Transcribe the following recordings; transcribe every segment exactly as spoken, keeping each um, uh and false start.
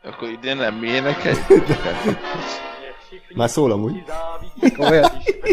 Akkor idén nem mi énekelj? Már szól amúgy. Komolyan?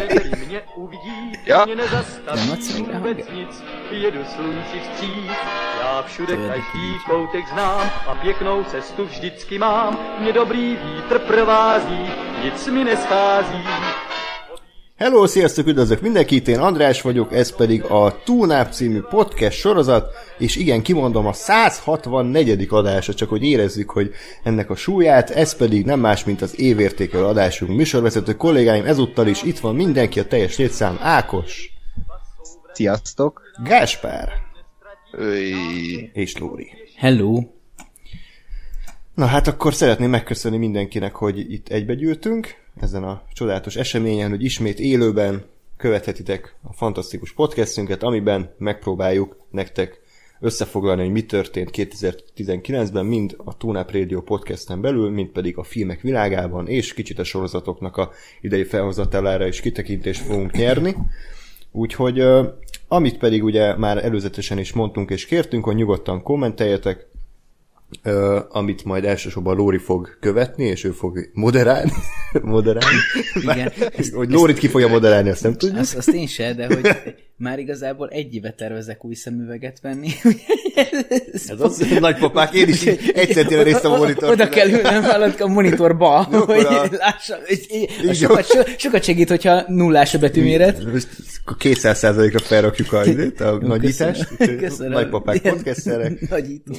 Ja. Nem adsz még rá hangot? Jedu slunci vstříc, já všude každý koutek znám a pěknou cestu vždycky mám. Mě dobrý vítr provází, nic mi neschází. Hello, sziasztok, üdvözlök mindenkit, én András vagyok, ez pedig a Túnáp című podcast sorozat, és igen, kimondom, a száz hatvannegyedik adása, csak hogy érezzük, hogy ennek a súlyát, ez pedig nem más, mint az évértékelő adásunk. Műsorvezető kollégáim ezúttal is, itt van mindenki, a teljes létszám, Ákos. Sziasztok. Gáspár. Öy. És Lóri. Hello. Na hát akkor szeretném megköszönni mindenkinek, hogy itt egybegyűltünk ezen a csodálatos eseményen, hogy ismét élőben követhetitek a fantasztikus podcastünket, amiben megpróbáljuk nektek összefoglalni, hogy mi történt kétezer-tizenkilencben, mind a Túnáp Radio podcasten belül, mind pedig a filmek világában, és kicsit a sorozatoknak a idei felhozatalára is kitekintést fogunk nyerni. Úgyhogy amit pedig ugye már előzetesen is mondtunk és kértünk, hogy nyugodtan kommenteljetek, Uh, amit majd elsősorban Lóri fog követni, és ő fog moderálni. moderálni. Igen. Ezt, hogy Lórit ki fogja moderálni, azt nem tudjuk. Azt, azt én se, de hogy már igazából egy éve tervezek új szemüveget venni. Ez az, nagypapák, én is egy centire néztem a monitort. Oda kell ülnem a monitorba, jó, hogy a... lássam. Sokat, sokat segít, hogyha nullás a betűméret. kétszáz százalékra felrakjuk a, a, a nagyítást. Köszönöm. Nagypapák podcastszerek. Nagyító.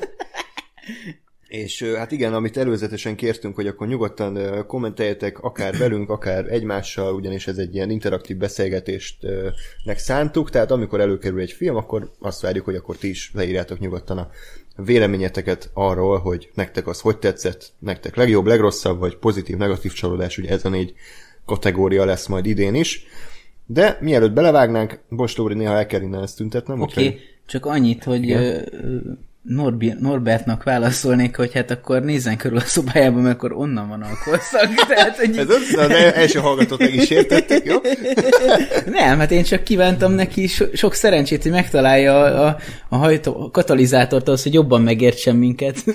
És hát igen, amit előzetesen kértünk, hogy akkor nyugodtan kommenteljetek, akár velünk, akár egymással, ugyanis ez egy ilyen interaktív beszélgetésnek szántuk, tehát amikor előkerül egy film, akkor azt várjuk, hogy akkor ti is leírjátok nyugodtan a véleményeteket arról, hogy nektek az hogy tetszett, nektek legjobb, legrosszabb, vagy pozitív, negatív csalódás, ugye ez a négy kategória lesz majd idén is. De mielőtt belevágnánk, Bos Lóri, néha el kell innen ezt tüntetnem. Oké, okay, csak annyit, hogy... Igen. Norbi, Norbertnak válaszolnék, hogy hát akkor nézzen körül a szobájában, mert akkor onnan van alkoholszag. Tehát, hogy... Ez az, az első hallgatót meg is értették, jó? Nem, hát én csak kívántam neki so, sok szerencsét, hogy megtalálja a, a, a, hajtó, a katalizátort ahhoz, hogy jobban megértsen minket.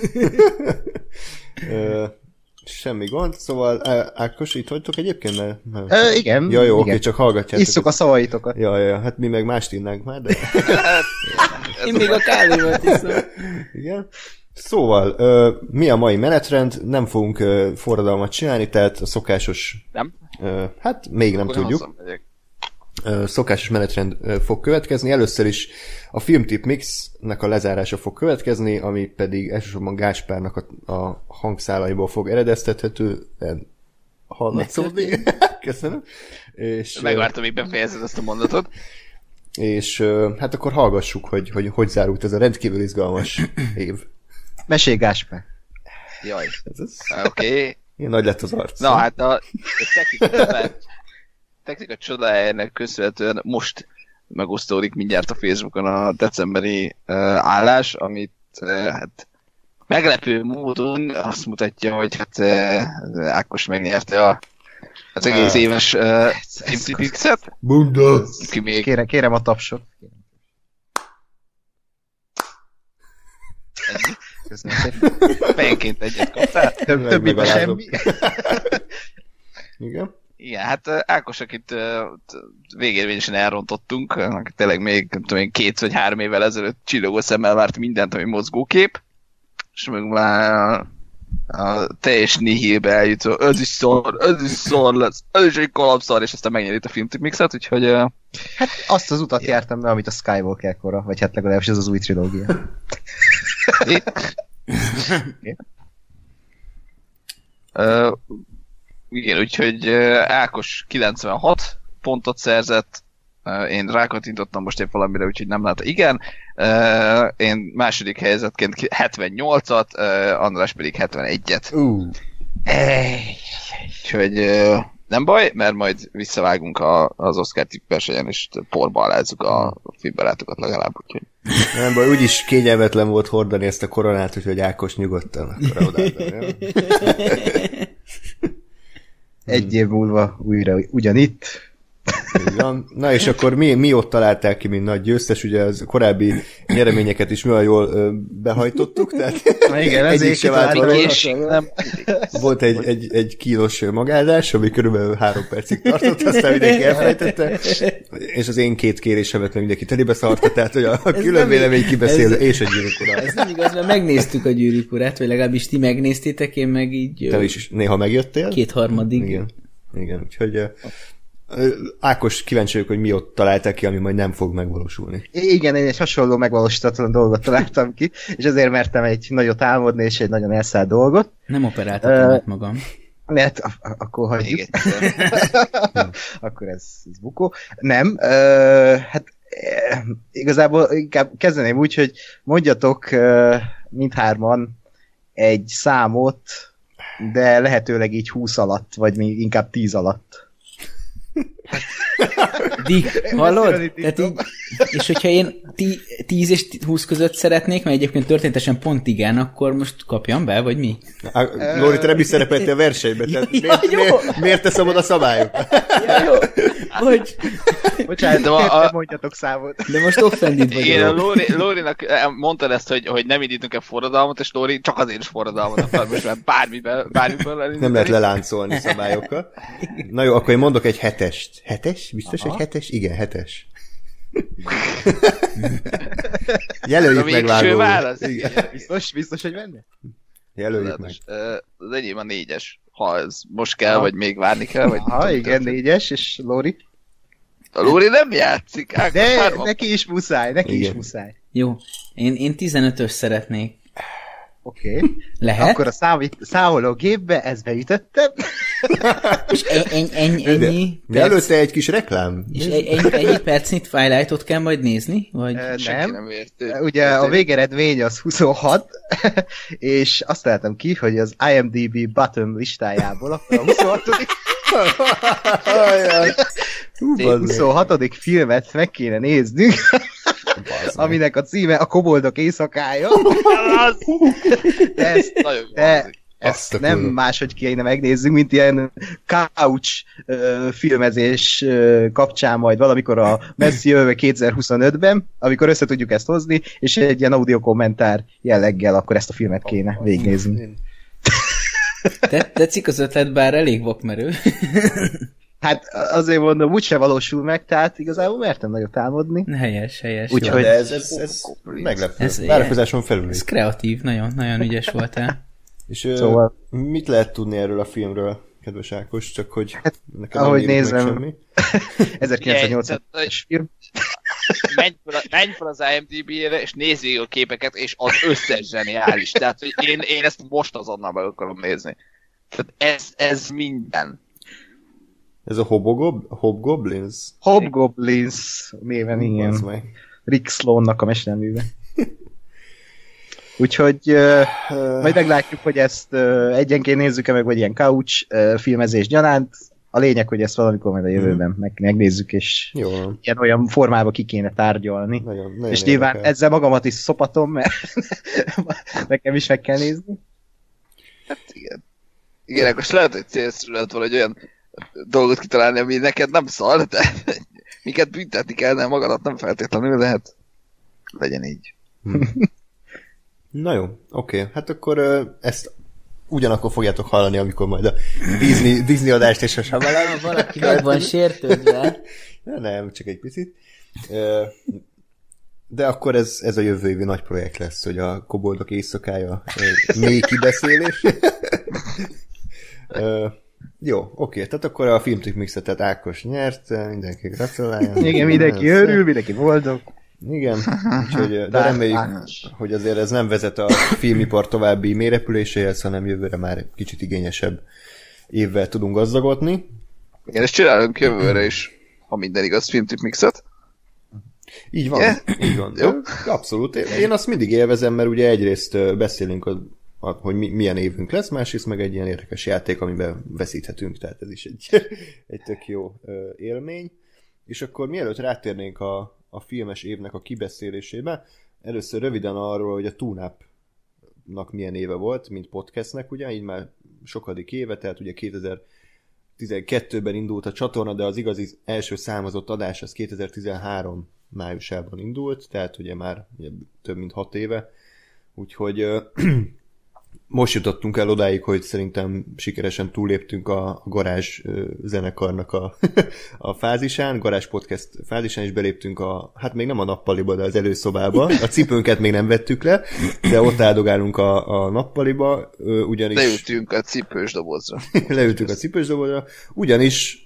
Semmi gond, szóval Ákos, itt vagytok egyébként? Mert, mert... Ö, igen. Ja, jó, igen. Oké, csak hallgatjátok. Isszuk a szavaitokat. Ja, ja, hát mi meg mást innánk már, de... Én még a kávémat iszom. Igen. Szóval, ö, mi a mai menetrend? Nem fogunk ö, forradalmat csinálni, tehát a szokásos... Nem? Ö, hát még nem Akkor tudjuk. Ö, szokásos menetrend ö, fog következni. Először is a Filmtip Mixnek a lezárása fog következni, ami pedig elsősorban Gáspárnak a, a hangszálaiból fog eredeztethető. Hallatszódni. Köszönöm. És, megvártam, még befejezed ezt a mondatot. És hát akkor hallgassuk, hogy hogy, hogy zárult ez a rendkívül izgalmas év. Mesélj, Gáspár. Jaj. Oké. Okay. Ilyen nagy lett az arc. Na hát a, a technika, technika csodájának köszönhetően most megosztódik mindjárt a Facebookon a decemberi uh, állás, amit uh, hát meglepő módon azt mutatja, hogy hát uh, Ákos megnyerte a az egész uh, éves uh, Filmtipixet. Bunda! Még... Kérem, kérem a tapsot. Ennyi. Köszönöm szépen. Fejenként egyet kaptál. Több, többiben semmi. Igen. Igen, hát Ákos, akit végérvényesen elrontottunk, akit tényleg még nem tudom én, két vagy három évvel ezelőtt csillogó szemmel várt mindent, ami mozgókép, és meg már a teljes nihilbe eljutó, ez is szar, ez is szar lesz, ez is egy kalapszar, és aztán megnyeri a Filmtip Mixet, úgyhogy... Uh... Hát azt az utat jártam be, amit a Skywalker kora, vagy hát legalábbis ez az új trilógia. uh, igen, úgyhogy uh, Ákos kilencvenhat pontot szerzett, uh, én rákattintottam most épp valamire, úgyhogy nem látta. Igen, uh, én második helyzetként hetvennyolcat, uh, András pedig hetvenegyet. Uh. Úgyhogy uh, nem baj, mert majd visszavágunk a, az Oscar tipp versenyen, és porba alázzuk a filmbarátokat legalább, úgyhogy... Nem baj, úgyis kényelmetlen volt hordani ezt a koronát, úgyhogy Ákos nyugodtan akkor odaadom. Egy év múlva újra ugyanitt. Így van. Na és akkor mi, mi ott találták ki, mint nagy győztes, ugye az korábbi nyereményeket is mi olyan jól ö, behajtottuk, tehát igen, egyik se vált valóra. Volt egy, egy, egy kínos magállás, ami körülbelül három percig tartott, aztán mindenki elfelejtette, és az én két kérésemet meg mindenki telébe szarta, tehát hogy a külön vélemény kibeszélő ez, és a gyűrűk ura. Ez nem igaz, mert megnéztük a gyűrűk urát, vagy legalábbis ti megnéztétek, én meg így... Te is néha megjöttél? Kétharmadig. Igen, igen, úgyhogy Ákos, kíváncsi vagyok, hogy mi ott találták ki, ami majd nem fog megvalósulni. Igen, én egy hasonló megvalósítatlan dolgot találtam ki, és ezért mertem egy nagyot álmodni, és egy nagyon elszállt dolgot. Nem operáltatom uh, magam. Lehet, akkor hagyjuk. Akkor ez, ez bukó. Nem, uh, hát uh, igazából inkább kezdeném úgy, hogy mondjatok uh, mindhárman egy számot, de lehetőleg így húsz alatt, vagy még inkább tíz alatt. Dick, hallod? Tehát így, és hogyha én tíz és húsz között szeretnék, mert egyébként történetesen pont igen, akkor most kapjam be, vagy mi? Lóri, te nem is szerepeltél a versenyben, tehát ja, miért, miért, miért te szabad a szabályokat? Ja, jó. Hogy... Bocsánat, de a, a... mondjatok számot. De most offended vagyok. Én a Lóri, Lórinak mondtad ezt, hogy, hogy nem indítunk el forradalmat, és Lóri csak azért is forradalmat akar, most már bármiből, bármiből elindítani. Nem lehet leláncolni szabályokkal. Na jó, akkor én mondok egy hetest. Hetes? Biztos, aha, egy hetes? Igen, hetes. Jelöljük meg, Vágó. Biztos, biztos, hogy benne? Jelöljük meg. Az enyém a négyes. Ha ez most kell, aha, vagy még várni kell. Vagy aha, igen, négyes, és Lóri? A Lóri nem játszik. Ákos, de hárman. Neki is muszáj, neki igen. is muszáj. Jó, én, én tizenötös szeretnék. Oké. Okay. Lehet? Akkor a számít, számoló gépbe ezt beütöttem. És en, en, en, ennyi... De előtte egy kis reklám. És ennyi, ennyi percnyi Twilight-ot kell majd nézni? Vagy? Uh, nem. nem. nem Ugye a végeredmény az huszonhat, és azt találtam ki, hogy az IMDb bottom listájából akkor a huszonhatodik huszonhatodik filmet meg kéne néznünk, aminek a címe a Koboldok éjszakája. De ezt, de ezt nem máshogy kéne megnézzünk, mint ilyen couch uh, filmezés uh, kapcsán majd valamikor a messzi jövő kétezer-huszonötben, amikor össze tudjuk ezt hozni, és egy ilyen audio kommentár jelleggel akkor ezt a filmet kéne végignézni. Te, tetszik az ötlet, bár elég vakmerő. Hát azért mondom, úgyse valósul meg, tehát igazából mertem nagyot álmodni. Helyes, helyes. Úgyhogy ez, ez, ez meglepő. Ez, várakozáson felül. Ez kreatív, nagyon, nagyon ügyes voltál. És szóval... mit lehet tudni erről a filmről, kedves Ákos, csak hogy hát, nekem ahogy nézem, ezerkilencszáznyolcvanas film. Menj fel, menj fel az IMDb-re, és nézz végig a képeket, és az összes zseniális. Tehát, hogy én, én ezt most azonnal meg akarom nézni. Tehát ez, ez minden. Ez a Hobogob- Hobgoblins? Hobgoblins néven, igen. Rick Sloane-nak a mesterműve. Úgyhogy uh, majd meglátjuk, hogy ezt uh, egyenként nézzük-e meg, vagy ilyen couch uh, filmezés gyanánt. A lényeg, hogy ezt valamikor majd a jövőben meg, megnézzük, és jó, ilyen olyan formában ki kéne tárgyalni. Nagyon, nagyon és nyilván érdekel. Ezzel magamat is szopatom, mert nekem is meg kell nézni. Hát igen. Igen, akkor lehet, hogy célszerű lett valahogy olyan dolgot kitalálni, ami neked nem szar, de miket büntetni kellene, magadat nem feltétlenül, de hát legyen így. Hm. Na jó, oké. Okay. Hát akkor uh, ezt ugyanakkor fogjátok hallani, amikor majd a Disney, Disney adást és a Shyamalan. Valaki meg van sértődve. Nem, csak egy picit. Uh, de akkor ez, ez a jövő évi nagy projekt lesz, hogy a Koboldok éjszakája mély kibeszélés. uh, Jó, oké, tehát akkor a Filmtrip Mixet, tehát Ákos nyert, mindenki gratuláljon. Igen, mindenki örül, mindenki boldog. Igen, úgyhogy, de reméljük, hogy azért ez nem vezet a filmipar további mélyrepüléséhez, hanem jövőre már kicsit igényesebb évvel tudunk gazdagodni. Igen, és csinálunk jövőre is, ha minden igaz, Filmtrip Mixet. Így van, yeah. így van. Jó. Abszolút. Én azt mindig élvezem, mert ugye egyrészt beszélünk a hogy mi, milyen évünk lesz, másrészt meg egy ilyen érdekes játék, amiben veszíthetünk, tehát ez is egy, egy tök jó ö, élmény. És akkor mielőtt rátérnénk a, a filmes évnek a kibeszélésébe, először röviden arról, hogy a Tunap-nak milyen éve volt, mint podcastnek, ugye, így már sokadik éve, tehát ugye kétezer-tizenkettőben indult a csatorna, de az igazi első számozott adás az kétezer-tizenhárom májusában indult, tehát ugye már ugye, több mint hat éve. Úgyhogy most jutottunk el odáig, hogy szerintem sikeresen túléptünk a garázs zenekarnak a, a fázisán, garázs podcast fázisán is beléptünk a, hát még nem a nappaliba, de az előszobába. A cipőnket még nem vettük le, de ott áldogálunk a, a nappaliba, ugyanis... Leültünk a cipős dobozra. Leültünk a cipős dobozra, ugyanis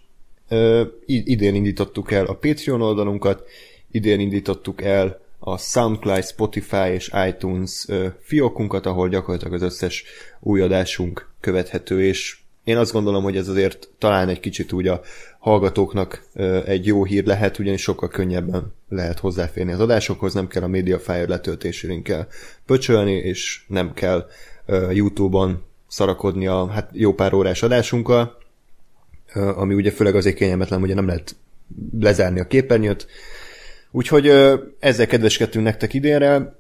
idén indítottuk el a Patreon oldalunkat, idén indítottuk el a SoundCloud, Spotify és iTunes fiókunkat, ahol gyakorlatilag az összes új adásunk követhető, és én azt gondolom, hogy ez azért talán egy kicsit úgy a hallgatóknak egy jó hír lehet, ugyanis sokkal könnyebben lehet hozzáférni az adásokhoz, nem kell a Mediafire letöltésén kell pöcsölni, és nem kell YouTube-on szarakodni a hát jó pár órás adásunkkal, ami ugye főleg azért kényelmetlen, ugye nem lehet lezárni a képernyőt. Úgyhogy ezzel kedveskedtünk nektek idénre,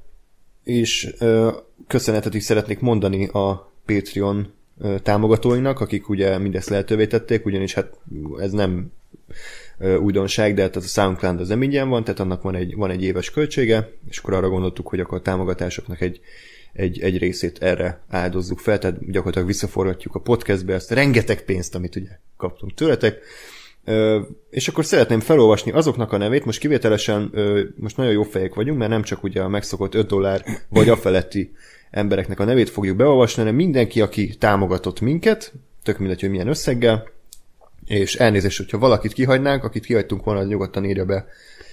és köszönetet is szeretnék mondani a Patreon támogatóinak, akik ugye mindezt lehetővé tették, ugyanis hát ez nem újdonság, de hát az a SoundCloud az nem ingyen van, tehát annak van egy, van egy éves költsége, és akkor arra gondoltuk, hogy akkor a támogatásoknak egy, egy, egy részét erre áldozzuk fel, tehát gyakorlatilag visszaforgatjuk a podcastbe azt rengeteg pénzt, amit ugye kaptunk tőletek. Ö, és akkor szeretném felolvasni azoknak a nevét, most kivételesen ö, most nagyon jó fejek vagyunk, mert nem csak ugye a megszokott öt dollár vagy afeletti embereknek a nevét fogjuk beolvasni, hanem mindenki, aki támogatott minket, tök mindegy, hogy milyen összeggel, és elnézést, hogyha valakit kihagynánk, akit kihagytunk volna, nyugodtan írja be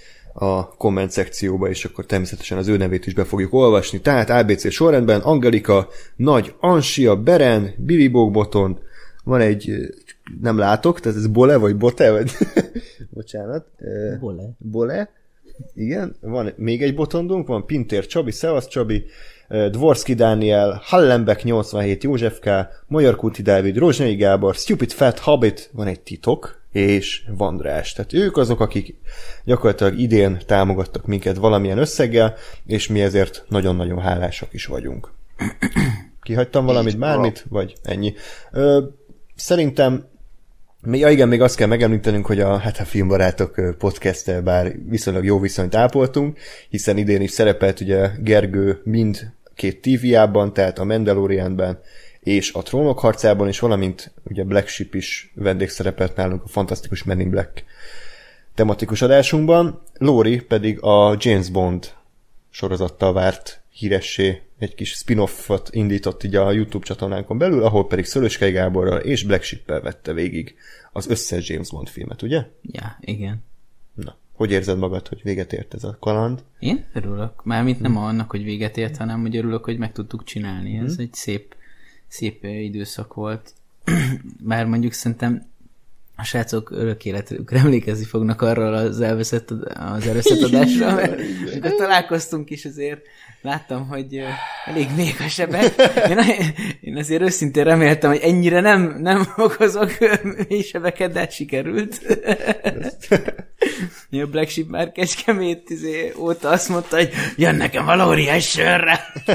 a komment szekcióba, és akkor természetesen az ő nevét is be fogjuk olvasni. Tehát á bé cé sorrendben Angelika, Nagy Ansia, Beren, Billy Bogboton, van egy, nem látok, tehát ez Bole vagy Bote, vagy bocsánat. Bole. Bole, igen. Van még egy botondunk, van Pintér Csabi, Szevasz Csabi, Dvorski Dániel, Hallenbeck nyolcvanhét, József K., Magyarkuti Dávid, Rozsnyai Gábor, Stupid Fat Hobbit, van egy titok, és Vandrás. Tehát ők azok, akik gyakorlatilag idén támogattak minket valamilyen összeggel, és mi ezért nagyon-nagyon hálásak is vagyunk. Kihagytam valamit, bármit, vagy ennyi. Ö, szerintem, ja igen, még azt kell megemlítenünk, hogy a, hát a Filmbarátok podcast-tel bár viszonylag jó viszonyt ápoltunk, hiszen idén is szerepelt ugye Gergő mind két té vé-ában, tehát a Mandalorianben és a Trónok harcában, és valamint ugye Black Sheep is vendégszerepelt nálunk a fantasztikus Men in Black tematikus adásunkban. Lóri pedig a James Bond sorozattal várt híressé egy kis spin-offot indított így a YouTube csatornánkon belül, ahol pedig Szöröskei Gáborral és Black Sheep-el vette végig az összes James Bond filmet, ugye? Ja, igen. Na, hogy érzed magad, hogy véget ért ez a kaland? Én örülök. Mármint nem hmm. annak, hogy véget ért, hanem hogy örülök, hogy meg tudtuk csinálni. Ez hmm. egy szép, szép időszak volt. Bár mondjuk szerintem a srácok örök életükre emlékezni fognak arról az elveszett, az elveszett adásra, mert amikor találkoztunk is azért láttam, hogy elég még a sebek. Én, én azért őszintén reméltem, hogy ennyire nem, nem okozok mély sebeket, de hát sikerült. A Black Sheep már Kecskemét izé, óta azt mondta, hogy jön nekem a Lóriás sörre.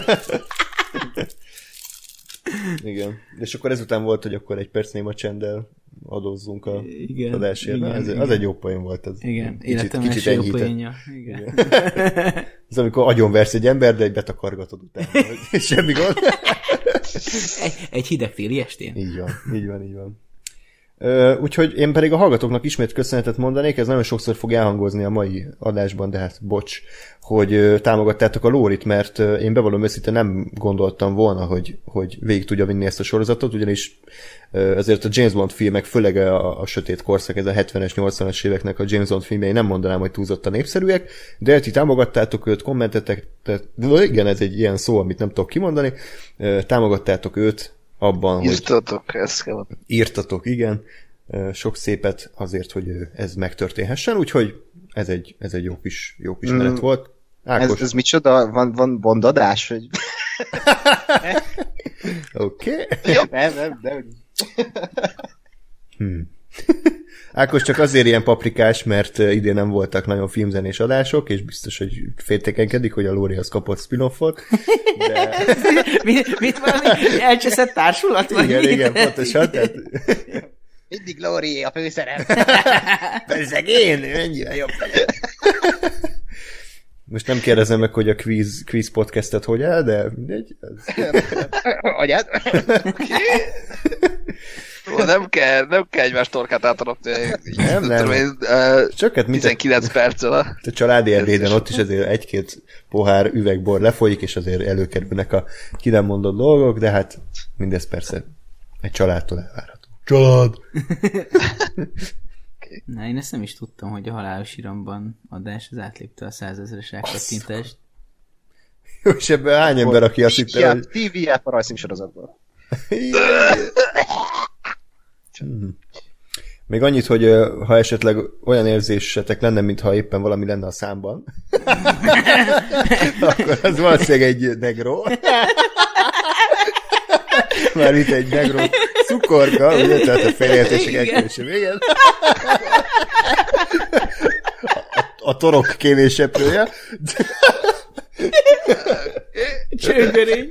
Igen. És akkor ezután volt, hogy akkor egy perc néma csenddel adózzunk a igen, adásért. Igen, ez, igen. Az egy jó poén volt. Ez igen, kicsit, életem kicsit első jó poénja. Igen. Igen. Ez amikor agyonversz egy ember, de egy betakargatod utána. Semmi gond. egy, egy hideg téli estén. Így van, így van, így van. Uh, úgyhogy én pedig a hallgatóknak ismét köszönetet mondanék, ez nagyon sokszor fog elhangozni a mai adásban, de hát bocs, hogy uh, támogattátok a Lórit, mert uh, én bevallom őszintén nem gondoltam volna, hogy, hogy végig tudja vinni ezt a sorozatot, ugyanis uh, ezért a James Bond filmek, főleg a, a sötét korszak, ez a hetvenes, nyolcvanas éveknek a James Bond filmjei nem mondanám, hogy túlzottan népszerűek, de ti támogattátok őt, kommentetek, tehát, igen, ez egy ilyen szó, amit nem tudok kimondani, uh, támogattátok őt, abban, írtatok, hogy ezt kell. Írtatok, igen. Sok szépet azért, hogy ez megtörténhessen, úgyhogy ez egy, ez egy jó kis, jó kis mm. menet volt. Ákos. Ez, ez micsoda? Van, van bondadás? Vagy... Oké. Okay. Nem, nem, nem. hmm. Ákos csak azért ilyen paprikás, mert idén nem voltak nagyon filmzenés adások, és biztos, hogy féltékenkedik, hogy a Lóri az kapott spin-offot. De... mit, mit valami elcseszett társulat? Vagy igen, mit? igen, pontosan. Tehát... mindig Lórié a főszerep. Bezzeg én, ennyivel jobb. Most nem kérdezem meg, hogy a quiz, quiz podcastet hogy áll, de mindegy. Agyád? Ó, nem kell, nem kell egymás torkát átarapni. Nem, nem. Én, uh, Csökkent, tizenkilenc perccel a... A családi erdéden ott is azért egy-két pohár üvegbor lefolyik, és azért előkerülnek a ki nem mondott dolgok, de hát mindez persze egy családtól elvárható. Család! Na, én ezt nem is tudtam, hogy a halálos iramban adás az átlépte a százezeres elkattintást. Jó, és ebben hány ember, aki azt hitte, hogy... té vé-át a rajzfilmsorozatból. Még annyit, hogy ha esetleg olyan érzésetek lenne, mintha éppen valami lenne a számban, akkor az valószínűleg egy negró. Mármint egy negró cukorka, ugye, tehát a félreértések elkerülése végén. A, a torok kévéseprője. Csőgörény.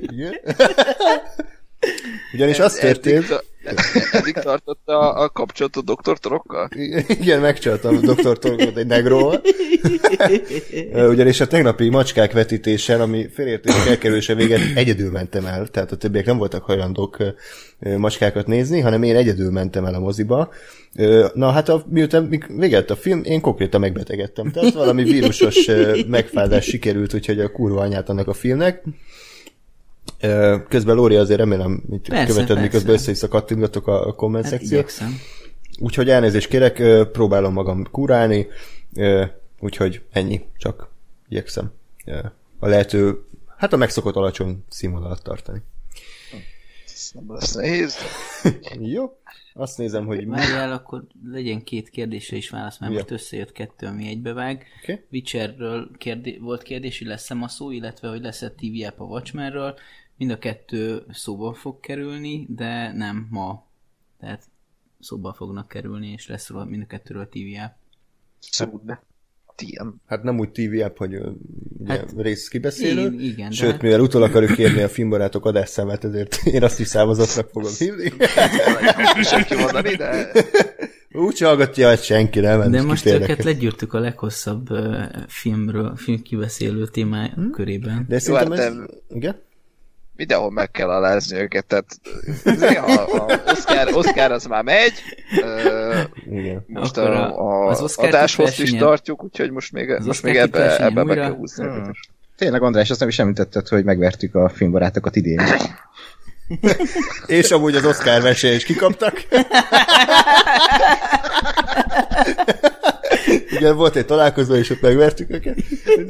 Ugyanis az történt... Eddig tartott a, a kapcsolatot doktor Torokkal? Igen, megcsaltam a doktor Torokot egy negróval. Ugyanis a tegnapi macskák vetítésen, ami félreértések elkerülése véget egyedül mentem el, tehát a többiek nem voltak hajlandók macskákat nézni, hanem én egyedül mentem el a moziba. Na hát a, miután véget a film, én konkrétan megbetegedtem. Tehát valami vírusos megfázás sikerült, úgyhogy a kurva anyát annak a filmnek. Közben Lóri azért remélem, hogy követed, miközben össze-vissza kattintgatok a komment hát szekciót. Úgyhogy elnézést kérek, próbálom magam kurálni, úgyhogy ennyi, csak igyekszem a lehető, hát a megszokott alacsony színvonalat tartani. Ez nem lesz nehéz. Jó, azt nézem, hogy... Várjál, akkor legyen két kérdésre is válasz, mert ja. most összejött kettő, ami egybevág. Okay. Witcherről kérdé- volt kérdés, hogy lesz-e ma szó, illetve hogy lesz-e té vé app a Watchmenről. Mind a kettő szóba fog kerülni, de nem ma. Tehát szóba fognak kerülni, és lesz róla mind a kettőről té vé app. Szóval Hát nem úgy té vé app, hogy ugye, hát, rész kibeszélő. Igen, igen, sőt, hát... mivel utol akarjuk kérni a filmbarátok adásszámát, ezért én azt is számozatnak fogom hívni. Senki mondani, de... Úgy hallgatja, hogy senki nem. De most őket legyűrtük a leghosszabb uh, filmről, filmkibeszélő témá hmm? körében. De szerintem ez... Igen? Mindenhol meg kell alázni őket, tehát a, a Oscar, Oscar az már megy, igen. Most a, a az adáshoz is tartjuk, úgyhogy most még, most még ebbe, ebbe be kell húzni. Hmm. Tényleg, András, azt nem is említetted, hogy megvertük a filmbarátokat idén. És amúgy az Oscar versenyen is kikaptak. Igen, volt egy találkozó, és ott megvertük őket.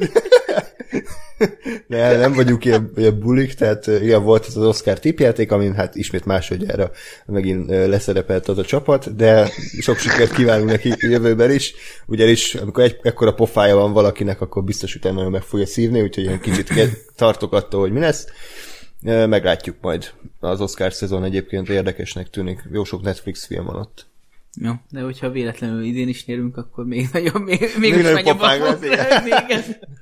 De nem vagyunk ilyen, ilyen bulik, tehát ilyen volt ez az Oscar tippjáték, amin hát ismét másodjára megint leszerepelt az a csapat, de sok sikert kívánunk neki jövőben is, ugyanis amikor egy, ekkora pofája van valakinek, akkor biztos utána nagyon meg fogja szívni, úgyhogy ilyen kicsit tartok attól, hogy mi lesz. Meglátjuk majd. Az Oscar szezon egyébként érdekesnek tűnik. Jó sok Netflix film van ott. Jó, de hogyha véletlenül idén is nyerünk, akkor még nagyobb, még, még, még nagyobb pofánk lesz. Igen.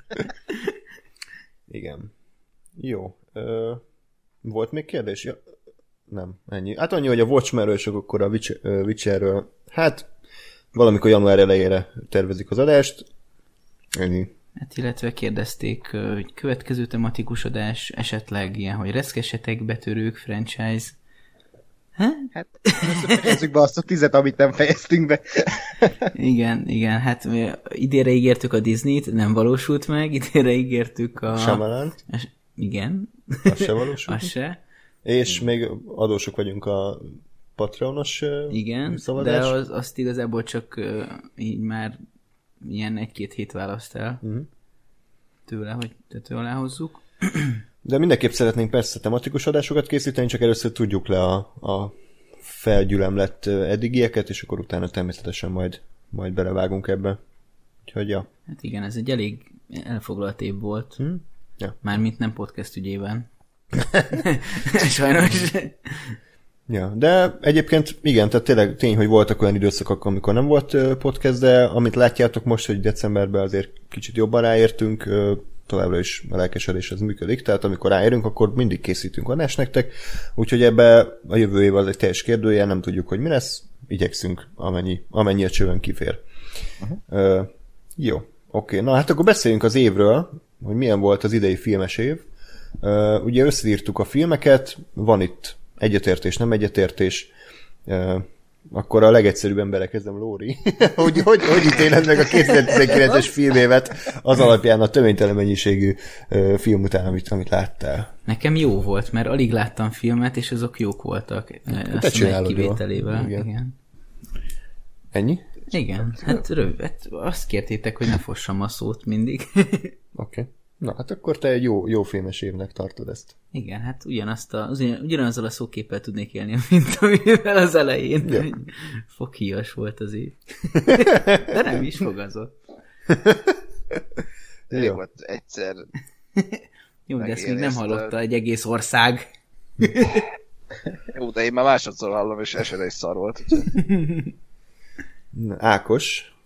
Igen. Jó. Ö, volt még kérdés? Ja. Nem, ennyi. Hát annyi, hogy a Watchmenről és akkor a Witcherről. Hát valamikor január elejére tervezik az adást. Ennyi. Hát illetve kérdezték, hogy következő tematikus adás esetleg ilyen, hogy reszkesetek, betörők, franchise. Ha? Hát fejezzük be azt a tizet, amit nem fejeztünk be. Igen, igen, hát idénre ígértük a Disney-t, nem valósult meg, idénre ígértük a... Shyamalan-t. Igen. Az se valósult. Az se. És még adósok vagyunk a Patreonos igen, szavazás. de az, azt igazából csak így már ilyen egy-két hét választ el uh-huh. tőle, hogy tető alá hozzuk. De mindenképp szeretnénk persze tematikus adásokat készíteni, csak először tudjuk le a, a felgyülemlett eddigieket, és akkor utána természetesen majd, majd belevágunk ebbe. Úgyhogy ja. Hát igen, ez egy elég elfoglalt év volt. Hmm? Ja. Mármint nem podcast ügyében. Sajnos. Ja, de egyébként igen, tehát tényleg tény, hogy voltak olyan időszakok, amikor nem volt podcast, de amit látjátok most, hogy decemberben azért kicsit jobban ráértünk, továbbra is a lelkesedés az működik, tehát amikor ráérünk, akkor mindig készítünk adást nektek, úgyhogy ebbe a jövő év az egy teljes kérdője, nem tudjuk, hogy mi lesz, igyekszünk, amennyi, amennyi a csövön kifér. Uh-huh. Uh, jó, oké. Okay. Na hát akkor beszéljünk az évről, hogy milyen volt az idei filmes év. Uh, ugye összeírtuk a filmeket, van itt egyetértés, nem egyetértés. Uh, akkor a legegyszerűbben belekezdem, Lóri. hogy, hogy, hogy ítéled meg a kétezer-tizenkilences filmévet az alapján a töménytelen mennyiségű uh, film után, amit, amit láttál? Nekem jó volt, mert alig láttam filmet, és azok jók voltak. Hát, te csinálod kivételével. Igen. Igen. Ennyi? Igen, hát rövid. Hát azt kértétek, hogy ne fossam a szót mindig. Oké. Okay. Na, hát akkor te egy jó, jó filmes évnek tartod ezt. Igen, hát ugyanazt a, ugyanazzal a szóképpel tudnék élni, mint amivel az elején. Ja. Foghíjas volt az év. De nem is fogazott. Jó volt egyszer. Jó, de ezt még nem hallotta egy egész ország. Jó, de én már másodszor hallom, és esetleg is szar volt. Na, Ákos?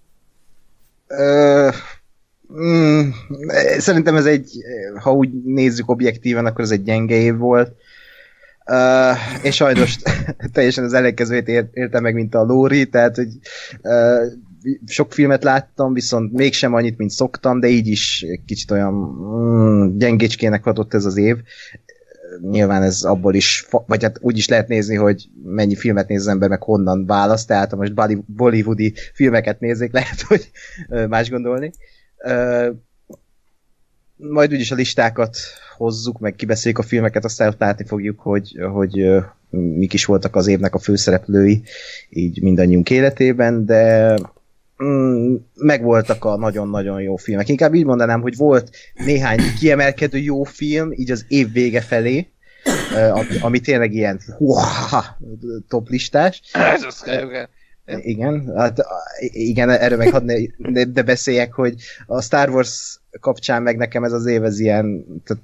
Ö... Mm, szerintem ez egy, ha úgy nézzük objektíven, akkor ez egy gyenge év volt. Uh, és sajnos teljesen az ellenkezőjét ér, értem meg, mint a Lóri, tehát hogy uh, sok filmet láttam, viszont mégsem annyit, mint szoktam, de így is kicsit olyan mm, gyengécskének hatott ez az év. Nyilván ez abból is, vagy hát úgy is lehet nézni, hogy mennyi filmet néz az ember, meg honnan választ, tehát ha most bollywoodi filmeket nézzék, lehet, hogy más gondolni. Uh, majd úgyis a listákat hozzuk, meg kibeszéljük a filmeket, aztán látni fogjuk, hogy, hogy uh, mik is voltak az évnek a főszereplői, így mindannyiunk életében, de mm, megvoltak a nagyon-nagyon jó filmek. Inkább így mondanám, hogy volt néhány kiemelkedő jó film, így az év vége felé, uh, ami tényleg ilyen huah, top listás. Ez az kell, Igen, hát igen, erről meg hadd ne, de beszéljek, hogy a Star Wars kapcsán meg nekem ez az év, ez ilyen... Tehát,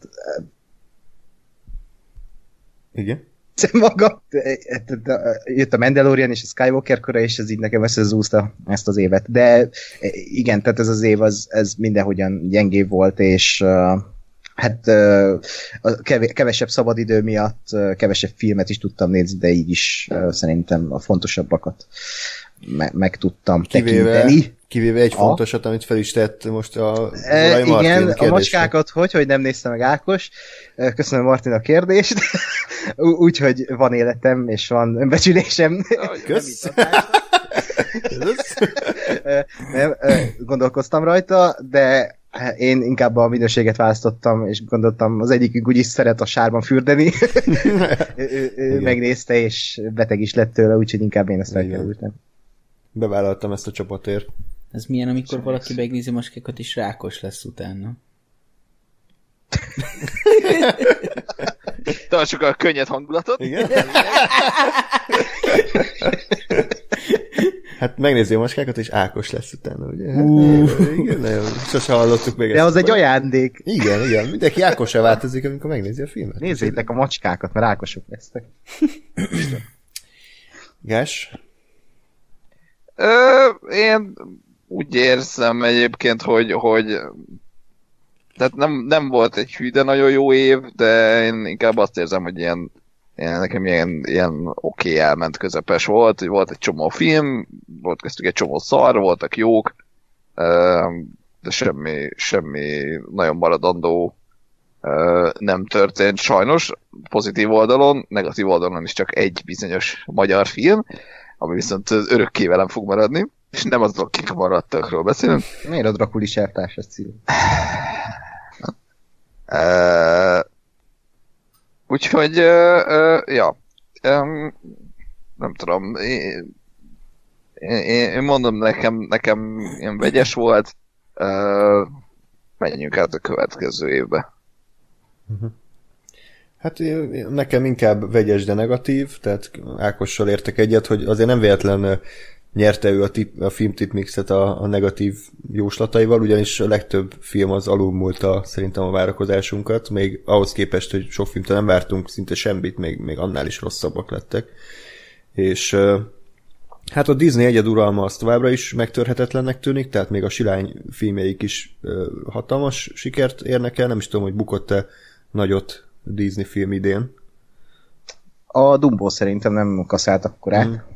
igen? Maga, jött a Mandalorian és a Skywalker kora, és ez így nekem összezúzta ezt az évet. De igen, tehát ez az év, az, ez mindenhogyan gyengébb volt, és uh, hát uh, a kevesebb szabadidő miatt uh, kevesebb filmet is tudtam nézni, de így is uh, szerintem a fontosabbakat me- meg tudtam kivéve, tekinteni. Kivéve egy fontosat, amit fel is tett most a e, Igen, Martin a macskákat hogy, hogy nem nézte meg Ákos. Köszönöm Martin a kérdést. Úgyhogy van életem, és van önbecsülésem. Kösz. nem, gondolkoztam rajta, de én inkább a minőséget választottam, és gondoltam, az egyikünk úgyis szeret a sárban fürdeni. ő, ő megnézte, és beteg is lett tőle, úgyhogy inkább én ezt felkerültem. Bevállaltam ezt a csapatért. Ez milyen, amikor Sajnos. valaki megnézi maskákat, és rákos lesz utána? Tartsuk a könnyed hangulatot. Igen? Hát megnézi a maskákat, és Ákos lesz utána, ugye? Hát, uh. Igen, nagyon, sose hallottuk még De ezt. Az egy ajándék. Igen, igen. Mindenki Ákosra változik, amikor megnézi a filmet. Nézzétek a macskákat, mert Ákosok lesztek. Gás? Ö, én úgy érzem egyébként, hogy, hogy tehát nem, nem volt egy hű, de nagyon jó év, de én inkább azt érzem, hogy ilyen, ilyen nekem ilyen, ilyen oké okay, elment közepes volt, hogy volt egy csomó film, volt köztük egy csomó szar, voltak jók, de semmi, semmi nagyon maradandó nem történt sajnos pozitív oldalon, negatív oldalon is csak egy bizonyos magyar film, ami viszont örökké velem fog maradni, és nem azok, kik maradtakról beszélünk. Miért a Drakuli sertás ez cím? Uh, úgyhogy, uh, uh, ja, um, nem tudom, én, én, én mondom, nekem, nekem ilyen vegyes volt, uh, menjünk át a következő évbe. Uh-huh. Hát nekem inkább vegyes, de negatív, tehát Ákossal értek egyet, hogy azért nem véletlen nyerte ő a, tip, a filmtipmixet a, a negatív jóslataival, ugyanis a legtöbb film az alulmúlta szerintem a várakozásunkat, még ahhoz képest, hogy sok filmtől nem vártunk szinte semmit, még, még annál is rosszabbak lettek. És hát a Disney egyeduralma az továbbra is megtörhetetlennek tűnik, tehát még a silány filmjeik is hatalmas sikert érnek el, nem is tudom, hogy bukott-e nagyot Disney film idén. A Dumbo szerintem nem kaszált akkorát. Hmm.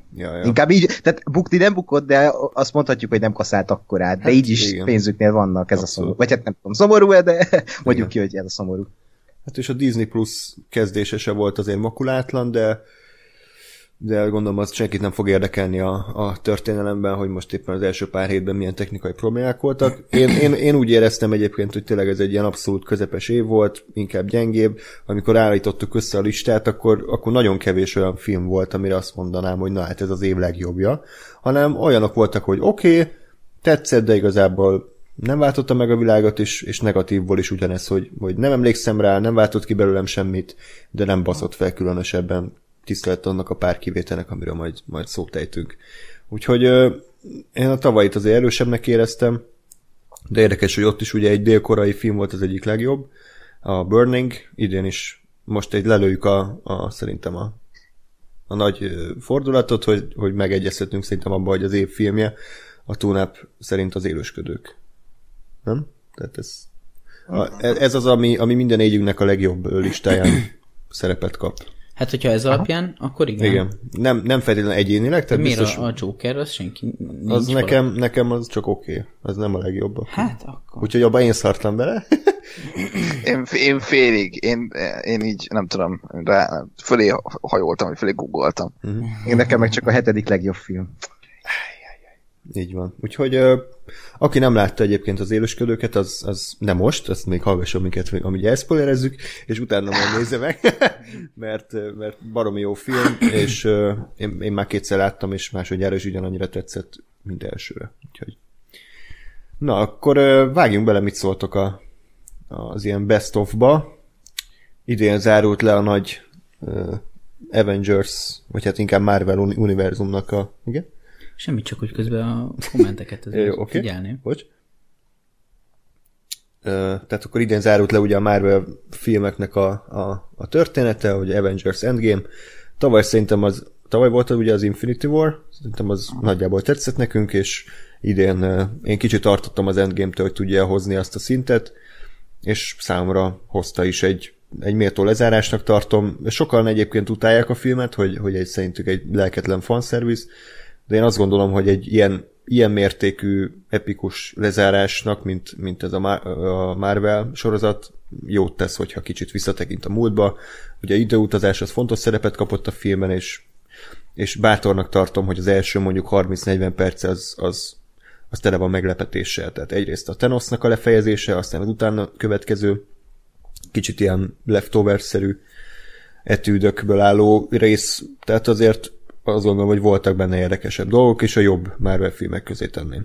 Ja, ja. Inkább így, tehát bukni nem bukott, de azt mondhatjuk, hogy nem kaszált akkorát, de hát, így is igen. Pénzüknél vannak ez Abszolút. A szomorú. Vagy hát nem tudom, szomorú-e, de mondjuk igen. ki, hogy ez a szomorú. Hát és a Disney Plus kezdése se volt azért makulátlan, de de gondolom az senkit nem fog érdekelni a, a történelemben, hogy most éppen az első pár hétben milyen technikai problémák voltak. Én, én, én úgy éreztem egyébként, hogy tényleg ez egy ilyen abszolút közepes év volt, inkább gyengébb. Amikor állítottuk össze a listát, akkor, akkor nagyon kevés olyan film volt, amire azt mondanám, hogy na hát ez az év legjobbja, hanem olyanok voltak, hogy oké, okay, tetszett, de igazából nem váltotta meg a világot, és, és negatívból is ugyanez, hogy, hogy nem emlékszem rá, nem váltott ki belőlem semmit, de nem baszott fel különösebben, tisztelet annak a pár kivételnek, amiről majd, majd szót ejtünk. Úgyhogy ö, én a tavalyit azért erősebbnek éreztem, de érdekes, hogy ott is ugye egy délkorai film volt az egyik legjobb, a Burning, idén is most egy lelőjük a, a szerintem a, a nagy fordulatot, hogy, hogy megegyezhetünk szerintem abban, hogy az év filmje a Túnáp szerint az Élősködők. Nem? Tehát ez, a, ez az, ami, ami minden négyünknek a legjobb listáján szerepet kap. Hát, hogyha ez alapján, Aha. akkor igen. Igen. Nem, nem feltétlenül egyénileg. Tehát miért biztos, a Joker, az senki nincs az nekem, nekem az csak oké. Okay. Az nem a legjobb. Akkor. Hát akkor. Úgyhogy abban én szartam bele. én, én félig, én, én így nem tudom, rá, fölé hajoltam, vagy fölé googoltam. Uh-huh. Én nekem meg csak a hetedik legjobb film. Így van. Úgyhogy uh, aki nem látta egyébként az Élősködőket, az, az nem most, azt még hallgasson minket, amíg elszpoilerezzük, és utána majd nézze meg, mert, mert baromi jó film, és uh, én, én már kétszer láttam, és másodjára is ugyanannyira tetszett, mint elsőre. Úgyhogy. Na, akkor uh, vágjunk bele, mit szóltok a, az ilyen best of-ba. Idén zárult le a nagy uh, Avengers, vagy hát inkább Marvel univerzumnak a... Igen? Semmi, csak hogy közben a kommenteket Jó, okay. figyelni. Bocs. Uh, tehát akkor idén zárult le ugye a Marvel filmeknek a, a, a története, hogy Avengers Endgame. Tavaly szerintem az, tavaly volt ugye az Infinity War, szerintem az ah. nagyjából tetszett nekünk, és idén uh, én kicsit tartottam az Endgame-től, hogy tudja hozni azt a szintet, és számomra hozta is egy, egy méltó lezárásnak tartom. Sokan egyébként utálják a filmet, hogy, hogy egy szerintük egy lelketlen fanszervisz, de én azt gondolom, hogy egy ilyen, ilyen mértékű epikus lezárásnak, mint, mint ez a, Mar- a Marvel sorozat, jót tesz, hogyha kicsit visszatekint a múltba. Ugye időutazás az fontos szerepet kapott a filmben, és, és bátornak tartom, hogy az első mondjuk harminc-negyven perc az, az, az tele van meglepetéssel. Tehát egyrészt a Thanosnak a lefejezése, aztán az utána következő kicsit ilyen leftover-szerű etűdökből álló rész, tehát azért azt gondolom, hogy voltak benne érdekesebb dolgok, és a jobb Marvel filmek közé tenném.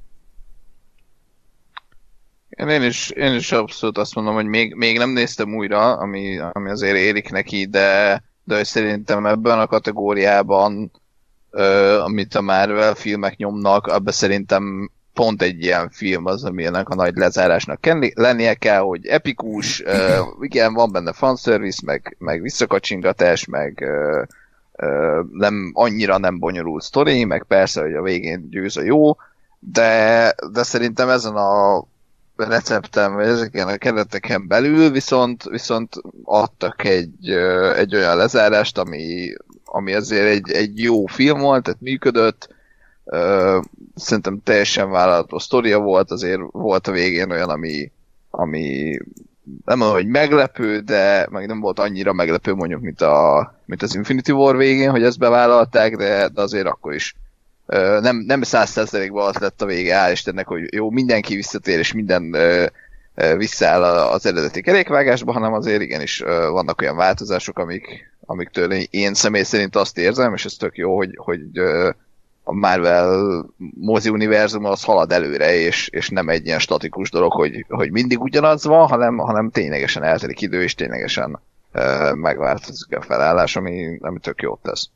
Én is, én is abszolút azt mondom, hogy még, még nem néztem újra, ami, ami azért érik neki, de, de szerintem ebben a kategóriában, ö, amit a Marvel filmek nyomnak, abban szerintem pont egy ilyen film az, aminek a nagy lezárásnak kell, lennie kell, hogy epikus, ö, igen, van benne fanservice, meg, meg visszakacsingatás, meg ö, nem, annyira nem bonyolult sztori, meg persze, hogy a végén győz a jó, de, de szerintem ezen a recepten, vagy ezeken a kereteken belül viszont, viszont adtak egy, egy olyan lezárást, ami, ami azért egy, egy jó film volt, tehát működött, szerintem teljesen vállalható sztoria volt, azért volt a végén olyan, ami, ami nem mondom, hogy meglepő, de meg nem volt annyira meglepő mondjuk, mint, a, mint az Infinity War végén, hogy ezt bevállalták, de, de azért akkor is uh, nem, nem száz százalékban az lett a vége, hál' Istennek, hogy jó, mindenki visszatér, és minden uh, uh, visszaáll az eredeti kerékvágásba, hanem azért igenis uh, vannak olyan változások, amik, amiktől én személy szerint azt érzem, és ez tök jó, hogy, hogy uh, a Marvel mozi univerzum az halad előre, és, és nem egy ilyen statikus dolog, hogy, hogy mindig ugyanaz van, hanem, hanem ténylegesen eltelik idő, és ténylegesen uh, megváltozik a felállás, ami, ami tök jót tesz.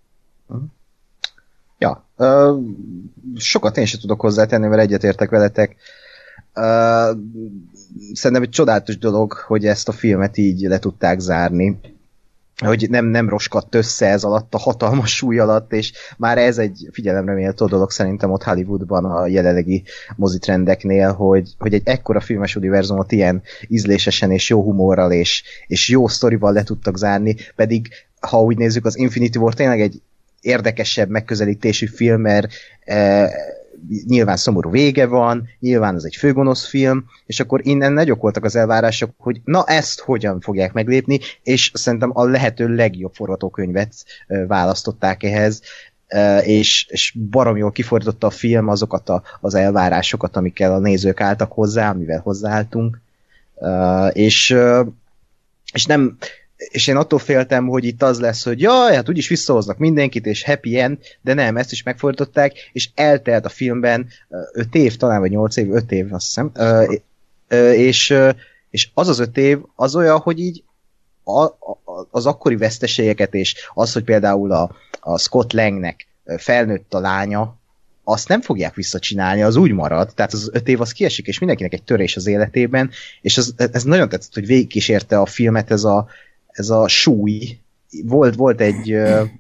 Ja, uh, sokat én sem tudok hozzátenni, mert egyetértek veletek. Uh, szerintem egy csodálatos dolog, hogy ezt a filmet így le tudták zárni, hogy nem, nem roskadt össze ez alatt, a hatalmas súly alatt, és már ez egy figyelemre méltó dolog szerintem ott Hollywoodban a jelenlegi mozitrendeknél, hogy, hogy egy ekkora filmes univerzumot ilyen ízlésesen és jó humorral és, és jó sztorival le tudtak zárni, pedig ha úgy nézzük, az Infinity War tényleg egy érdekesebb megközelítésű film, mert e, nyilván szomorú vége van, nyilván ez egy főgonosz film, és akkor innen nagyok voltak az elvárások, hogy na ezt hogyan fogják meglépni, és szerintem a lehető legjobb forgatókönyvet e, választották ehhez, e, és, és barom jól kifordította a film azokat a, az elvárásokat, amikkel a nézők álltak hozzá, amivel hozzáálltunk, e, és, e, és nem és én attól féltem, hogy itt az lesz, hogy jaj, hát úgyis visszahoznak mindenkit, és happy end, de nem, ezt is megfordították, és eltelt a filmben öt év, talán vagy nyolc év, öt év, azt hiszem, és, és az az öt év az olyan, hogy így a, a, az akkori veszteségeket, és az, hogy például a, a Scott Langnek felnőtt a lánya, azt nem fogják visszacsinálni, az úgy marad, tehát az öt év az kiesik, és mindenkinek egy törés az életében, és az, ez nagyon tetszett, hogy végigkísérte a filmet ez a ez a súly, volt, volt egy,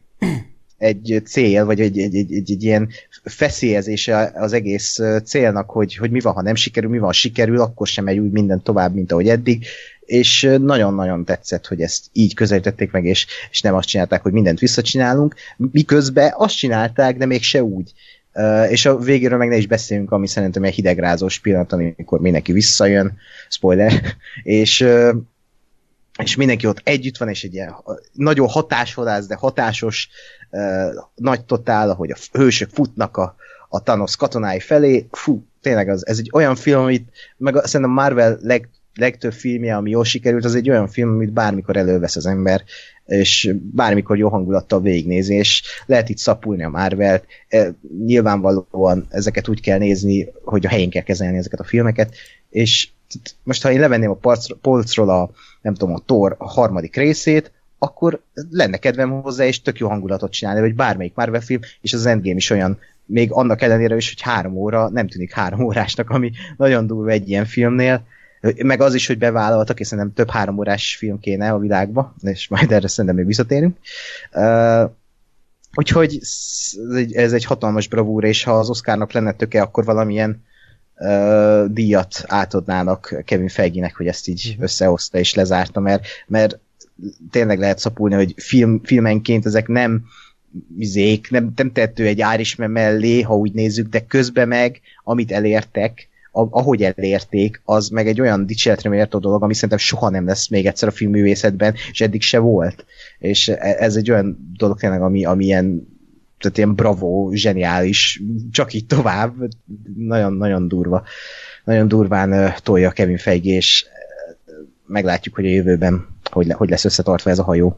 egy cél, vagy egy, egy, egy, egy, egy ilyen feszélyezése az egész célnak, hogy, hogy mi van, ha nem sikerül, mi van, ha sikerül, akkor sem megy úgy minden tovább, mint ahogy eddig, és nagyon-nagyon tetszett, hogy ezt így közelítették meg, és, és nem azt csinálták, hogy mindent visszacsinálunk, miközben azt csinálták, de még se úgy. Uh, és a végéről meg ne is beszélünk, ami szerintem egy hidegrázós pillanat, amikor mindenki visszajön, spoiler, és uh, és mindenki ott együtt van, és egy ilyen nagyon hatásvadász, de hatásos uh, nagy totál, ahogy a hősök futnak a, a Thanos katonái felé. Fú, tényleg az, ez egy olyan film, amit, meg a, szerintem Marvel leg, legtöbb filmje, ami jól sikerült, az egy olyan film, amit bármikor elővesz az ember, és bármikor jó hangulattal végignézi, és lehet itt szapulni a Marvelt. E, nyilvánvalóan ezeket úgy kell nézni, hogy a helyén kell kezelni ezeket a filmeket, és most ha én levenném a polcról a, nem tudom, a Thor a harmadik részét, akkor lenne kedvem hozzá, és tök jó hangulatot csinálni, vagy bármelyik Marvel film, és az Endgame is olyan, még annak ellenére is, hogy három óra, nem tűnik három órásnak, ami nagyon durva egy ilyen filmnél, meg az is, hogy bevállaltak, és szerintem több három órás film kéne a világba, és majd erre szerintem még visszatérünk. Uh, úgyhogy ez egy, ez egy hatalmas bravúr, és ha az Oscarnak lenne töke, akkor valamilyen Uh, díjat átadnának Kevin Feigenek, hogy ezt így uh-huh. összehozta és lezárta, mert, mert tényleg lehet szapulni, hogy film, filmenként ezek nem izék, nem, nem tettő egy Irishman mellé, ha úgy nézzük, de közben meg, amit elértek, ahogy elérték, az meg egy olyan dicséretre méltó dolog, ami szerintem soha nem lesz még egyszer a filmművészetben, és eddig se volt. És ez egy olyan dolog tényleg, ami, ami ilyen tehát ilyen bravo, zseniális, csak így tovább, nagyon-nagyon durva. Nagyon durván uh, tolja Kevin Feige, és uh, meglátjuk, hogy a jövőben hogy, le, hogy lesz összetartva ez a hajó.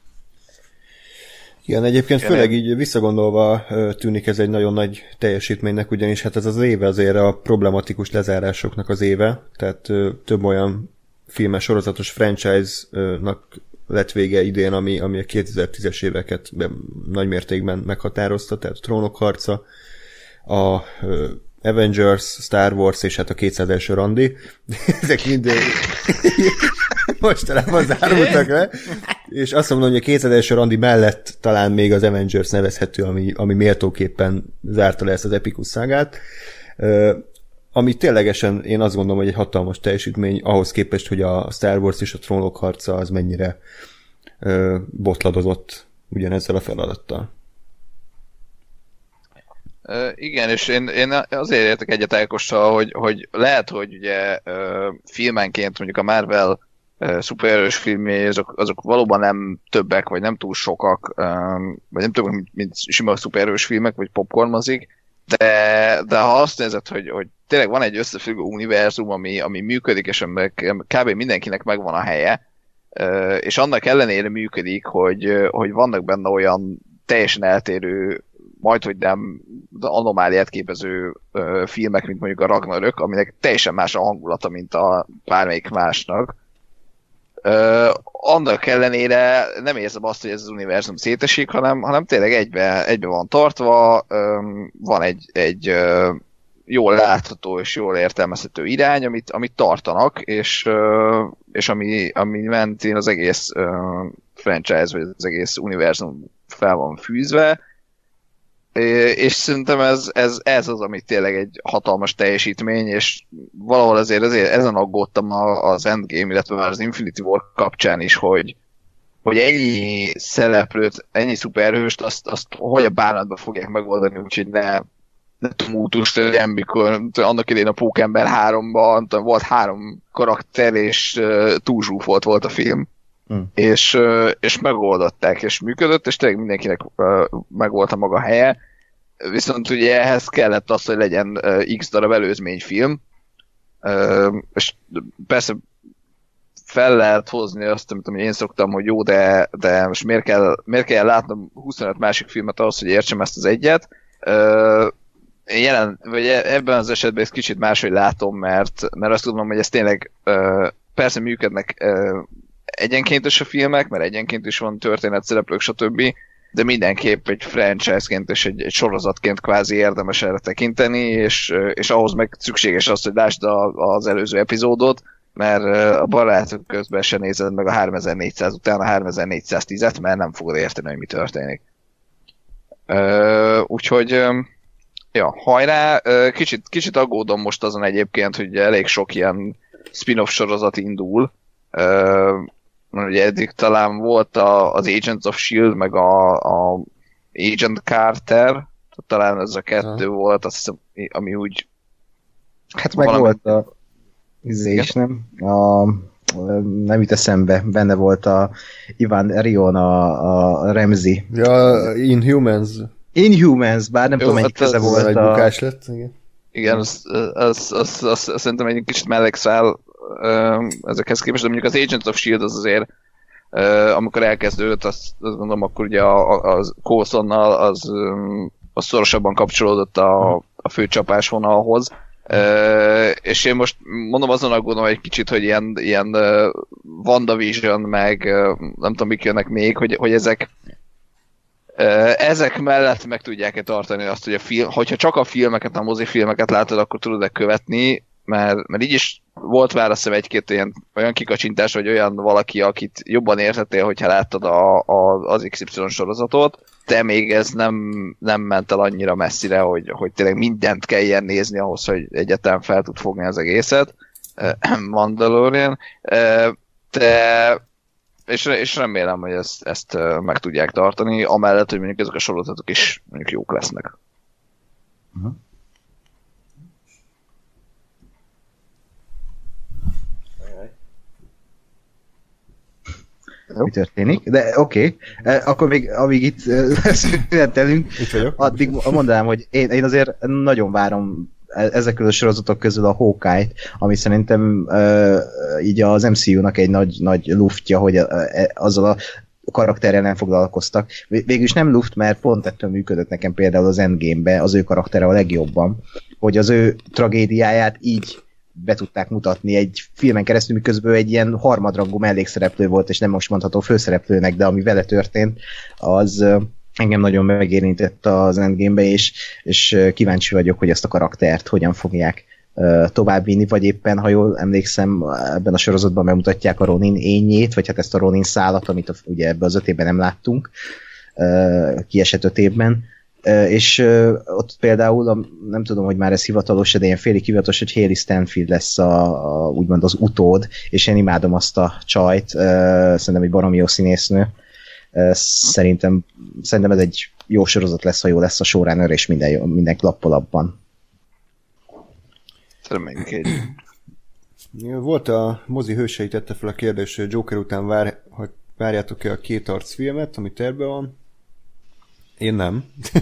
Igen, egyébként Igen. főleg így visszagondolva uh, tűnik ez egy nagyon nagy teljesítménynek, ugyanis hát ez az éve azért a problematikus lezárásoknak az éve, tehát uh, több olyan filmes, sorozatos franchise-nak lett vége idén, ami, ami a kétezer-tízes éveket nagy mértékben meghatározta, tehát a Trónok harca, a uh, Avengers, Star Wars és hát a kétszáz első randi. Ezek mind mostanában zárultak le, és azt mondom, hogy a kétszáz első randi mellett talán még az Avengers nevezhető, ami, ami méltóképpen zárta le ezt az epikus szágát. Uh, ami ténylegesen én azt gondolom, hogy egy hatalmas teljesítmény ahhoz képest, hogy a Star Wars és a Trónok harca az mennyire ö, botladozott ugyanezzel a feladattal. Uh, igen, és én, én azért értek egyet Ákossal, hogy, hogy lehet, hogy ugye uh, filmenként mondjuk a Marvel uh, szupererős filmjei, azok, azok valóban nem többek, vagy nem túl sokak, um, vagy nem többek, mint, mint sima szupererős filmek, vagy popcornmozik, de, de ha azt nézed, hogy, hogy tényleg van egy összefüggő univerzum, ami, ami működik, és kb. Mindenkinek megvan a helye, és annak ellenére működik, hogy, hogy vannak benne olyan teljesen eltérő, majdhogy nem anomáliát képező filmek, mint mondjuk a Ragnarök, aminek teljesen más a hangulata, mint a bármelyik másnak. Annak ellenére nem érzem azt, hogy ez az univerzum szétesik, hanem, hanem tényleg egybe, egybe van tartva, van egy, egy jól látható és jól értelmezhető irány, amit, amit tartanak, és, és ami, ami mentén az egész franchise, vagy az egész univerzum fel van fűzve, és szerintem ez, ez, ez az, ami tényleg egy hatalmas teljesítmény, és valahol azért, azért ezen aggódtam az Endgame, illetve már az Infinity War kapcsán is, hogy, hogy ennyi szereplőt, ennyi szuperhőst, azt, azt hogy a bánatba fogják megoldani, úgyhogy ne, ne tumultus legyen, mikor annak idején a Pókember háromban volt három karakter, és uh, túlzsúfolt volt a film. Hmm. És, uh, és megoldották, és működött, és tényleg mindenkinek uh, megvolt a maga helye. Viszont ugye ehhez kellett az, hogy legyen uh, X darab előzményfilm, uh, és persze fel lehet hozni azt, amit én szoktam, hogy jó, de, de most miért kell, miért kell látnom huszonöt másik filmet ahhoz, hogy értsem ezt az egyet. Uh, én jelen, vagy ebben az esetben ezt kicsit máshogy látom, mert, mert azt tudom, hogy ez tényleg uh, persze működnek uh, egyenkéntes a filmek, mert egyenként is van történet, szereplők, stb., de mindenképp egy franchise-ként és egy, egy sorozatként kvázi érdemes erre tekinteni, és, és ahhoz meg szükséges az, hogy lásd a, az előző epizódot, mert a barátok közben se nézed meg a háromezer-négyszáz után a háromezer-négyszáztízet, mert nem fogod érteni, hogy mi történik. Uh, úgyhogy ja, hajrá, kicsit, kicsit aggódom most azon egyébként, hogy elég sok ilyen spin-off sorozat indul. Uh, ugye eddig talán volt a, az Agents of S H I E L D, meg a, a Agent Carter, talán ez a kettő ha. volt, azt hiszem, ami úgy... Hát meg valami... volt a... Izés, nem? A... Nem jut eszembe, benne volt a Ivan Rion, a, a Ramsey. Ja, Inhumans. Inhumans, bár nem Jó, tudom, mennyi köze volt egy a... bukás lett, igen. Igen, az, az, az, az, az szerintem egy kicsit mellékszál ezekhez képest, de mondjuk az Agents of S H I E L D az azért, amikor elkezdődött, azt, azt gondolom, akkor ugye a, a, a Coulsonnal az, az szorosabban kapcsolódott a, a főcsapásvonalhoz. Uh, és én most mondom, azon aggódom egy kicsit, hogy ilyen, ilyen uh, WandaVision, meg uh, nem tudom, mik jönnek még, hogy, hogy ezek uh, ezek mellett meg tudják-e tartani azt, hogy a film, hogyha csak a filmeket, a mozifilmeket látod, akkor tudod-e követni, mert, mert így is volt már azt hiszem egy-két olyan, olyan kikacsintás, vagy olyan valaki, akit jobban értettél, hogyha láttad a, a, az iksz ipszilon sorozatot, de még ez nem, nem ment el annyira messzire, hogy, hogy tényleg mindent kelljen nézni ahhoz, hogy egyáltalán fel tud fogni az egészet. Mandalorian. De és, és remélem, hogy ezt, ezt meg tudják tartani, amellett, hogy mondjuk ezek a sorozatok is mondjuk jók lesznek. Uh-huh. Mi történik, de oké, okay. Akkor még amíg itt születelünk, addig mondanám, hogy én, én azért nagyon várom ezek a sorozatok közül a Hawkeye-t, ami szerintem uh, így az em cé u-nak egy nagy, nagy luftja, hogy uh, azzal a karakterrel nem foglalkoztak. Végülis nem luft, mert pont ettől működött nekem például az Endgame-be az ő karaktere a legjobban, hogy az ő tragédiáját így be tudták mutatni egy filmen keresztül, miközben egy ilyen harmadrangú mellékszereplő volt, és nem most mondható főszereplőnek, de ami vele történt, az engem nagyon megérintett az Endgame-be, és, és kíváncsi vagyok, hogy ezt a karaktert hogyan fogják uh, továbbvinni, vagy éppen, ha jól emlékszem, ebben a sorozatban bemutatják a Ronin ényét, vagy hát ezt a Ronin szálat, amit a, ugye ebben az öt évben nem láttunk, uh, kiesett öt évben, Uh, és uh, ott például, a, nem tudom, hogy már ez hivatalos, de ilyen félig hivatalos, hogy Hailee Stanfield lesz a, a, úgymond az utód, és én imádom azt a csajt, uh, szerintem egy baromi jó színésznő. Uh, szerintem, szerintem ez egy jó sorozat lesz, ha jó lesz a showrunner, és minden, jó, minden klappol abban. Reméljük egy. Volt a mozi hősei tette fel a kérdés, hogy Joker után vár, hogy várjátok-e a Két arc filmet, ami terve van? Én nem.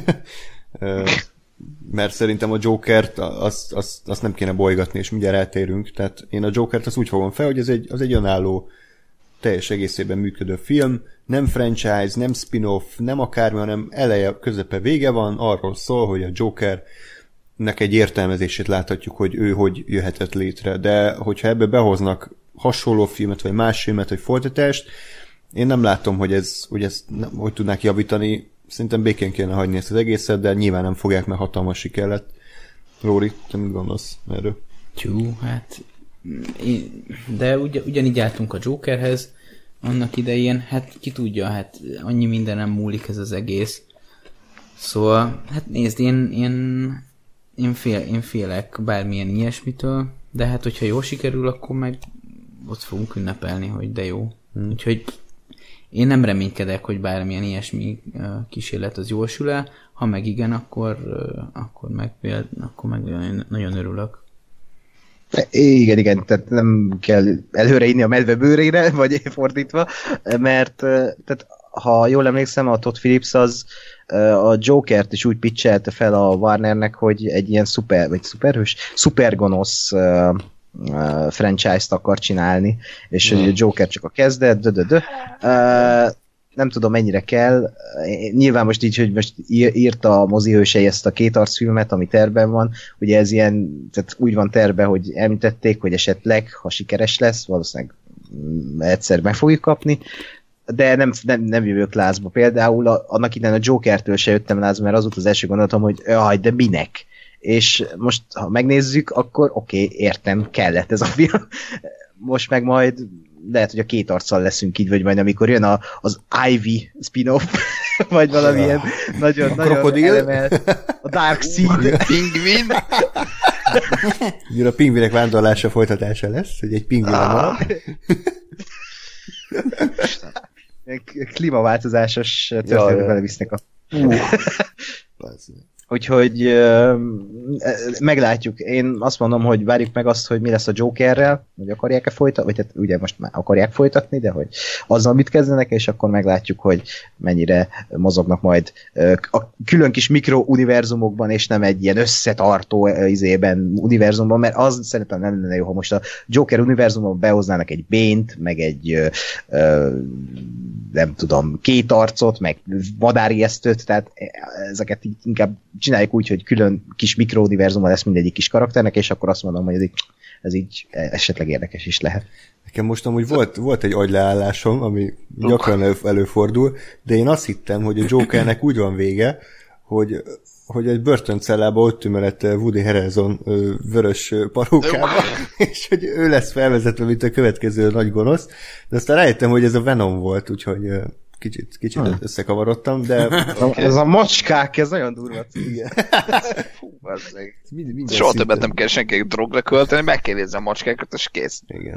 Mert szerintem a Jokert azt, azt, azt nem kéne bolygatni, és mindjárt eltérünk. Tehát én a Jokert azt úgy fogom fel, hogy ez egy, az egy önálló, teljes egészében működő film. Nem franchise, nem spin-off, nem akármi, hanem eleje, közepe, vége van. Arról szól, hogy a Jokernek egy értelmezését láthatjuk, hogy ő hogy jöhetett létre. De hogyha ebbe behoznak hasonló filmet, vagy más filmet, vagy folytatást, én nem látom, hogy ez, hogy ez hogy tudnák javítani. Szerintem békén kéne hagyni ezt az egészet, de nyilván nem fogják, mert hatalmas siker lett. Lóri, te mit gondolsz erről? Tyú, hát... Én, de ugy, ugyanígy álltunk a Jokerhez annak idején, hát ki tudja, hát annyi mindenem múlik ez az egész. Szóval, hát nézd, én, én, én, fél, én félek bármilyen ilyesmitől, de hát hogyha jól sikerül, akkor meg ott fogunk ünnepelni, hogy de jó. Hmm. Úgyhogy én nem reménykedek, hogy bármilyen ilyesmi kísérlet az jól sül el, ha meg igen, akkor, akkor, meg, akkor meg nagyon örülök. Igen, igen, tehát nem kell előre inni a medve bőrére, vagy fordítva, mert tehát, ha jól emlékszem, a Todd Phillips az a Jokert is úgy pitchelte fel a Warnernek, hogy egy ilyen szuper, vagy szuperhős, szupergonosz uh, uh, franchise-t akar csinálni, és hogy a Joker csak a kezdet, dö, dö, dö. Uh, nem tudom mennyire kell, nyilván most így, hogy most írta a mozihősei ezt a két arcfilmet, ami tervben van, ugye ez ilyen, tehát úgy van terve, hogy említették, hogy esetleg, ha sikeres lesz, valószínűleg egyszer meg fogjuk kapni, de nem, nem, nem jövök lázba. Például a, annak idején a Jokertől se jöttem lázba, mert az volt az első gondolatom, hogy jaj, de minek? És most, ha megnézzük, akkor oké, okay, értem, kellett ez a film. Most meg majd lehet, hogy a két arccal leszünk így, vagy majd amikor jön a, az Ivy spin-off, vagy valamilyen ja. nagyon, a nagyon elemelt, a Dark Seed. Pingvin. Jön a pingvinek vándorlása folytatása lesz, hogy egy pingvin ah. Klímaváltozásos történetbe belevisznek a... Uh. Úgyhogy uh, meglátjuk. Én azt mondom, hogy várjuk meg azt, hogy mi lesz a Jokerrel, hogy akarják-e folytatni, vagy hát ugye most már akarják folytatni, de hogy azzal mit kezdenek, és akkor meglátjuk, hogy mennyire mozognak majd uh, a külön kis mikrouniverzumokban, és nem egy ilyen összetartó uh, izében univerzumban, mert az szerintem nem lenne jó, ha most a Joker univerzumban behoznának egy Bane-t, meg egy uh, uh, nem tudom, két arcot, meg vadárijesztőt, tehát ezeket inkább csináljuk úgy, hogy külön kis mikrouniverzumban lesz mindegyik kis karakternek, és akkor azt mondom, hogy ez így, ez így esetleg érdekes is lehet. Nekem most amúgy volt, volt egy agyleállásom, ami gyakran elő, előfordul, de én azt hittem, hogy a Jokernek úgy van vége, hogy, hogy egy börtöncellába ott tümelett Woody Harrelson vörös parókába, és hogy ő lesz felvezetve, mint a következő nagy gonosz, de aztán rájöttem, hogy ez a Venom volt, úgyhogy kicsit, kicsit hmm. összekavarodtam, de... Ez a macskák, ez nagyon durva. Igen. Fú, mind, mind soha többet nem kell senkinek drogra költeni, meg kell nézni a macskákat, és kész. Igen.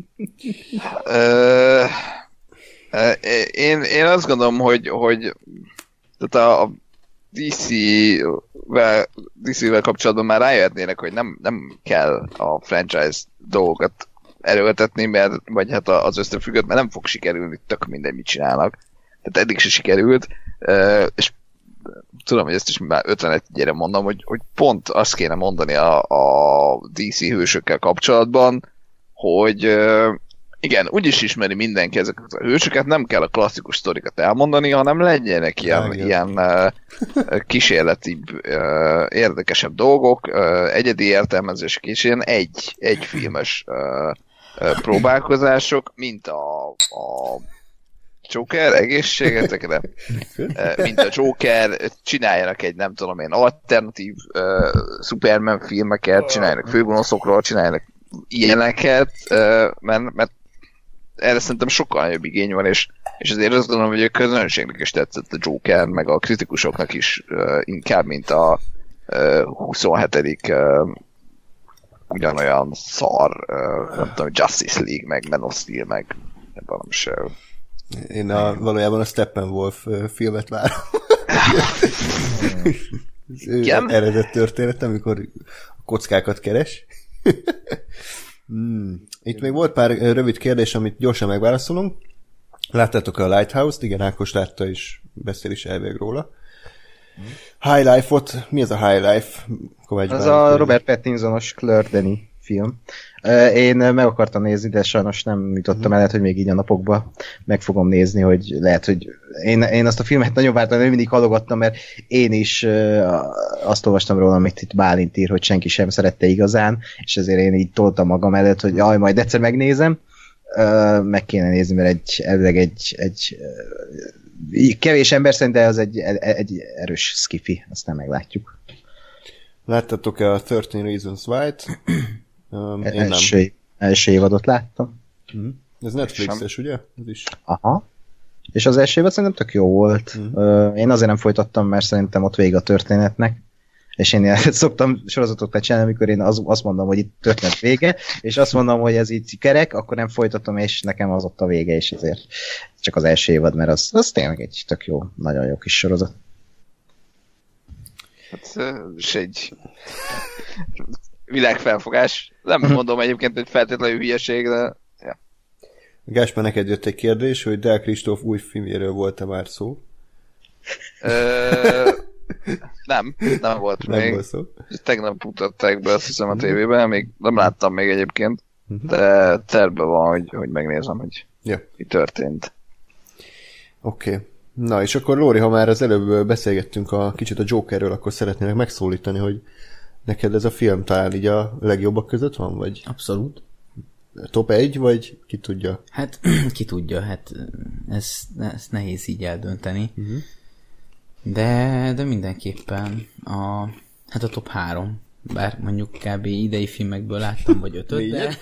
uh, uh, én, én azt gondolom, hogy, hogy tehát a dé cé-vel, dé cé-vel kapcsolatban már rájöhetnének, hogy nem, nem kell a franchise dolgokat erőltetni, mert, vagy hát az összefüggött, mert nem fog sikerülni, tök minden mit csinálnak. Tehát eddig se sikerült, és tudom, hogy ezt is már ötvenegyre mondom, hogy, hogy pont azt kéne mondani a, a dé cé hősökkel kapcsolatban, hogy igen, úgyis ismeri mindenki ezeket a hősöket, nem kell a klasszikus sztorikat elmondani, hanem legyenek ilyen, ilyen kísérletibb, érdekesebb dolgok, egyedi értelmezések és ilyen egy, egy filmes próbálkozások, mint a, a Joker, egészségetekre, mint a Joker, csináljanak egy, nem tudom én, alternatív uh, Superman filmeket, csináljanak főgonoszokról, csináljanak ilyeneket, uh, mert, mert erre szerintem sokkal nagyobb igény van, és, és azért azt gondolom, hogy a közönségnek is tetszett a Joker, meg a kritikusoknak is uh, inkább, mint a uh, huszonhetedik Uh, ugyanolyan szar, uh, nem tudom, Justice League, meg Man of Steel, meg valami se. Én a, valójában a Steppenwolf filmet várom. Ez eredet történet, amikor a kockákat keres. hmm. Itt még volt pár rövid kérdés, amit gyorsan megválaszolunk. Láttátok a Lighthouse-t? Igen, Ákos látta is, beszél is elvég róla. High Life-ot, mi az a High Life? Kovács az a Robert Pattinsonos Claire Denis film. Én meg akartam nézni, de sajnos nem jutottam el, lehet, hogy még így a napokban meg fogom nézni, hogy lehet, hogy én, én azt a filmet nagyon vártam, nem mindig halogattam, mert én is azt olvastam róla, amit itt Bálint ír, hogy senki sem szerette igazán, és ezért én így toltam magam előtt, hogy jaj, majd egyszer megnézem. Meg kéne nézni, mert egy, elvileg egy, egy kevés ember szerint, de az egy, egy erős skifi, aztán meglátjuk. Láttatok-e a thirteen Reasons Why-t? Um, én első, nem. Első évadot láttam. Mm. Ez Netflixes, ugye? Ez is. Aha. És az első évad szerintem tök jó volt. Mm. Uh, én azért nem folytattam, mert szerintem ott vége a történetnek. És én szoktam sorozatokat csinálni, amikor én az, azt mondom, hogy itt történet vége, és azt mondom, hogy ez így kerek, akkor nem folytatom, és nekem az ott a vége, és ezért csak az első évad, mert az, az tényleg egy tök jó, nagyon jó kis sorozat. Hát, és egy világfelfogás. Nem mondom egyébként, hogy feltétlenül hülyeség, de... Ja. Gáspár, neked jött egy kérdés, hogy Del Kristóf új filmjéről volt-e már szó? Ö... Nem, nem volt nem még. Volt szó. Tegnap mutatták be, azt hiszem a tévében, még nem láttam még egyébként, de tervben van, hogy, hogy megnézem, hogy ja. mi történt. Oké. Okay. Na, és akkor Lóri, ha már az előbb beszélgettünk a kicsit a Jokerről, akkor szeretnének megszólítani, hogy neked ez a film talán így a legjobbak között van, vagy? Abszolút. Top egy, vagy ki tudja? Hát, ki tudja, hát ez, ez nehéz így eldönteni. Uh-huh. De, de mindenképpen a, hát a top három. Bár mondjuk kb. Idei filmekből láttam, vagy ötöt, de...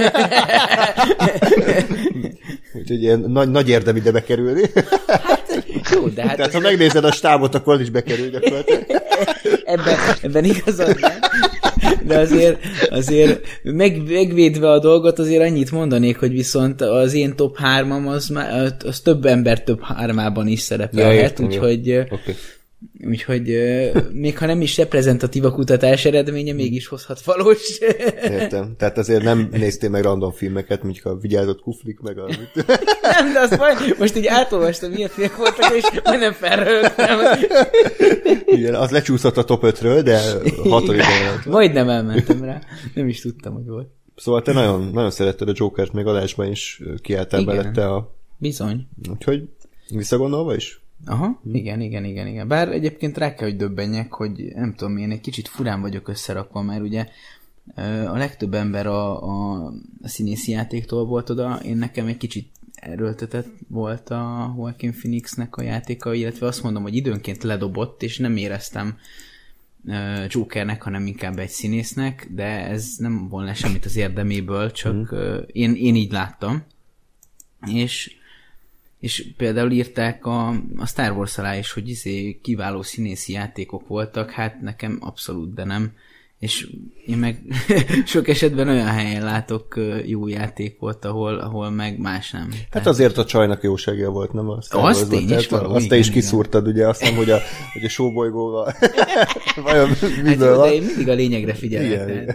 Úgyhogy ilyen nagy, nagy érdem ide bekerülni. Hát, jó, de hát... Tehát ha megnézed a stábot, akkor is bekerül gyakorlatilag. Ebben, ebben igazad nem. De azért, azért meg, megvédve a dolgot, azért annyit mondanék, hogy viszont az én top hármam az, az több ember több hármában is szerepelhet, ja, úgyhogy... Okay. Úgyhogy még ha nem is reprezentatív a kutatás eredménye, mégis hozhat valós. Értem. Tehát azért nem néztél meg random filmeket, mondjuk a Vigyázott kuflik, meg a... Nem, de azt majd, most így átolvastam, milyen filmek voltak, és majdnem felrögtem. Igen, az lecsúszott a top ötről, de hatodik volt. Majdnem elmentem rá. Nem is tudtam, hogy volt. Szóval te nagyon, nagyon szeretted a Jokert, még adásban is kiálltál belette a... Bizony. Úgyhogy visszagondolva is? Aha, igen, igen, igen, igen. Bár egyébként rá kell, hogy döbbenjek, hogy nem tudom, én egy kicsit furán vagyok összerakva, mert ugye a legtöbb ember a, a, a színészi játéktól volt oda, én nekem egy kicsit erőltetett volt a Joaquin Phoenixnek a játéka, illetve azt mondom, hogy időnként ledobott, és nem éreztem Jokernek, hanem inkább egy színésznek, de ez nem volna semmit az érdeméből, csak mm. én, én így láttam. És És például írták a, a Star Wars alá is, hogy izé kiváló színészi játékok voltak, hát nekem abszolút, de nem. És én meg sok esetben olyan helyen látok jó játékot, ahol, ahol meg más nem. Hát Tehát... azért a csajnak jóságja volt, nem a Star Wars-ban. Az tény is való. Azt te is kiszúrtad, ugye, azt nem, hogy a, hogy a showbolygóval vajon miből hát, van. De én mindig a lényegre figyelek.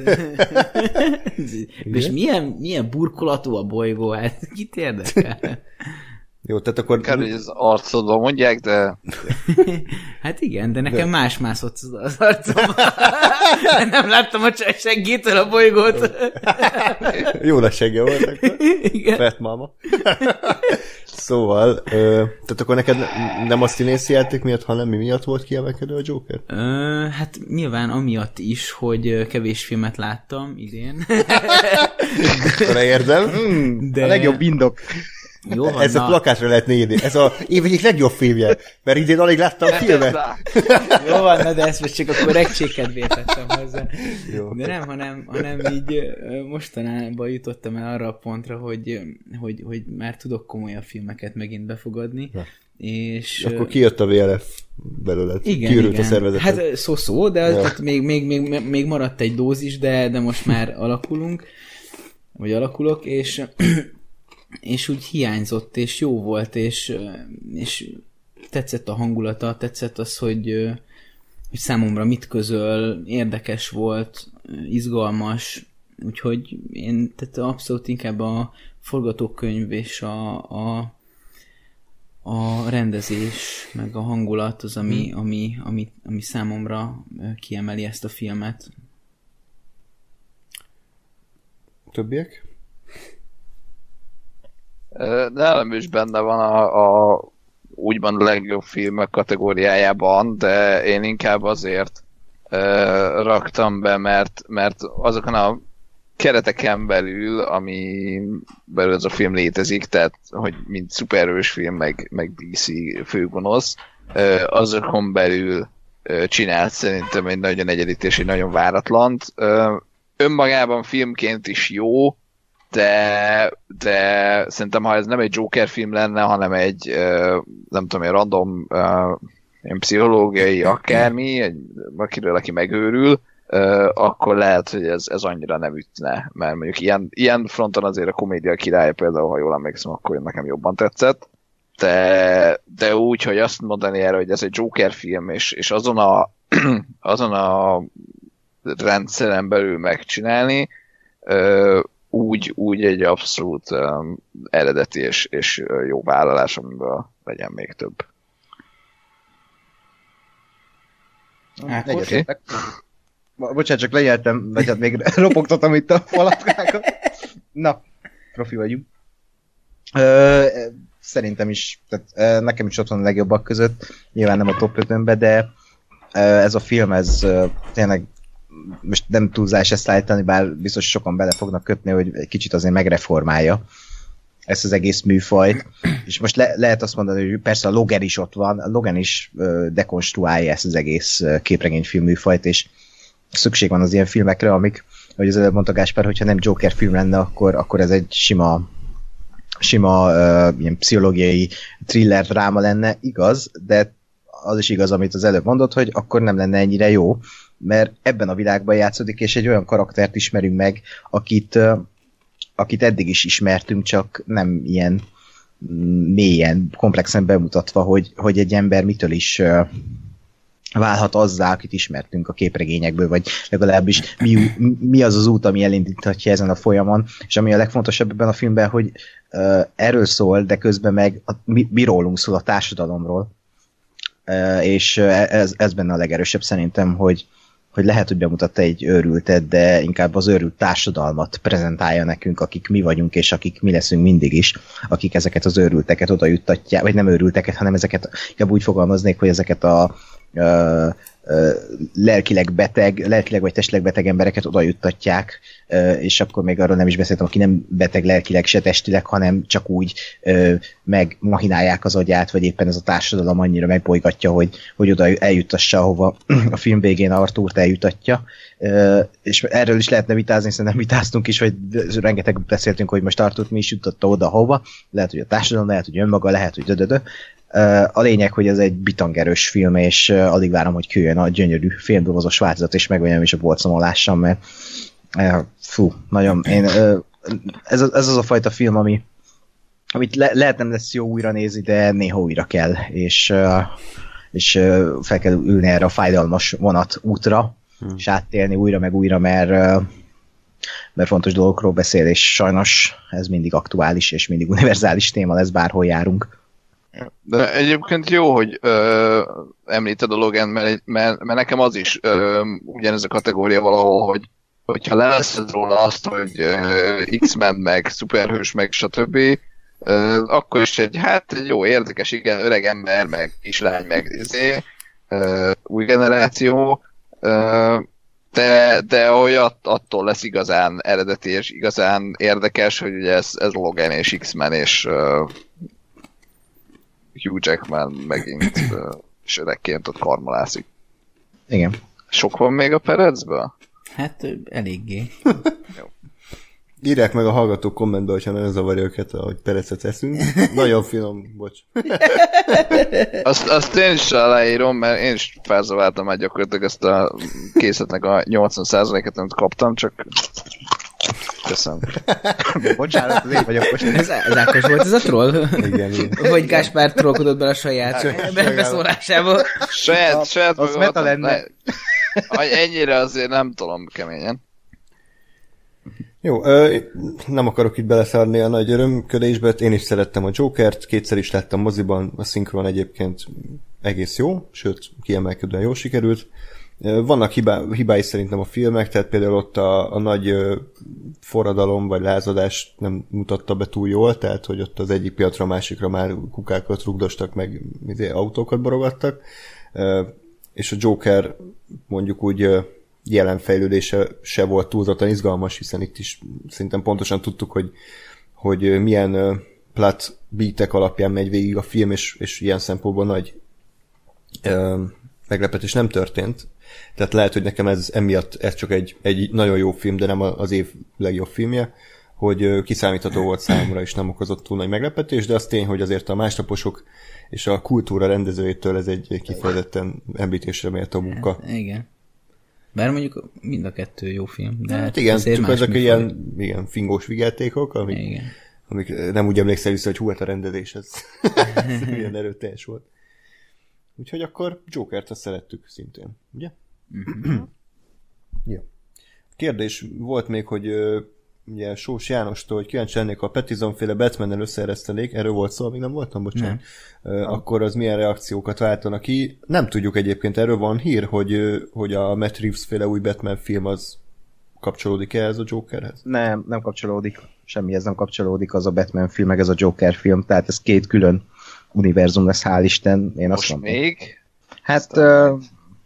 És milyen, milyen burkolatú a bolygó, hát kit érdekel? Jó, tehát akkor... Kár, hogy az arcodban mondják, de... Hát igen, de nekem de... más mászott az arcomban. Nem láttam a seggétől a bolygót. Jó nagy segge volt akkor. Igen. Fett máma. Szóval, ö, tehát akkor neked nem a színészi játék miatt, hanem mi miatt volt kiemelkedő a Joker? Ö, hát nyilván amiatt is, hogy kevés filmet láttam idén. Arra érdem. De... A legjobb indok. Jó van, ez na. A plakátra lehetne írni. Ez a év egyik legjobb filmje, mert idén alig láttam filmet. Jó van, na, de ezt most csak a korrektség kedvéért tettem hozzá. Jó. De nem, hanem, hanem így mostanában jutottam el arra a pontra, hogy, hogy, hogy már tudok komolyabb filmeket megint befogadni. Na. És akkor kijött a vé el ef belőled. Igen, Kiürült igen. a szervezetet. Hát szó-szó, de ja. Tehát még, még, még, még maradt egy dózis, de, de most már alakulunk, vagy alakulok, és és úgy hiányzott, és jó volt, és, és tetszett a hangulata, tetszett az, hogy, hogy számomra mit közöl, érdekes volt, izgalmas, úgyhogy én tehát abszolút inkább a forgatókönyv és a, a, a rendezés, meg a hangulat az, ami, hmm. ami, ami, ami számomra kiemeli ezt a filmet. Többiek? Nálam is benne van a, a úgymond legjobb filmek kategóriájában, de én inkább azért uh, raktam be, mert, mert azokon a kereteken belül, ami belül ez a film létezik, tehát hogy mint szuperhős film, meg, meg dé cé főgonosz, uh, azokon belül uh, csinált szerintem egy nagyon egyedik és egy nagyon váratlant. Uh, önmagában filmként is jó, De, de szerintem, ha ez nem egy Joker film lenne, hanem egy, uh, nem tudom, egy random uh, ilyen pszichológiai akármi, egy, akiről aki megőrül, uh, akkor lehet, hogy ez, ez annyira nem ütne, mert mondjuk ilyen, ilyen fronton azért a komédia király például, ha jól emlékszem, akkor nekem jobban tetszett, de, de úgy, hogy azt mondani erre, hogy ez egy Joker film, és, és azon a azon a rendszeren belül megcsinálni, uh, úgy, úgy egy abszolút um, eredeti és, és jó vállalás, amiből legyen még több. Egyetértek. Bocsánat, csak lejeltem, vagy hát még ropogtatom itt a falakrákat. Na, profi vagyunk. Ö, szerintem is, tehát nekem is ott van a legjobbak között, nyilván nem a top ötönbe, de ez a film, ez tényleg most nem túlzás ezt állítani, bár biztos sokan bele fognak kötni, hogy egy kicsit azért megreformálja ezt az egész műfajt. És most le- lehet azt mondani, hogy persze a Logan is ott van, a Logan is uh, dekonstruálja ezt az egész uh, képregényfilm műfajt, és szükség van az ilyen filmekre, amik, ahogy az előbb mondta Gáspár, hogyha nem Joker film lenne, akkor, akkor ez egy sima sima uh, ilyen pszichológiai thriller dráma lenne, igaz, de az is igaz, amit az előbb mondott, hogy akkor nem lenne ennyire jó, mert ebben a világban játszódik, és egy olyan karaktert ismerünk meg, akit, uh, akit eddig is ismertünk, csak nem ilyen mélyen, komplexen bemutatva, hogy, hogy egy ember mitől is uh, válhat azzá, akit ismertünk a képregényekből, vagy legalábbis mi, mi az az út, ami elindíthatja ezen a folyamon, és ami a legfontosabb ebben a filmben, hogy uh, erről szól, de közben meg a, mi, mi rólunk szól, a társadalomról. Uh, és ez, ez benne a legerősebb szerintem, hogy, hogy lehet, hogy bemutatta egy őrültet, de inkább az őrült társadalmat prezentálja nekünk, akik mi vagyunk, és akik mi leszünk mindig is, akik ezeket az őrülteket oda juttatják, vagy nem őrülteket, hanem ezeket, inkább úgy fogalmaznék, hogy ezeket a uh, uh, lelkileg beteg, lelkileg vagy testileg beteg embereket oda juttatják, uh, és akkor még arról nem is beszéltem, aki nem beteg lelkileg, se testileg, hanem csak úgy uh, megmahinálják az agyát, vagy éppen ez a társadalom annyira megbolygatja, hogy, hogy oda eljuttassa, ahova a film végén Artúrt eljutatja. Uh, és erről is lehetne vitázni, hiszen nem vitáztunk is, hogy rengeteg beszéltünk, hogy most Artúrt mi is juttatta oda, hova. Lehet, hogy a társadalom, lehet, hogy önmaga, lehet, hogy dödödö. A lényeg, hogy ez egy bitangerős film, és alig várom, hogy küljön a gyönyörű filmdobozos változat, és megvegyem is a polcomon lássam, mert fú, nagyon, én, ez, ez az a fajta film, ami, amit le, lehet nem lesz jó újra nézni, de néha újra kell, és, és fel kell ülni erre a fájdalmas vonat útra, hmm. és áttélni újra meg újra, mert, mert fontos dolgokról beszél, és sajnos ez mindig aktuális, és mindig univerzális téma lesz, bárhol járunk. De egyébként jó, hogy ö, említed a Logan, mert, mert, mert nekem az is ö, ugyanez a kategória valahol, hogy hogyha leveszed róla azt, hogy ö, X-Men meg, szuperhős meg, stb., ö, akkor is egy, hát egy jó, érdekes, igen, öreg ember, meg kislány, meg izé, ö, új generáció, ö, de, de hogy att, attól lesz igazán eredeti és igazán érdekes, hogy ugye ez, ez Logan és X-Men és ö, Hugh Jackman megint uh, és öregként ott karmolászik. Igen. Sok van még a Perecből? Hát eléggé. Jó. Írják meg a hallgató kommentbe, hogyha nagyon zavarja őket, ahogy Perecet eszünk. Nagyon finom, bocs. Azt, azt én is aláírom, mert én is felzaváltam már gyakorlatilag ezt a készletnek a nyolcvan százalékát, amit kaptam, csak köszönöm. Bocsánat, az én vagyok most. Ez, ez Ákos volt, ez a troll? Igen, igen. Vagy Gáspár trollkodott bele a saját beszólásába. Saját, saját az meta lenne. Ennyire azért nem tudom keményen. Jó, ö, nem akarok itt beleszárni a nagy örömködésbe, én is szerettem a Jokert, kétszer is láttam moziban, a szinkron egyébként egész jó, sőt, kiemelkedően jól sikerült. Vannak hibá, hibái szerintem a filmek, tehát például ott a, a nagy ö, forradalom vagy lázadás nem mutatta be túl jól, tehát hogy ott az egyik piatra a másikra már kukákat rugdostak, meg izé, autókat borogattak, ö, és a Joker mondjuk úgy ö, jelen fejlődése se volt túlzottan izgalmas, hiszen itt is szerintem pontosan tudtuk, hogy, hogy milyen ö, plot beatek alapján megy végig a film, és, és ilyen szempontból nagy ö, meglepetés nem történt. Tehát lehet, hogy nekem ez emiatt ez csak egy, egy nagyon jó film, de nem az év legjobb filmje. hogy kiszámítható volt számomra, és nem okozott túl nagy meglepetés, de az tény, hogy azért a másnaposok és a kultúra rendezőjétől ez egy kifejezetten említésre méltó munka. Hát, igen. Bár mondjuk mind a kettő jó film. De hát igen, csak ezek ilyen igen, fingós vigyátékok, amik, igen. amik nem úgy emlékszel vissza, hogy hú, hát a rendezés, ez, ez milyen erőteljes volt. Úgyhogy akkor Jokert azt szerettük szintén, ugye? Uh-huh. Jó. Kérdés volt még, hogy ugye Sós Jánostól, hogy kíváncsi lennék, ha a Pattinson-féle Batman-nel összeeresztenék, erről volt szó, még nem voltam, bocsánat, nem. Uh, akkor az milyen reakciókat váltanak ki. Nem tudjuk egyébként, erről van hír, hogy, hogy a Matt Reeves-féle új Batman film az kapcsolódik-e ez a Jokerhez? Nem, nem kapcsolódik. Semmihez nem kapcsolódik az a Batman film, meg ez a Joker film, tehát ez két külön univerzum lesz, hál' Isten. Én Most azt mondom. még? Hát... Uh,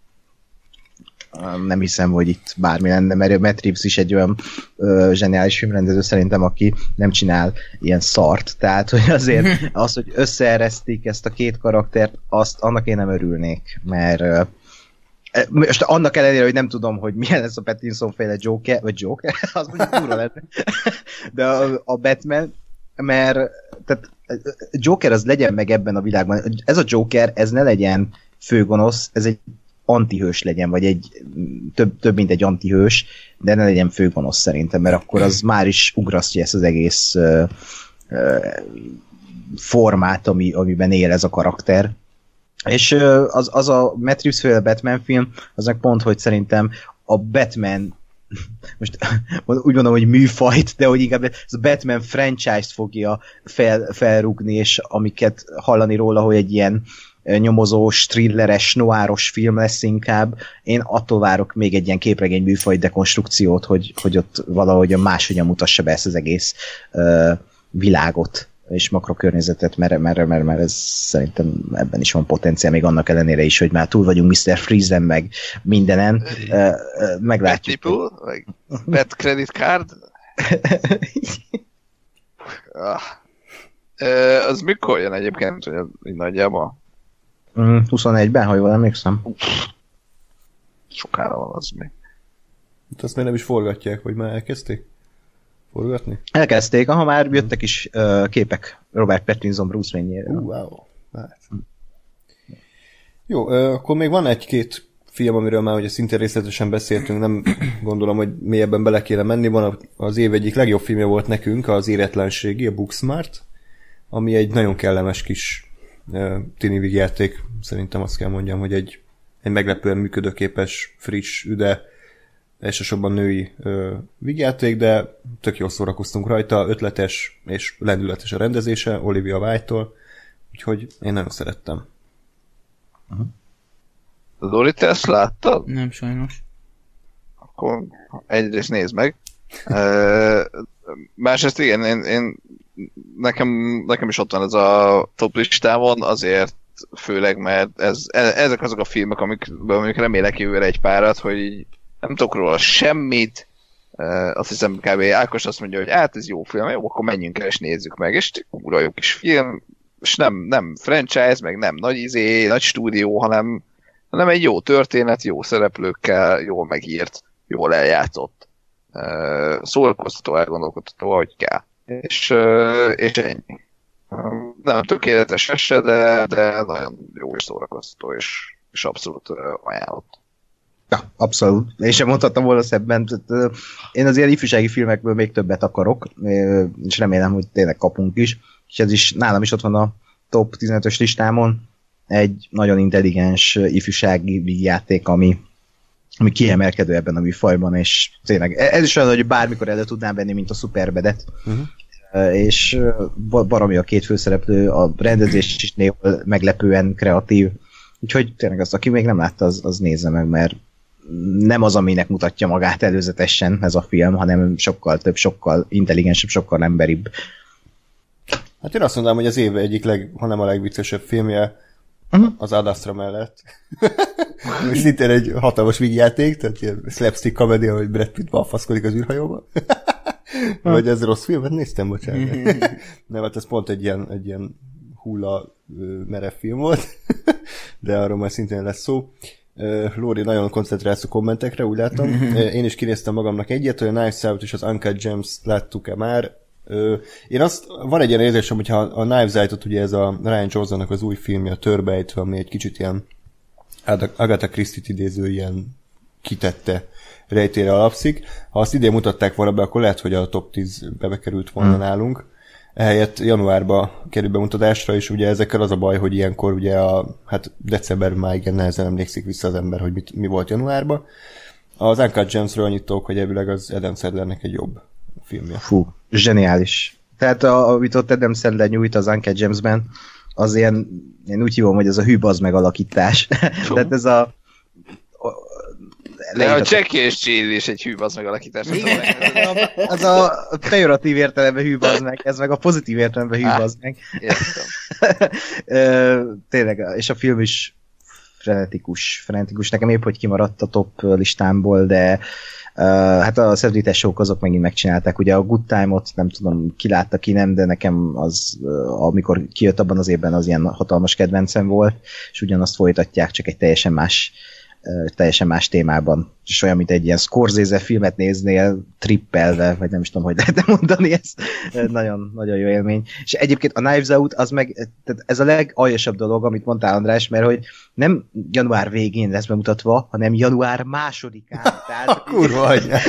nem hiszem, hogy itt bármi lenne, mert Matt Reeves is egy olyan ö, zseniális filmrendező szerintem, aki nem csinál ilyen szart, tehát hogy azért az, hogy összeeresztik ezt a két karaktert, azt annak én nem örülnék, mert ö, most annak ellenére, hogy nem tudom, hogy milyen lesz a Pattinson-féle Joker, vagy Joker, az mondjuk túra lenne, de a, a Batman, mert tehát Joker az legyen meg ebben a világban, ez a Joker, ez ne legyen főgonosz, ez egy antihős legyen, vagy egy több, több mint egy antihős, de ne legyen főgonosz szerintem, mert akkor az már is ugrasztja ezt az egész uh, uh, formát, ami, amiben él ez a karakter. És uh, az, az a Matt Reeves-féle Batman film, az meg pont, hogy szerintem a Batman most úgy mondom, hogy műfajt, de hogy inkább ez a Batman franchise-t fogja fel, felrúgni, és amiket hallani róla, hogy egy ilyen nyomozós, thrilleres, noáros film lesz inkább. Én attól várok még egy ilyen képregény műfaj dekonstrukciót, hogy, hogy ott valahogy máshogyan mutassa be ezt az egész uh, világot és makrokörnyezetet, mert, mert, mert, mert ez szerintem ebben is van potenciál, még annak ellenére is, hogy már túl vagyunk miszter Freeze-en, meg mindenen. Uh, uh, meglátjuk. Bad people, meg bad credit card. ah. uh, az mikor jön egyébként, hogy így nagyjából? huszonegyben, ha jól emlékszem. Sokára van az még. Hát azt még nem is forgatják, vagy már elkezdték forgatni? Elkezdték, ha már jöttek is uh, képek Robert Pattinson Bruce Wayne-jére. Uh, wow. Hát. Jó, uh, akkor még van egy-két film, amiről már ugye szintén részletesen beszéltünk, nem gondolom, hogy mélyebben bele kéne menni. Van az év egyik legjobb filmje volt nekünk, az Éretlenségi, a Booksmart, ami egy nagyon kellemes kis tini vígjáték, szerintem azt kell mondjam, hogy egy, egy meglepően működőképes, friss, üde, elsősorban női ö, vígjáték, de tök jól szórakoztunk rajta, ötletes és lendületes a rendezése Olivia Wilde-tól, úgyhogy én nagyon szerettem. Uh-huh. Lori, te ezt láttad? Nem, sajnos. Akkor egyrészt nézd meg. uh, másrészt igen, én, én Nekem, nekem is ott van ez a top listámon, azért főleg, mert ez, ezek azok a filmek, amikből mondjuk remélek jövőre egy párat, hogy így nem tudok róla semmit, uh, azt hiszem kb. Ákos azt mondja, hogy hát ez jó film, jó, akkor menjünk el és nézzük meg, és kurva jó kis film, és nem, nem franchise, meg nem nagy izé, nagy stúdió, hanem, hanem egy jó történet, jó szereplőkkel, jól megírt, jól eljátszott, uh, szórakoztató, elgondolkodtató, ahogy kell. És, és ennyi. Nem tökéletes se, de, de nagyon jó és szórakoztató, és, és abszolút ajánlott. Ja, abszolút. Én sem mondhattam volna szebben. Én az ilyen ifjúsági filmekből még többet akarok, és remélem, hogy tényleg kapunk is. És ez is, nálam is ott van a top tizenötös listámon. Egy nagyon intelligens ifjúsági vígjáték, ami ami kiemelkedő ebben a műfajban, és tényleg ez is olyan, hogy bármikor elő tudnám venni, mint a Superbadet. Uh-huh. Uh, és baromi a két főszereplő, a rendezés is néhol meglepően kreatív. Úgyhogy tényleg az, aki még nem látta, az, az nézze meg, mert nem az, aminek mutatja magát előzetesen ez a film, hanem sokkal több, sokkal intelligensebb, sokkal emberibb. Hát én azt mondanám, hogy az év egyik leg, hanem a legviccesebb filmje uh-huh. az Ad Astra mellett. Szintén egy hatalmas vígjáték, tehát ilyen slapstick komédia, hogy Brad Pitt balfaszkodik az űrhajóban. Vagy ez rossz filmet néztem, bocsánat. Nem, hát ez pont egy ilyen, egy ilyen hulla merev film volt, de arról már szintén lesz szó. Lóri nagyon koncentrálsz a kommentekre, úgy látom. Én is kinéztem magamnak egyet, hogy a Knives Out és az Uncut Gems láttuk-e már. Én azt, van egy ilyen érzésem, hogyha a Knives Out-ot ugye ez a Ryan Johnsonnak az új filmje, a Törbejtve, ami egy kicsit ilyen Agatha Christie-t idéző ilyen kitette rejtére alapszik. Ha azt idén mutatták volna be, akkor lehet, hogy a top tízbe bekerült volna hmm. nálunk. Ehelyett januárba kerül bemutatásra, és ugye ezekkel az a baj, hogy ilyenkor ugye a, hát decemberben már igen nehezen emlékszik vissza az ember, hogy mit, mi volt januárban. Az Uncut Gemsről annyit tudok, hogy elvileg az Adam Sandlernek egy jobb filmje. Fú, zseniális. Tehát a, amit ott Adam Sandler nyújt az Uncut Gemsben, az ilyen, én úgy hívom, hogy az a hű bazd megalakítás. Tehát ez a de a Jackie és Jill is egy hű bazd megalakítás. Az a pejoratív értelemben hű bazd meg, ez meg a pozitív értelemben hű bazd meg. Tényleg, és a film is frenetikus. Frenetikus. Nekem épp, hogy kimaradt a top listámból, de Uh, hát a szerződítésok azok megint megcsinálták. Ugye a Good Time-ot nem tudom, ki látta, ki nem, de nekem az, uh, amikor kijött abban az évben, az ilyen hatalmas kedvencem volt, és ugyanazt folytatják, csak egy teljesen más uh, teljesen más témában. És olyan, mint egy ilyen Scorsese filmet néznél, trippelve, vagy nem is tudom, hogy lehet mondani, ez nagyon, nagyon jó élmény. És egyébként a Knives Out, az meg, tehát ez a legaljasabb dolog, amit mondtál, András, mert hogy nem január végén lesz bemutatva, hanem január másodikán. Tehát, kurva anyja.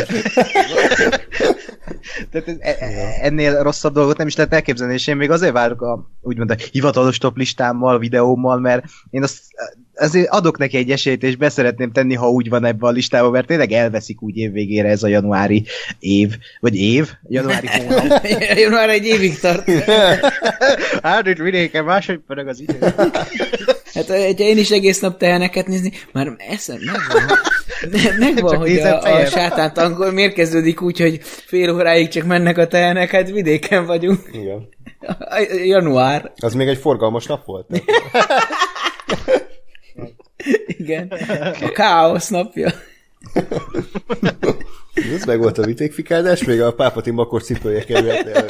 Tehát ez, ennél rosszabb dolgot nem is lehet elképzelni, és én még azért várok a úgymond a hivatalos top listámmal, videómmal, mert én azt azért adok neki egy esélyt, és beszeretném tenni, ha úgy van ebben a listában, mert tényleg elveszik úgy évvégére ez a januári év, vagy év, januári hónap. Január egy évig tart. Hát itt vidéken máshogy pörög az idő. Hát, hogyha én is egész nap teheneket nézni, már eszem, megvan, megvan hogy a, a sátánt angol miért kezdődik úgy, hogy fél óráig csak mennek a tehenek, hát vidéken vagyunk. Igen. Január. Az még egy forgalmas nap volt. Igen. A káosz napja. Ez meg volt a vitékfikázás, még a Pápati makos cipője került.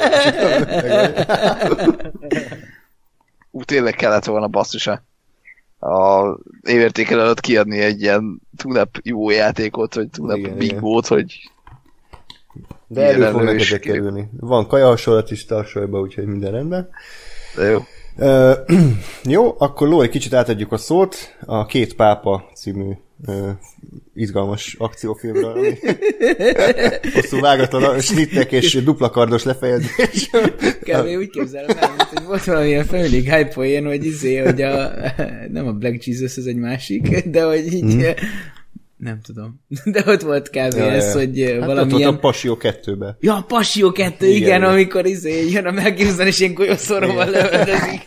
Ú, tényleg kellett volna basszusa. A évértékel előtt kiadni egy ilyen tune-up jó játékot, vagy tune-up bingót, hogy... De elő fognak ezek kerülni. Van kaja hasonlat is tarsolyba, úgyhogy minden rendben. De jó. Uh, jó, akkor Ló, egy kicsit átadjuk a szót a Két pápa című uh, izgalmas akciófilmről, ami hosszú vágatlan snittek és duplakardos lefejezés. Kb. Úgy képzelem el, hogy volt valamilyen Family Guy poén, hogy izé, hogy a, nem a Black Jesus, ez egy másik, de hogy így hmm. nem tudom. De ott volt kb. Ja, ez, ja. hogy hát valamilyen... ott a Passió kettőben. Ja, a Passió kettő, igen, igen, amikor izé jön a meggyőzzen, és ilyen golyószóróval lövöldözik.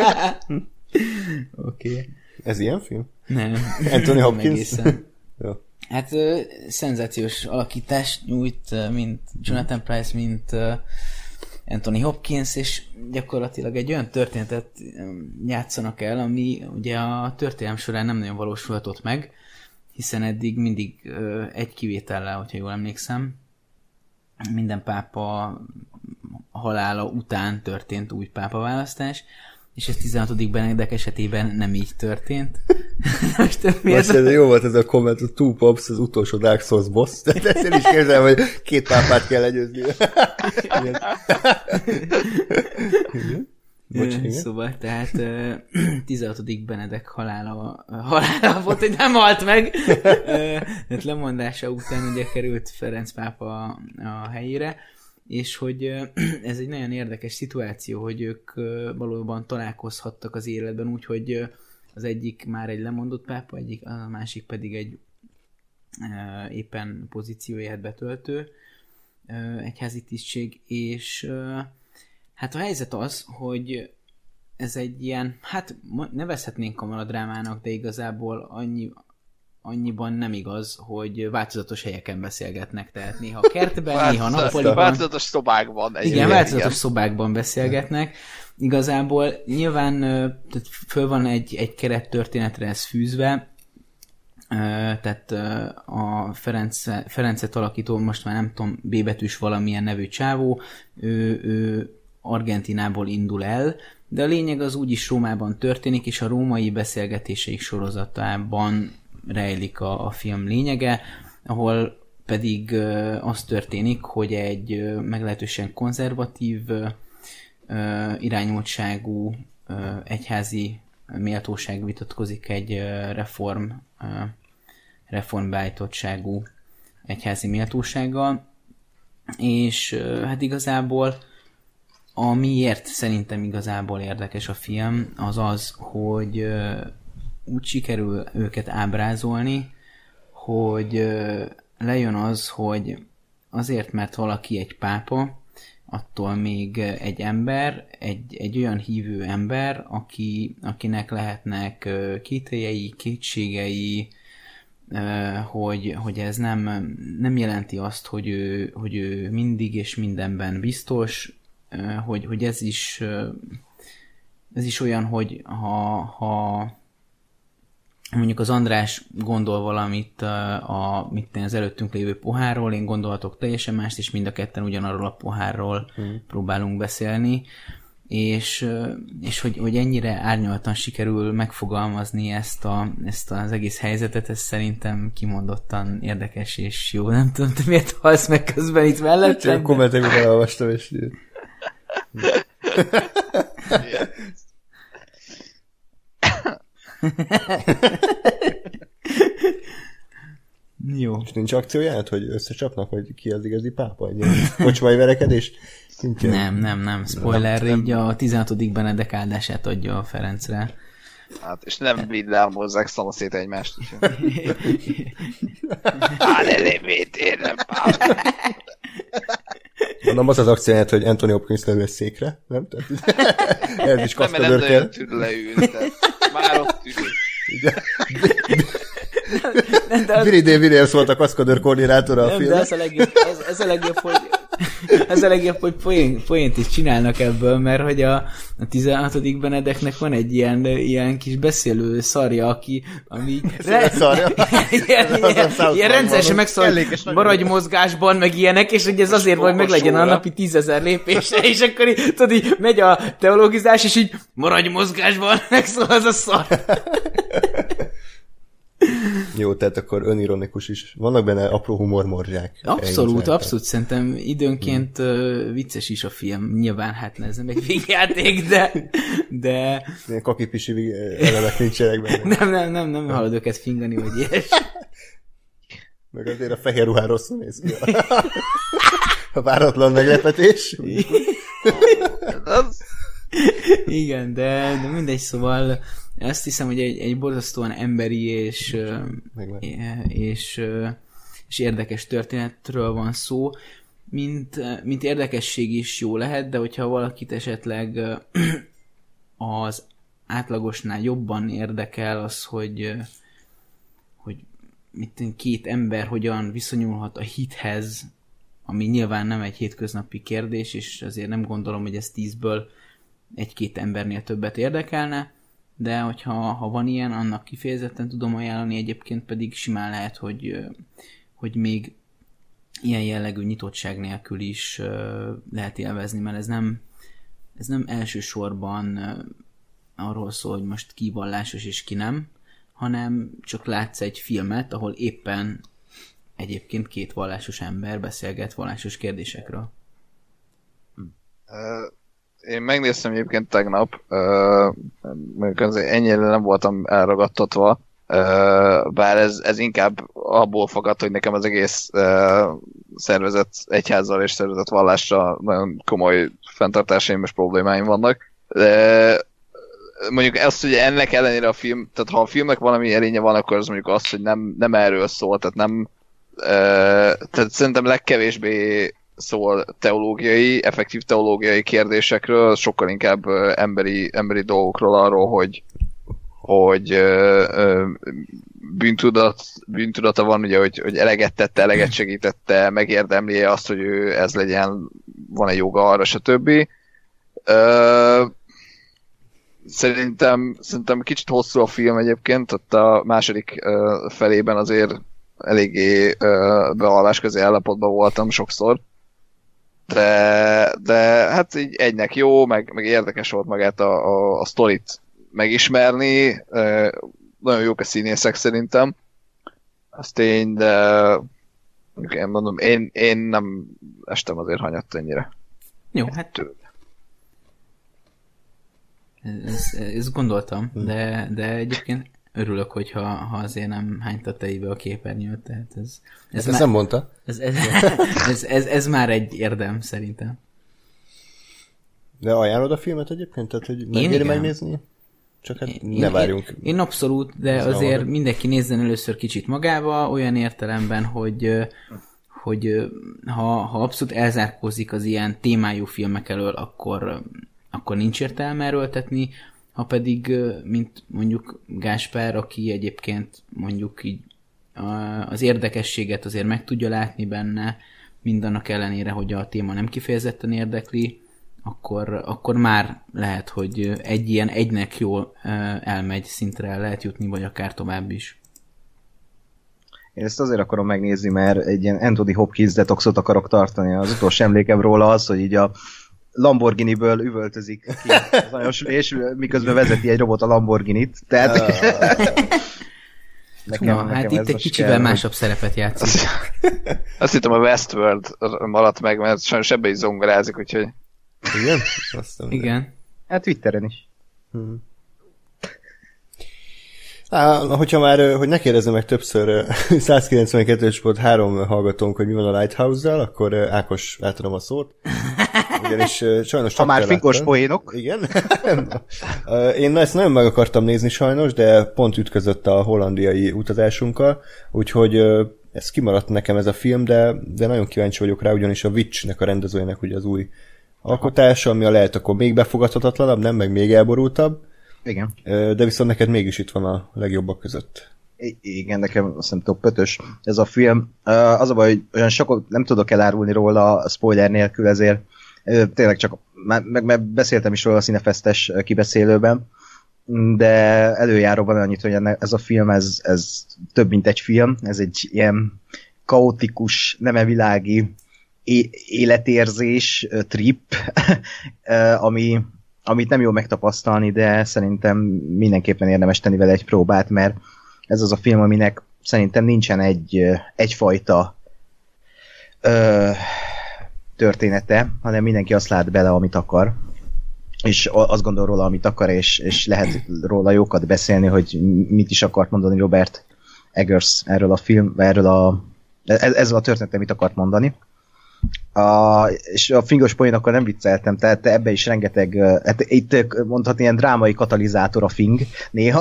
Oké. Okay. Ez ilyen film? Nem. Anthony Hopkins? Ja. Hát uh, szenzációs alakítást nyújt, uh, mint Jonathan Pryce, mint uh, Anthony Hopkins, és gyakorlatilag egy olyan történetet um, játszanak el, ami ugye a történelem során nem nagyon valósulhatott meg, hiszen eddig mindig ö, egy kivétellel, hogyha jól emlékszem, minden pápa halála után történt új pápaválasztás, és ez tizenhatodik Benedek esetében nem így történt. Most Most ez jó volt ez a komment, a Two Pops, az utolsó Dark Souls boss, tehát ezt én is képzelem, hogy két pápát kell legyőzni. Bocs, szóval, tehát uh, tizenhatodik Benedek halála, halála volt, hogy nem halt meg. Uh, lemondása után ugye került Ferenc pápa a, a helyére, és hogy uh, ez egy nagyon érdekes szituáció, hogy ők uh, valóban találkozhattak az életben úgy, hogy uh, az egyik már egy lemondott pápa, egyik, a másik pedig egy uh, éppen pozícióját betöltő uh, egyházi tisztség, és uh, hát a helyzet az, hogy ez egy ilyen, hát nevezhetnénk kamaradrámának, de igazából annyi, annyiban nem igaz, hogy változatos helyeken beszélgetnek, tehát néha kertben, néha nappaliban. Változatos szobákban. Igen, igen, változatos igen. szobákban beszélgetnek. Igazából nyilván tehát föl van egy, egy keret történetre ez fűzve, tehát a Ferenc, Ferencet alakító, most már nem tudom, B betűs valamilyen nevű csávó, ő, ő Argentinából indul el, de a lényeg az úgyis Rómában történik, és a római beszélgetéseik sorozatában rejlik a, a film lényege, ahol pedig az történik, hogy egy meglehetősen konzervatív irányultságú egyházi méltóság vitatkozik egy reform, reformbeállítottságú egyházi méltósággal, és hát igazából amiért szerintem igazából érdekes a film, az az, hogy úgy sikerül őket ábrázolni, hogy lejön az, hogy azért, mert valaki egy pápa, attól még egy ember, egy, egy olyan hívő ember, aki, akinek lehetnek kételjei, kétségei, hogy, hogy ez nem, nem jelenti azt, hogy ő, hogy ő mindig és mindenben biztos, hogy, hogy ez is ez is olyan, hogy ha, ha mondjuk az András gondol valamit a, mit az előttünk lévő pohárról, én gondolhatok teljesen mást, és mind a ketten ugyanarról a pohárról hmm. próbálunk beszélni, és, és hogy, hogy ennyire árnyaltan sikerül megfogalmazni ezt, a, ezt az egész helyzetet, ez szerintem kimondottan érdekes és jó. Nem tudom, te miért halsz meg közben itt mellett? Csak kommentekben elolvastam, és... Jó. És nincs akcióját, hogy összecsapnak, hogy ki az igazi pápa? Egy ilyen kocsmai verekedés? Nem, nem, nem. Spoiler, nem, így a tizenhatodik Benedek áldását adja a Ferencre. Hát, és nem villámozzák szanaszét egymást. Hát, elébét, én nem pápa. Mondom, az az akcióját, hogy Anthony Hopkins levő székre, nem? Ez is kaszkadőr kell. Nem, tud leülni, már ott ül. Billy D. Williams volt a kaszkadőr koordinátora a filmnek. De ez a legjobb, ez, ez a legjobb, hogy ez a legjobb, hogy poén, poént is csinálnak ebből, mert hogy a, a tizenhatodik Benedeknek van egy ilyen, ilyen kis beszélő szarja, aki ami re, szarja. ilyen, ilyen, ilyen rendszeresen megszól, maradj mozgásban, meg ilyenek, és hogy ez azért, hogy meg legyen a napi tízezer lépésre, és akkor így, tudod, így megy a teológizás, és így maradj mozgásban, megszól az a szar. Jó, tehát akkor önironikus is. Vannak benne apró humormorzsák. Abszolút, abszolút. Szerintem időnként hmm. vicces is a film. Nyilván, hát ez nem egy végjáték, de... de... Ilyen kakipisi elemek nincsenek benne. Nem, nem, nem, nem hallod őket fingani, vagy ilyes. Meg azért a fehér ruhán rosszul néz ki. A váratlan meglepetés. Igen, de, de mindegy, szóval azt hiszem, hogy egy, egy borzasztóan emberi és, és, és érdekes történetről van szó, mint, mint érdekesség is jó lehet, de hogyha valakit esetleg az átlagosnál jobban érdekel az, hogy, hogy mit két ember hogyan viszonyulhat a hithez, ami nyilván nem egy hétköznapi kérdés, és azért nem gondolom, hogy ez tízből egy-két embernél többet érdekelne, de hogyha ha van ilyen, annak kifejezetten tudom ajánlani, egyébként pedig simán lehet, hogy, hogy még ilyen jellegű nyitottság nélkül is lehet élvezni, mert ez nem, ez nem elsősorban arról szól, hogy most ki vallásos és ki nem, hanem csak látsz egy filmet, ahol éppen egyébként két vallásos ember beszélget vallásos kérdésekről. Uh... Én megnéztem egyébként tegnap, uh, ennyire nem voltam elragadtatva, uh, bár ez, ez inkább abból fogad, hogy nekem az egész uh, szervezett egyházzal és szervezett vallásra nagyon komoly fenntartásaim és problémáim vannak. De mondjuk azt, hogy ennek ellenére a film, tehát ha a filmnek valami erénye van, akkor az mondjuk az, hogy nem, nem erről szól, tehát nem, uh, tehát szerintem legkevésbé szól teológiai, effektív teológiai kérdésekről, sokkal inkább emberi, emberi dolgokról, arról, hogy, hogy ö, ö, bűntudat, bűntudata van, ugye, hogy, hogy eleget tette, eleget segítette, megérdemli azt, hogy ő ez legyen, van egy joga arra, stb. Ö, szerintem, szerintem kicsit hosszú a film egyébként, ott a második ö, felében azért eléggé bevallás közé állapotban voltam sokszor. De, de hát így egynek jó, meg, meg érdekes volt magát a, a, a sztorit megismerni, e, nagyon jók a színészek szerintem, Az tény, de én mondom, én, én nem estem azért hanyatt ennyire. Jó, hát ezt, ezt gondoltam, de, de egyébként örülök, hogyha ha azért nem hányta tejébe a képernyőt, tehát ez... Ez, ez már, nem mondta. Ez, ez, ez, ez, ez már egy érdem, szerintem. De ajánlod a filmet egyébként? Tehát, hogy megéri megnézni? Csak hát én, ne várjunk. Én, én abszolút, de azért van. Mindenki nézzen először kicsit magába, olyan értelemben, hogy, hogy ha, ha abszolút elzárkózik az ilyen témájú filmek elől, akkor, akkor nincs értelme erőltetni, ha pedig, mint mondjuk Gáspár, aki egyébként mondjuk így az érdekességet azért meg tudja látni benne, mindannak ellenére, hogy a téma nem kifejezetten érdekli, akkor, akkor már lehet, hogy egy ilyen egynek jól elmegy, szintre el lehet jutni, vagy akár tovább is. Én ezt azért akarom megnézni, mert egy ilyen Anthony Hopkins detoxot akarok tartani. Az utolsó emlékem róla az, hogy így a Lamborghini-ből üvöltözik ki az anyosülés, miközben vezeti egy robot a Lamborghinit. Tehát... nekem, Na, nekem hát itt egy kicsivel kell, másabb hogy... szerepet játszik. Azt, azt hittem a Westworld maradt meg, mert sajnos ebbe is zongorázik, úgyhogy... Igen? Aztán igen. De... Hát Twitteren is. Hmm. Á, hogyha már, hogy ne kérdezzem meg többször száz kilencvenkettő pont három hallgatónk, hogy mi van a Lighthouse-zal, akkor Ákos, átadom a szót. Ugyanis sajnos ha már finkos poénok. Igen. Én ezt nagyon meg akartam nézni sajnos, de pont ütközött a hollandiai utazásunkkal, úgyhogy ez kimaradt nekem ez a film, de, de nagyon kíváncsi vagyok rá, ugyanis a Witch-nek a rendezőjének ugye az új alkotása, ami a lehet akkor még befogadhatatlanabb, nem, meg még elborultabb. Igen. De viszont neked mégis itt van a legjobbak között. I- igen, nekem azt hiszem top ötös ez a film. Az a baj, hogy olyan sokat nem tudok elárulni róla spoiler nélkül, ezért tényleg csak, meg, meg beszéltem is róla a Cinefestes kibeszélőben, de előjáróban annyit, hogy ez a film, ez, ez több mint egy film, ez egy ilyen kaotikus, nemevilági é- életérzés, trip, ami amit nem jó megtapasztalni, de szerintem mindenképpen érdemes tenni vele egy próbát, mert ez az a film, aminek szerintem nincsen egy, egyfajta ö, története, hanem mindenki azt lát bele, amit akar, és azt gondol róla, amit akar, és, és lehet róla jókat beszélni, hogy mit is akart mondani Robert Eggers erről a film, erről a, ezzel a történetet mit akart mondani. A, és a fingos poénokkal nem vicceltem, tehát ebbe is rengeteg, hát itt mondhatni ilyen drámai katalizátor a fing néha.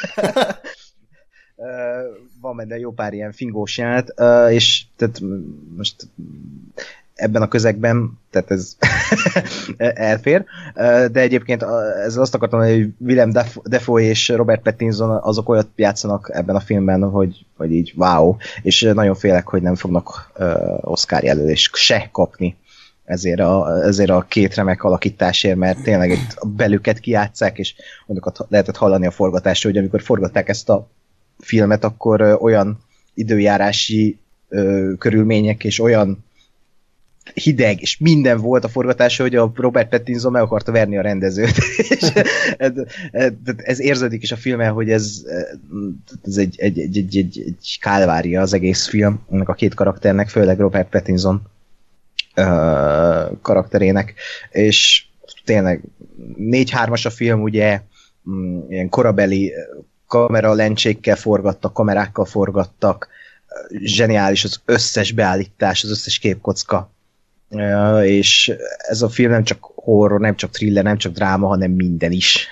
Van benne jó pár ilyen fingós jelenet, és tehát most ebben a közegben, tehát ez elfér, de egyébként ezzel azt akartam mondani, hogy Willem Dafoe és Robert Pattinson azok olyat játszanak ebben a filmben, hogy, hogy így wow, és nagyon félek, hogy nem fognak Oscar jelölést se kapni ezért a, ezért a két remek alakításért, mert tényleg itt a belüket kijátsszák, és ondokat lehetett hallani a forgatásról, hogy amikor forgatták ezt a filmet, akkor olyan időjárási ö, körülmények és olyan hideg, és minden volt a forgatása, hogy a Robert Pattinson meg akarta verni a rendezőt. És ez, ez érződik is a filmen, hogy ez, ez egy, egy, egy, egy, egy, egy kálvária az egész film, annak a két karakternek, főleg Robert Pattinson uh, karakterének, és tényleg négy hármas a film, ugye ilyen korabeli kameralencsékkel forgattak, kamerákkal forgattak, zseniális az összes beállítás, az összes képkocka, uh, és ez a film nem csak horror, nem csak thriller, nem csak dráma, hanem minden is.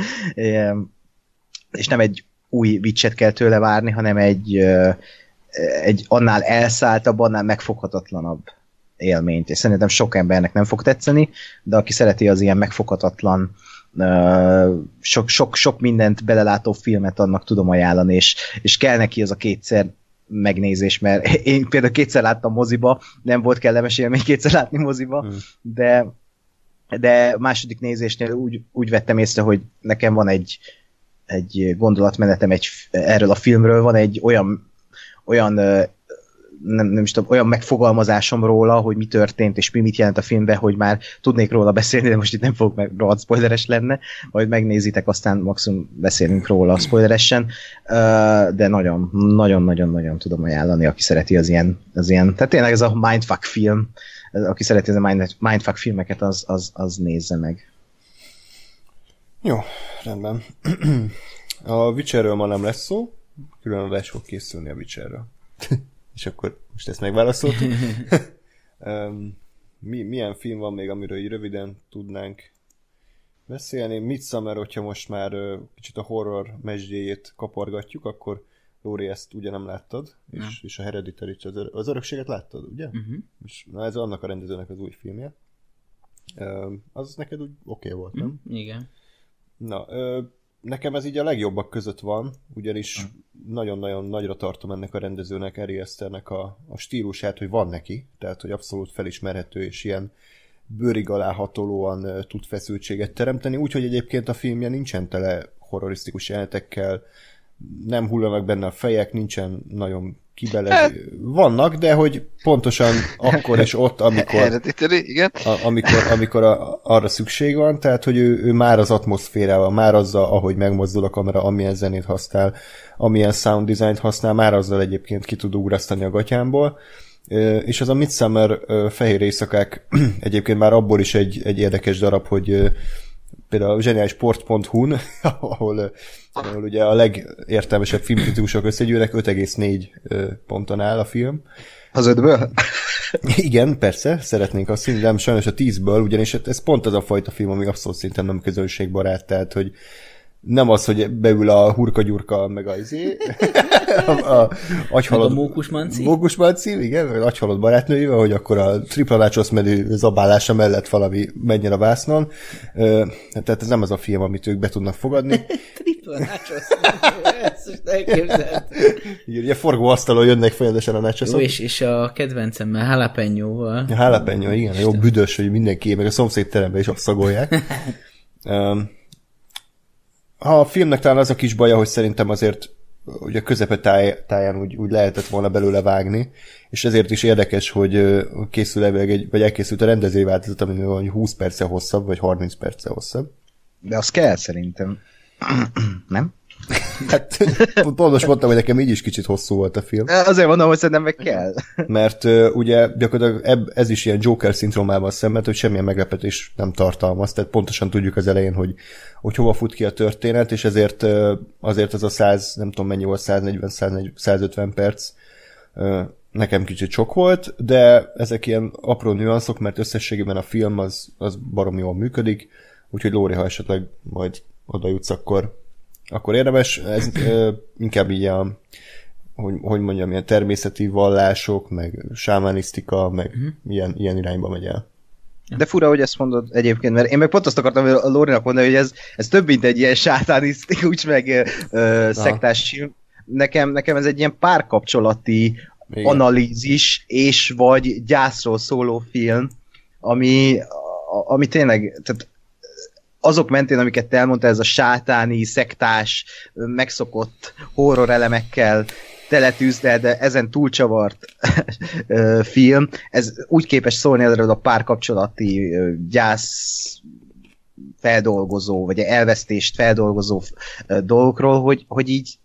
És nem egy új Witchet kell tőle várni, hanem egy, uh, egy annál elszálltabb, annál megfoghatatlanabb élményt. És szerintem sok embernek nem fog tetszeni, de aki szereti az ilyen megfoghatatlan, uh, sok, sok, sok mindent belelátó filmet, annak tudom ajánlani, és, és kell neki az a kétszer megnézés, mert én például kétszer láttam moziba, nem volt kellemes élmény kétszer látni moziba, hmm. de, de második nézésnél úgy, úgy vettem észre, hogy nekem van egy, egy gondolatmenetem egy, erről a filmről, van egy olyan, olyan nem, nem is tudom, olyan megfogalmazásom róla, hogy mi történt, és mi mit jelent a filmben, hogy már tudnék róla beszélni, de most itt nem fogok meg, rohadt spoileres lenne, majd megnézitek, aztán maximum beszélünk róla spoileresen, de nagyon, nagyon, nagyon, nagyon tudom ajánlani, aki szereti az ilyen, az ilyen, tehát tényleg ez a mindfuck film, aki szereti az a mind, mindfuck filmeket, az, az, az nézze meg. Jó, rendben. A Witcherről ma nem lesz szó, külön adás fog készülni a Witcherről. És akkor most ezt megválaszoltuk. um, mi, milyen film van még, amiről így röviden tudnánk beszélni? Midsommar, hogyha most már uh, kicsit a horror mesdjéjét kapargatjuk, akkor Lóri, ezt ugye nem láttad, és, és a Hereditary, az, ör- az örökséget láttad, ugye? Uh-huh. És na, ez annak a rendezőnek az új filmje. Um, az neked úgy oké okay volt, nem? Uh-huh. Igen. Na, uh, nekem ez így a legjobbak között van, ugyanis uh. nagyon-nagyon nagyra tartom ennek a rendezőnek, Ari Asternek a, a stílusát, hogy van neki, tehát hogy abszolút felismerhető, és ilyen bőrig alá hatolóan uh, tud feszültséget teremteni, úgyhogy egyébként a filmje nincsen tele horrorisztikus jelenetekkel, nem hullanak benne a fejek, nincsen nagyon kibelező. Vannak, de hogy pontosan akkor és ott, amikor, igen. A, amikor, amikor a, arra szükség van, tehát hogy ő, ő már az atmoszférával, már azzal, ahogy megmozdul a kamera, amilyen zenét használ, amilyen sound design-t használ, már azzal egyébként ki tud ugrasztani a gatyámból. És az a Midsommar fehér éjszakák egyébként már abból is egy, egy érdekes darab, hogy például a zseniálisport pont hu-n, ahol, ahol ugye a legértelmesebb filmkritikusok összegyűlnek, öt egész négy ponton áll a film. Az ötből? Igen, persze, szeretnénk azt hinni, de sajnos a tízből, ugyanis ez pont az a fajta film, ami abszolút szinten nem közönségbarát, tehát, hogy nem az, hogy beül a hurka-gyurka, meg a izé, a, a agyhalott... A mókusmanci. Mókusmanci, igen, meg agyhalott barátnőjével, hogy akkor a tripla nachos menü zabálása mellett valami menjen a vásznon. Tehát ez nem az a film, amit ők be tudnak fogadni. Tripla nachos ezt most elképzelt. Ugye forgó asztalon jönnek fejedesen a nachosok. Jó, és, és a kedvencemmel, jalapenyóval. A jalapenyó, igen, jó büdös, hogy mindenki, meg a szomszéd teremben is azt szagolják. um, A filmnek talán az a kis baja, hogy szerintem azért ugye a közepe táj, táján úgy, úgy lehetett volna belőle vágni, és ezért is érdekes, hogy készül egy, vagy elkészült a rendezői változat, ami van húsz perccel hosszabb, vagy harminc perccel hosszabb. De az kell szerintem. Nem? Hát pontos mondtam, hogy nekem így is kicsit hosszú volt a film. Azért mondom, hogy szerintem meg kell. Mert uh, ugye gyakorlatilag ez is ilyen Joker szindrómával szemben, hogy semmilyen meglepetés nem tartalmaz, tehát pontosan tudjuk az elején, hogy, hogy hova fut ki a történet, és ezért uh, azért az a száz, nem tudom mennyi volt, száznegyven százötven perc uh, nekem kicsit sok volt, de ezek ilyen apró nüanszok, mert összességében a film az, az baromi jól működik, úgyhogy Lóri, ha esetleg majd oda jutsz, akkor akkor érdemes, ez ö, inkább így a, hogy, hogy mondjam, ilyen természeti vallások, meg sámánisztika, meg uh-huh. ilyen, ilyen irányba megy el. De fura, hogy ezt mondod egyébként, mert én meg pont azt akartam a Lórinak mondani, hogy ez, ez több, mint egy ilyen sátánisztikus, meg ö, szektás film. Nekem, nekem ez egy ilyen párkapcsolati igen. analízis, és vagy gyászról szóló film, ami, ami tényleg, tehát azok mentén, amiket te elmondtál, ez a sátáni, szektás, megszokott horror elemekkel teletűzde, de ezen túlcsavart film, ez úgy képes szólni erről a párkapcsolati gyász feldolgozó, vagy elvesztést feldolgozó dolgokról, hogy, hogy így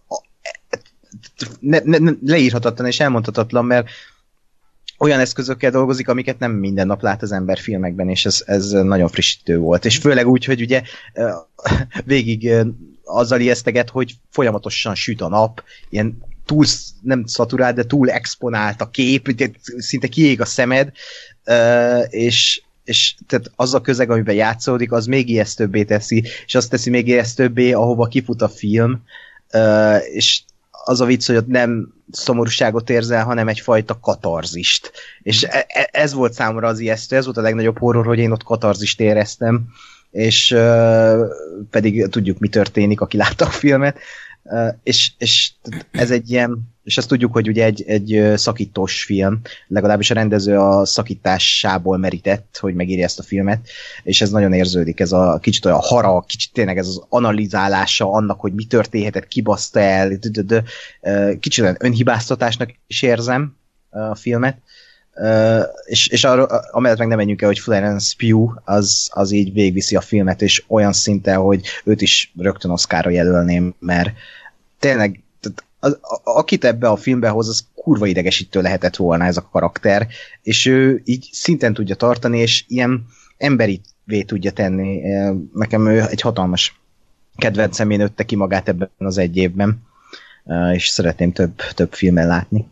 ne, ne, leírhatatlan és elmondhatatlan, mert olyan eszközökkel dolgozik, amiket nem minden nap lát az ember filmekben, és ez, ez nagyon frissítő volt. És főleg úgy, hogy ugye végig azzal ijeszteget, hogy folyamatosan süt a nap, ilyen túl, nem szaturált, de túl exponált a kép, szinte kiég a szemed, és, és tehát az a közeg, amiben játszódik, az még ijesztőbbé teszi, és azt teszi még ijesztőbbé, ahova kifut a film, és az a vicc, hogy ott nem szomorúságot érzel, hanem egyfajta katarzist. És ez volt számomra az ijesztő, ez volt a legnagyobb horror, hogy én ott katarzist éreztem, és uh, pedig tudjuk, mi történik, aki látta a filmet, uh, és, és ez egy ilyen, és azt tudjuk, hogy ugye egy, egy szakítós film, legalábbis a rendező a szakításából merített, hogy megírja ezt a filmet, és ez nagyon érződik, ez a kicsit olyan harag, kicsit tényleg ez az analizálása annak, hogy mi történhetett, kibaszta el, kicsit olyan önhibáztatásnak is érzem, a filmet. Uh, és, és arra, amellett meg nem menjünk el, hogy Florence Pugh az, az így végviszi a filmet, és olyan szinten, hogy őt is rögtön Oscarra jelölném, mert tényleg az, a, akit ebbe a filmbe hoz, az kurva idegesítő lehetett volna ez a karakter, és ő így szinten tudja tartani, és ilyen emberivé tudja tenni. Nekem ő egy hatalmas kedvencemén nőtte ki magát ebben az egy évben, és szeretném több, több filmen látni.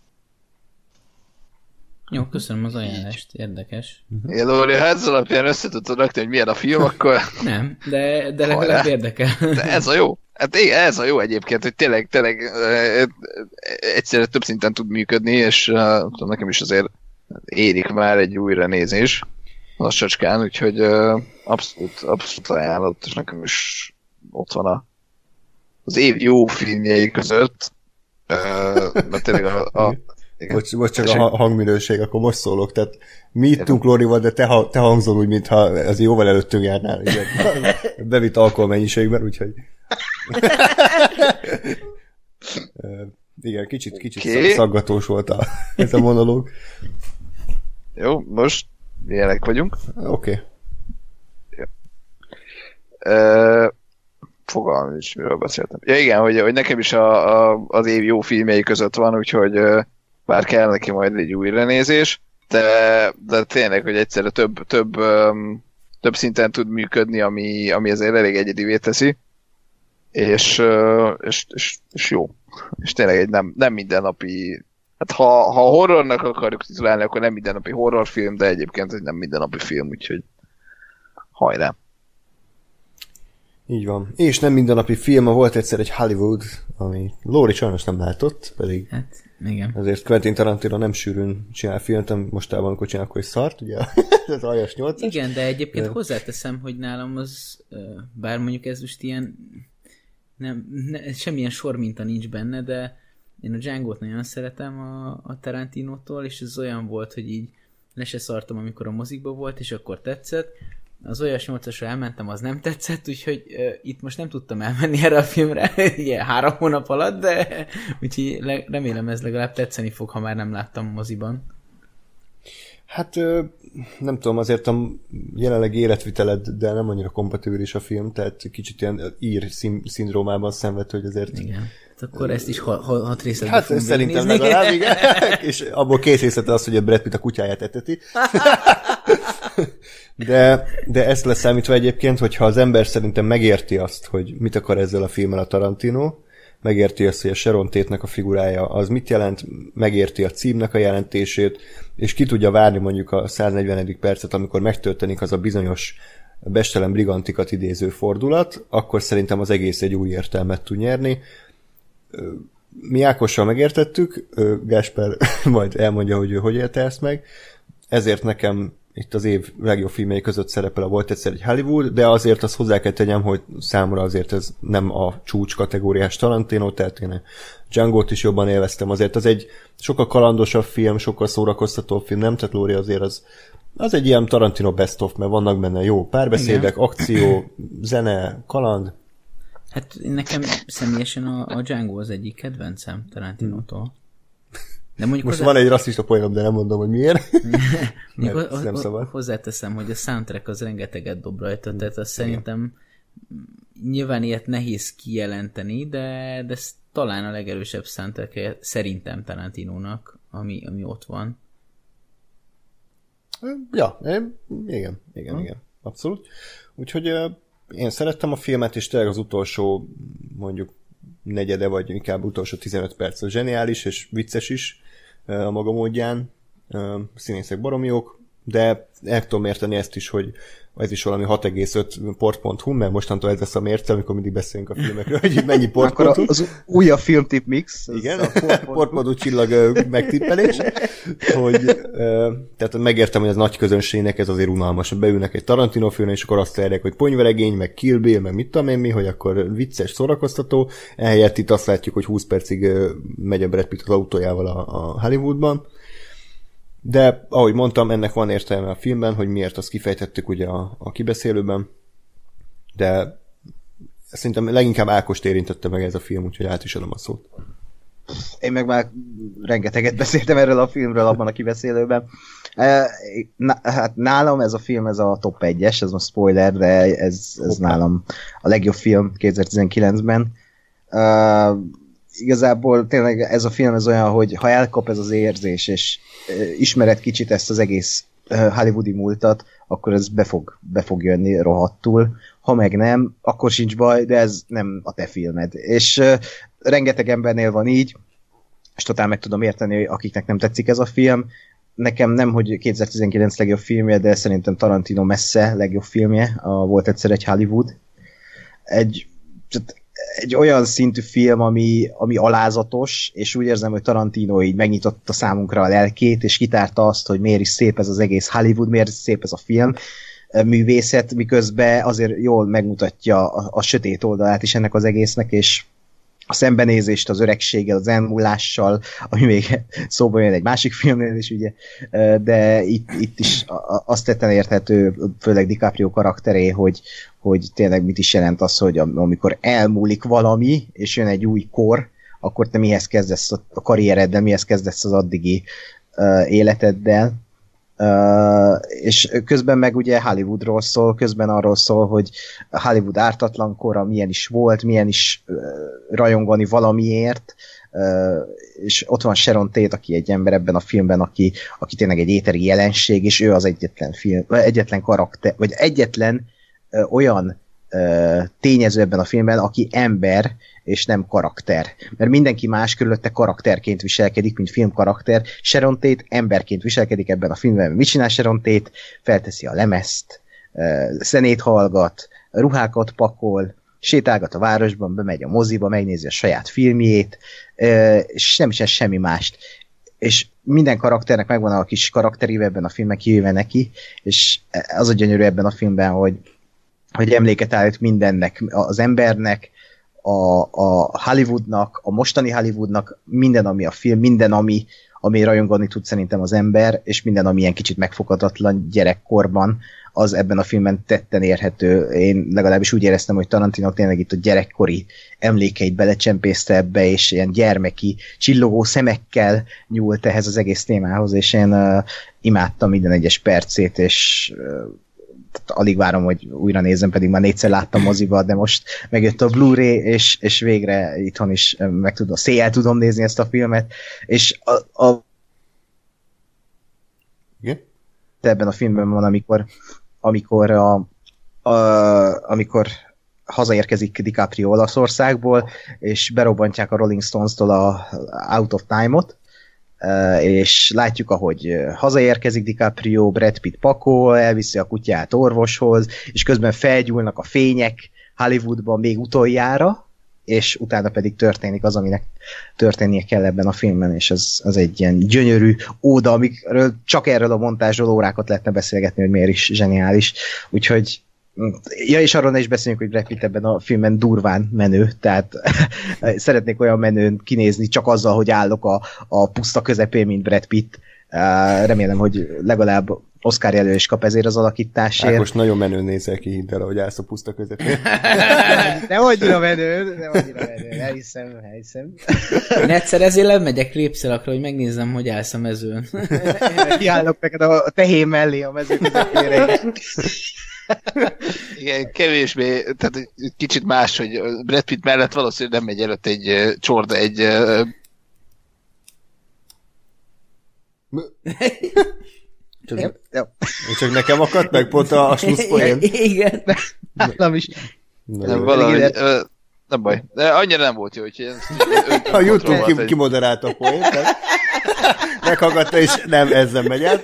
Jó, köszönöm az ajánlást, érdekes. Én Lóri, ha ez alapján összetudtad rakni, hogy milyen a film, akkor... Nem, de, de legalább érdekel. De ez a jó. Hát igen, ez a jó egyébként, hogy tényleg, tényleg egyszerre több szinten tud működni, és uh, nekem is azért érik már egy újra nézés lassacskán, úgyhogy uh, abszolút, abszolút ajánlott, és nekem is ott van a, az év jó filmjei között, uh, mert tényleg a... a Bocs, bocs, csak a hangminőség, akkor most szólok. Tehát mi ittunk Lórival, de te, te hangzol úgy, mintha az jóval előttünk járnál. Igen. Bevitt alkoholmennyiségben, úgyhogy... Igen, kicsit, kicsit okay. szaggatós volt a, ez a monológ. Jó, most milyenek vagyunk. Oké. Okay. Ja. Uh, fogalmam is, miről beszéltem. Ja igen, hogy, hogy nekem is a, a, az év jó filmjei között van, úgyhogy uh, bár kell neki majd egy újranézés, de, de tényleg, hogy egyszerre több, több, um, több szinten tud működni, ami, ami azért elég egyedivé teszi, és, uh, és, és, és jó. És tényleg egy nem, nem mindennapi, hát ha, ha horrornak akarjuk titulálni, akkor nem mindennapi horrorfilm, de egyébként egy nem mindennapi film, úgyhogy hajrá. Így van. És nem mindennapi film, volt egyszer egy Hollywood, ami Lóri sajnos nem látott, pedig hát, igen. Azért Quentin Tarantino nem sűrűn csinál filmet, mostában, amikor csinál, akkor is szart, ugye? Az aljas nyolcas. Igen, de egyébként de... hozzáteszem, hogy nálam az, bár mondjuk ez most ilyen nem, ne, semmilyen sorminta nincs benne, de én a Django-t nagyon szeretem a, a Tarantinótól, és ez olyan volt, hogy így le se szartam, amikor a mozikba volt, és akkor tetszett. Az olyas nyolcasra elmentem, az nem tetszett, úgyhogy uh, itt most nem tudtam elmenni erre a filmre, ilyen három hónap alatt, de úgyhogy le, remélem ez legalább tetszeni fog, ha már nem láttam moziban. Hát nem tudom, azért a jelenleg életviteled, de nem annyira kompatibilis a film, tehát kicsit ilyen ír szindrómában szenved, hogy azért... Igen. Hát akkor ezt is hat ha, ha részletben hát fogunk szerintem legalább, igen. És abból két részlete az, hogy a Brad Pitt a kutyáját eteti. De, de ezt leszámítva egyébként, hogyha az ember szerintem megérti azt, hogy mit akar ezzel a filmmel a Tarantino, megérti azt, hogy a Sharon Tate-nek a figurája az mit jelent, megérti a címnek a jelentését, és ki tudja várni mondjuk a száznegyvenedik percet, amikor megtörténik az a bizonyos bestelen brigantikat idéző fordulat, akkor szerintem az egész egy új értelmet tud nyerni. Mi Ákossal megértettük, Gásper majd elmondja, hogy ő hogy élte ezt meg, ezért nekem itt az év legjobb filmjei között szerepel a Volt egyszer egy Hollywood, de azért azt hozzá kell tegyem, hogy számomra azért ez nem a csúcs kategóriás Tarantino, tehát én a Django-t is jobban élveztem, azért az egy sokkal kalandosabb film, sokkal szórakoztatóbb film, nem? Tehát Lóri azért az, az egy ilyen Tarantino best of, mert vannak benne jó párbeszédek, igen. Akció, zene, kaland. Hát nekem személyesen a, a Django az egyik kedvencem Tarantinótól. De most hozzá... van egy rasszista poénom, de nem mondom, hogy miért. Mert ho- nem szabad. Hozzáteszem, hogy a soundtrack az rengeteget dob rajta, tehát azt szerintem nyilván ilyet nehéz kijelenteni, de, de ez talán a legerősebb soundtrack szerintem Tarantinónak, ami, ami ott van. Ja, igen, igen, hmm. igen, abszolút. Úgyhogy én szerettem a filmet, és tényleg az utolsó mondjuk negyede, vagy inkább utolsó tizenöt perc zseniális, és vicces is a maga módján. Színészek baromi jók, de el tudom érteni ezt is, hogy ez is valami hat egész öt port pont hu, mert mostantól ez lesz a mérce, amikor mindig beszélünk a filmekről, hogy mennyi port pont hu. Az újabb filmtip mix. Igen, port pont hu csillag megtippelés. Hogy, tehát megértem, hogy az nagy közönségnek ez azért unalmas, hogy beülnek egy Tarantino filmre, és akkor azt elérjek, hogy Ponyveregény, meg Kill Bill, meg mit tudom én mi, hogy akkor vicces, szórakoztató. Ehelyett itt azt látjuk, hogy húsz percig megy a Brad Pitt az autójával a, a Hollywoodban. De, ahogy mondtam, ennek van értelme a filmben, hogy miért azt kifejtettük ugye a, a kibeszélőben, de szerintem leginkább Ákost érintette meg ez a film, úgyhogy át is adom a szót. én meg már rengeteget beszéltem erről a filmről abban a kibeszélőben. Na, hát nálam ez a film, ez a top egyes, ez most spoiler, de ez, ez nálam a legjobb film kétezer-tizenkilencben. Uh, igazából tényleg ez a film ez olyan, hogy ha elkap ez az érzés, és uh, ismered kicsit ezt az egész uh, hollywoodi múltat, akkor ez be fog, be fog jönni rohadtul. Ha meg nem, akkor sincs baj, de ez nem a te filmed. És uh, rengeteg embernél van így, és totál meg tudom érteni, akiknek nem tetszik ez a film. Nekem nem, hogy kétezer-tizenkilenc legjobb filmje, de szerintem Tarantino messze legjobb filmje. A Volt egyszer egy Hollywood. Egy, egy olyan szintű film, ami, ami alázatos, és úgy érzem, hogy Tarantino így megnyitotta számunkra a lelkét, és kitárta azt, hogy miért is szép ez az egész Hollywood, miért is szép ez a film művészet, miközben azért jól megmutatja a, a sötét oldalát is ennek az egésznek, és a szembenézést az öregséggel, az elmúlással, ami még szóba jön egy másik filmnél is, ugye, de itt, itt is azt tetten érthető, főleg DiCaprio karakteré, hogy, hogy tényleg mit is jelent az, hogy amikor elmúlik valami, és jön egy új kor, akkor te mihez kezdesz a karriereddel, mihez kezdesz az addigi uh, életeddel, Uh, és közben meg ugye Hollywoodról szól, közben arról szól, hogy Hollywood ártatlan kora milyen is volt, milyen is uh, rajongani valamiért, uh, és ott van Sharon Tate, aki egy ember ebben a filmben, aki, aki tényleg egy éteri jelenség, és ő az egyetlen film, egyetlen karakter, vagy egyetlen uh, olyan uh, tényező ebben a filmben, aki ember, és nem karakter. Mert mindenki más körülötte karakterként viselkedik, mint filmkarakter. Sharon Tate emberként viselkedik ebben a filmben. Mit csinál Sharon Tate? Felteszi a lemezt, zenét hallgat, ruhákat pakol, sétálgat a városban, bemegy a moziba, megnézi a saját filmjét, és nem csinál semmi mást. És minden karakternek megvan a kis karakteríve ebben a filmben, kivéve neki, és az a gyönyörű ebben a filmben, hogy, hogy emléket állít mindennek, az embernek, A, a Hollywoodnak, a mostani Hollywoodnak, minden, ami a film, minden, ami, ami rajongani tud szerintem az ember, és minden, ami ilyen kicsit megfoghatatlan gyerekkorban, az ebben a filmben tetten érhető. Én legalábbis úgy éreztem, hogy Tarantino tényleg itt a gyerekkori emlékeit belecsempészte ebbe, és ilyen gyermeki, csillogó szemekkel nyúlt ehhez az egész témához, és én uh, imádtam minden egyes percét, és uh, alig várom, hogy újra nézzem, pedig már négyszer láttam moziba, de most megjött a Blu-ray, és, és végre itthon is meg tudom, széjjel tudom nézni ezt a filmet, és a, a Igen? ebben a filmben van, amikor amikor a, a, amikor hazaérkezik DiCaprio Olaszországból, és berobbantják a Rolling Stones-tól a Out of Time-ot, és látjuk, ahogy hazaérkezik DiCaprio, Brad Pitt pakol, elviszi a kutyát orvoshoz, és közben felgyúlnak a fények Hollywoodban még utoljára, és utána pedig történik az, aminek történnie kell ebben a filmben, és ez, az egy ilyen gyönyörű óda, amikről csak erről a montázsról órákat lehetne beszélgetni, hogy miért is zseniális. Úgyhogy ja, és arról ne is beszéljünk, hogy Brad Pitt ebben a filmben durván menő, tehát szeretnék olyan menőn kinézni csak azzal, hogy állok a, a puszta közepén, mint Brad Pitt. Remélem, hogy legalább Oscar jelölés kap ezért az alakításért. Hát most nagyon menőn nézel ki, hidd el, ahogy állsz a puszta közepén. Nem annyira menő, nem annyira menő, elhiszem, elhiszem. Én egyszer ezért lemegyek Lépszalakra, hogy megnézzem, hogy állsz a mezőn. Kiállok neked a tehén mellé a mező közepére. Igen, kevésbé, tehát kicsit más, hogy Brad Pitt mellett valószínűleg nem megy előtt egy csorda, egy... Csak, ja, ja. Csak nekem akadt meg pont a, a slusszpoén. Igen. Nálam is. Nem, valahogy, nem baj. De annyira nem volt jó, hogy a YouTube ki, kimoderálta a poént, tehát meghallgatta, és nem ezzel megy át.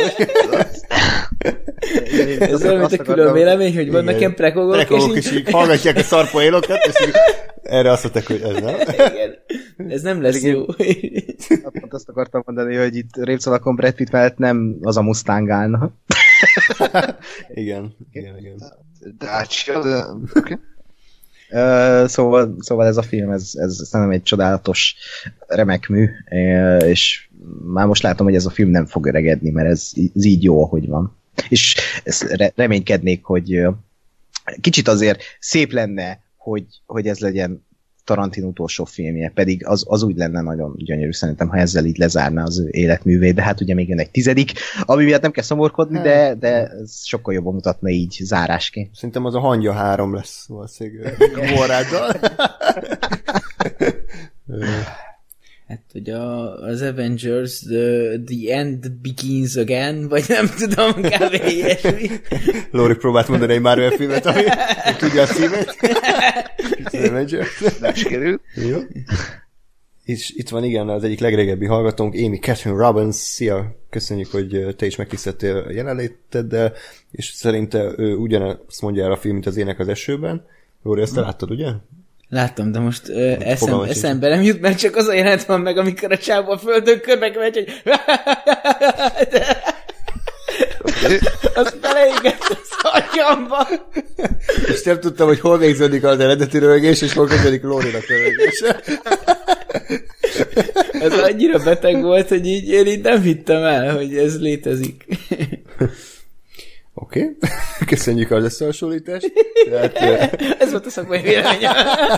Ez olyan, mint a külön vélemény, hogy vannak ilyen prekogok, prekogok és, és így hallgatják a szarpoénokat, és így erre azt mondták, hogy ez nem. Igen. Ez nem lesz jó. Pont azt akartam mondani, hogy itt Répszalakon Brad Pitt mellett nem az a Mustang állna. Igen, igen, igen. Dacia, de... Okay. Uh, szóval, szóval ez a film, ez, ez szerintem egy csodálatos, remek mű, és már most látom, hogy ez a film nem fog öregedni, mert ez, ez így jó, ahogy van. És reménykednék, hogy kicsit azért szép lenne, hogy, hogy ez legyen Tarantino utolsó filmje, pedig az, az úgy lenne nagyon gyönyörű szerintem, ha ezzel így lezárná az ő életművét, de hát ugye még jön egy tizedik, ami miatt nem kell szomorkodni, de, de ez sokkal jobban mutatna így zárásként. Szerintem az a Hangya három lesz valószínűleg Morráddal. Hát, hogy a, az Avengers the, the End Begins Again, vagy nem tudom, kb. Ilyesmi. Lóri próbált mondani egy Marvel filmet, ami tudja a címet. Az Avengers. Nem sikerült. Jó. És itt van igen az egyik legrégebbi hallgatónk, Amy Catherine Robbins. Szia, köszönjük, hogy te is megtiszteltél a jelenléteddel, és szerintem ő ugyanazt mondja el a film, mint az Ének az esőben. Lóri, ezt te láttad, ugye? Láttam, de most ö, eszem, eszembe nem jut, mert csak az a jelent van meg, amikor a csávó a földön körbe megy, hogy azt beleégett a szarjamba. És nem tudtam, hogy hol végződik az eredeti röhögés, és hol kezdődik Lórinak röhögés. Ez annyira beteg volt, hogy így én így nem hittem el, hogy ez létezik. Oké, okay. Köszönjük az összehasonlítást. Tehát, ez volt a szakmai véleményem.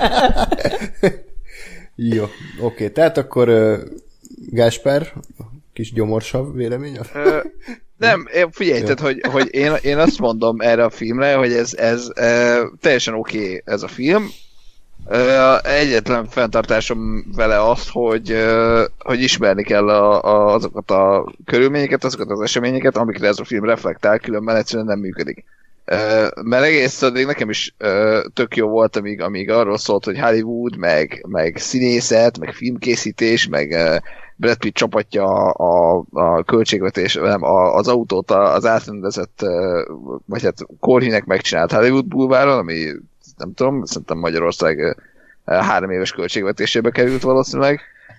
Jó, oké, okay. Tehát akkor uh, Gáspár, kis gyomorsav vélemény? Ö, nem, figyelj, tehát, hogy, hogy én, én azt mondom erre a filmre, hogy ez, ez e, teljesen oké okay ez a film. E, egyetlen fenntartásom vele az, hogy, e, hogy ismerni kell a, a, azokat a körülményeket, azokat az eseményeket, amikre ez a film reflektál, különben egyszerűen nem működik. E, mert egész addig nekem is e, tök jó volt, amíg, amíg arról szólt, hogy Hollywood, meg, meg színészet, meg filmkészítés, meg e, Brad Pitt csapatja a, a, a költségvetés, nem, a, az autót az átrendezett, vagy hát Corhinek megcsinált Hollywood bulváron, ami nem tudom, szerintem Magyarország három éves költségvetésébe került valószínűleg.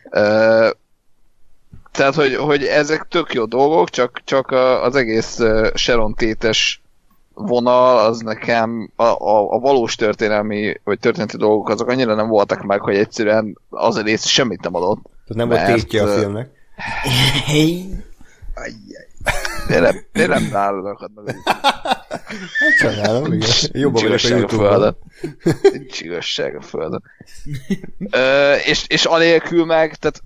Tehát, hogy, hogy ezek tök jó dolgok, csak, csak az egész Sharon Tate-es vonal, az nekem a, a, a valós történelmi, vagy történeti dolgok azok annyira nem voltak meg, hogy egyszerűen az a rész semmit nem adott. Tehát nem volt tétje a filmnek. Miért nem, nem nálad akad meg? Csajnálom, igen. Jobban vagyok a YouTube-ban. Nincs igazság a földön. Ö, és, és anélkül meg, tehát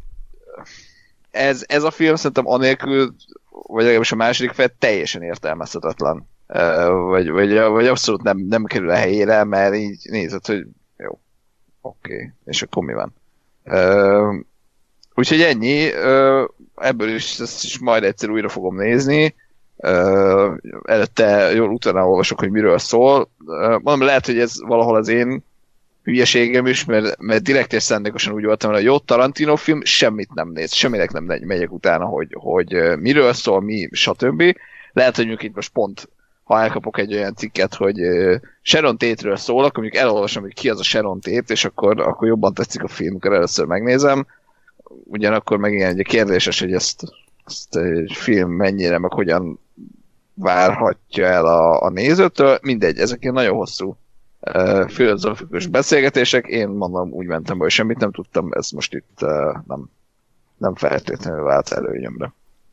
ez, ez a film szerintem anélkül, vagy legalábbis a második fel teljesen értelmezhetetlen. Ö, vagy, vagy, vagy abszolút nem, nem kerül a helyére, mert így nézed, hogy jó, oké, okay. És akkor mi van? Ö, úgyhogy ennyi, ö, ebből is, ezt is majd egyszer újra fogom nézni. Ö, előtte jól utána olvasok, hogy miről szól. Ö, mondom, lehet, hogy ez valahol az én hülyeségem is, mert, mert direkt és szándékosan úgy voltam, hogy a jó Tarantino film semmit nem néz, semminek nem megyek utána, hogy, hogy miről szól, mi, stb. Lehet, hogy mondjuk itt most pont, ha elkapok egy olyan cikket, hogy Sharon Tate-ről szól, akkor mondjuk elolvasom, hogy ki az a Sharon Tate, és akkor, akkor jobban tetszik a film, amikor először megnézem. Ugyanakkor meg igen, ugye kérdéses, hogy ezt, ezt egy film mennyire, meg hogyan várhatja el a, a nézőtől. Mindegy, ezek ilyen nagyon hosszú uh, filozofikus beszélgetések. Én mondom, úgy mentem, hogy semmit nem tudtam, ez most itt uh, nem, nem feltétlenül vált előnyömre.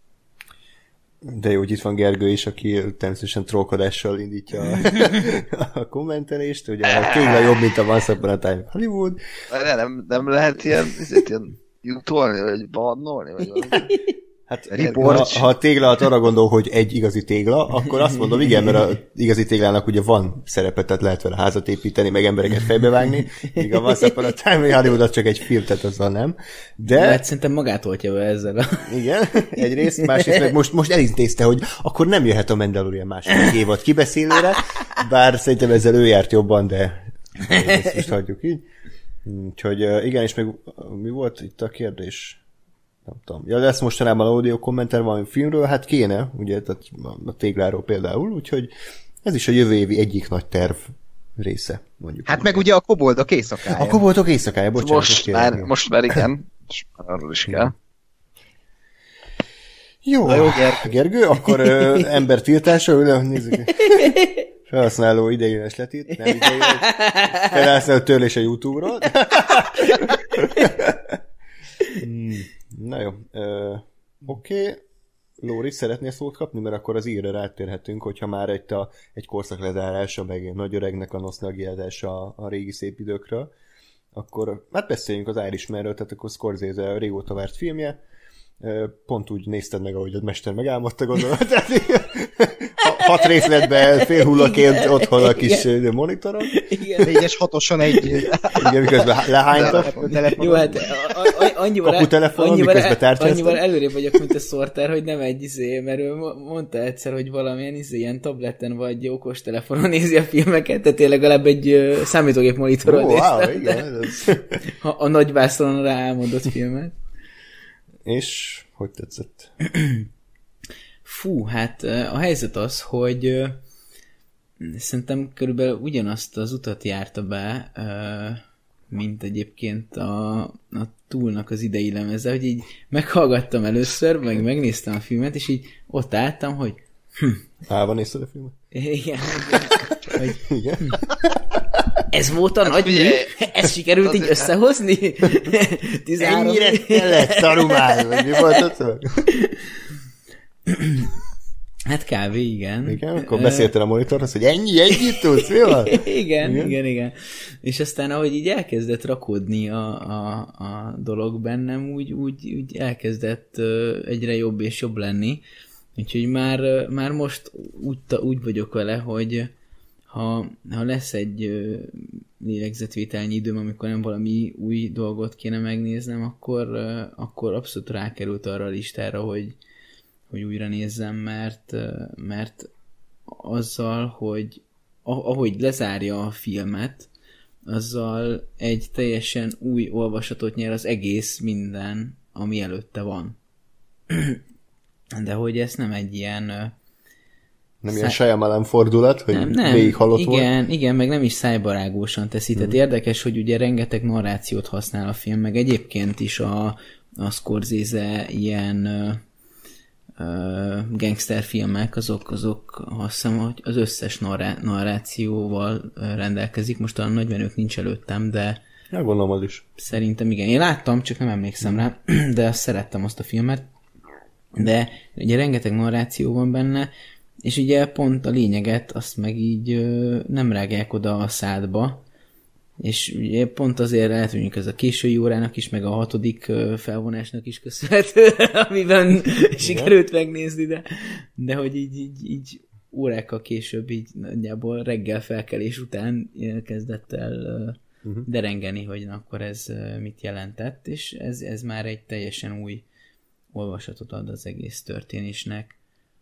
De jó, hogy itt van Gergő is, aki természetesen trollkodással indítja a, a kommentelést. Ugye a tégla jobb, mint a Once Upon a Time Hollywood. Nem, nem, nem lehet ilyen, ezért ilyen jutolni, vagy bannolni, vagy valami. Hát ha, ha a tégla arra gondol, hogy egy igazi tégla, akkor azt mondom, igen, mert az igazi téglának ugye van szerepe, tehát lehet vele házat építeni, meg embereket fejbevágni, míg a Once Upon a Time Hollywood az csak egy film, tehát azzal nem. De... Hát szerintem magát oltja be ezzel. A... Igen, egyrészt, másrészt meg most, most elintézte, hogy akkor nem jöhet a Mandalorian második évad kibeszélőre, bár szerintem ezzel ő járt jobban, de ezt most hagyjuk így. Úgyhogy igen, és meg mi volt itt a kérdés? Nem tudom. Ja, lesz mostanában audio kommentár valami filmről, hát kéne, ugye, tehát a tégláról például, úgyhogy ez is a jövő évi egyik nagy terv része, mondjuk. Hát meg ugye a koboldok éjszakája. A koboldok éjszakája, bocsánat. Most már, most már igen, arról is kell. Jó, jó Ger- Gergő, akkor ö, ember tiltása, ül, nézzük. Felhasználó ideiglenes letírt, nem ideiglenes. Felhasználó törlés a YouTube-ról. hmm. Na jó, uh, oké. Okay. Lóri, szeretnél szót kapni? Mert akkor az írra rátérhetünk, hogyha már egy, a, egy korszak lezárása, meg egy nagy öregnek a nosztalgiázása a, a régi szép időkről. akkor hát beszéljünk az Irishmanről, tehát akkor Scorsese régóta várt filmje. Pont úgy nézted meg, ahogy a mester megálmodta, gondolom. Hat részletben fél hullaként otthon a kis igen. monitoron. Igen. Négyes hatosan egy. Igen, miközben lehányta. Jó, hát annyival, kaputelefon, annyival, miközben tárcsáztam. Annyival előrébb vagyok, mint a Sorter, hogy nem egy izé, mert ő mondta egyszer, hogy valamilyen izé, ilyen tableten vagy okostelefonon nézi a filmeket, tehát én legalább egy számítógép monitoron oh, néztem. Wow, igen, a, a nagyvászlónon rá álmodott filmet. És hogy tetszett? Fú, hát a helyzet az, hogy szerintem körülbelül ugyanazt az utat járta be, mint egyébként a, a Toolnak az idei lemeze, hogy így meghallgattam először, meg megnéztem a filmet, és így ott álltam, hogy hm. Állva nézted a filmet? Igen. Hogy, igen. Hm. Ez volt a nagy mű? Ezt sikerült így összehozni? tizenhárom Ennyire kellett tanulmányi, vagy mi volt ott? Hát kávé, igen. Igen, akkor beszéltél a monitorhoz, hogy ennyi, ennyit tudsz, mi van? igen, igen, igen, igen. És aztán, ahogy így elkezdett rakódni a, a, a dolog bennem, úgy, úgy, úgy elkezdett egyre jobb és jobb lenni. Úgyhogy már, már most úgy, úgy vagyok vele, hogy ha, ha lesz egy lélegzetvételnyi időm, amikor nem valami új dolgot kéne megnéznem, akkor, akkor abszolút rákerült arra a listára, hogy, hogy újra nézzem, mert, mert azzal, hogy ahogy lezárja a filmet, azzal egy teljesen új olvasatot nyer az egész minden, ami előtte van. De hogy ez nem egy ilyen... Nem Szá... ilyen Shyamalan fordulat, hogy nem, nem, végig halott igen, volt? Igen, meg nem is szájbarágósan teszi. Mm. Tehát érdekes, hogy ugye rengeteg narrációt használ a film, meg egyébként is a, a Scorsese ilyen uh, gangsterfilmek, azok, azok azt hiszem, hogy az összes narrá- narrációval rendelkezik. Most a nagymenők nincs előttem, de ja, gondolom az is. Szerintem igen. Én láttam, csak nem emlékszem mm. rá, de azt szerettem azt a filmet. De ugye rengeteg narráció van benne, és ugye pont a lényeget azt meg így ö, nem rágják oda a szádba, és ugye pont azért lehet, hogy ez a késői órának is, meg a hatodik ö, felvonásnak is köszönhető, amiben igen. sikerült megnézni, de, de hogy így, így, így órákkal később, így nagyjából reggel felkelés után kezdett el ö, uh-huh. derengeni, hogy na, akkor ez ö, mit jelentett, és ez, ez már egy teljesen új olvasatot ad az egész történésnek.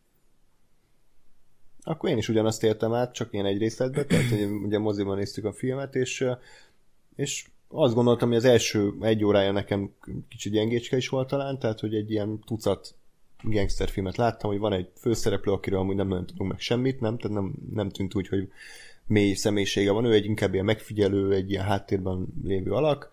Akkor én is ugyanazt értem át, csak én egy részletben, tehát hogy ugye moziban néztük a filmet, és, és azt gondoltam, hogy az első egy órája nekem kicsit gyengécske is volt talán, tehát hogy egy ilyen tucat gangsterfilmet láttam, hogy van egy főszereplő, akiről amúgy nem nagyon tudunk meg semmit, nem? Tehát nem, nem tűnt úgy, hogy mély személyisége van, ő egy inkább ilyen megfigyelő, egy ilyen háttérben lévő alak,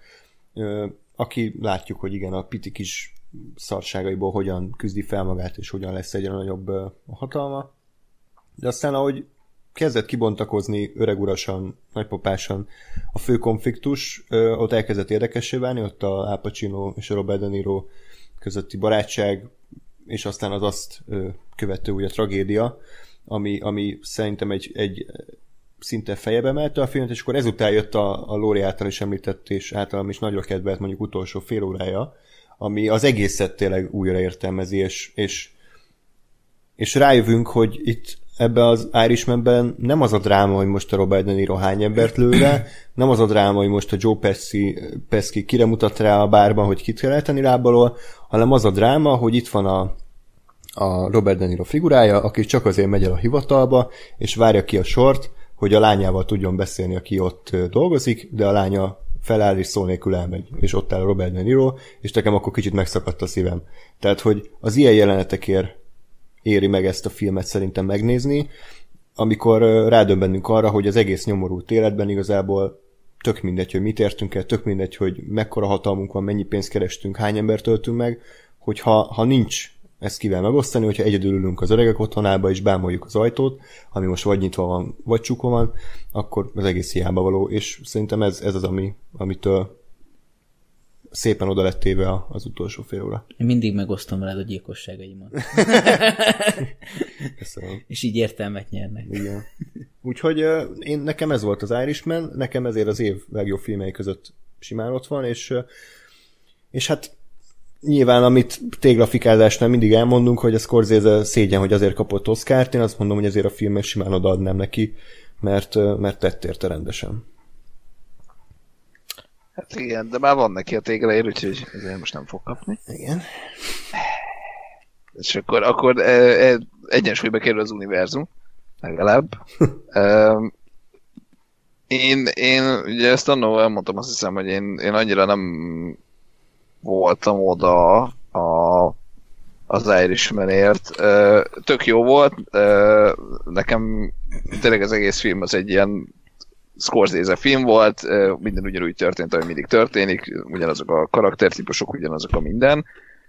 aki látjuk, hogy igen, a piti kis szarságaiból hogyan küzdi fel magát, és hogyan lesz egyre nagyobb hatalma. De aztán, ahogy kezdett kibontakozni öregurasan, nagypapásan a fő konfliktus, ott elkezdett érdekessé válni, ott a Al Pacino és a Robert De Niro közötti barátság, és aztán az azt követő ugye a tragédia, ami, ami szerintem egy, egy szinte fejebe emelte a filmet, és akkor ezután jött a, a Lóri által is említett, és általam is nagyra kedvelt mondjuk utolsó fél órája, ami az egészet tényleg újra értelmezi, és, és, és rájövünk, hogy itt ebben az Irishmanben nem az a dráma, hogy most a Robert De Niro hány embert lő le, nem az a dráma, hogy most a Joe Pesci, Pesci kire mutat rá a bárban, hogy kit kell eltenni lábalól, hanem az a dráma, hogy itt van a, a Robert De Niro figurája, aki csak azért megy el a hivatalba, és várja ki a sort, hogy a lányával tudjon beszélni, aki ott dolgozik, de a lánya feláll és szó nélkül elmegy, és ott áll Robert De Niro, és nekem akkor kicsit megszakadt a szívem. Tehát, hogy az ilyen jelenetekért éri meg ezt a filmet szerintem megnézni, amikor rádöbbenünk arra, hogy az egész nyomorult életben igazából tök mindegy, hogy mit értünk el, tök mindegy, hogy mekkora hatalmunk van, mennyi pénzt kerestünk, hány embert töltünk meg, hogyha ha nincs ezt kivel megosztani, hogyha egyedül ülünk az öregek otthonába és bámoljuk az ajtót, ami most vagy nyitva van, vagy csukva van, akkor az egész hiába való, és szerintem ez, ez az, ami, amitől szépen oda lett téve az utolsó fél óra. Én mindig megosztom veled a gyilkosságaimat. Köszönöm. És így értelmet nyernek. Igen. Úgyhogy uh, én, nekem ez volt az Irishman, nekem ezért az év legjobb filmei között simán ott van, és, és hát nyilván, amit téglafikázásnál mindig elmondunk, hogy a Scorsese szégyen, hogy azért kapott Oscart, én azt mondom, hogy azért a filmet simán odaadnám neki, mert, mert tett érte rendesen. Hát igen, de már van neki a téglaér, úgyhogy ezért most nem fog kapni. Igen. És akkor, akkor e, e, egyensúlyba kerül az univerzum, legalább. e, én, én ugye ezt annól elmondtam, azt hiszem, hogy én, én annyira nem voltam oda a, az Irishmanért. E, tök jó volt. E, nekem tényleg az egész film az egy ilyen Scorsese film volt, minden ugyanúgy történt, ahogy mindig történik, ugyanazok a karaktertípusok, ugyanazok a minden.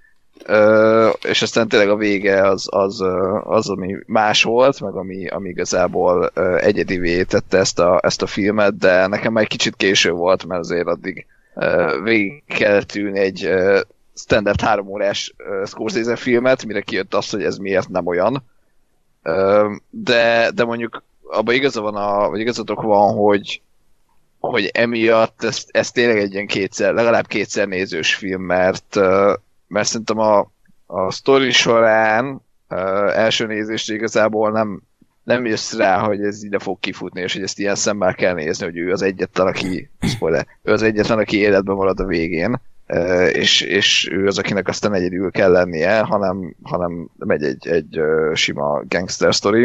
Uh, és aztán tényleg a vége az, az, az ami más volt, meg ami, ami igazából uh, egyedivé tette ezt a, ezt a filmet, de nekem már egy kicsit késő volt, mert azért addig uh, végig kell tűnni egy uh, standard három órás uh, Scorsese filmet, mire kijött az, hogy ez miért nem olyan. Uh, de, de mondjuk abban igaza van, a, vagy igazatok van, hogy, hogy emiatt ez, ez tényleg egy ilyen kétszer, legalább kétszer nézős film, mert uh, mert szerintem a, a sztori során uh, első nézésre igazából nem, nem jössz rá, hogy ez ide fog kifutni, és hogy ezt ilyen szemmel kell nézni, hogy ő az egyetlen, aki, spoiler, ő az egyetlen, aki életben marad a végén, uh, és, és ő az, akinek aztán egyedül kell lennie, hanem, hanem megy egy, egy uh, sima gangster sztori,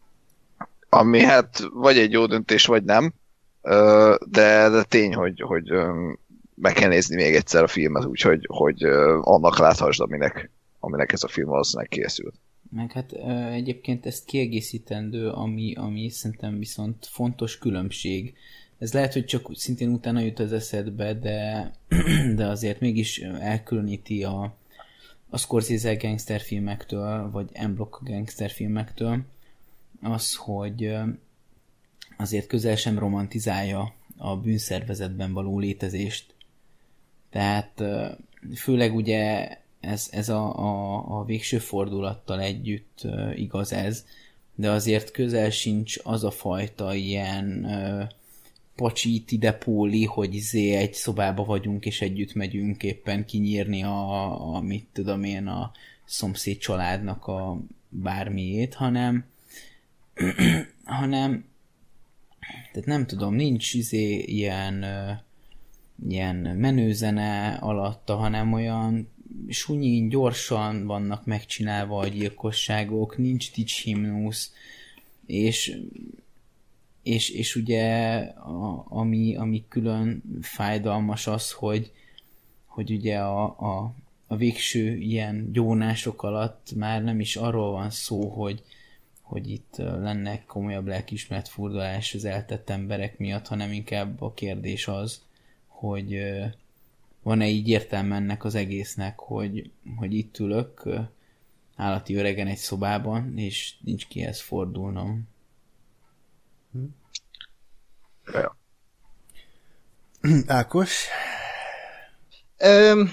ami hát vagy egy jó döntés, vagy nem, uh, de, de tény, hogy, hogy um, meg kell nézni még egyszer a filmet, úgyhogy hogy uh, annak láthasd, aminek, aminek ez a film valószínűleg készült. Meg hát uh, egyébként ezt kiegészítendő, ami, ami szerintem viszont fontos különbség. Ez lehet, hogy csak szintén utána jut az eszedbe, de, de azért mégis elkülöníti a, a Scorsese gangsterfilmektől, vagy M-block gangsterfilmektől az, hogy uh, azért közel sem romantizálja a bűnszervezetben való létezést. Tehát főleg ugye ez, ez a, a, a végső fordulattal együtt igaz ez, de azért közel sincs az a fajta ilyen pacsít ide póli, hogy izé egy szobába vagyunk és együtt megyünk éppen kinyírni a, a mit tudom én, a szomszéd családnak a bármiét, hanem hanem tehát nem tudom, nincs izé ilyen ilyen menőzene alatta, hanem olyan sunyin, gyorsan vannak megcsinálva a gyilkosságok, nincs dicshimnusz, és, és, és ugye a, ami, ami külön fájdalmas az, hogy, hogy ugye a, a, a végső ilyen gyónások alatt már nem is arról van szó, hogy, hogy itt lenne komolyabb lelkiismeretfurdalás az eltett emberek miatt, hanem inkább a kérdés az, hogy van-e így értelme ennek az egésznek, hogy, hogy itt ülök állati öregen egy szobában, és nincs kihez fordulnom. Ja. Ákos? Öm,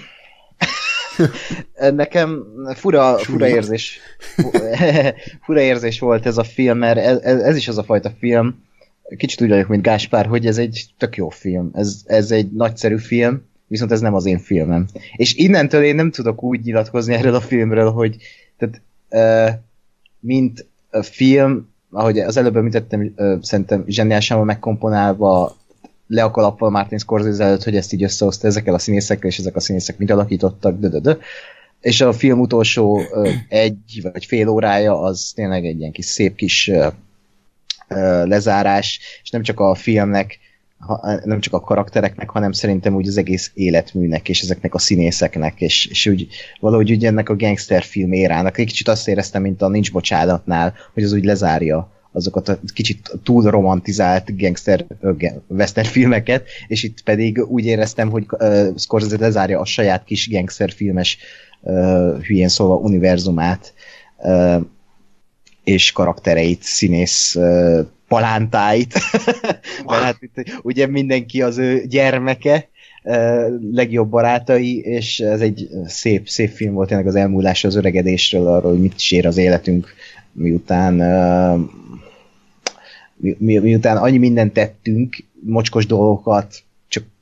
nekem fura, fura érzés fura érzés volt ez a film, mert ez, ez is az a fajta film, kicsit úgy vagyok, mint Gáspár, hogy ez egy tök jó film. Ez, ez egy nagyszerű film, viszont ez nem az én filmem. És innentől én nem tudok úgy nyilatkozni erről a filmről, hogy tehát, uh, mint a film, ahogy az előbb említettem, uh, szerintem zseniálisan van megkomponálva, le a kalappal Martin Scorsese előtt, hogy ezt így összehozta ezekkel a színészekkel, és ezek a színészek mit alakítottak, dödödö. És a film utolsó uh, egy vagy fél órája az tényleg egy ilyen kis szép kis uh, lezárás, és nem csak a filmnek, nem csak a karaktereknek, hanem szerintem úgy az egész életműnek, és ezeknek a színészeknek, és, és úgy valahogy úgy ennek a gangsterfilm érának. Egy kicsit azt éreztem, mint a Nincs bocsánatnál, hogy az úgy lezárja azokat a kicsit túl romantizált gangster western filmeket, és itt pedig úgy éreztem, hogy uh, Scorsese lezárja a saját kis gangster filmes uh, hülyén szólva univerzumát, uh, és karaktereit, színész uh, palántáit, mert hát itt ugye mindenki az ő gyermeke, uh, legjobb barátai, és ez egy szép, szép film volt tényleg az elmúlásra, az öregedésről, arról, hogy mit is ér az életünk, miután uh, mi, mi, miután annyi mindent tettünk, mocskos dolgokat, csak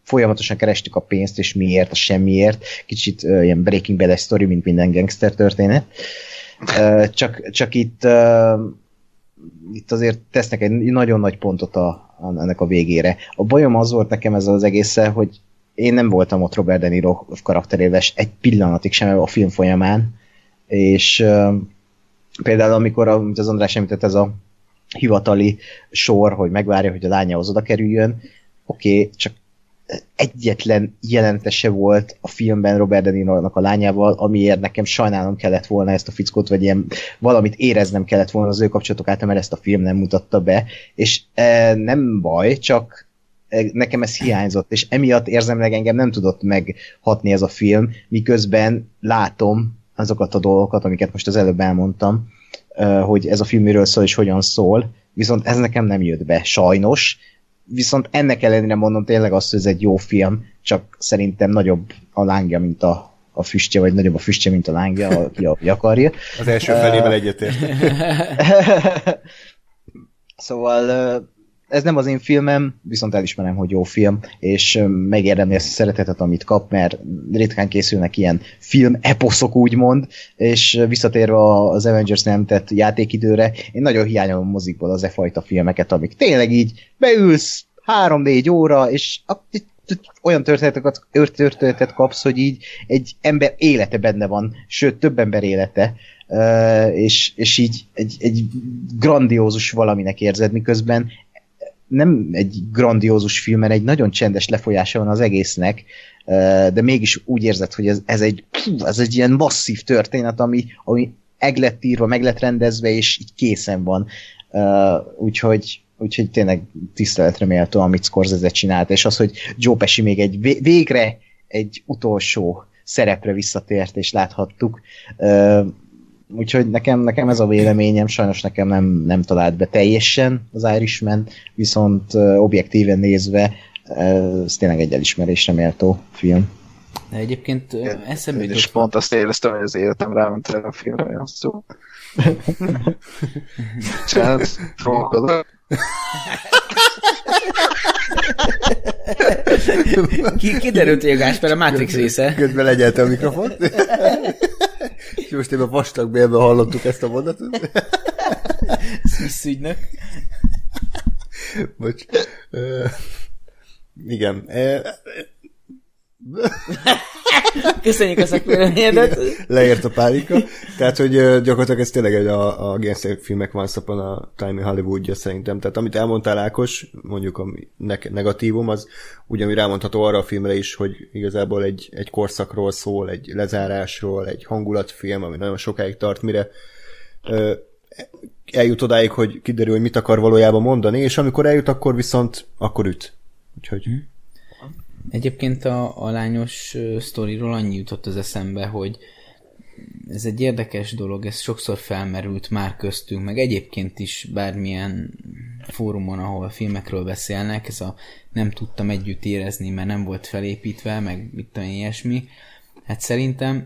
folyamatosan kerestük a pénzt, és miért, a semmiért. Kicsit uh, ilyen Breaking Bad-es sztori, mint minden gangster történet. Uh, csak, csak itt, uh, itt azért tesznek egy nagyon nagy pontot a, a, ennek a végére. A bajom az volt nekem ezzel az egésszel, hogy én nem voltam ott Robert De Niro karakterével egy pillanatig sem a film folyamán, és uh, például amikor, amit az András említett, ez a hivatali sor, hogy megvárja, hogy a lányához oda kerüljön, oké, okay, csak egyetlen jelentese volt a filmben Robert De Nironak a lányával, amiért nekem sajnálnom kellett volna ezt a fickót, vagy ilyen valamit éreznem kellett volna az ő kapcsolatok által, mert ezt a film nem mutatta be, és e, nem baj, csak nekem ez hiányzott, és emiatt érzemleg engem nem tudott meghatni ez a film, miközben látom azokat a dolgokat, amiket most az előbb elmondtam, hogy ez a film miről szól és hogyan szól, viszont ez nekem nem jött be, sajnos, viszont ennek ellenére mondom tényleg azt, hogy ez egy jó film, csak szerintem nagyobb a lángja, mint a, a füstje, vagy nagyobb a füstje, mint a lángja, aki, aki akarja. Az első felével egyetért. Szóval ez nem az én filmem, viszont elismerem, hogy jó film, és megérdemli ezt a szeretetet, amit kap, mert ritkán készülnek ilyen film eposzok, úgymond, és visszatérve az Avengers nem tett játékidőre, én nagyon hiányolom a mozikból az e fajta filmeket, amik tényleg így beülsz három-négy óra, és olyan történeteket, történetet kapsz, hogy így egy ember élete benne van, sőt, több ember élete, és, és így egy, egy grandiózus valaminek érzed, miközben nem egy grandiózus film, mert egy nagyon csendes lefolyása van az egésznek, de mégis úgy érzed, hogy ez, ez, egy, ez egy ilyen masszív történet, ami, ami meg lett írva, meg lett rendezve, és így készen van. Úgyhogy, úgyhogy tényleg tiszteletre méltó, amit Scorsese csinált, és az, hogy Joe Pesci még egy végre egy utolsó szerepre visszatért, és láthattuk. Úgyhogy nekem, nekem ez a véleményem, sajnos nekem nem, nem talált be teljesen az Irishman, viszont uh, objektíven nézve uh, ez tényleg egy elismerésre méltó film. De egyébként uh, eszembe jutott... És pont azt éreztem, hogy az életem ráment erre a filmre, olyan szó. Csánat, fogok Ki, kiderült, hogy a Gáspár a Matrix része. Közben legyelte a mikrofon. És most én a vastag bélben hallottuk ezt a mondatot. Smith ügynök. Bocs. Uh, igen. Uh, Köszönjük a szakvéleményedet. Leért a pálika. Tehát, hogy uh, gyakorlatilag ez tényleg egy a, a gangster filmek Once Upon a Time in Hollywoodja szerintem. Tehát amit elmondtál, Ákos, mondjuk a ne- negatívum, az ugyanúgy rámondható arra a filmre is, hogy igazából egy, egy korszakról szól, egy lezárásról, egy hangulatfilm, ami nagyon sokáig tart, mire uh, eljut odáig, hogy kiderül, hogy mit akar valójában mondani, és amikor eljut, akkor viszont akkor üt. Úgyhogy... Hmm. Egyébként a, a lányos uh, sztoriról annyi jutott az eszembe, hogy ez egy érdekes dolog, ez sokszor felmerült már köztünk, meg egyébként is bármilyen fórumon, ahol filmekről beszélnek, ez a nem tudtam együtt érezni, mert nem volt felépítve, meg mit tudom, ilyesmi. Hát szerintem,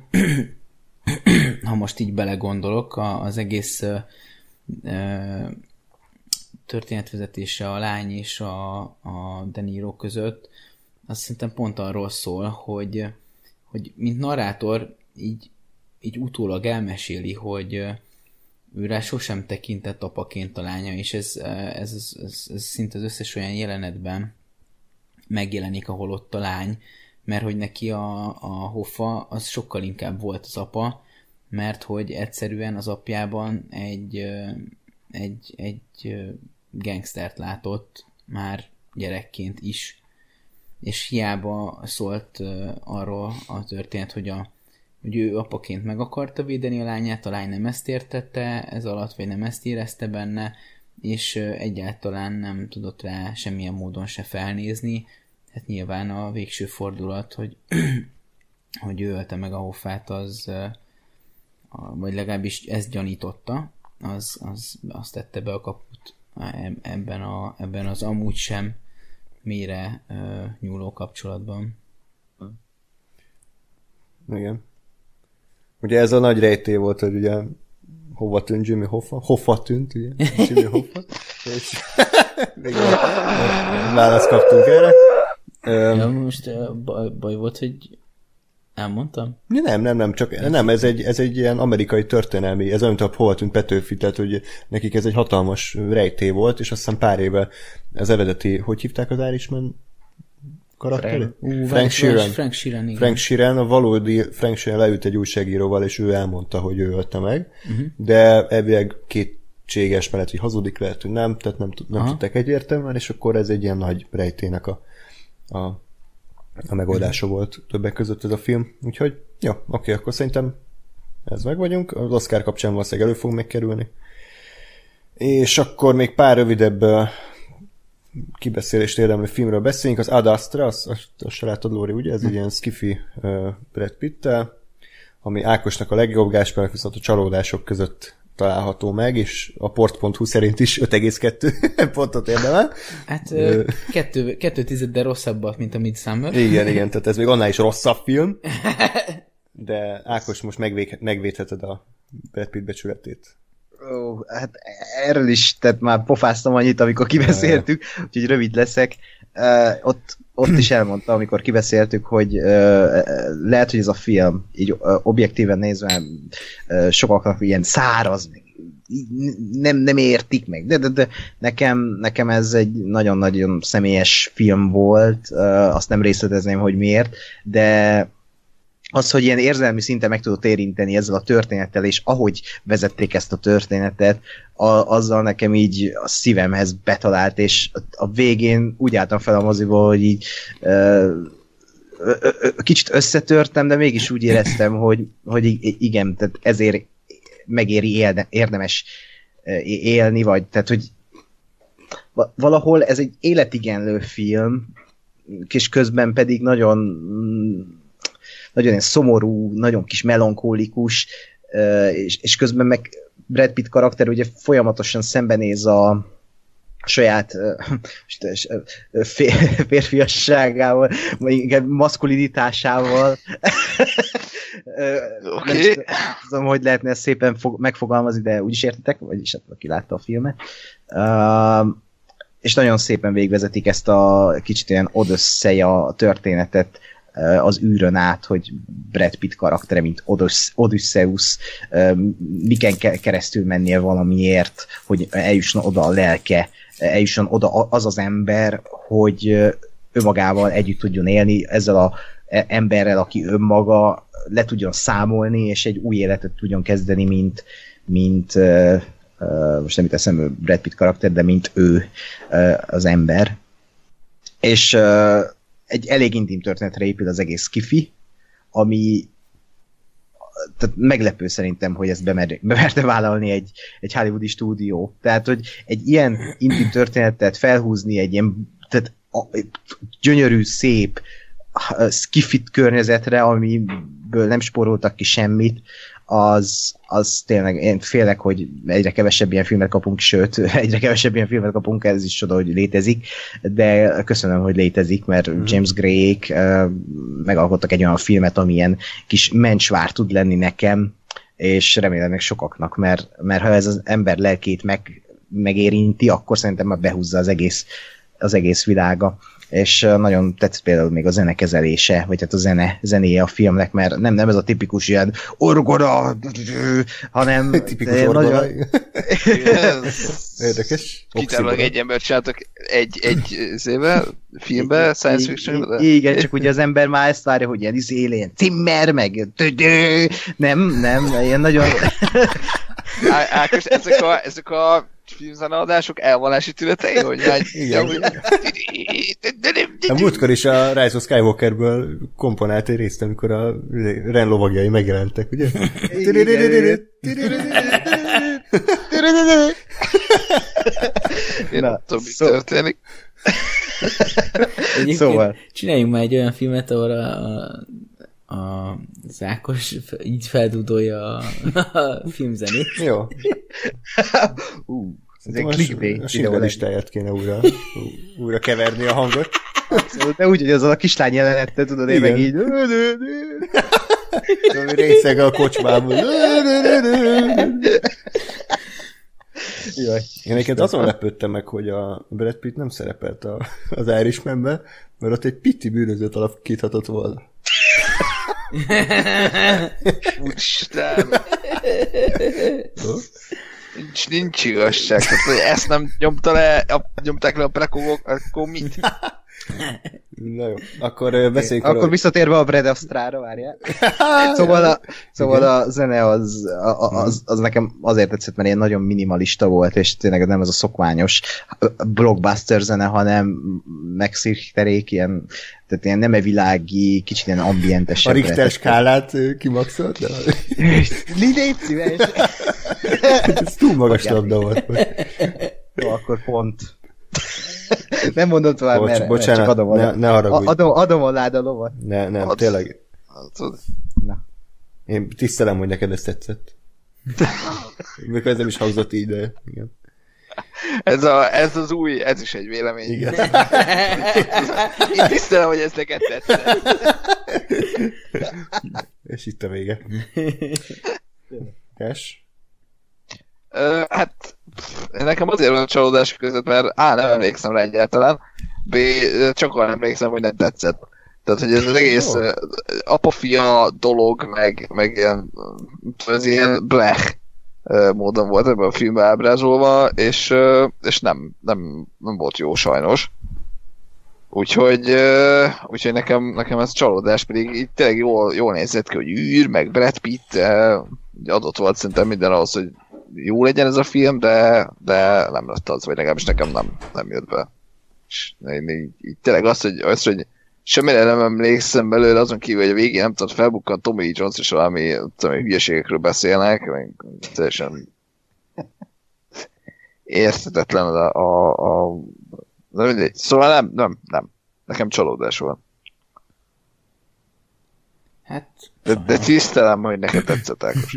ha most így belegondolok, az egész uh, uh, történetvezetése a lány és a, a De Niro között, azt szerintem pont arról szól, hogy, hogy mint narrátor így, így utólag elmeséli, hogy ő rá sosem tekintett apaként a lánya, és ez, ez, ez, ez, ez szinte az összes olyan jelenetben megjelenik, ahol ott a lány, mert hogy neki a, a Hoffa az sokkal inkább volt az apa, mert hogy egyszerűen az apjában egy, egy, egy gangstert látott már gyerekként is, és hiába szólt uh, arról a történet, hogy, a, hogy ő apaként meg akarta védeni a lányát, a lány nem ezt értette ez alatt, vagy nem ezt érezte benne, és uh, egyáltalán nem tudott rá semmilyen módon se felnézni. Hát nyilván a végső fordulat, hogy, hogy ő ölte meg a Hoffát, az, uh, a, vagy legalábbis ezt gyanította, az, az, az tette be a kaput ebben, a, ebben az amúgy sem mélyre uh, nyúló kapcsolatban. Igen. Ugye ez a nagy rejtély volt, hogy ugye hova tűnt Jimmy Hoffa? Hoffa tűnt, ugye? Jimmy Hoffa. És választ kaptunk erre. Ja, most baj, baj volt, hogy elmondtam? Nem, nem, nem, csak nem, ez egy, ez egy ilyen amerikai történelmi, ez olyan, mint a Hol tűnt Petőfi, tehát hogy nekik ez egy hatalmas rejtély volt, és azt hiszem pár éve az eredeti, hogy hívták az Irishman karakterét? Frank, Frank Sheeran. Frank Sheeran, igen. Frank Sheeran, a valódi Frank Sheeran leült egy újságíróval, és ő elmondta, hogy ő ölte meg, uh-huh. de elvileg kétséges, mert hogy hazudik, lehet, hogy nem, tehát nem, nem tudták egyértelműen, és akkor ez egy ilyen nagy rejtélynek a, a, a megoldása uh-huh. volt többek között ez a film. Úgyhogy, jó, oké, akkor szerintem ez meg vagyunk. Az Oscar kapcsán valószínűleg elő fog megkerülni. És akkor még pár rövidebb kibeszélést érdemlő filmről beszéljünk, az Ad Astra, azt, azt se látod, Lóri, ugye? Ez hm. egy ilyen skifi uh, Brad Pitt-tel, ami Ákosnak a legjobb, Gáspárnak viszont a Csalódások között található meg, és a port pont hu szerint is öt egész kettő pontot érdemel. Hát uh, kettő, kettő tizeddel rosszabbat, mint a Midsommar. Igen, igen, tehát ez még annál is rosszabb film, de Ákos, most megvé- megvédheted a Brad Pitt becsületét. Ó, hát erről is, tehát már pofáztam annyit, amikor kibeszéltük, úgyhogy rövid leszek. Uh, ott, ott is elmondta, amikor kibeszéltük, hogy uh, lehet, hogy ez a film így uh, objektíven nézve uh, sokaknak ilyen száraz, nem, nem értik meg, de, de, de nekem, nekem ez egy nagyon-nagyon személyes film volt, uh, azt nem részletezném, hogy miért, de az, hogy ilyen érzelmi szinten meg tudott érinteni ezzel a történettel, és ahogy vezették ezt a történetet, a, azzal nekem így a szívemhez betalált, és a végén úgy álltam fel a moziból, hogy így ö, ö, ö, kicsit összetörtem, de mégis úgy éreztem, hogy, hogy igen, tehát ezért megéri élne, érdemes élni, vagy tehát, hogy valahol ez egy életigenlő film, és közben pedig nagyon nagyon ilyen szomorú, nagyon kis melankólikus, és, és közben meg Brad Pitt karakter ugye folyamatosan szembenéz a saját férfiasságával, vagy inkább maszkulinitásával. Okay. Nem tudom, hogy lehetne ezt szépen fog, megfogalmazni, de úgyis értitek, vagyis aki látta a filmet. Uh, és nagyon szépen végigvezetik ezt a kicsit ilyen Odüsszeia történetet az űrön át, hogy Brad Pitt karaktere, mint Odysseus, miken keresztül mennie valamiért, hogy eljusson oda a lelke, eljusson oda az az ember, hogy önmagával együtt tudjon élni, ezzel az emberrel, aki önmaga, le tudjon számolni, és egy új életet tudjon kezdeni, mint, mint most nem jut eszembe Brad Pitt karakter, de mint ő az ember. És egy elég intim történetre épül az egész skifi, ami tehát meglepő szerintem, hogy ezt bemer, bemerte vállalni egy, egy hollywoodi stúdió. Tehát, hogy egy ilyen intim történetet felhúzni egy ilyen tehát a, gyönyörű, szép skifit környezetre, amiből nem spóroltak ki semmit, az, az tényleg, én félek, hogy egyre kevesebb ilyen filmet kapunk, sőt, egyre kevesebb ilyen filmet kapunk, ez is csoda, hogy létezik, de köszönöm, hogy létezik, mert mm. James Gray-ék uh, megalkottak egy olyan filmet, ami ilyen kis mencsvár tud lenni nekem, és remélem meg sokaknak, mert, mert ha ez az ember lelkét meg, megérinti, akkor szerintem már behúzza az egész, az egész világa. És nagyon tetszett például még a zenekezelése, vagy hát a zene, zenéje a filmnek, mert nem, nem ez a tipikus ilyen orgona, hanem tipikus orgona. Nagyon... Érdekes. Kitárólag egy embert csináltak egy, egy szével, filmbe, science fiction. Igen, csak ugye az ember már ezt várja, hogy ilyen izél, ilyen Zimmer, meg nem, nem, ilyen nagyon... Ákos, ezek a, ezek a filmzeneadások elvallási tületei, hogy egy... Igen. A múltkor is a Rise of Skywalkerből komponált egy részt, amikor a Ren lovagjai megjelentek, ugye? Én nem tudom, mi történik. Szóval. Csináljunk már egy olyan filmet, ahol a, a, a Ákos így feldúdolja a, a filmzenét. Jó. Uh. Ez egy clickbait. A Schindler listáját kéne újra, újra keverni a hangot. Abszolút, de úgy, hogy az a kislány jelenette, tudod, én meg így... Részeg a kocsmában. Jaj. Én egyébként azon lepődtem meg, hogy a Brad Pitt nem szerepelt a, az Irishmanbe, mert ott egy pitti bűnözőt alakíthatott volna. Úristen! Nincs, nincs igazság. Tehát, ezt nem nyomta le, nyomták le a prekogok, akkor mit? Na jó, akkor beszéljünk. Akkor visszatérve a Brad Astrára, várjál. Szóval a, szóval a zene az, az, az nekem azért tetszett, mert ilyen nagyon minimalista volt, és tényleg nem ez a szokványos blockbuster zene, hanem megszirterék, ilyen, tehát ilyen nemevilági, kicsit ilyen ambientesebb. A Richter skálát kimaxolt? Légy szíves! Ez túl magas labda volt. Jó, akkor pont. Nem mondom tovább, Bocs, mert, bocsánat, mert csak adom, ne, ne haragudj. Adom, adom alád a lovat. Ne, nem, Ad, tényleg. Adod. Na. Én tisztelem, hogy neked ez tetszett. Mikor ez nem is hangzott így, de igen. Ez, a, ez az új, ez is egy vélemény. Igen. Én tisztelem, hogy ez neked tetszett. És itt a vége. Cash? Uh, hát pff, nekem azért van a csalódás között, mert A. nem emlékszem rá egyáltalán, B. csak arra emlékszem, hogy nem tetszett. Tehát, hogy ez az egész uh, apa-fia dolog, meg, meg ilyen, ez ilyen blech uh, módon volt ebben a filmben ábrázolva, és, uh, és nem, nem, nem volt jó sajnos. Úgyhogy, uh, úgyhogy nekem, nekem ez csalódás, pedig így tényleg jól, jól nézett ki, hogy űr, meg Brad Pitt, uh, adott volt szerintem minden ahhoz, hogy jó legyen ez a film, de, de nem lett az, vagy legalábbis nekem nem, nem jött be. És így, így, így tényleg az, hogy, az, hogy semmire nem emlékszem belőle, azon kívül, hogy a végén nem tudod, felbukkan Tommy Jones, és valami tudom, hülyeségekről beszélnek, meg teljesen érthetetlen a, a, a de mindegy. Szóval nem, nem, nem. Nekem csalódás volt. Hát... De, de tisztelem, hogy neked tetszett, Ákos.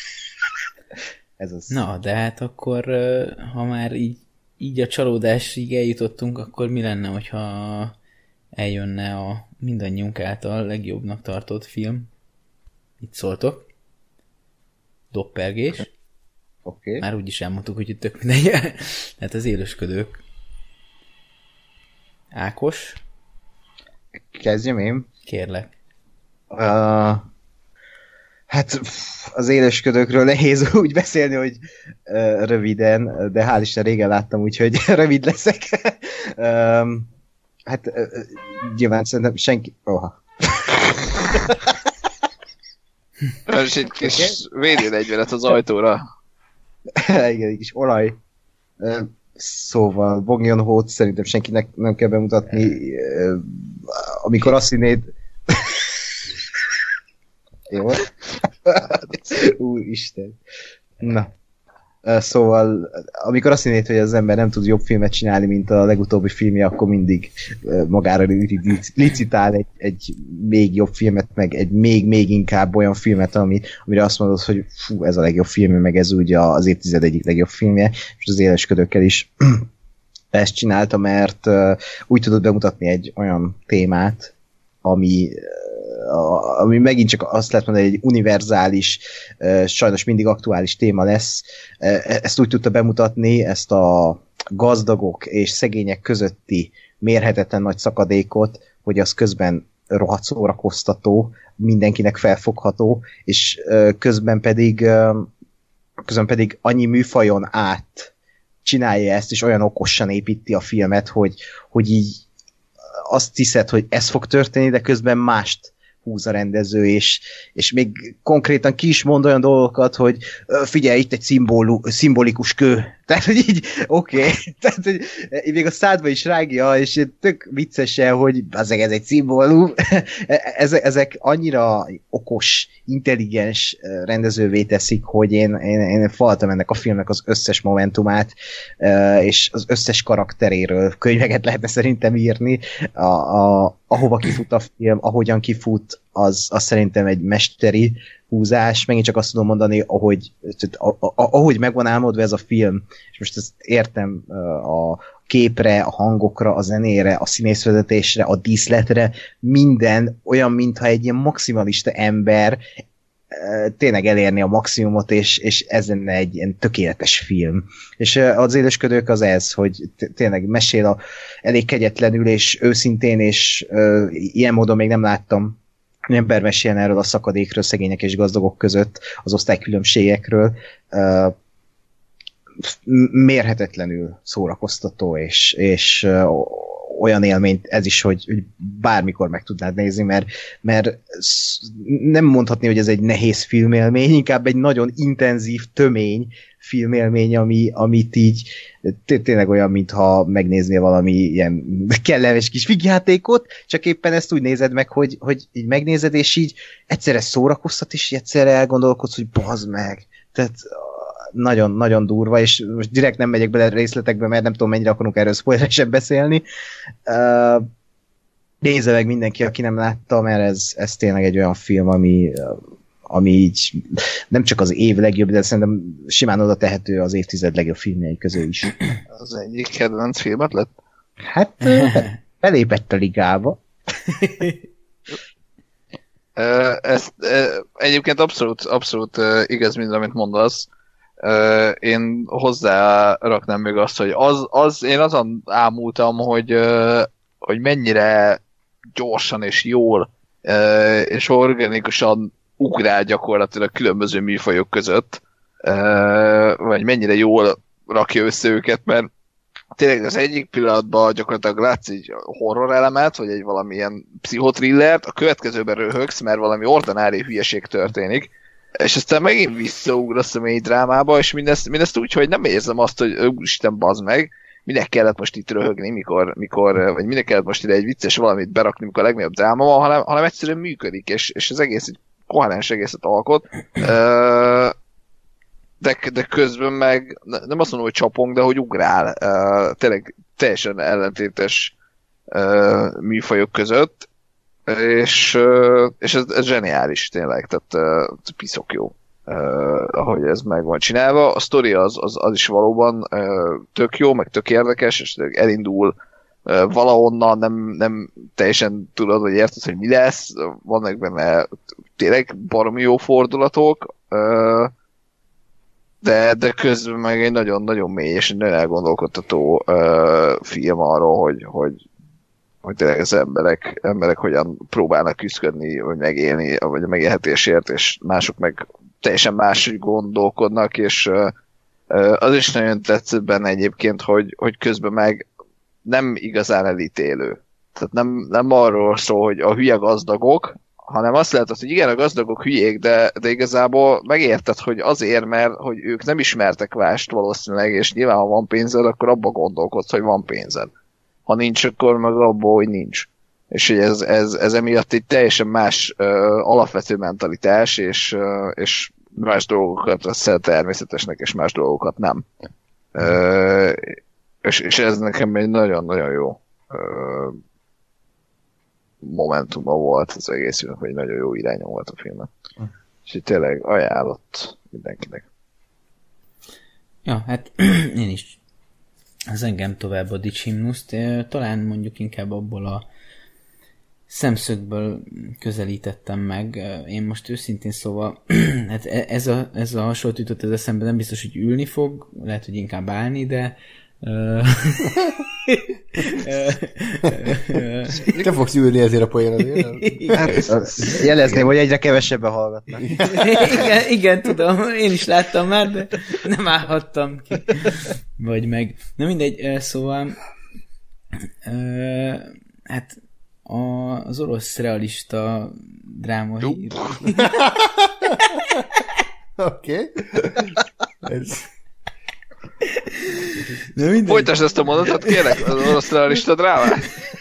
Ez az. Na, de hát akkor, ha már így, így a csalódásig eljutottunk, akkor mi lenne, hogyha eljönne a mindannyiunk által legjobbnak tartott film? Itt szóltok. Doppergés. Oké. Okay. Már úgyis elmondtuk, hogy itt tök mindegy. Tehát az élősködők. Ákos? Kezdjem én? Kérlek. Uh, hát az élősködőkről nehéz úgy beszélni, hogy uh, röviden, de hál' Isten régen láttam, úgyhogy rövid leszek. um, hát uh, nyilván szerintem senki... Oha. És egy kis védőnegyvenet az ajtóra. Igen, egy kis olaj. Uh, Szóval Bong Joon-ho szerintem senkinek nem kell bemutatni, amikor azt hinnéd... Jó? Úristen. Na. Szóval, amikor azt hinnéd, hogy az ember nem tud jobb filmet csinálni, mint a legutóbbi filmje, akkor mindig magára licitál egy, egy még jobb filmet, meg egy még-még inkább olyan filmet, ami, amire azt mondod, hogy fú, ez a legjobb filmje, meg ez ugye az évtized egyik legjobb filmje, és az élősködőkkel is ezt csinálta, mert úgy tudod bemutatni egy olyan témát, ami ami megint csak azt lehet mondani, egy univerzális, sajnos mindig aktuális téma lesz. Ezt úgy tudta bemutatni, ezt a gazdagok és szegények közötti mérhetetlen nagy szakadékot, hogy az közben rohadt szórakoztató, mindenkinek felfogható, és közben pedig, közben pedig annyi műfajon át csinálja ezt, és olyan okosan építi a filmet, hogy, hogy így azt hiszed, hogy ez fog történni, de közben mást húz a rendező, és, és még konkrétan ki is mond olyan dolgokat, hogy figyelj, itt egy szimbólú, szimbolikus kő. Tehát, hogy így, oké. Okay. Tehát, hogy még a szádba is rágja, és tök viccesen, hogy azért ez egy szimbólum. Ezek, ezek annyira okos, intelligens rendezővé teszik, hogy én, én, én faltam ennek a filmnek az összes momentumát, és az összes karakteréről könyveket lehetne szerintem írni. A, a, ahova kifut a film, ahogyan kifut, az, az szerintem egy mesteri húzás. Megint csak azt tudom mondani, ahogy, ahogy meg van álmodva ez a film, és most ezt értem a képre, a hangokra, a zenére, a színészvezetésre, a díszletre, minden olyan, mintha egy ilyen maximalista ember tényleg elérni a maximumot, és, és ez lenne egy ilyen tökéletes film. És az Élősködők az ez, hogy tényleg mesél a, elég kegyetlenül, és őszintén, és uh, ilyen módon még nem láttam ember mesélni erről a szakadékről, szegények és gazdagok között, az osztálykülönbségekről. Uh, mérhetetlenül szórakoztató, és, és uh, olyan élményt ez is, hogy, hogy bármikor meg tudnád nézni, mert, mert nem mondhatni, hogy ez egy nehéz filmélmény, inkább egy nagyon intenzív, tömény filmélmény, ami, amit így tényleg olyan, mintha megnéznél valami ilyen kellemes kis vígjátékot, csak éppen ezt úgy nézed meg, hogy, hogy így megnézed, és így egyszerre szórakoztat, és egyszerre elgondolkodsz, hogy bazd meg. Tehát nagyon-nagyon durva, és most direkt nem megyek bele részletekbe, mert nem tudom, mennyire akarunk erről spoileresen beszélni. Uh, nézze meg mindenki, aki nem látta, mert ez, ez tényleg egy olyan film, ami, ami így nem csak az év legjobb, de szerintem simán oda tehető az évtized legjobb filmjei közül is. Az egyik kedvenc filmet lett? Hát belépett a ligába. Ez egyébként abszolút, abszolút igaz mind, amit mondasz. Uh, én hozzá raknám még azt, hogy az, az, én azon ámultam, hogy, uh, hogy mennyire gyorsan és jól uh, és organikusan ugrál gyakorlatilag különböző műfajok között, uh, vagy mennyire jól rakja össze őket, mert tényleg az egyik pillanatban gyakorlatilag látsz egy horror elemet, vagy egy valamilyen pszichotrillert, a következőben röhögsz, mert valami ordinári hülyeség történik, és aztán megint visszaugrasz a mély drámába, és mindezt, mindezt úgy, hogy nem érzem azt, hogy úristen, bazd meg, minek kellett most itt röhögni, mikor, mikor, vagy minek kellett most ide egy vicces valamit berakni, mikor a legnagyobb dráma van, hanem, hanem egyszerűen működik, és, és az egész egy koherens egészet alkot. De, de közben meg nem azt mondom, hogy csapong, de hogy ugrál. Tényleg teljesen ellentétes műfajok között. És, és ez, ez zseniális tényleg, tehát uh, piszok jó, uh, ahogy ez meg van csinálva. A sztori az, az, az is valóban uh, tök jó, meg tök érdekes, és elindul uh, valahonnan, nem, nem teljesen tudod, vagy érted, hogy mi lesz, vannak benne tényleg baromi jó fordulatok, uh, de, de közben meg egy nagyon-nagyon mély és nagyon elgondolkodtató uh, film arról, hogy, hogy hogy tényleg az emberek, emberek hogyan próbálnak küzdködni, vagy megélni, vagy a megélhetésért, és mások meg teljesen máshogy gondolkodnak, és az is nagyon tetszett benne egyébként, hogy, hogy közben meg nem igazán elítélő. Tehát nem, nem arról szól, hogy a hülye gazdagok, hanem azt lehet, hogy igen, a gazdagok hülyék, de, de igazából megérted, hogy azért, mert hogy ők nem ismertek mást valószínűleg, és nyilván ha van pénzed, akkor abba gondolkodsz, hogy van pénzed. Ha nincs, akkor meg abból, hogy nincs. És hogy ez, ez, ez emiatt egy teljesen más uh, alapvető mentalitás, és, uh, és más dolgokat azt természetesnek, és más dolgokat nem. Uh, és, és ez nekem egy nagyon-nagyon jó uh, momentuma volt az egész filmnek, hogy nagyon jó iránya volt a filmnek. És így tényleg ajánlott mindenkinek. Ja, hát én is az engem tovább a dicsimnuszt, talán mondjuk inkább abból a szemszögből közelítettem meg. Én most őszintén szóval, hát ez a, ez a hasonlót jutott az eszembe, nem biztos, hogy ülni fog, lehet, hogy inkább állni, de te fogsz ülni ezért a poénodért. Hát, jelezném, hogy egyre kevesebben hallgatnak. igen, igen, tudom, én is láttam már, de nem állhattam ki. Vagy meg. Na mindegy, szóval hát az orosz realista dráma hír. Oké. Ez... Folytasd ezt a mondatot, kérlek, az orosz realista drámát.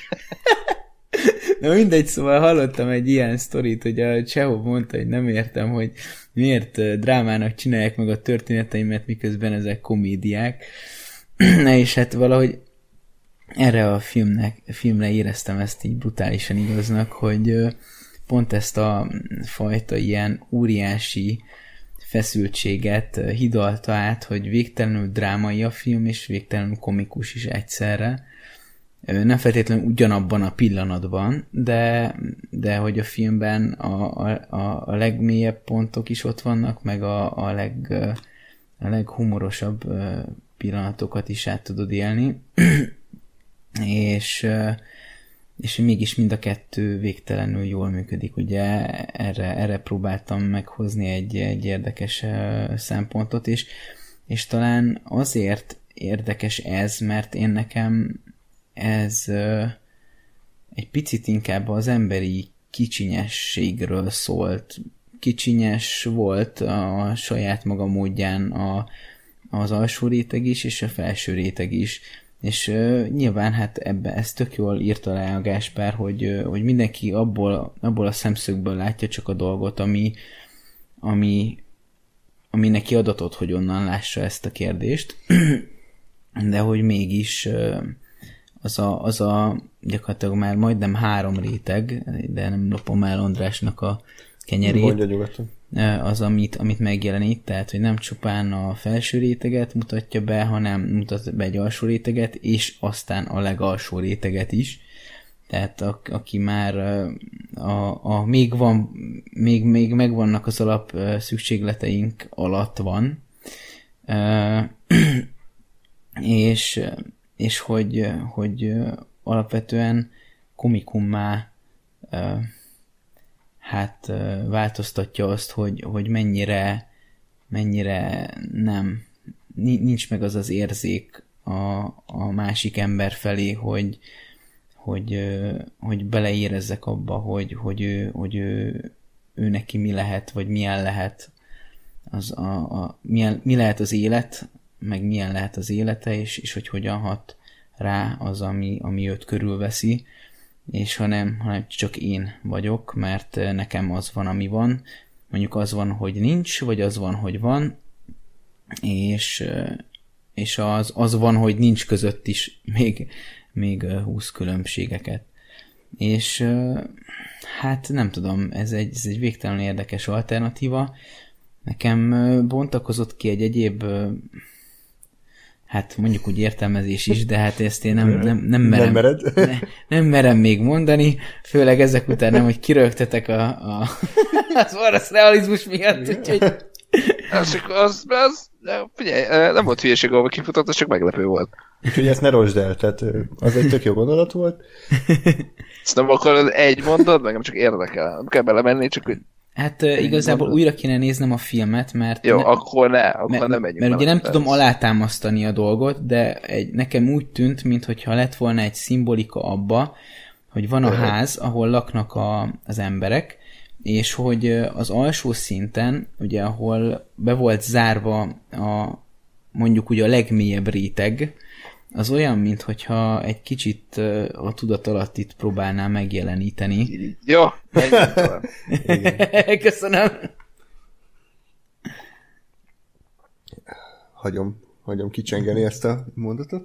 Na mindegy, szóval hallottam egy ilyen sztorit, hogy a Csehov mondta, hogy nem értem, hogy miért drámának csinálják meg a történeteimet, miközben ezek komédiák. Na és hát valahogy erre a filmnek, filmre éreztem ezt így brutálisan igaznak, hogy pont ezt a fajta ilyen óriási feszültséget hidalta át, hogy végtelenül drámai a film, és végtelenül komikus is egyszerre. nem feltétlenül ugyanabban a pillanatban, de, de hogy a filmben a, a, a legmélyebb pontok is ott vannak, meg a, a, leg, a leghumorosabb pillanatokat is át tudod élni, és, és mégis mind a kettő végtelenül jól működik. Ugye erre, erre próbáltam meghozni egy, egy érdekes szempontot, és, és talán azért érdekes ez, mert én nekem ez uh, egy picit inkább az emberi kicsinyességről szólt. Kicsinyes volt a saját maga módján a, az alsó réteg is, és a felső réteg is. És uh, nyilván hát ebbe ezt tök jól írta le a Gáspár, hogy, uh, hogy mindenki abból, abból a szemszögből látja csak a dolgot, ami, ami, ami neki adatot, hogy onnan lássa ezt a kérdést. De hogy mégis uh, az a, az a gyakorlatilag már majdnem három réteg, de nem lopom el Andrásnak a kenyerét, az, amit, amit megjelenít, tehát, hogy nem csupán a felső réteget mutatja be, hanem mutat be egy alsó réteget, és aztán a legalsó réteget is. Tehát a, aki már a, a, még, van, még, még megvannak az alap szükségleteink alatt van, és és hogy, hogy alapvetően komikummá hát változtatja azt, hogy, hogy mennyire, mennyire nem, nincs meg az az érzék a, a másik ember felé, hogy, hogy, hogy beleérezzek abba, hogy, hogy, ő, hogy ő, ő neki mi lehet, vagy milyen lehet, az a, a, milyen, mi lehet az élet, meg milyen lehet az élete, és, és hogy hogyan hat rá az, ami, ami őt körülveszi, és ha nem, hanem csak én vagyok, mert nekem az van, ami van. Mondjuk az van, hogy nincs, vagy az van, hogy van, és, és az, az van, hogy nincs között is még, még húsz különbségeket. És hát nem tudom, ez egy, ez egy végtelenül érdekes alternatíva. Nekem bontakozott ki egy egyéb, hát mondjuk úgy értelmezés is, de hát ezt én nem, nem, nem merem, nem, ne, nem merem még mondani, főleg ezek után nem, hogy kirögtetek a, a az orrasz realizmus miatt, úgyhogy... Az, az, az, figyelj, nem volt hülyeség, ahol kifutott, az csak meglepő volt. Úgyhogy ezt ne rosd el, tehát az egy tök jó gondolat volt. Ezt nem akarod egy mondat, meg nem csak érdekel, nem kell belemenni, csak hogy... Hát uh, igazából mondat. Újra kéne néznem a filmet, mert... Jó, ne, akkor ne, akkor mert, nem menjünk. Mert ugye nem tudom alátámasztani a dolgot, de egy, nekem úgy tűnt, mintha lett volna egy szimbolika abba, hogy van a ház, ahol laknak a, az emberek, és hogy az alsó szinten, ugye ahol be volt zárva a, mondjuk ugye a legmélyebb réteg, az olyan, mintha egy kicsit a tudatalattit próbálná megjeleníteni. Jó, köszönöm. Hagyom, hagyom kicsengeni ezt a mondatot.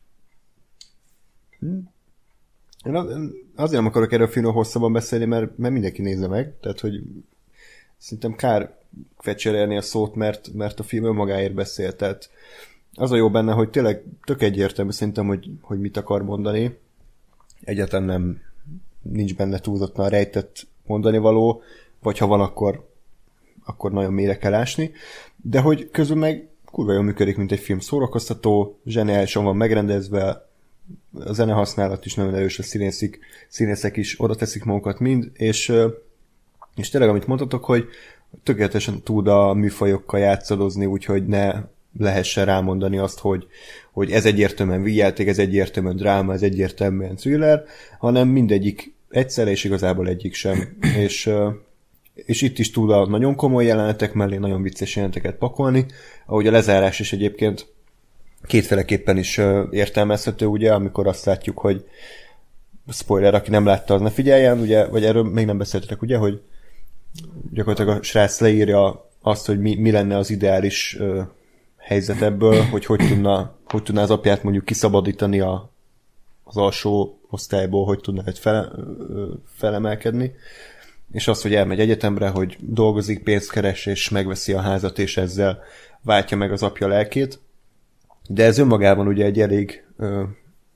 Hm. Én azért nem akarok erről a filmről hosszabban beszélni, mert, mert mindenki nézze meg, tehát hogy szerintem kár fecserélni a szót, mert, mert a film önmagáért beszél, tehát az a jó benne, hogy tényleg tök egyértelmű szerintem, hogy, hogy mit akar mondani. Egyáltalán nem nincs benne túlzottan rejtett mondani való, vagy ha van, akkor, akkor nagyon mélyre kell ásni. De hogy közül meg kurva jól működik, mint egy film, szórakoztató, zseniálisan van megrendezve, a zenehasználat is nagyon erős, a színészek, színészek is oda teszik magukat mind, és, és tényleg, amit mondhatok, hogy tökéletesen tud a műfajokkal játszadozni, úgyhogy ne lehessen rámondani azt, hogy, hogy ez egyértelműen vígjáték, ez egyértelműen dráma, ez egyértelműen thriller, hanem mindegyik egyszerre, és igazából egyik sem. És, és itt is tud a nagyon komoly jelenetek mellé nagyon vicces jeleneteket pakolni, ahogy a lezárás is egyébként kétféleképpen is értelmezhető, ugye, amikor azt látjuk, hogy spoiler, aki nem látta, az ne figyeljen, ugye, vagy erről még nem beszéltetek, ugye, hogy gyakorlatilag a srác leírja azt, hogy mi, mi lenne az ideális uh, helyzet ebből, hogy hogy tudna, hogy tudná az apját mondjuk kiszabadítani a, az alsó osztályból, hogy tudna egy fele, uh, felemelkedni, és az, hogy elmegy egyetemre, hogy dolgozik, pénzt keres, és megveszi a házat, és ezzel váltja meg az apja lelkét. De ez önmagában ugye egy elég ö,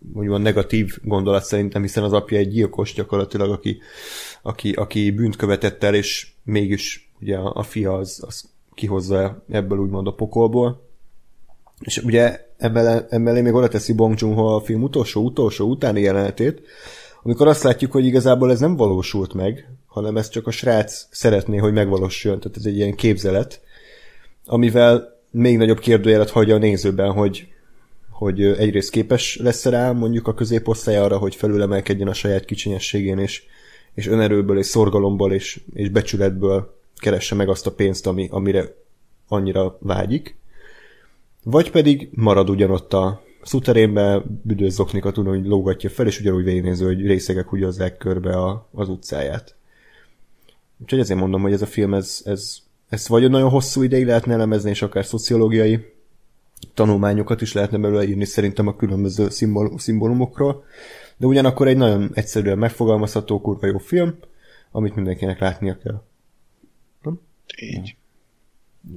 mondjuk negatív gondolat szerintem, hiszen az apja egy gyilkos gyakorlatilag, aki, aki, aki bűnt követett el, és mégis ugye a, a fia az, az kihozza ebből úgymond a pokolból. És ugye ebből, ebből még oda teszi Bong Joon-ho a film utolsó-utolsó utáni jelenetét, amikor azt látjuk, hogy igazából ez nem valósult meg, hanem ez csak a srác szeretné, hogy megvalósuljon, tehát ez egy ilyen képzelet, amivel még nagyobb kérdőjelet hagyja a nézőben, hogy, hogy egyrészt képes lesz rá mondjuk a középosztály arra, hogy felülemelkedjen a saját kicsinyességén, és, és önerőből, és szorgalomból, és, és becsületből keresse meg azt a pénzt, ami, amire annyira vágyik. Vagy pedig marad ugyanott a szuterénbe, büdös zoknikat ugyanúgy lógatja fel, és ugyanúgy végignéző, hogy részegek húgyozzák körbe a, az utcáját. Úgyhogy ezért mondom, hogy ez a film, ez, ez, ez vagy nagyon hosszú ideig lehetne elemezni, és akár szociológiai tanulmányokat is lehetne belőle írni szerintem a különböző szimbol, szimbólumokról, de ugyanakkor egy nagyon egyszerűen megfogalmazható, kurva jó film, amit mindenkinek látnia kell. Nem? Így. Ja.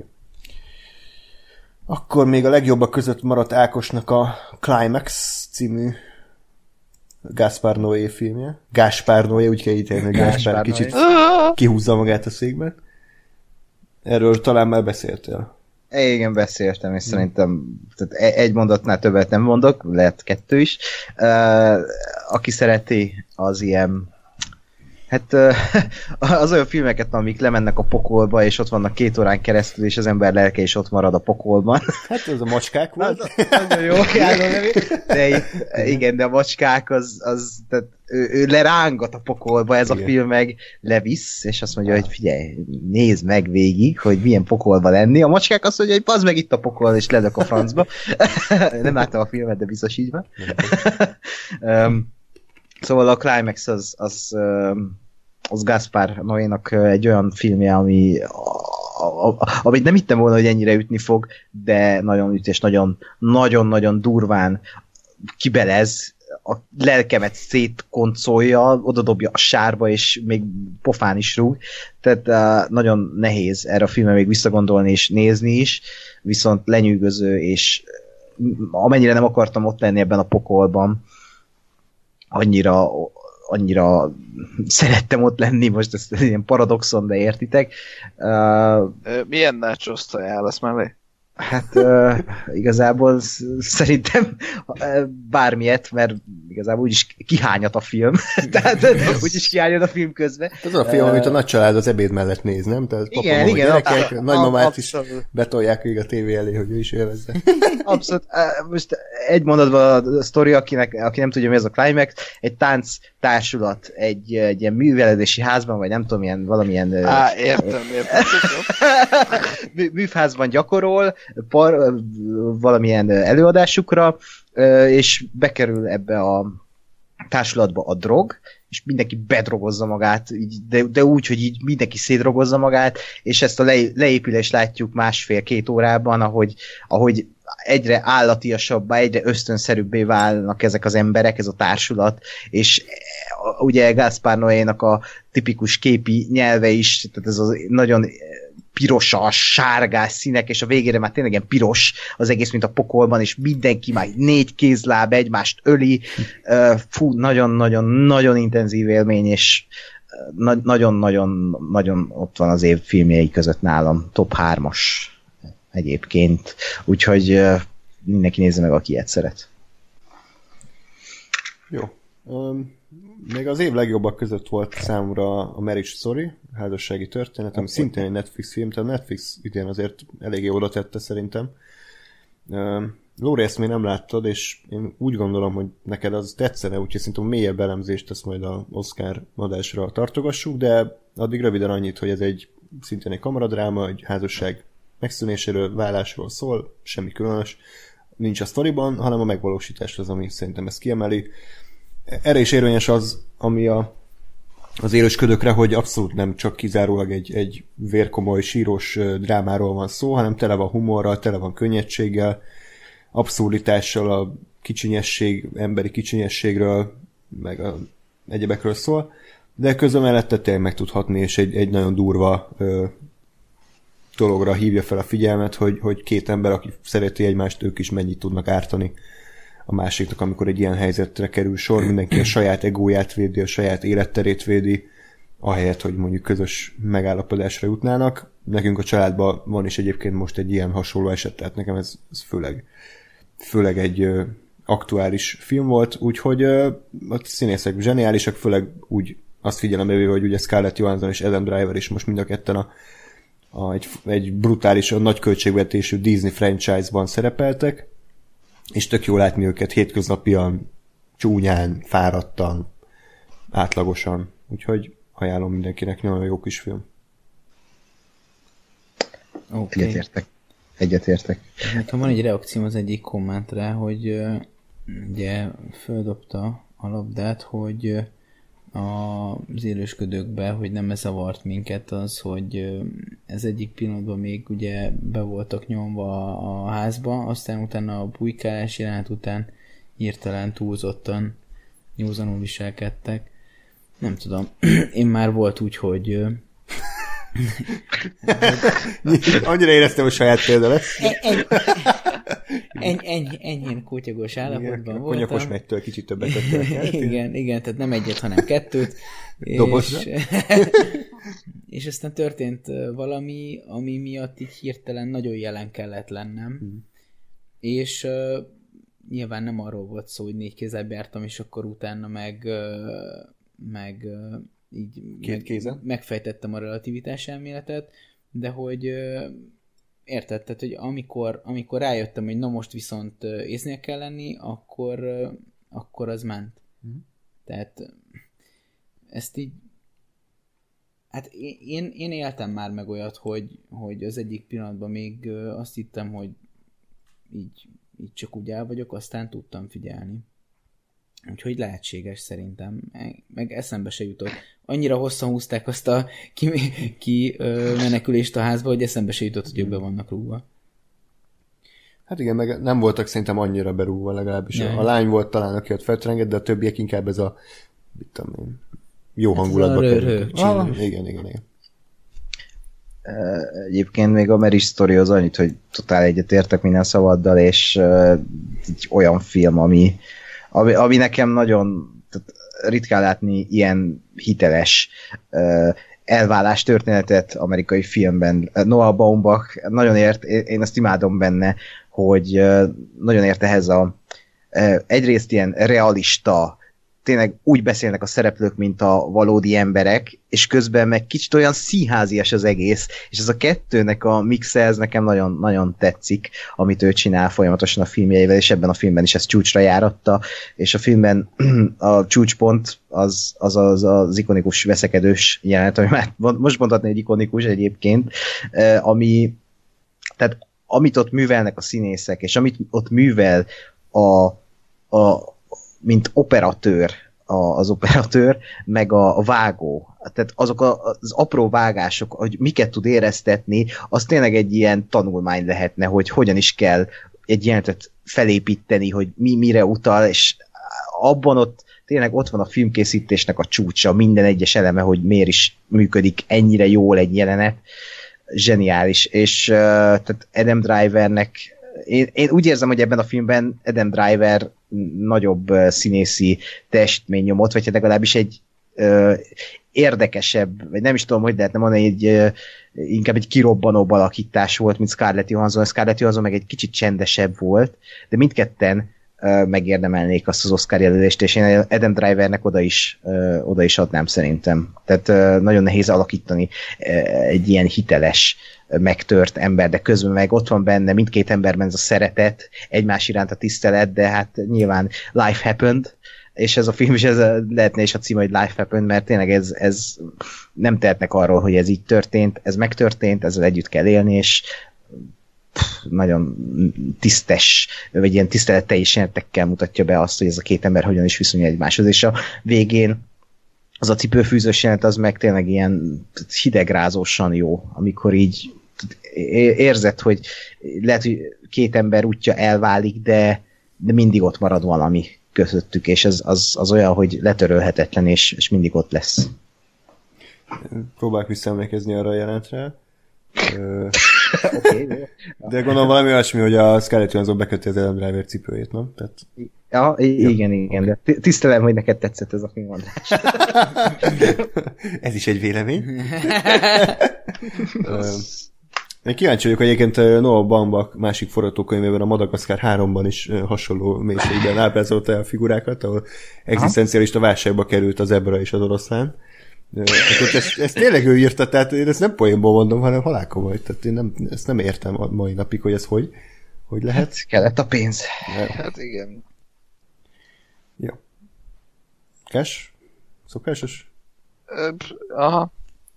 Akkor még a legjobbak között maradt Ákosnak a Climax című Gaspar Noé filmje. Gaspar Noé, úgy kell ítélni, hogy Gaspar kicsit kihúzza magát a székben. Erről talán már beszéltél. Igen, beszéltem, és hmm. szerintem tehát egy mondatnál többet nem mondok, lehet kettő is. Uh, aki szereti az ilyen hát az olyan filmeket, amik lemennek a pokolba, és ott vannak két órán keresztül, és az ember lelke is ott marad a pokolban. Hát ez a macskák volt. Nagyon jó, de itt, igen, de a macskák az, az tehát ő, ő lerángat a pokolba, ez igen. A film meg levisz, és azt mondja, hogy figyelj, nézd meg végig, hogy milyen pokolba lenni. A macskák azt mondja, hogy bazd meg itt a pokol, és ledök a francba. Nem láttam a filmet, de biztos így van. um, Szóval a Climax az, az, az Gaspar Noénak egy olyan filmje, ami, a, a, amit nem hittem volna, hogy ennyire ütni fog, de nagyon üt és nagyon, nagyon-nagyon durván kibelez, a lelkemet szétkoncolja, odadobja a sárba, és még pofán is rúg. Tehát uh, nagyon nehéz erre a filmre még visszagondolni és nézni is, viszont lenyűgöző, és amennyire nem akartam ott lenni ebben a pokolban, annyira, annyira szerettem ott lenni, most ez ilyen paradoxon, de értitek. Uh, Milyen nachoszt ajánlasz mellé? Hát uh, igazából szerintem bármilyet, mert igazából úgyis kihányat a film. Tehát úgyis kihányat a film közben. Ez a film, uh, amit a nagy család az ebéd mellett néz, nem? Tehát igen, papa, igen. Gyerekek, a, nagymamát is betolják még a tévé elé, hogy ő is élvezze. Abszolút. Uh, most egy mondatban a sztori, akinek, aki nem tudja, mi ez a Climax, egy tánc társulat egy, egy ilyen művelődési házban, vagy nem tudom, ilyen valamilyen... Á, értem, értem. műfházban gyakorol, par, valamilyen előadásukra, és bekerül ebbe a társulatba a drog, és mindenki bedrogozza magát, de, de úgy, hogy így mindenki szétdrogozza magát, és ezt a le, leépülést látjuk másfél-két órában, ahogy, ahogy egyre állatiasabbá, egyre ösztönszerűbbé válnak ezek az emberek, ez a társulat, és ugye Gaspar Noénak a tipikus képi nyelve is, tehát ez az nagyon pirosas, sárgás színek, és a végére már tényleg ilyen piros az egész, mint a pokolban, és mindenki már négy kézláb egymást öli. Fú, nagyon-nagyon-nagyon intenzív élmény, és nagyon-nagyon-nagyon ott van az év filmjei között nálam. Top hármas egyébként. Úgyhogy mindenki nézze meg, aki ilyet szeret. Jó. Um... Még az év legjobbak között volt számomra a Marriage Story, házassági történet, ami szintén egy Netflix film, tehát Netflix idén azért eléggé oda tette szerintem. Uh, Lóri, ezt még nem láttad, és én úgy gondolom, hogy neked az tetszene, úgyhogy szerintem mélyebb elemzést ezt majd az Oscar adásra tartogassuk, de addig röviden annyit, hogy ez egy szintén egy kamaradráma, egy házasság megszűnéséről, válásról szól, semmi különös, nincs a sztoriban, hanem a megvalósítás az, ami szerintem ezt kiemeli. Erre is érvényes az, ami a, az élősködökre, hogy abszolút nem csak kizárólag egy, egy vérkomoly, sírós drámáról van szó, hanem tele van humorral, tele van könnyedséggel, abszurditással, a kicsinyesség, emberi kicsinyességről, meg a egyebekről szól, de közben mellette tényleg meg tud hatni, és egy, egy nagyon durva ö, dologra hívja fel a figyelmet, hogy, hogy két ember, aki szereti egymást, ők is mennyit tudnak ártani a másiknak, amikor egy ilyen helyzetre kerül sor, mindenki a saját egóját védi, a saját életterét védi, ahelyett, hogy mondjuk közös megállapodásra jutnának. Nekünk a családban van is egyébként most egy ilyen hasonló eset, tehát nekem ez, ez főleg, főleg egy ö, aktuális film volt, úgyhogy ö, a színészek zseniálisak, főleg úgy azt figyelembe véve, hogy ugye Scarlett Johansson és Adam Driver is most mind a ketten a, a, egy, egy brutális, a nagy költségvetésű Disney franchise-ban szerepeltek, és tök jó látni őket hétköznapian, csúnyán, fáradtan, átlagosan. Úgyhogy ajánlom mindenkinek, nagyon jó kis film. Okay. Egyetértek. Egyetértek. Nekem van egy reakcióm az egyik kommentre, hogy uh, ugye földobta a labdát, hogy uh, az élősködőkbe, hogy nem ez zavart minket az, hogy uh, ez egyik pillanatban még ugye be voltak nyomva a házba, aztán utána a bujkálás jelenet után hirtelen túlzottan józanul viselkedtek. Nem tudom. Én már volt úgy, hogy... Uh, Annyira éreztem, hogy saját példa lesz. Eny, eny, enyhén kótyagos állapotban voltam. A konyakos megtől kicsit többet tettek. Igen, igen, tehát nem egyet, hanem kettőt. Dobozra. És, és aztán történt valami, ami miatt így hirtelen nagyon jelen kellett lennem. Hmm. És uh, nyilván nem arról volt szó, hogy négy kézzel jártam, és akkor utána meg, uh, meg uh, így Két kézen? megfejtettem a relativitás elméletet, de hogy uh, érted, tehát, hogy amikor, amikor rájöttem, hogy na most viszont uh, észnél kell lenni, akkor, uh, akkor az ment. Mm. Tehát uh, ezt így hát én, én éltem már meg olyat, hogy, hogy az egyik pillanatban még uh, azt hittem, hogy így, így csak úgy el vagyok, aztán tudtam figyelni. Úgyhogy lehetséges szerintem. Meg eszembe se jutott. Annyira hosszan húzták azt a ki, ki ö, menekülést a házba, hogy eszembe se jutott, hogy ők be vannak rúgva. Hát igen, meg nem voltak szerintem annyira berúgva legalábbis. Ja, a lány volt talán, aki ott feltrengett, de a többiek inkább ez a mit tudom én, jó hát hangulatba kerültek. Ah, igen, igen, igen. Egyébként még a Mary Story az annyit, hogy totál egyetértek minden szavaddal, és uh, egy olyan film, ami Ami, ami nekem nagyon tehát ritkán látni ilyen hiteles uh, elválás történetet amerikai filmben. Noah Baumbach nagyon ért, én ezt imádom benne, hogy uh, nagyon ért ehhez a uh, egyrészt ilyen realista, tényleg úgy beszélnek a szereplők, mint a valódi emberek, és közben meg kicsit olyan színházias az egész, és ez a kettőnek a mixe, ez nekem nagyon, nagyon tetszik, amit ő csinál folyamatosan a filmjeivel, és ebben a filmben is ez csúcsra járatta, és a filmben a csúcspont az az, az, az ikonikus veszekedős jelenet, ami már most mondhatni, hogy ikonikus egyébként, ami, tehát amit ott művelnek a színészek, és amit ott művel a, a mint operatőr, a, az operatőr, meg a, a vágó. Tehát azok a, az apró vágások, hogy miket tud éreztetni, az tényleg egy ilyen tanulmány lehetne, hogy hogyan is kell egy jelenetet felépíteni, hogy mi mire utal, és abban ott tényleg ott van a filmkészítésnek a csúcsa, minden egyes eleme, hogy miért is működik ennyire jól egy jelenet. Zseniális. És uh, tehát Adam Drivernek Én, én úgy érzem, hogy ebben a filmben Adam Driver nagyobb uh, színészi teljesítmény nyomott, vagy legalábbis egy uh, érdekesebb, vagy nem is tudom, hogy lehetne mondani, egy, uh, inkább egy kirobbanóbb alakítás volt, mint Scarlett Johansson. Scarlett Johansson meg egy kicsit csendesebb volt, de mindketten uh, megérdemelnék azt az Oscar jelölést, és én Adam Drivernek oda is, uh, oda is adnám szerintem. Tehát uh, nagyon nehéz alakítani uh, egy ilyen hiteles megtört ember, de közben meg ott van benne mindkét emberben ez a szeretet, egymás iránt a tisztelet, de hát nyilván life happened, és ez a film is ez a, lehetne is a cím, hogy life happened, mert tényleg ez, ez nem tehetnek arról, hogy ez így történt, ez megtörtént, ezzel együtt kell élni, és pff, nagyon tisztes, vagy ilyen tiszteletteljes jelentekkel mutatja be azt, hogy ez a két ember hogyan is viszonyul egymáshoz, és a végén az a cipőfűzős jelenet, az meg tényleg ilyen hidegrázósan jó, amikor így érzed, hogy lehet, hogy két ember útja elválik, de, de mindig ott marad valami közöttük, és ez az, az olyan, hogy letörölhetetlen, és, és mindig ott lesz. Próbálok visszaemlékezni arra a jelentre. Okay, de gondolom valami olyasmi, hogy a Scarlett Johansson beköti az Adam Driver cipőjét, nem? Tehát... Ja, igen, ja. igen, de tisztelem, hogy neked tetszett ez a film, András. Ez is egy vélemény. Én kíváncsi vagyok, hogy egyébként Noah Baumbach másik forgatókönyvében, a Madagaszkár háromban is hasonló mélységben ábrázolta a figurákat, ahol egzisztencialista válságba került a zebra és az oroszlán. Hát ezt, ezt tényleg ő írta, tehát én ezt nem poénból mondom, hanem halálkomoly. Tehát én nem, ezt nem értem a mai napig, hogy ez hogy, hogy lehet. Hát, kellett a pénz. Ja. Hát igen. Jó. Cash? Szokásos? Aha.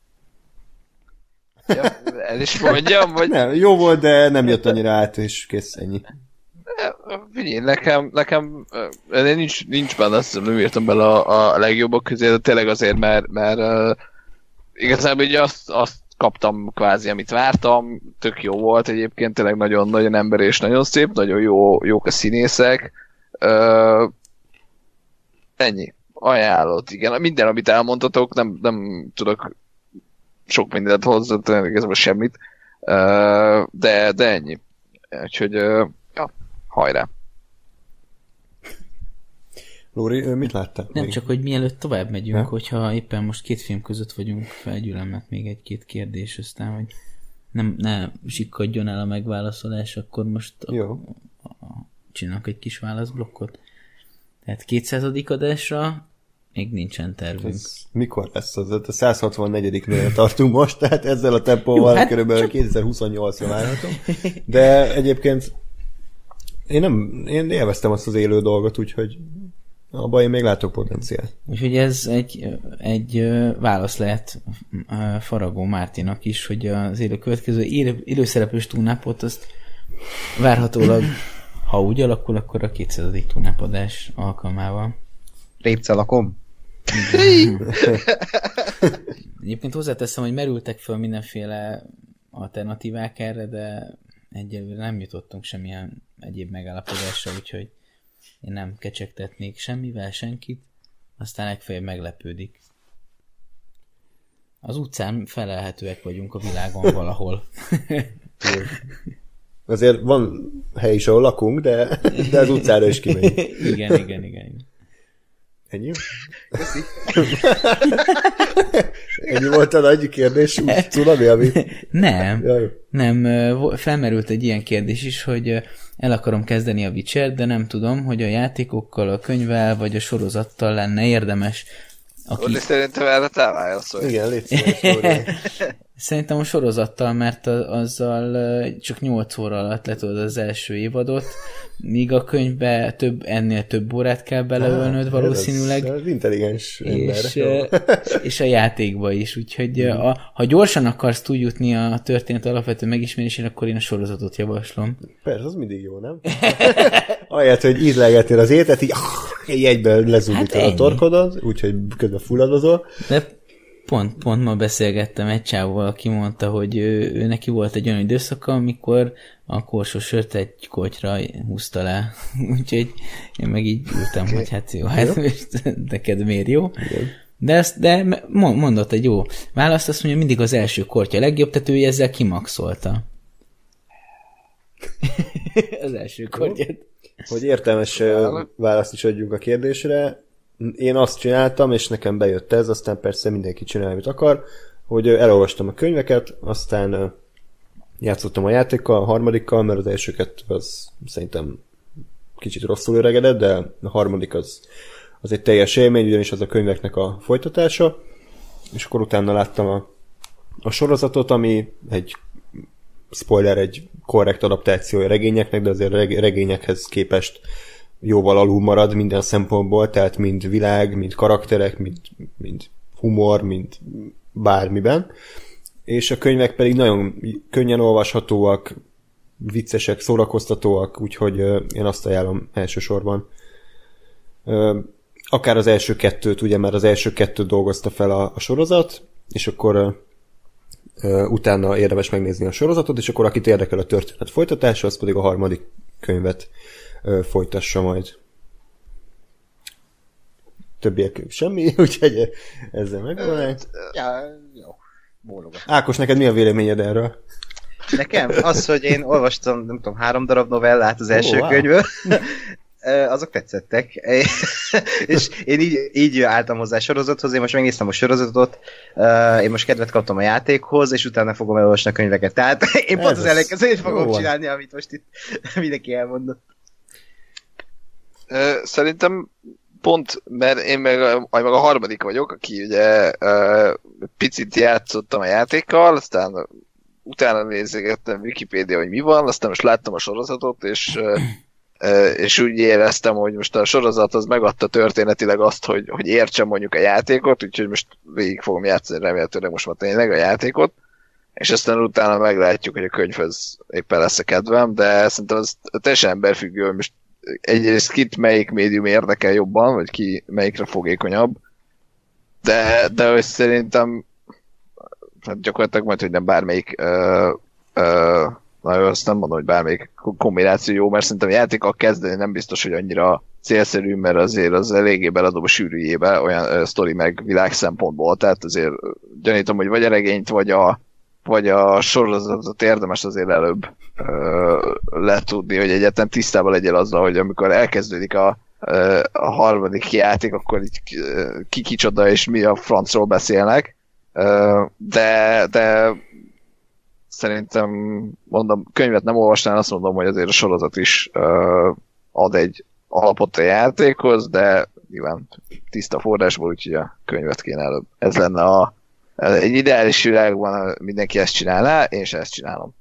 Ja, el is mondjam, vagy... Nem, jó volt, de nem jött annyira át, és kész, ennyi. Figyelj, nekem, nekem nincs, nincs benne, azt hiszem, nem írtam bele a, a legjobbak közé, de tényleg azért, mert, mert uh, igazából így azt, azt kaptam kvázi, amit vártam, tök jó volt egyébként, tényleg nagyon-nagyon ember és nagyon szép, nagyon jó, jók a színészek. Uh, ennyi. Ajánlott, igen. Minden, amit elmondtatok, nem, nem tudok sok mindent hozzá, igazából semmit, uh, de, de ennyi. Úgyhogy uh, ja, hajrá. Lóri, mit láttál? Nem még? csak, hogy mielőtt tovább megyünk, ha? hogyha éppen most két film között vagyunk, felgyűlöm még egy-két kérdés, aztán, hogy nem, ne sikkadjon el a megválaszolás, akkor most Jó. A, a, csinálok egy kis válaszblokkot. Tehát kétszázadik adásra még nincsen tervünk. Ez mikor lesz az? A száz hatvannégyediknél tartunk most, tehát ezzel a tempóval hát körülbelül csak... kétezer-huszonnyolcra várhatom. De egyébként én nem, én élveztem azt az élő dolgot, úgyhogy abban én még látok potenciált. Úgyhogy ez egy, egy válasz lehet Faragó Mártinak is, hogy az élő következő élő, élőszereplős túlnápot azt várhatólag, ha úgy alakul, akkor a kétszázadik túlnápadás alkalmával. Répcelakom. Egyébként hozzáteszem, hogy merültek föl mindenféle alternatívák erre, de egyelőre nem jutottunk semmilyen egyéb megállapodásra, úgyhogy én nem kecsegtetnék semmivel senkit, aztán legfeljebb meglepődik. Az utcán felelhetőek vagyunk a világon valahol. Azért van hely is, ahol lakunk, de, de az utcára is kimegyünk. Igen, igen, igen. igen. Ennyi? Ennyi volt a nagy kérdés, úgy tudod, ami... Nem, nem, felmerült egy ilyen kérdés is, hogy el akarom kezdeni a Witcher, de nem tudom, hogy a játékokkal, a könyvvel vagy a sorozattal lenne érdemes. Aki... Orli, szerintem erre te válaszolj. Igen, légy szíves. Szerintem a sorozattal, mert azzal csak nyolc óra alatt letudod az első évadot, míg a könyvbe több, ennél több órát kell beleölnöd valószínűleg. Ez, ez intelligens és, és a játékba is, úgyhogy mm. a, ha gyorsan akarsz túljutni a történet alapvető megismerésén, akkor én a sorozatot javaslom. Persze, az mindig jó, nem? Ahelyett, hogy ízlegetél az étet, így, így egyben lezúdít hát a torkodon, úgyhogy közben fulladozol. De Pont, pont ma beszélgettem egy csávóval, aki mondta, hogy ő, ő neki volt egy olyan időszaka, amikor a korsó sört egy kotyra húzta le. Úgyhogy én meg így ültem, okay. hogy hát jó, hát neked miért jó? Igen. De, ezt, de mondott egy jó választ, azt mondja, mindig az első kortya legjobb, tehát ő ezzel kimaxolta. Az első kortyát. Hogy értelmes választ is adjunk a kérdésre, én azt csináltam, és nekem bejött ez, aztán persze mindenki csinál, amit akar, hogy elolvastam a könyveket, aztán játszottam a játékkal, a harmadikkal, mert az elsőket az szerintem kicsit rosszul öregedett, de a harmadik az, az egy teljes élmény, ugyanis az a könyveknek a folytatása, és akkor utána láttam a, a sorozatot, ami egy spoiler, egy korrekt adaptációja regényeknek, de azért regényekhez képest jóval alul marad minden szempontból, tehát mind világ, mind karakterek, mind, mind humor, mind bármiben. És a könyvek pedig nagyon könnyen olvashatóak, viccesek, szórakoztatóak, úgyhogy én azt ajánlom elsősorban. Akár az első kettőt, ugye, mert az első kettőt dolgozta fel a, a sorozat, és akkor utána érdemes megnézni a sorozatot, és akkor akit érdekel a történet folytatása, az pedig a harmadik könyvet folytassa majd. Többiek semmi, úgyhogy ezzel megvan. Ja, jó. Bólogat. Ákos, neked mi a véleményed erről? Nekem az, hogy én olvastam, nem tudom, három darab novellát az első oh, wow. könyvből, azok tetszettek. És én így, így álltam hozzá a sorozathoz, én most megnéztem a sorozatot, én most kedvet kaptam a játékhoz, és utána fogom elolvasni a könyveket. Tehát én pont az ellenkezőjét fogom jó csinálni, amit most itt mindenki elmondott. Szerintem pont, mert én meg a, meg a harmadik vagyok, aki ugye picit játszottam a játékkal, aztán utána nézegettem Wikipédia, hogy mi van, aztán most láttam a sorozatot, és és úgy éreztem, hogy most a sorozat az megadta történetileg azt, hogy, hogy értsem mondjuk a játékot, úgyhogy most végig fogom játszani remélhetőleg most már tényleg a játékot, és aztán utána meglátjuk, hogy a könyvhöz éppen lesz a kedvem, de szerintem az teljesen emberfüggő, hogy most egyrészt kit melyik médium érdekel jobban, vagy ki melyikre fogékonyabb, de, de hogy szerintem hát gyakorlatilag majd, hogy nem bármelyik uh, uh, na jó, azt nem mondom, hogy bármelyik kombináció jó, mert szerintem a játékkal kezdeni nem biztos, hogy annyira célszerű, mert azért az eléggé beledom a sűrűjébe olyan uh, sztori meg világ szempontból, tehát azért gyanítom, hogy vagy a regényt, vagy a, vagy a sorozatot érdemes azért előbb uh, letudni, hogy egyáltalán tisztában legyél azzal, hogy amikor elkezdődik a, uh, a harmadik játék, akkor így uh, ki kicsoda és mi a francról beszélnek, uh, de, de szerintem, mondom, könyvet nem olvasnál, azt mondom, hogy azért a sorozat is uh, ad egy alapot a játékhoz, de nyilván tiszta forrásból, úgyhogy a könyvet kéne előbb. Ez lenne a, egy ideális világban mindenki ezt csinálná, én is ezt csinálom.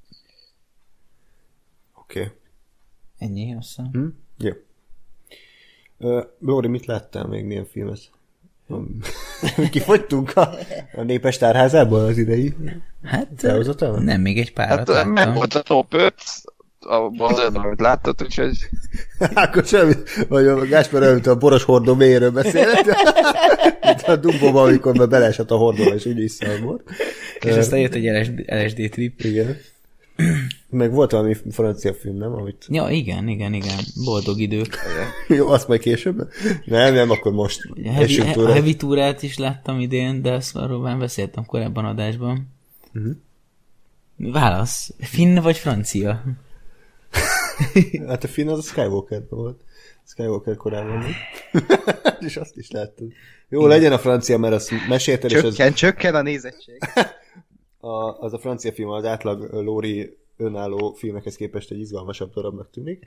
Oké. Okay. Ennyi, aztán. Hm? Jó. Uh, Lóri, mit láttál még, milyen filmet? Kifogytunk a, a Népes Tárházából az idei? Hát nem, még egy párat hát, láttam. Meg volt a top öt, abban az ötben, amit láttad, úgyhogy... Akkor semmi, vagy a Gáspár előtt a boros hordó mélyéről beszélt. Mint a Dumbóban, amikor már beleesett a hordóba, és úgy visszaamort. És aztán jött egy el es dé trip. Igen. Meg volt valami francia film, nem? Amit... Ja, igen, igen, igen. Boldog idők. Jó, azt majd később? Nem, nem, akkor most. A heavy, a heavy túrát is láttam idén, de azt arról már beszéltem korábban adásban. Uh-huh. Válasz. Finn vagy francia? Hát a Finn az a Skywalker volt. Skywalker korábban volt. És azt is láttuk. Jó, igen. Legyen a francia, mert azt mesélted. Csökken, és az... csökken a nézettség. A, az a francia film az átlag Lóri önálló filmekhez képest egy izgalmasabb darabnak tűnik.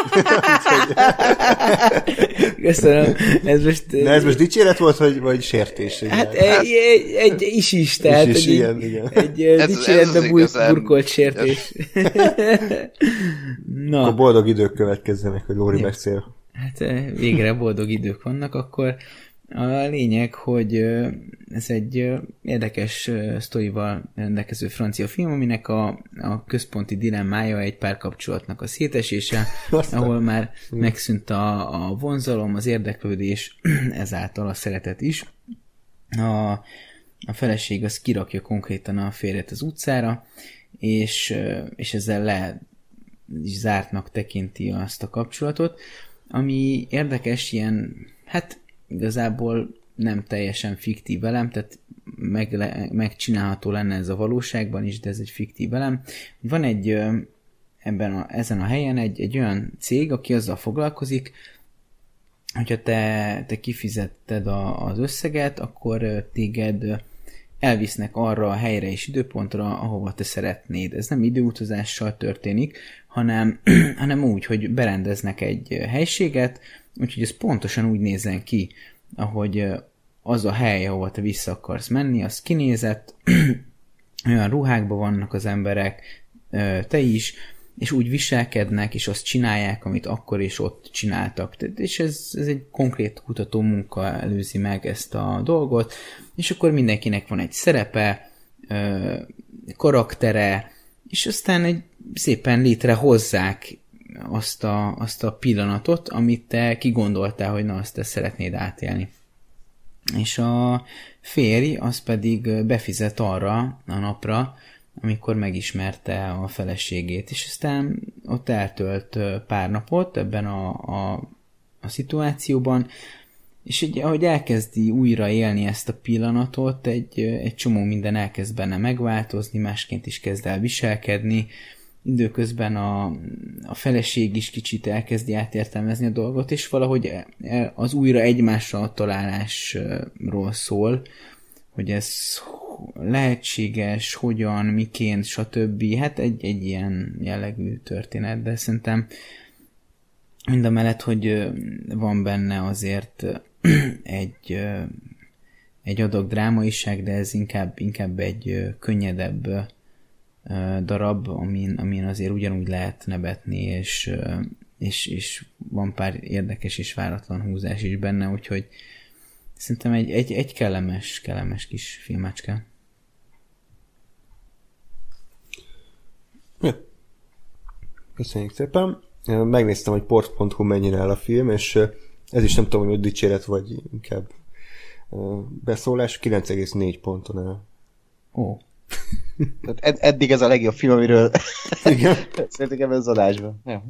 Köszönöm. Ez most... De ez most dicséret volt, vagy, vagy sértés? Hát egy, egy, egy is is, tehát is is, egy, igen, igen. egy ez, dicséretbe bur- burkolt sértés. Na. Akkor boldog idők következzenek, hogy Lóri beszél. Hát végre boldog idők vannak, akkor a lényeg, hogy ez egy érdekes sztorival rendelkező francia film, aminek a, a központi dilemmája egy párkapcsolatnak a szétesése, ahol már megszűnt a, a vonzalom, az érdeklődés, ezáltal a szeretet is. A, a feleség az kirakja konkrétan a férjet az utcára, és, és ezzel le is zártnak tekinti azt a kapcsolatot, ami érdekes, ilyen, hát igazából nem teljesen fiktív elem, tehát meg, megcsinálható lenne ez a valóságban is, de ez egy fiktív elem. Van egy ebben a, ezen a helyen egy, egy olyan cég, aki azzal foglalkozik, hogyha te, te kifizetted a, az összeget, akkor téged elvisznek arra a helyre és időpontra, ahova te szeretnéd. Ez nem időutazással történik, hanem, hanem úgy, hogy berendeznek egy helységet, úgyhogy ez pontosan úgy nézzen ki, ahogy az a hely, ahova te vissza akarsz menni, az kinézett, olyan ruhákban vannak az emberek, te is, és úgy viselkednek, és azt csinálják, amit akkor és ott csináltak. És ez, ez egy konkrét kutató munka előzi meg ezt a dolgot, és akkor mindenkinek van egy szerepe, karaktere, és aztán egy szépen létrehozzák azt a, azt a pillanatot, amit te kigondoltál, hogy na, azt te szeretnéd átélni. És a férj az pedig befizet arra a napra, amikor megismerte a feleségét, és aztán ott eltölt pár napot ebben a, a, a szituációban, és ugye, ahogy elkezdi újra élni ezt a pillanatot, egy, egy csomó minden elkezd benne megváltozni, másként is kezd el viselkedni, időközben a, a feleség is kicsit elkezdi átértelmezni a dolgot, és valahogy az újra egymásra találásról szól, hogy ez lehetséges, hogyan, miként, stb. Hát egy, egy ilyen jellegű történet, de szerintem mindamellett, hogy van benne azért egy, egy adag drámaiság, de ez inkább, inkább egy könnyedebb darab, amin, amin azért ugyanúgy lehet nevetni, és, és, és van pár érdekes és váratlan húzás is benne, úgyhogy szerintem egy, egy, egy kellemes, kellemes kis filmecske. Ja. Köszönjük szépen. Megnéztem, hogy port pont hu mennyire áll a film, és ez is nem tudom, hogy dicséret vagy inkább beszólás, kilenc egész négy ponton áll. Ó. Tehát ed- eddig ez a legjobb film, amiről szeretnék ebben az adásban. Ja.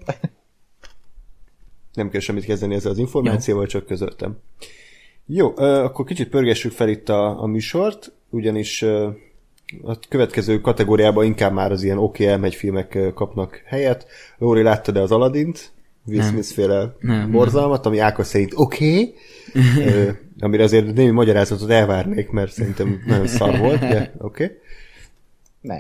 Nem kell semmit kezdeni ezzel az információval, Jó. csak közöltem. Jó, akkor kicsit pörgessük fel itt a, a műsort, ugyanis a következő kategóriában inkább már az ilyen oké, okay, elmegy filmek kapnak helyet. Lóri, láttad-e az Aladdint? Will Smith-féle borzalmat, ami Ákos szerint oké, okay, amire azért némi magyarázatot elvárnék, mert szerintem nagyon szar volt, de oké. Okay. Nem.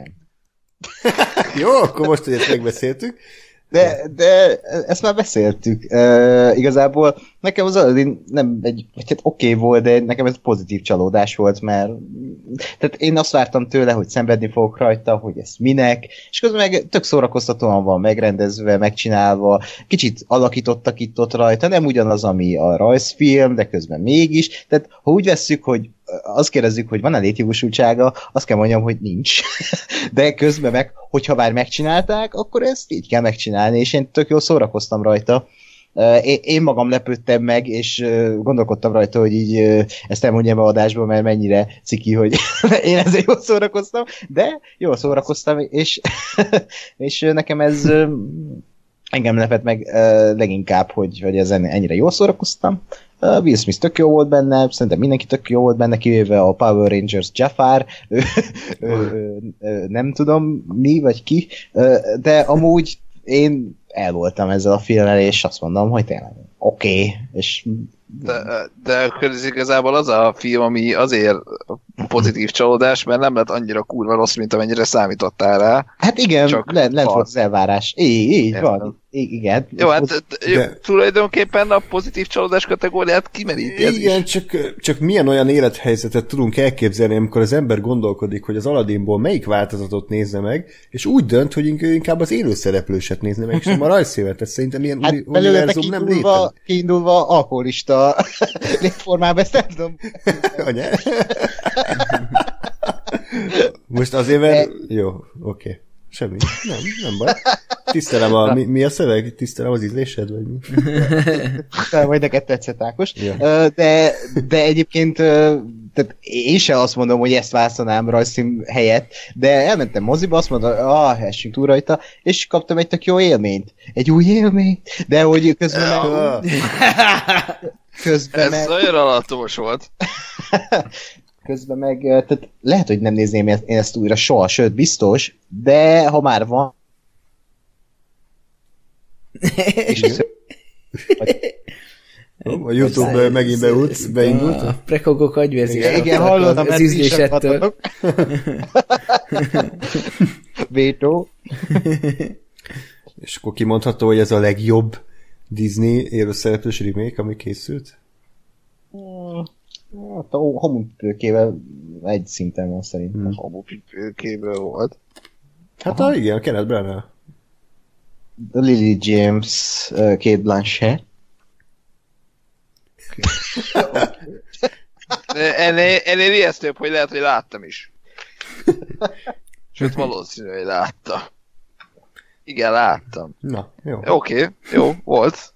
Jó, akkor most, hogy ezt megbeszéltük. De, de ezt már beszéltük. Uh, igazából nekem az Aladdin nem egy, hát oké okay volt, de nekem ez pozitív csalódás volt, mert tehát én azt vártam tőle, hogy szenvedni fogok rajta, hogy ez minek, és közben meg tök szórakoztatóan van megrendezve, megcsinálva, kicsit alakítottak itt-ott rajta, nem ugyanaz, ami a rajzfilm, de közben mégis. Tehát ha úgy vesszük, hogy azt kérdezzük, hogy van-e létjogosultsága, azt kell mondjam, hogy nincs. De közben meg, hogyha már megcsinálták, akkor ezt így kell megcsinálni, és én tök jól szórakoztam rajta. Én magam lepődtem meg, és gondolkodtam rajta, hogy így ezt elmondjam a adásban, mert mennyire ciki, hogy én ezzel jól szórakoztam, de jól szórakoztam, és, és nekem ez engem lepett meg leginkább, hogy, hogy ezen ennyire jól szórakoztam. Uh, Will Smith tök jó volt benne, szerintem mindenki tök jó volt benne, kivéve a Power Rangers Jafar, ő, ő, ő, ő, nem tudom mi vagy ki, uh, de amúgy én el voltam ezzel a filmmel, és azt mondom, hogy tényleg oké, okay, és De, de akkor ez igazából az a film, ami azért pozitív csalódás, mert nem lett annyira kurva rossz, mint amennyire számítottál rá. Hát igen, csak lett, lett volt az elvárás. Így, így van. I- igen. Jó, hát de... tulajdonképpen a pozitív csalódás kategóriát kimeríti. Igen, csak, csak milyen olyan élethelyzetet tudunk elképzelni, amikor az ember gondolkodik, hogy az Aladdinból melyik változatot nézze meg, és úgy dönt, hogy inkább az élőszereplőset nézne meg, és nem a rajzfilmet. Ez szerintem ilyen hát univerzum nem létezik. Kiindulva alkoholista létformában, ezt nem tudom. Anya? Most azért, mert... Jó, oké. Okay. Semmi. Nem, nem baj. Tisztelem a... Mi, mi a szöveg? Tisztelem az ízlésed, vagy mi? Vagy neked tetszett, Ákos. Ja. De, de egyébként tehát én sem azt mondom, hogy ezt választanám rajzfilm helyett, de elmentem moziba, azt mondom, ah, essünk túl rajta, és kaptam egy tök jó élményt. Egy új élményt. De hogy közben meg... közben Ez meg... nagyon alattomos volt. Közben meg, tehát lehet, hogy nem nézném én ezt újra soha, sőt, biztos, de ha már van... és ez... A YouTube megint beút, beindult. A prekogok agyvérzés. Igen, igen hallottam, az ízlésettől. Vétó. És akkor kimondható, hogy ez a legjobb Disney élőszereplős remake, ami készült? Hát a homoképőkével egy szinten van szerintem. Hmm. Homoképőkéből volt. Hát ah, igen, a Kenneth Branagh. Lily James, uh, Kate Blanchett. ennél, ennél ijesztőbb, hogy lehet, hogy láttam is. Sőt, valószínű, hogy láttam. Igen, láttam. Na, jó. Oké, okay, jó, volt.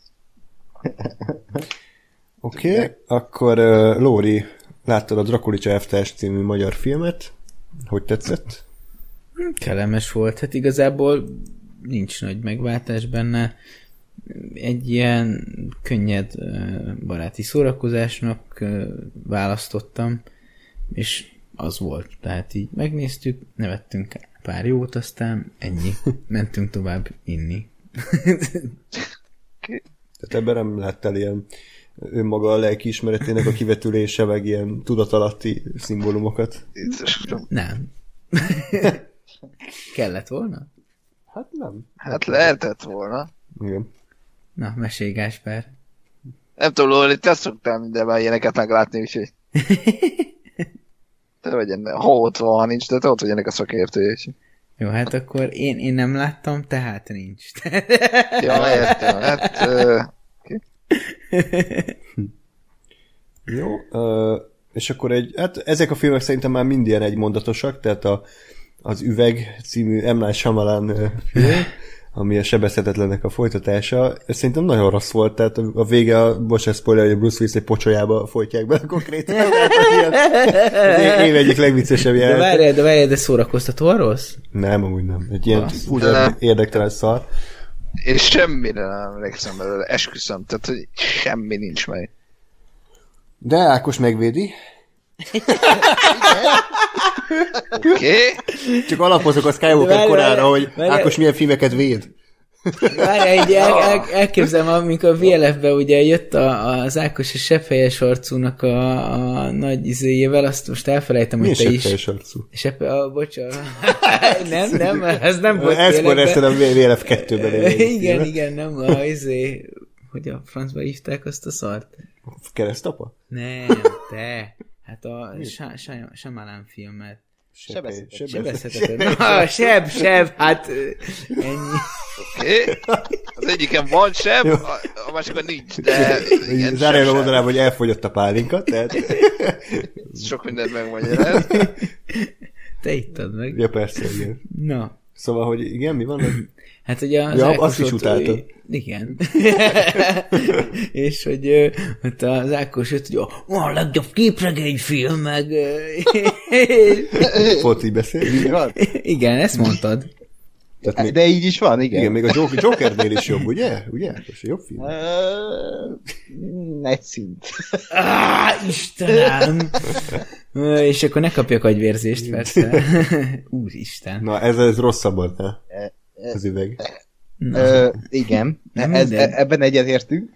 Oké, okay, akkor uh, Lóri, láttad a Drakulicsa elvtárs című magyar filmet? Hogy tetszett? Kellemes volt. Hát igazából nincs nagy megváltás benne. egy ilyen könnyed baráti szórakozásnak választottam, és az volt. Tehát így megnéztük, nevettünk pár jót, aztán ennyi. Mentünk tovább inni. Tehát ebben nem láttál ilyen önmaga a lelkiismeretének a kivetülése, meg ilyen tudatalatti szimbólumokat? Nem. Kellett volna? Hát nem. Hát lehetett volna. Igen. Na, mesélj, Gáspár. Nem tudom, Lóri, te szoktál mindenben ilyeneket meglátni, úgyhogy... Te vagy ennek, ha ott van, ha nincs, de te ott vagy ennek a szakértője. Jó, hát akkor én, én nem láttam, tehát nincs. Ja, értem. Hát... Uh... Jó, uh, és akkor egy, hát ezek a filmek szerintem már mind ilyen egymondatosak, tehát a, az Üveg című M. Night Shyamalan uh, film, ami a Sebezhetetlennek a folytatása, ez szerintem nagyon rossz volt, tehát a vége, a, bocsánat, spoiler, hogy a Bruce Willis egy pocsolyába folytják be konkrétan. Az év egyik legviccesebb jelenet. De várjál, de várjál, de szórakoztató rossz? Nem, amúgy nem. Egy ilyen úgy érdektelen szar. És semmire nem emlékszem belőle, esküszöm, tehát hogy semmi nincs meg. De Ákos megvédi. Oké. Okay. Csak alapozok a Skywalker korára, hogy várjál, Ákos milyen filmeket véd. Várjál, így el, el, elképzelem, amikor a vé el ef-be ugye jött a, az Ákos és Sepphelyes arcúnak a, a nagy izéjével, azt most elfelejtem, hogy te is. Mi Sepphelyes arcú? Seppe, a, bocsánat. nem, nem, ez nem volt elszkorrezted a vé el ef kettőben. Igen, igen, nem, a izé, hogy a francba hívták azt a szart. Keresztapa? Nem, te. Hát a Shyamalan filmet. Sebezhetetlen. Na, seb, seb, hát ennyi. Oké. Okay. Az egyiken van seb, a, a másikon nincs, de... Zárjál a mondanám, hogy elfogyott a pálinka, tehát... Sok mindent megmagyaráz. Te ittad meg. Ja, persze, igen. Na. Szóval, hogy igen, mi van? Hát ugye az ja, azt is utáltad. Igen. És hogy hát az Ákos jött, hogy a, a legjobb képregényfilm, meg... Volt így beszélni? Igen, ezt mondtad. Tehát még... De így is van, igen. Igen, még a Joker, Jokernél is jobb, ugye? Ugye? Ákos, jobb film? Uh, egy szint. Ah, Istenem! És akkor ne kapjak agyvérzést, persze. Úristen. Na, ez, ez rosszabban, ne? Az Üveg. Ö, igen, ez, ebben egyetértünk.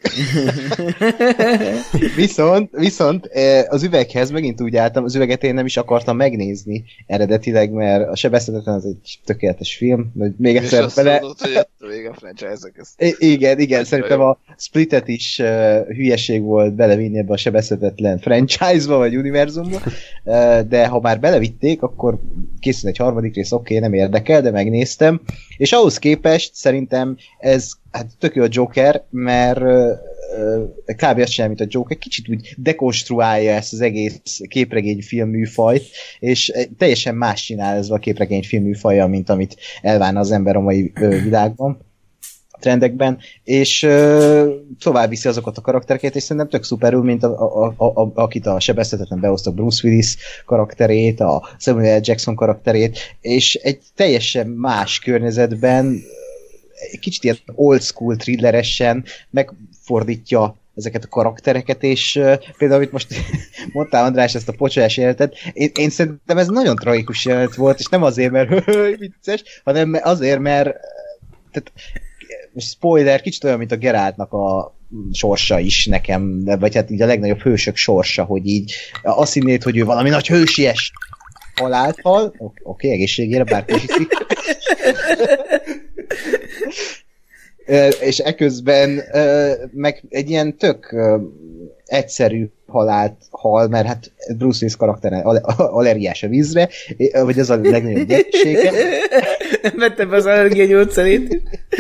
viszont, viszont az Üveghez megint úgy álltam, az Üveget én nem is akartam megnézni eredetileg, mert a Sebezhetetlen az egy tökéletes film. Még egyszer bele... Mondod, hogy a vége a franchise-ek ezt. Igen, igen, szerintem a Splitet is uh, hülyeség volt belevinni ebbe a Sebezhetetlen franchise-ba, vagy univerzumba, uh, de ha már belevitték, akkor készül egy harmadik rész, oké, okay, nem érdekel, de megnéztem, és ahhoz képest szerintem ez hát tök jó a Joker, mert uh, kb. Azt sem, mint a Joker, kicsit úgy dekonstruálja ezt az egész képregényfilm műfajt, és teljesen más csinál ez a képregényfilm műfaja, mint amit elvárna az ember a mai uh, világban, trendekben, és uh, tovább viszi azokat a karaktereket, és szerintem tök szuperül, mint a, a, a, a, akit a Sebezhetetlen behoztak, Bruce Willis karakterét, a Samuel Jackson karakterét, és egy teljesen más környezetben, egy kicsit ilyen old school thrilleresen megfordítja ezeket a karaktereket, és uh, például, amit most mondtál, András, ezt a pocsolyás jelenetet, én, én szerintem ez nagyon tragikus jelenet volt, és nem azért, mert vicces, hanem azért, mert tehát, spoiler, kicsit olyan, mint a Geráltnak a sorsa is nekem, vagy hát így a legnagyobb hősök sorsa, hogy így azt hinnéd, hogy ő valami nagy hősies halált hal, oké, okay, egészségére, bárki hiszik. És eközben meg egy ilyen tök egyszerű halált hal, mert hát Bruce Willis karaktere allergiás a vízre, vagy ez a legnagyobb gyengesége. Nem vettem be az allergia gyógyszerét.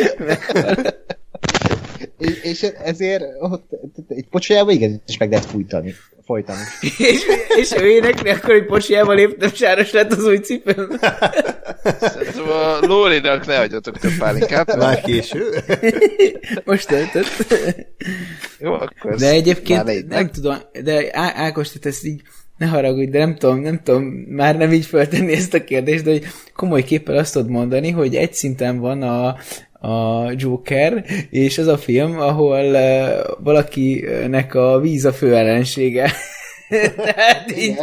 és, és ezért ott, egy pocsolyába igen, és meg lehet fújtani. Folytani. és, és ő énekli, akkor egy pocsolyába léptem, sáros lett az új cipőm. Szerintem a Lórinak ne hagyjatok több pálinkát. Már késő. Most töltött. Jó, akkor de egyébként nem tudom, de Á- Ákos, tehát ezt így ne haragudj, de nem tudom, nem tudom már nem így föltenni ezt a kérdést, de hogy komoly képpel azt tudod mondani, hogy egy szinten van a, a Joker, és az a film, ahol uh, valakinek a víz a fő ellensége. Tehát így...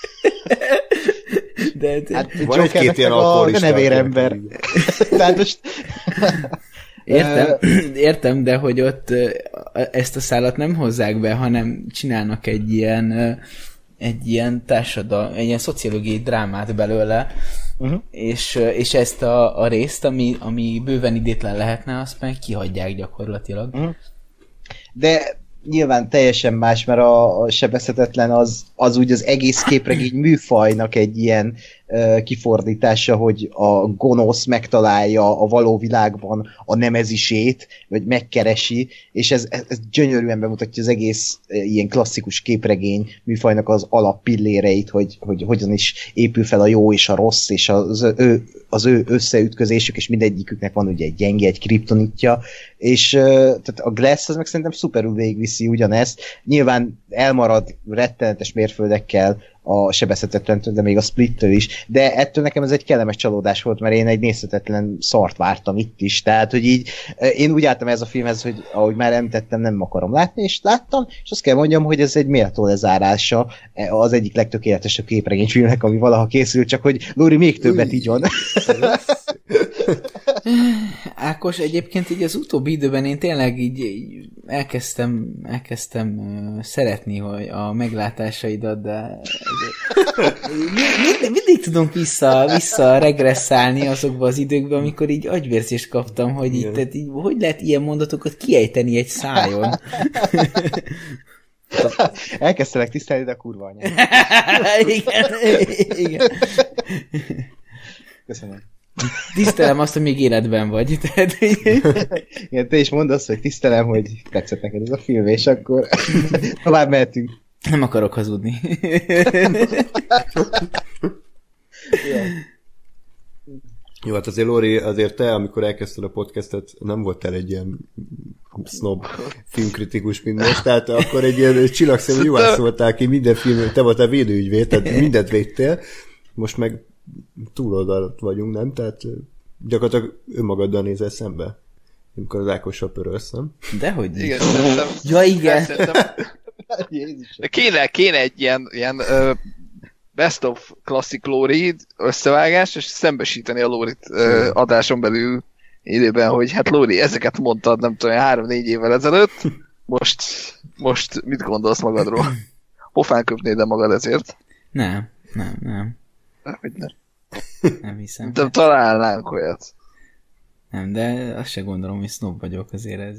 De, de... Hát van egy-két ilyen alkoholista. A nevérember. Tehát most... Értem, értem, de hogy ott ezt a szálat nem hozzák be, hanem csinálnak egy ilyen egy ilyen társadalom, egy ilyen szociológiai drámát belőle, uh-huh. és, és ezt a, a részt, ami, ami bőven idétlen lehetne, azt meg kihagyják gyakorlatilag. Uh-huh. De nyilván teljesen más, mert a, a sebezhetetlen az, az úgy az egész képregény műfajnak egy ilyen uh, kifordítása, hogy a gonosz megtalálja a való világban a nemezisét, vagy megkeresi, és ez, ez, ez gyönyörűen bemutatja az egész uh, ilyen klasszikus képregény műfajnak az alappilléreit, hogy, hogy hogyan is épül fel a jó és a rossz, és az ő, az ő összeütközésük, és mindegyiküknek van ugye egy gyenge, egy kriptonitja, és uh, tehát a Glass az meg szerintem szuperül végigviszi ugyanezt. Nyilván elmarad rettenetes mérföldekkel a sebezhetetlentől, de még a Splittől is, de ettől nekem ez egy kellemes csalódás volt, mert én egy nézhetetlen szart vártam itt is, tehát, hogy így én úgy álltam ez a filmhez, hogy ahogy már említettem, nem akarom látni, és láttam, és azt kell mondjam, hogy ez egy méltó lezárása az egyik legtökéletesebb képregényfilmnek, ami valaha készült, csak hogy Lóri még többet így van. Ákos, egyébként így az utóbbi időben én tényleg így, így elkezdtem, elkezdtem uh, szeretni hogy a meglátásaidat, de mind, mindig tudunk vissza, vissza regresszálni azokba az időkben, amikor így agyvérzést kaptam, hogy így, tehát így, hogy lehet ilyen mondatokat kiejteni egy szájon. Elkezdtelek tisztelni, de a kurva anyám. Igen, igen. Köszönöm. Tisztelem azt, hogy még életben vagy. Tehát, igen, te is mondd azt, hogy tisztelem, hogy tetszett neked ez a film, és akkor tovább mehetünk. Nem akarok hazudni. Jó, hát azért Lóri, azért te, amikor elkezdted a podcastet, nem voltál egy ilyen snob filmkritikus, mint most, tehát akkor egy ilyen csillagszemű juhász voltál ki minden film, te voltál védőügyvéd, tehát mindent védtél, most meg túloldalt vagyunk, nem? Tehát gyakorlatilag önmagaddal nézel szembe, amikor az Ákossal pörölsz, nem? Dehogy igen, szerintem, ja, igen. De kéne, kéne egy ilyen, ilyen uh, best of classic Lóri összevágás, és szembesíteni a Lórit uh, adáson belül időben, hogy hát Lóri, ezeket mondtad, nem tudom, három-négy évvel ezelőtt, most, most mit gondolsz magadról? Pofán köpnéd -e magad ezért? Nem, nem, nem. Hogy nem. Nem hiszem. De találnánk olyat. Nem, de azt se gondolom, hogy snob vagyok, azért ez...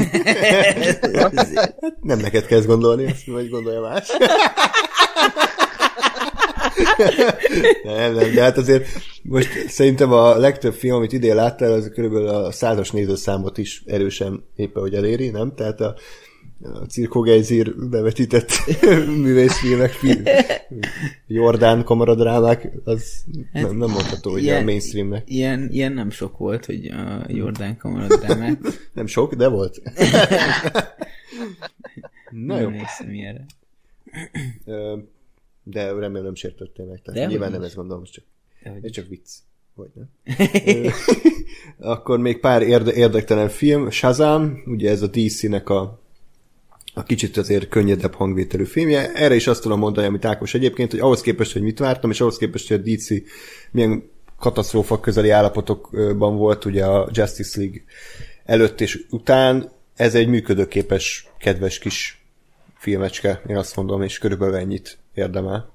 hát nem neked kezd gondolni, azt vagy gondolja más. nem, nem, de hát azért most szerintem a legtöbb film, amit idén láttál, az körülbelül a százas nézőszámot is erősen éppen, hogy eléri, nem? Tehát a a Cirko Geizir bevetített művészfilmek, film, Jordán kamaradrámák, az hát nem, nem mondható, hogy ilyen, a mainstreamnek. Ilyen, ilyen nem sok volt, hogy a Jordán kamaradrámák. Nem sok, de volt. Na jó. Néztem ilyenre. De remélem nem sértettél meg. Tehát nyilván nem ezt gondolom, csak, ez csak vicc. Vagy nem? Akkor még pár érde, érdektelen film. Shazam, ugye ez a dé cé-nek a a kicsit azért könnyedebb hangvételű filmje. Erre is azt tudom mondani, amit Ákos egyébként, hogy ahhoz képest, hogy mit vártam, és ahhoz képest, hogy a dé cé milyen katasztrófa közeli állapotokban volt ugye a Justice League előtt és után, ez egy működőképes, kedves kis filmecske, én azt mondom, és körülbelül ennyit érdemel.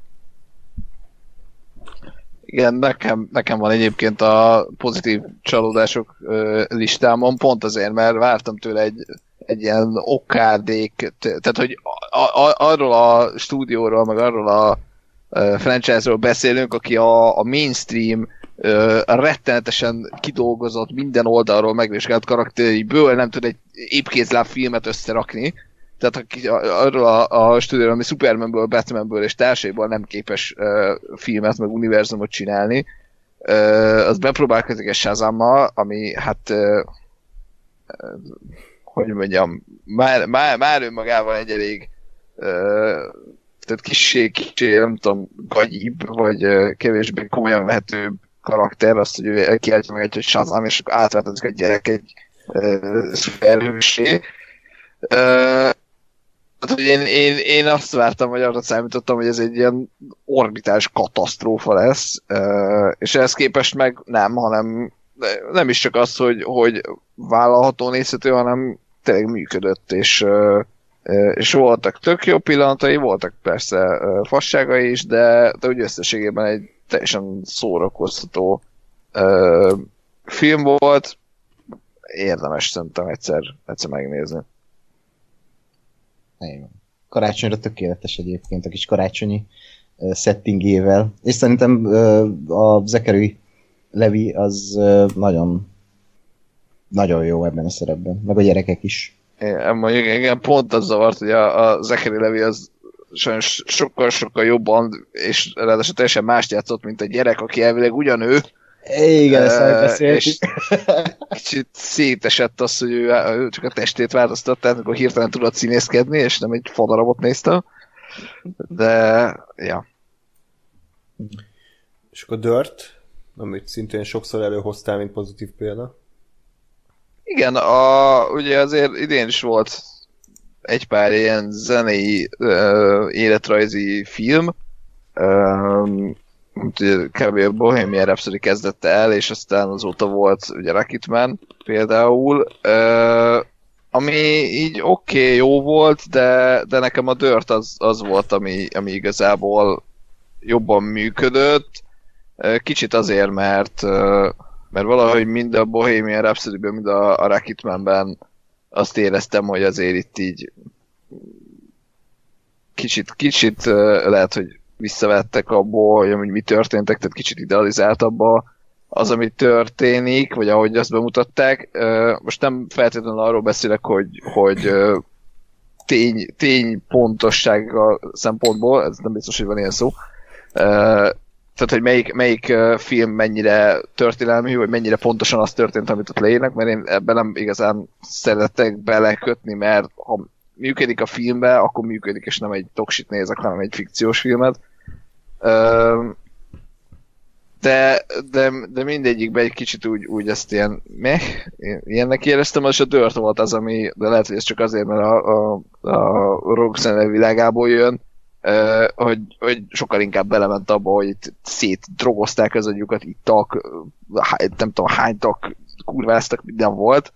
Igen, nekem, nekem van egyébként a pozitív csalódások ö, listámon, pont azért, mert vártam tőle egy egy ilyen okádék, tehát hogy a, a, arról a stúdióról, meg arról a uh, franchise-ról beszélünk, aki a, a mainstream uh, rettenetesen kidolgozott, minden oldalról megvizsgált karakteriből nem tud egy épkézláb filmet összerakni. Tehát aki, arról a, a stúdióról, ami Supermanből, Batmanből és társaiból nem képes uh, filmet, meg univerzumot csinálni, uh, az bepróbálkozik egy Shazammal, ami hát uh, uh, hogy mondjam, már, már, már önmagával egy elég uh, tehát kissé, kissé, nem tudom, gagyibb, vagy uh, kevésbé komolyan vehetőbb karakter, azt, hogy ő kiáltja meg egy, hogy Shazam, és akkor átváltozik a gyerek egy uh, szuperhősé. Uh, Hát, hogy én, én, én azt vártam, vagy arra számítottam, hogy ez egy ilyen orbitális katasztrófa lesz, és ehhez képest meg nem, hanem nem is csak az, hogy, hogy vállalható nézhető, hanem tényleg működött, és, és voltak tök jó pillanatai, voltak persze fasságai is, de, de úgy összességében egy teljesen szórakoztató film volt, érdemes szerintem egyszer, egyszer megnézni. Karácsonyra tökéletes egyébként a kis karácsonyi uh, settingével. És szerintem uh, a Zachary Levi az uh, nagyon nagyon jó ebben a szerepben. Meg a gyerekek is. Igen, mondjuk igen, pont az zavart, hogy a, a Zachary Levi az sajnos sokkal-sokkal jobban, és ráadásul teljesen mást játszott, mint a gyerek, aki elvileg ugyanő. Igen, ezt megbeszéltük. És kicsit szétesett az, hogy ő, ő csak a testét változtatta, amikor hirtelen tudott színészkedni, és nem egy fadarabot nézte. De, ja. És akkor Dirt, amit szintén sokszor előhoztál, mint pozitív példa. Igen, a, ugye azért idén is volt egy pár ilyen zenei, uh, életrajzi film, um, kb. A Bohemian Rhapsody kezdette el, és aztán azóta volt ugye Rocketman például, uh, ami így oké, okay, jó volt, de, de nekem a Dirt az, az volt, ami, ami igazából jobban működött. Uh, kicsit azért, mert, uh, mert valahogy mind a Bohemian Rhapsody-ben, mind a, a Rocketmanben azt éreztem, hogy azért itt így kicsit, kicsit uh, lehet, hogy visszavettek abból, hogy mi történtek, tehát kicsit idealizált abba az, ami történik, vagy ahogy azt bemutatták. Most nem feltétlenül arról beszélek, hogy, hogy tény, tény pontossága szempontból, ez nem biztos, hogy van ilyen szó. Tehát, hogy melyik, melyik film mennyire történelmű, vagy mennyire pontosan az történt, amit ott leírnak, mert én ebben nem igazán szeretek belekötni, mert ha működik a filmbe, akkor működik, és nem egy toksit nézek, hanem egy fikciós filmet. De, de, de mindegyikben egy kicsit úgy, úgy ezt ilyen meh, ilyennek éreztem, és a Dirt volt az, ami, de lehet, hogy ez csak azért, mert a, a, a Roxanne világából jön, hogy, hogy sokkal inkább belement abba, hogy itt szétdrogozták az agyukat, ittak, nem tudom, hánytak, kurváztak, minden volt,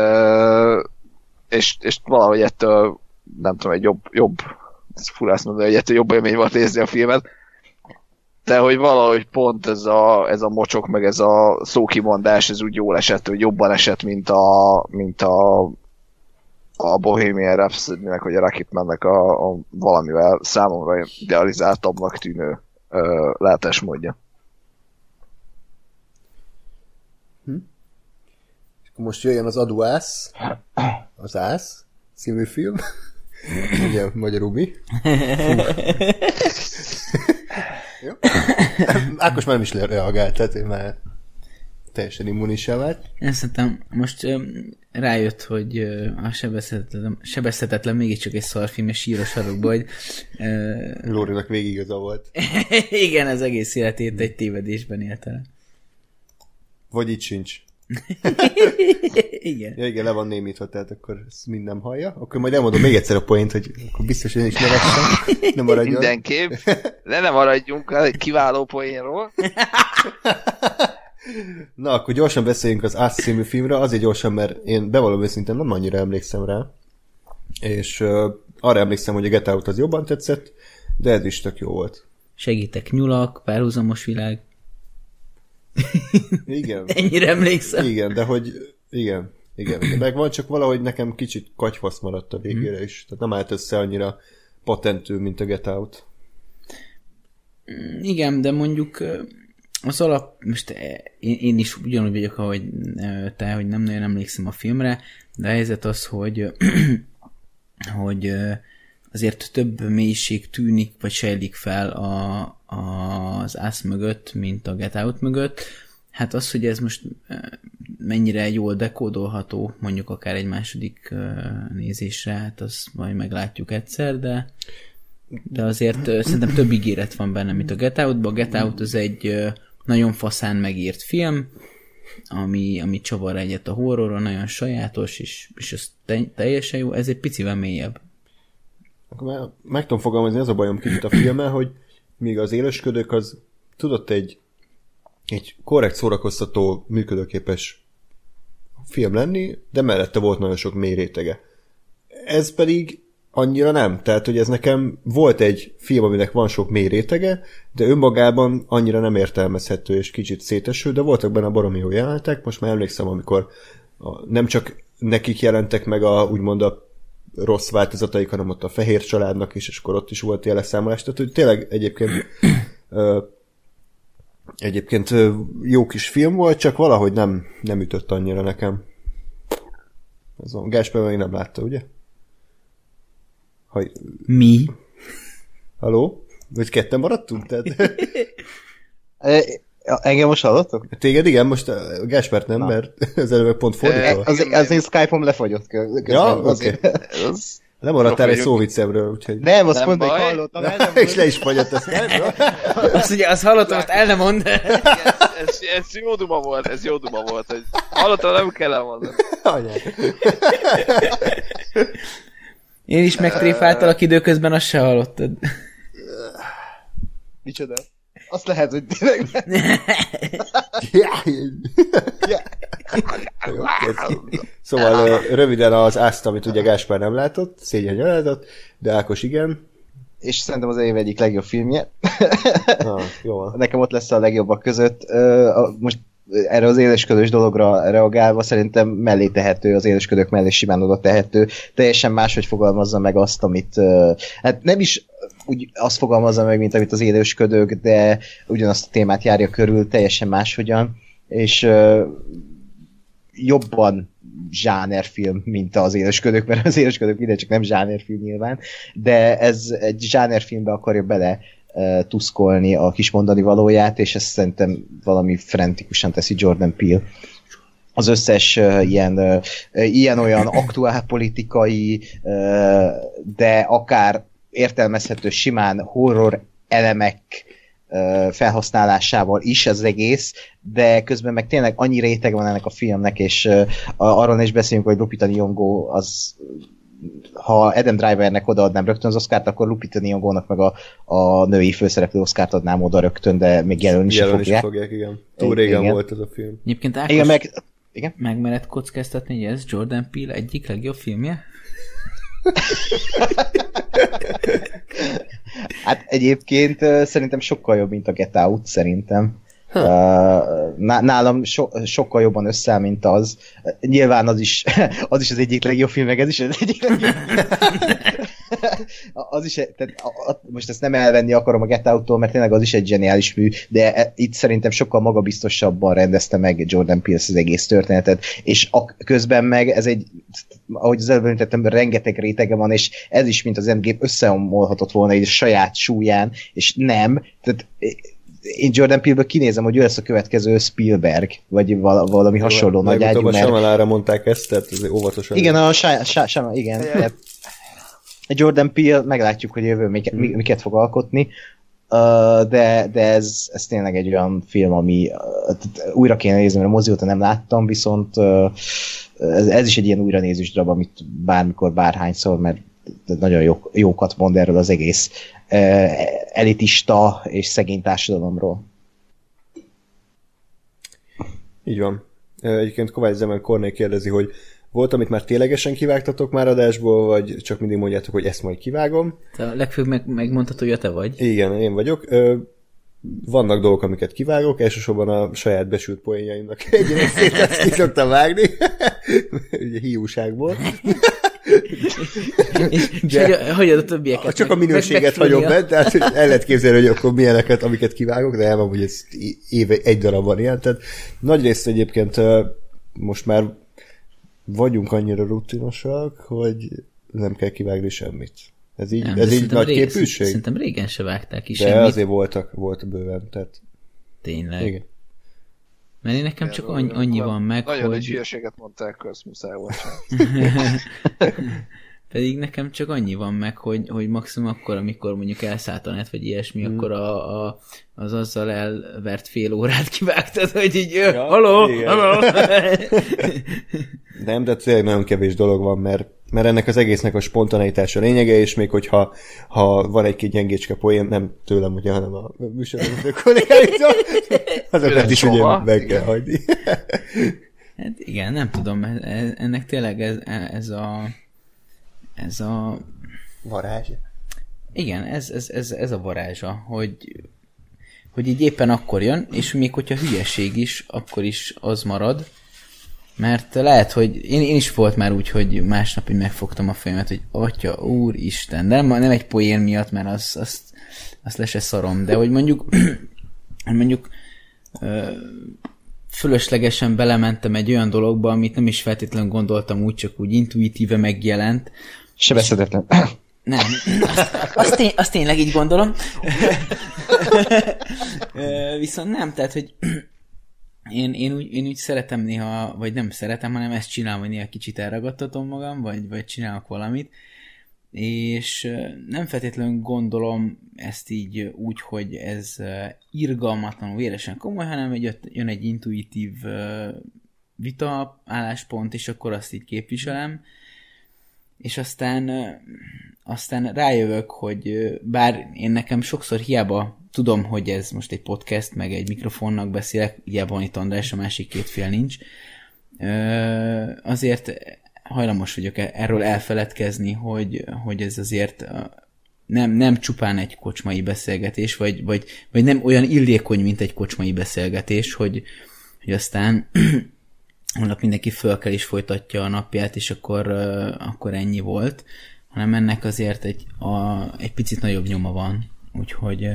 és, és valahogy ettől, nem tudom, egy jobb, jobb furász mondani, hogy ettől jobb élmény volt nézni a filmet, de hogy valahogy pont ez a, ez a mocsok, meg ez a szókimondás, ez úgy jól esett, hogy jobban esett, mint a, mint a, a Bohemian Rhapsody-nek, vagy a Rocketmannek a, a valamivel számomra idealizáltabbnak tűnő ö, látásmódja. Hm? Most jöjjön az Aduász, az Ász című film. Ugye, magyarul mi? Jó. Ákos már nem is reagált, tehát én már teljesen immunissá vált. Én szerintem most ö, rájött, hogy ö, a sebezhetetlen, sebezhetetlen mégiscsak egy szarfilm, és sír a sarokba, hogy... Ö... Lórinak végig igaza volt. Igen, az egész életét egy tévedésben élte le. Vagy itt sincs. Igen. Ja, igen, le van némítva, tehát akkor ezt mind nem hallja. Akkor majd elmondom még egyszer a point, hogy akkor biztos, hogy én is nevessem. Nem maradjon. Mindenképp. Le nem maradjunk el egy kiváló poénról. Na, akkor gyorsan beszéljünk az Us című filmre, azért gyorsan, mert én bevallom őszintén nem annyira emlékszem rá. És uh, arra emlékszem, hogy a Get Out az jobban tetszett, de ez is tök jó volt. Segítek, nyulak, párhuzamos világ. Igen. Ennyire emlékszem. Igen, de hogy igen, igen. Meg van, csak valahogy nekem kicsit katyfasz maradt a végére is. Tehát nem állt össze annyira patentű, mint a Get Out. Igen, de mondjuk az alap, most én, én is ugyanúgy vagyok, ahogy te, hogy nem nagyon emlékszem a filmre, de a helyzet az, hogy hogy azért több mélység tűnik, vagy sejlik fel a, a, az Us mögött, mint a Get Out mögött. Hát az, hogy ez most mennyire jól dekódolható, mondjuk akár egy második nézésre, hát azt majd meglátjuk egyszer, de, de azért szerintem több ígéret van benne, mint a Get Out-ban. A Get Out az egy nagyon faszán megírt film, ami, ami csavar egyet a horrorra, nagyon sajátos, és, és ez te, teljesen jó, ez egy picivel mélyebb. Akkor meg tudom fogalmazni, az a bajom kicsit a filmmel, hogy míg az Élősködők az tudott egy, egy korrekt, szórakoztató, működőképes film lenni, de mellette volt nagyon sok mély rétege. Ez pedig annyira nem. Tehát, hogy ez nekem volt egy film, aminek van sok mély rétege, de önmagában annyira nem értelmezhető és kicsit széteső, de voltak benne baromi jó jelenetek. Most már emlékszem, amikor a, nem csak nekik jelentek meg a, úgymond a rossz változataik, hanem ott a fehér családnak is, és akkor ott is volt jelleszámolás. Tehát, hogy tényleg egyébként ö, egyébként ö, jó kis film volt, csak valahogy nem, nem ütött annyira nekem. Ez a Gásper még nem látta, ugye? Hogy... Mi? Haló? Vagy ketten maradtunk? Tehát... Engem most hallottok? Téged igen, most a Gáspert nem, na. Mert az előbb pont fordítva. Az, az én Skype-om lefagyott közben. Ja, oké. Okay. Nem maradtál egy szóviccemről, úgyhogy... Nem, azt mondta, hogy hallottam. Na, és le is fagyott a Skype-ról. Azt ugye, azt hallottam, azt el nem mond. Ez, ez jó duma volt, ez jó duma volt, hogy hallottam, nem kell elmondani. Én is megtréfáltalak időközben, azt se hallottad. Micsoda? Azt lehet, hogy tényleg Szóval röviden az Ászt, amit ugye Gáspár nem látott, szégyen gyalázott, de Ákos igen. És szerintem az év egyik legjobb filmje. Na, jó. Nekem ott lesz a legjobbak között. Most erre az élősködős dologra reagálva szerintem mellé tehető, az élősködők mellé simán oda tehető. Teljesen máshogy fogalmazza meg azt, amit hát nem is úgy azt fogalmazza meg, mint amit az élősködők, de ugyanazt a témát járja körül, teljesen máshogyan, és uh, jobban zsánerfilm, mint az élősködők, mert az élősködők minden csak nem zsánerfilm nyilván, de ez egy zsánerfilmbe akarja bele uh, tuszkolni a kis mondani valóját, és ezt szerintem valami frenetikusan teszi Jordan Peele. Az összes uh, ilyen, uh, ilyen-olyan aktuálpolitikai, uh, de akár értelmezhető simán horror elemek uh, felhasználásával is az egész, de közben meg tényleg annyi réteg van ennek a filmnek, és uh, arról is beszélünk, hogy Lupita Nyong'o az, ha Adam Drivernek odaadnám rögtön az Oscart, akkor Lupita Nyong'ónak meg a, a női főszereplő Oscart adnám oda rögtön, de még jelölni is fogják. Is fogják, igen. Túl régen igen. Volt ez a film. Egyébként Ákos, igen, meg, igen? meg mered kockáztatni, hogy ez Jordan Peele egyik legjobb filmje? Hát egyébként uh, szerintem sokkal jobb, mint a Get Out, szerintem. Huh. Uh, nálam so, sokkal jobban összeáll, mint az. Uh, nyilván az is, az is az egyik legjobb film, meg ez is az egyik legjobb az is, tehát, a, a, most ezt nem elvenni akarom a Get Out-tól, mert tényleg az is egy zseniális mű, de e, itt szerintem sokkal magabiztosabban rendezte meg Jordan Peele az egész történetet, és a, közben meg ez egy, ahogy az előbb említettem, rengeteg rétege van, és ez is, mint az Endgame, összeomolhatott volna egy saját súlyán, és nem, tehát én Jordan Peele-ből kinézem, hogy ő lesz a következő Spielberg, vagy valami hasonló nagy ágyú, mert... Shyamalanra mondták ezt, tehát óvatosan... Igen, a Shyamalan, igen. Tehát Jordan Peele, meglátjuk, hogy jövő miket, hmm. miket fog alkotni, de, de ez, ez tényleg egy olyan film, ami újra kéne nézni, mert a mozi óta nem láttam, viszont ez, ez is egy ilyen újranézős darab, amit bármikor, bárhányszor, mert nagyon jó, jókat mond erről az egész elitista és szegény társadalomról. Így van. Egyébként Kovács Zemen Kornél kérdezi, hogy volt, amit már ténylegesen kivágtatok már adásból, vagy csak mindig mondjátok, hogy ezt majd kivágom? Te a legfőbb meg, megmondhatod, hogy te vagy. Igen, én vagyok. Vannak dolgok, amiket kivágok, elsősorban a saját besült poénjaimnak egy részét ezt ki szoktam vágni. Ugye hiúságból. De hogy a többieket? Csak meg, a minőséget hagyom benne, tehát el lehet képzelni, hogy akkor milyeneket, amiket kivágok, de elmondom, hogy ez éve egy darabban ilyen. Tehát nagyrészt egyébként most már vagyunk annyira rutinosak, hogy nem kell kivágni semmit. Ez így, nem, ez így nagy rég, képűség? Szerintem régen se vágták ki de semmit. De azért voltak, volt bőven, tehát... Tényleg. Igen. Mert én nekem csak annyi, annyi van meg, nagyon hogy... Nagyon egy hülyeséget mondták, közt muszáj volt. Pedig nekem csak annyi van meg, hogy, hogy maximum akkor, amikor mondjuk elszállt a net, vagy ilyesmi, hmm. akkor a, a, az azzal elvert fél órát kivágtad, hogy így, ja, haló, haló. Nem, de tényleg nagyon kevés dolog van, mert, mert ennek az egésznek a spontaneitása lényege, és még hogyha ha van egy-két gyengécske poén, nem tőlem, ugye, hanem a műsorvezető kollégáitól, azokat is ugye meg kell hagyni. Hát igen, nem tudom, ennek tényleg ez, ez a ez a varázs. Igen, ez, ez, ez, ez a varázsa, hogy, hogy így éppen akkor jön, és még hogyha hülyeség is, akkor is az marad, mert lehet, hogy én, én is volt már úgy, hogy másnap így megfogtam a fejemet, hogy atya, úristen, de nem, nem egy poén miatt, mert azt, azt, azt le se szarom, de hogy mondjuk mondjuk fölöslegesen belementem egy olyan dologba, amit nem is feltétlenül gondoltam, úgy csak úgy intuitíve megjelent. Sebeszedetlen. Nem, azt, azt, tény, azt tényleg így gondolom. Viszont nem, tehát, hogy én, én, úgy, én úgy szeretem néha, vagy nem szeretem, hanem ezt csinálom, hogy néha kicsit elragadtatom magam, vagy, vagy csinálok valamit, és nem feltétlenül gondolom ezt így úgy, hogy ez irgalmatlanul véresen komoly, hanem hogy jön egy intuitív vita álláspont, és akkor azt így képviselem, és aztán, aztán rájövök, hogy bár én nekem sokszor hiába tudom, hogy ez most egy podcast, meg egy mikrofonnak beszélek, hiába van itt András, a másik két fél nincs, azért hajlamos vagyok erről elfeledkezni, hogy, hogy ez azért nem, nem csupán egy kocsmai beszélgetés, vagy, vagy, vagy nem olyan illékony, mint egy kocsmai beszélgetés, hogy, hogy aztán holnap mindenki föl kell és folytatja a napját, és akkor, akkor ennyi volt, hanem ennek azért egy, a, egy picit nagyobb nyoma van. Úgyhogy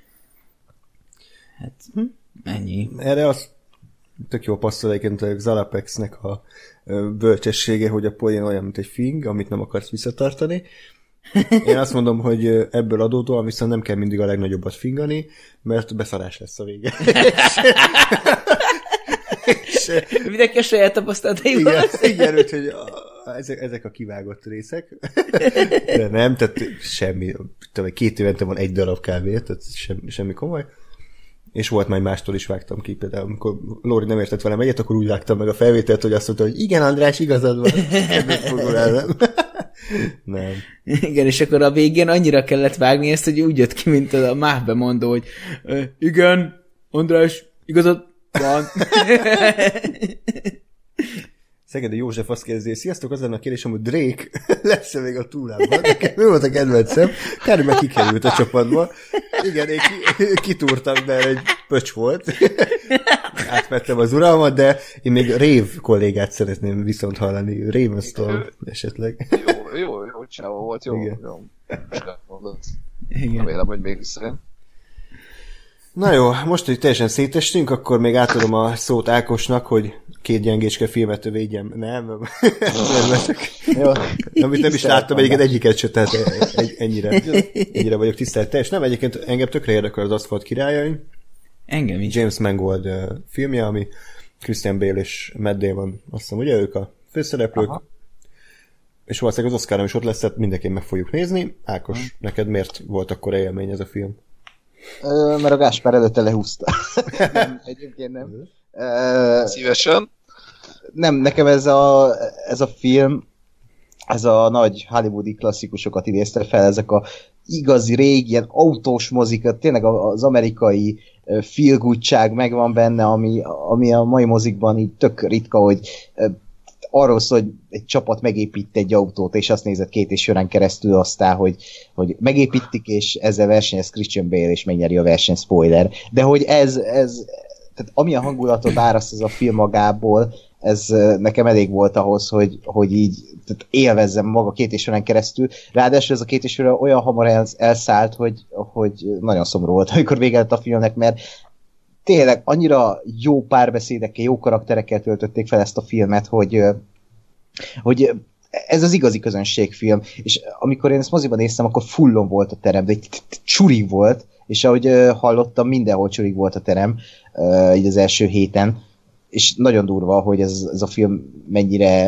hát ennyi. Erre az tök jó passzol egyébként a Xalapexnek a bölcsessége, hogy a poén olyan, mint egy fing, amit nem akarsz visszatartani. Én azt mondom, hogy ebből adódóan viszont nem kell mindig a legnagyobbat fingani, mert beszarás lesz a vége. Mindenki a saját tapasztalataival. Igen, igen, úgyhogy a, ezek, ezek a kivágott részek. De nem, tehát semmi, tudom, két évente van egy darab kávé, tehát semmi, semmi komoly. És volt már mástól is vágtam ki, például amikor Lóri nem értett velem egyet, akkor úgy vágtam meg a felvételt, hogy azt mondta, hogy igen, András, igazad van. Nem. Igen, és akkor a végén annyira kellett vágni ezt, hogy úgy jött ki, mint a máv bemondó, hogy igen, András, igazad van. Szegedi József azt kérdezi, sziasztok, az lenne a kérdésem, hogy Drake lesz-e még a túlában? Ő volt a kedvencem, kár, meg kikerült a csapatba. Igen, én kitúrtam, mert egy pöcs volt. Átvettem az uralmat, de én még Rave kollégát szeretném viszont hallani. Ravenstall esetleg. Jó, jó, jó, csávó volt, jó. Igen. Jó. Igen. Remélem, hogy még visszajön. Na jó, most, hogy teljesen szétestünk, akkor még átadom a szót Ákosnak, hogy két gyengécske filmet védjem. Nem, nem. Jó. Amit nem is láttam, egyébként egyiket se, tehát egy, ennyire, ennyire vagyok tiszteletteljes. Nem, egyébként engem tökre érdekel az Aszfalt királyain. Engem is. James Mangold uh, filmje, ami Christian Bale és Matt Damon, azt hiszem, ugye ők a főszereplők. Aha. És valószínűleg az Oscaron is ott lesz, tehát mindenképp meg fogjuk nézni. Ákos, hmm. neked miért volt akkor élmény ez a film? Ö, mert a Gáspár előtte lehúzta. Nem, egyébként nem. Ö, Szívesen. Nem, nekem ez a, ez a film, ez a nagy hollywoodi klasszikusokat idézte fel, ezek a igazi, régi, ilyen autós mozikat, tényleg az amerikai feel-goodság megvan benne, ami, ami a mai mozikban így tök ritka, hogy arról szól, hogy egy csapat megépít egy autót, és azt nézett két és órán keresztül aztán, hogy, hogy megépítik, és ezzel versenyez Christian Bale, és megnyeri a verseny, spoiler. De hogy ez, ez tehát ami a hangulatot áraszt ez a film magából, ez nekem elég volt ahhoz, hogy, hogy így tehát élvezzem maga két és órán keresztül. Ráadásul ez a két és óra olyan hamar el, elszállt, hogy, hogy nagyon szomorú volt, amikor vége lett a filmnek, mert tényleg annyira jó párbeszédekkel, jó karakterekkel töltötték fel ezt a filmet, hogy, hogy ez az igazi közönségfilm. És amikor én ezt moziban néztem, akkor fullon volt a terem, de egy csurig volt, és ahogy hallottam, mindenhol csurig volt a terem, így az első héten, és nagyon durva, hogy ez, ez a film mennyire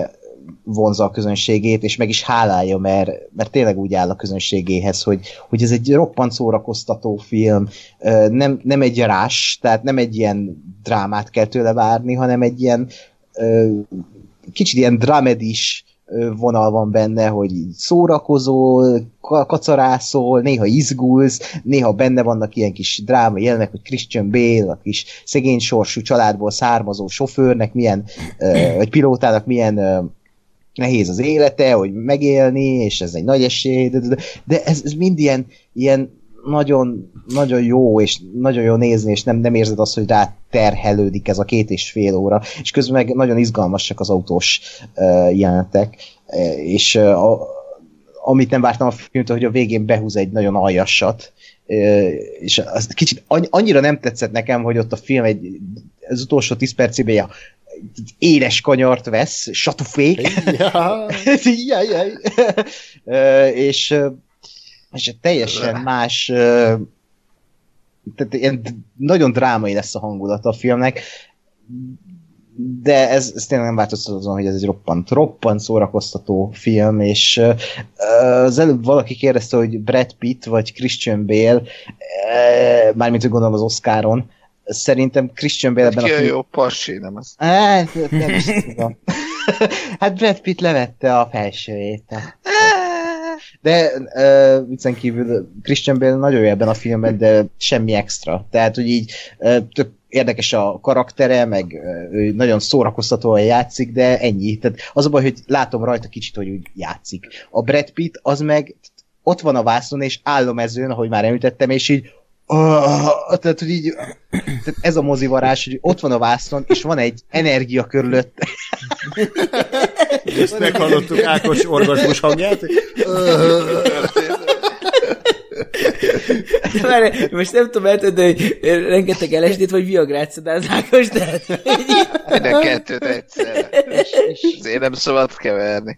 vonzza a közönségét, és meg is hálálja, mert, mert tényleg úgy áll a közönségéhez, hogy, hogy ez egy roppant szórakoztató film, nem, nem egy rás, tehát nem egy ilyen drámát kell tőle várni, hanem egy ilyen kicsit ilyen dramedis vonal van benne, hogy szórakozol, kacarászol, néha izgulsz, néha benne vannak ilyen kis dráma jelenek, hogy Christian Bale, a kis szegény sorsú családból származó sofőrnek milyen, vagy pilótának milyen nehéz az élete, hogy megélni, és ez egy nagy esély, de, de, de ez, ez mind ilyen, ilyen nagyon, nagyon jó, és nagyon jó nézni, és nem, nem érzed azt, hogy rá terhelődik ez a két és fél óra, és közben meg nagyon izgalmasak az autós uh, jelenetek, uh, és uh, a, amit nem vártam a filmtől, hogy a végén behúz egy nagyon aljassat, uh, és az kicsit annyira nem tetszett nekem, hogy ott a film egy, az utolsó tíz percében ja, éles kanyart vesz, satufék, ja. ja, ja. uh, és uh, és teljesen más, tehát ilyen nagyon drámai lesz a hangulata a filmnek, de ez, ez tényleg nem változtat azon, hogy ez egy roppant, roppant szórakoztató film, és az előbb valaki kérdezte, hogy Brad Pitt vagy Christian Bale, mármint úgy gondolom az Oscaron, szerintem Christian Bale ebben a film... jó pasi, nem az? Hát, nem is tudom. Hát Brad Pitt levette a felsőjét. De uh, viccen kívül Christian Bale nagyon jó ebben a filmben, de semmi extra. Tehát, hogy így uh, tök érdekes a karaktere, meg uh, ő nagyon szórakoztatóan játszik, de ennyi. Tehát az a baj, hogy látom rajta kicsit, hogy úgy játszik. A Brad Pitt az meg ott van a vászon, és áll a mezőn, ahogy már említettem, és így oh, tehát, hogy így tehát ez a mozivarás, hogy ott van a vászon, és van egy energia körülött. Ezt meghallottuk Ákos orgasmus hangját. Várj, most nem tudom eltudni, hogy rengeteg el es dét vagy viagrát szedál az Ákos, tehát... Minden kettőt egyszerre. Azért nem szabad keverni.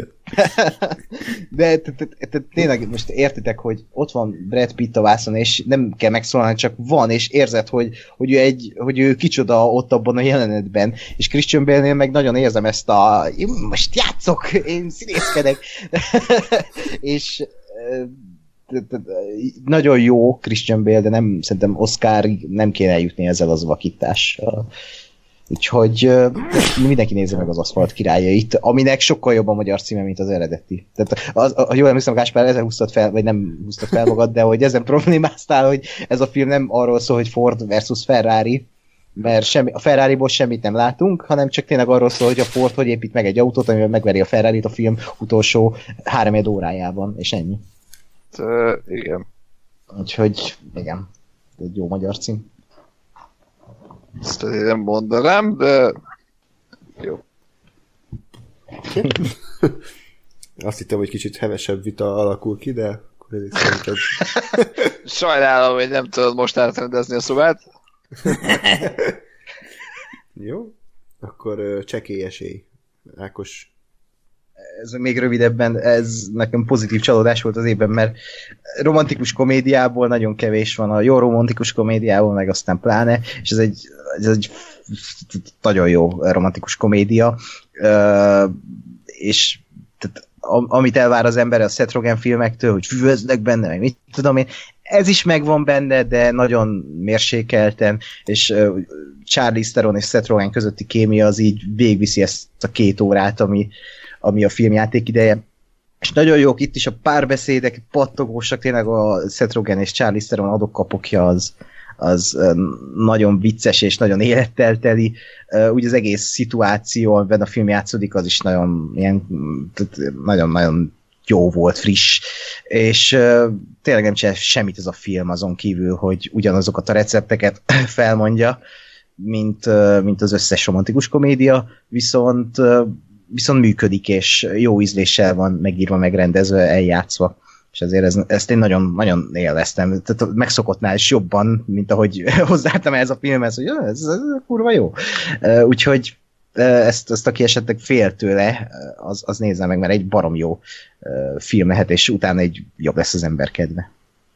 De tényleg most értitek, hogy ott van Brad Pitt a vászon, és nem kell megszólalni, csak van, és érzed, hogy, hogy, ő, egy, hogy ő kicsoda ott abban a jelenetben, és Christian Bale-nél meg nagyon érzem ezt a én most játszok, én színészkedek. És nagyon jó Christian Bale, de nem, szerintem Oscarig nem kéne eljutni ezzel az vakítással. Úgyhogy uh, mindenki nézze meg az Aszfalt királyait, aminek sokkal jobb a magyar címe, mint az eredeti. Tehát, az, ha jól emlékszem, Gáspár, ezen húztad fel, vagy nem húztad fel magad, de hogy ezen problémáztál, hogy ez a film nem arról szól, hogy Ford versus Ferrari, mert semmi, a Ferrariból semmit nem látunk, hanem csak tényleg arról szól, hogy a Ford hogy épít meg egy autót, amivel megveri a Ferrarit a film utolsó három órájában, és ennyi. Uh, igen. Úgyhogy, igen, egy jó magyar cím. Ezt azért nem mondanám, de jó. Azt hittem, hogy kicsit hevesebb vita alakul ki, de akkor ez is szerinted... Sajnálom, hogy nem tudod most átrendezni a szobát. Jó, akkor csekély esély. Ákos. Ez még rövidebben, ez nekem pozitív csalódás volt az évben, mert romantikus komédiából nagyon kevés van, a jó romantikus komédiából meg aztán pláne, és ez egy, ez egy nagyon jó romantikus komédia, és tehát, amit elvár az ember a Seth Rogen filmektől, hogy füvöznek benne, meg mit tudom én, ez is megvan benne, de nagyon mérsékelten, és Charlize Theron és Seth Rogen közötti kémia az így végviszi ezt a két órát, ami ami a filmjáték ideje. És nagyon jók itt is a párbeszédek, pattogósak, tényleg a Seth Rogen és Charlize Theron adok-kapokja az, az nagyon vicces és nagyon élettel teli. Úgy az egész szituáció, amiben a film játszódik, az is nagyon ilyen, nagyon-nagyon jó volt, friss. És tényleg nem csinál semmit ez a film azon kívül, hogy ugyanazokat a recepteket felmondja, mint, mint az összes romantikus komédia, viszont viszont működik, és jó ízléssel van megírva, megrendezve, eljátszva. És ezért ez, ezt én nagyon, nagyon élveztem. Tehát megszokottnál is jobban, mint ahogy hozzáálltam ez a filmhez, hogy ez, ez kurva jó. Úgyhogy ezt, ezt aki esetleg fél tőle, az, az nézze meg, mert egy barom jó film lehet, és utána egy jobb lesz az ember kedve.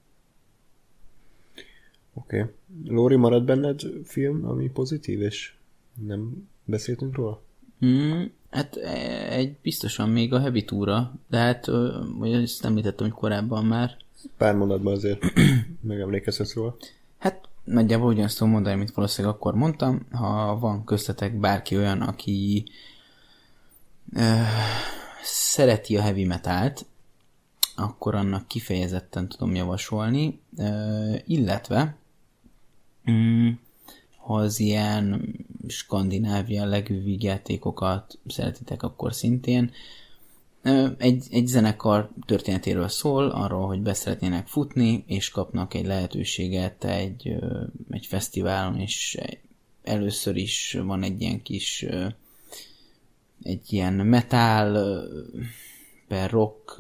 Oké. Okay. Lóri, marad benned film, ami pozitív, és nem beszéltünk róla? Mm, Hát egy biztosan még a Heavy túra, de hát ezt említettem, hogy korábban már. Pár mondatban azért megemlékezhetsz róla. Hát nagyjából ugyanazt tudom mondani, mint valószínűleg akkor mondtam. Ha van köztetek bárki olyan, aki uh, szereti a heavy metalt, akkor annak kifejezetten tudom javasolni, uh, illetve um, ha az ilyen skandináv jellegű vígjátékokat szeretitek, akkor szintén. Egy, egy zenekar történetéről szól, arról, hogy beszeretnének futni, és kapnak egy lehetőséget egy, egy fesztiválon, és először is van egy ilyen kis egy ilyen metal per rock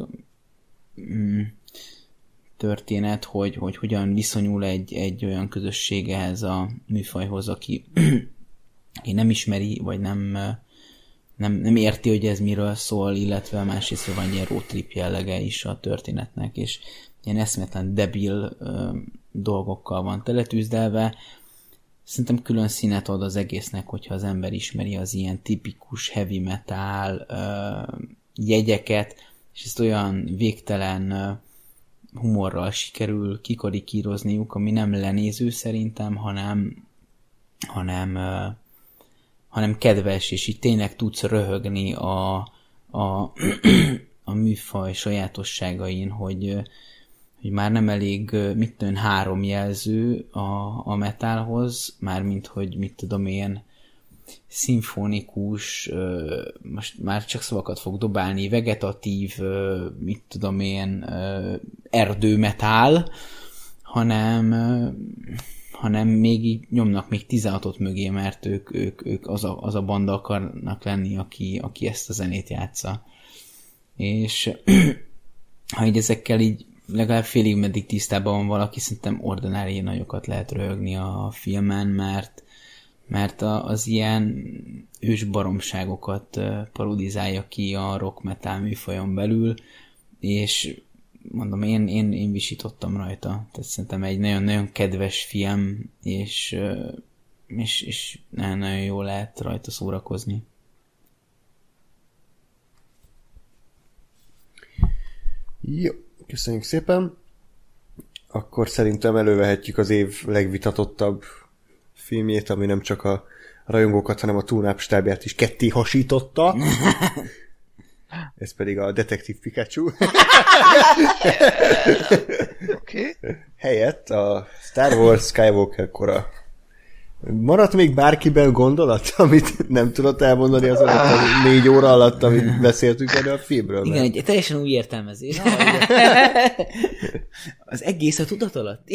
történet, hogy, hogy hogyan viszonyul egy, egy olyan közösség ehhez a műfajhoz, aki, aki nem ismeri, vagy nem, nem, nem érti, hogy ez miről szól, illetve másrészt van egy ilyen road trip jellege is a történetnek, és ilyen eszméletlen debil ö, dolgokkal van teletűzdelve. Szerintem külön színet ad az egésznek, hogyha az ember ismeri az ilyen tipikus heavy metal ö, jegyeket, és ezt olyan végtelen ö, humorral sikerül kikarikírozniuk, ami nem lenéző szerintem, hanem hanem, uh, hanem kedves, és így tényleg tudsz röhögni a, a, a műfaj sajátosságain, hogy, hogy már nem elég, mit tudom, három jelző a, a metalhoz, mármint, hogy mit tudom én, szimfonikus, most már csak szavakat fog dobálni, vegetatív, mit tudom én, erdőmetál, hanem, hanem még így nyomnak még tizenhatot mögé, mert ők, ők, ők az, a, az a banda akarnak lenni, aki, aki ezt a zenét játsza. És ha így ezekkel így legalább félig meddig tisztában van valaki, szerintem ordinári nagyokat lehet röhögni a filmen, mert mert az ilyen ősbaromságokat parodizálja ki a rock metal műfajon belül, és mondom, én, én, én visítottam rajta. Tehát szerintem egy nagyon-nagyon kedves film, és, és, és nagyon-nagyon jól lehet rajta szórakozni. Jó, köszönjük szépen. Akkor szerintem elővehetjük az év legvitatottabb filmjét, ami nem csak a rajongókat, hanem a Túnáp stábját is ketté hasította. Ez pedig a Detektív Pikachu. Okay. Helyett a Star Wars Skywalker kora. Maradt még bárkiben gondolat, amit nem tudott elmondani az alatt a négy óra alatt, amit beszéltünk erről a filmről? Igen, egy teljesen új értelmezés. Az egész a tudat alatt.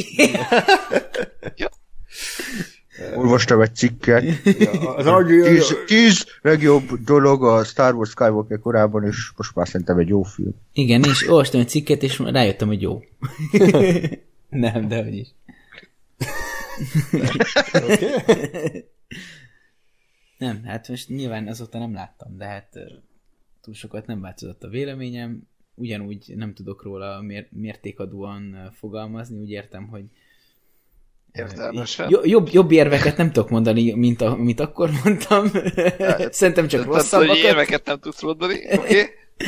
Olvastam egy cikket. Ja, tíz, tíz legjobb dolog a Star Wars Skywalker korában, és most már szerintem egy jó film. Igen, és olvastam egy cikket, és rájöttem, hogy jó. Nem, de hogy is. Okay. Nem, hát most nyilván azóta nem láttam, de hát túl sokat nem változott a véleményem. Ugyanúgy nem tudok róla mér- mértékadóan fogalmazni, úgy értem, hogy értelmesen. Jobb, jobb érveket nem tudok mondani, mint a, amit akkor mondtam. Szerintem csak rosszabbakat. Tehát, hogy érveket nem tudsz mondani, oké? Okay.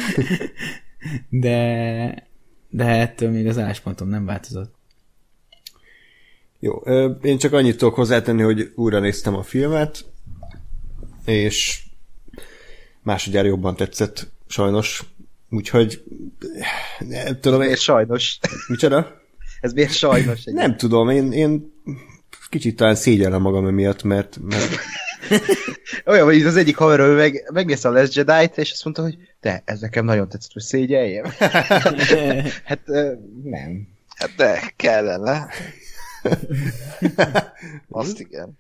De, de ettől még az álláspontom nem változott. Jó, én csak annyit tudok hozzátenni, hogy újra néztem a filmet, és másodjára jobban tetszett, sajnos. Úgyhogy nem tudom, miért sajnos? Micsoda? Ez miért sajnos? Egy nem tudom, én, én kicsit talán szégyellem magam emiatt, mert... mert... Olyan, hogy az egyik haverról meg, megnézte a Last Jedi-t, és azt mondta, hogy de, ez nekem nagyon tetszett, hogy szégyeljem. Hát nem. Hát de, kellene. Azt igen.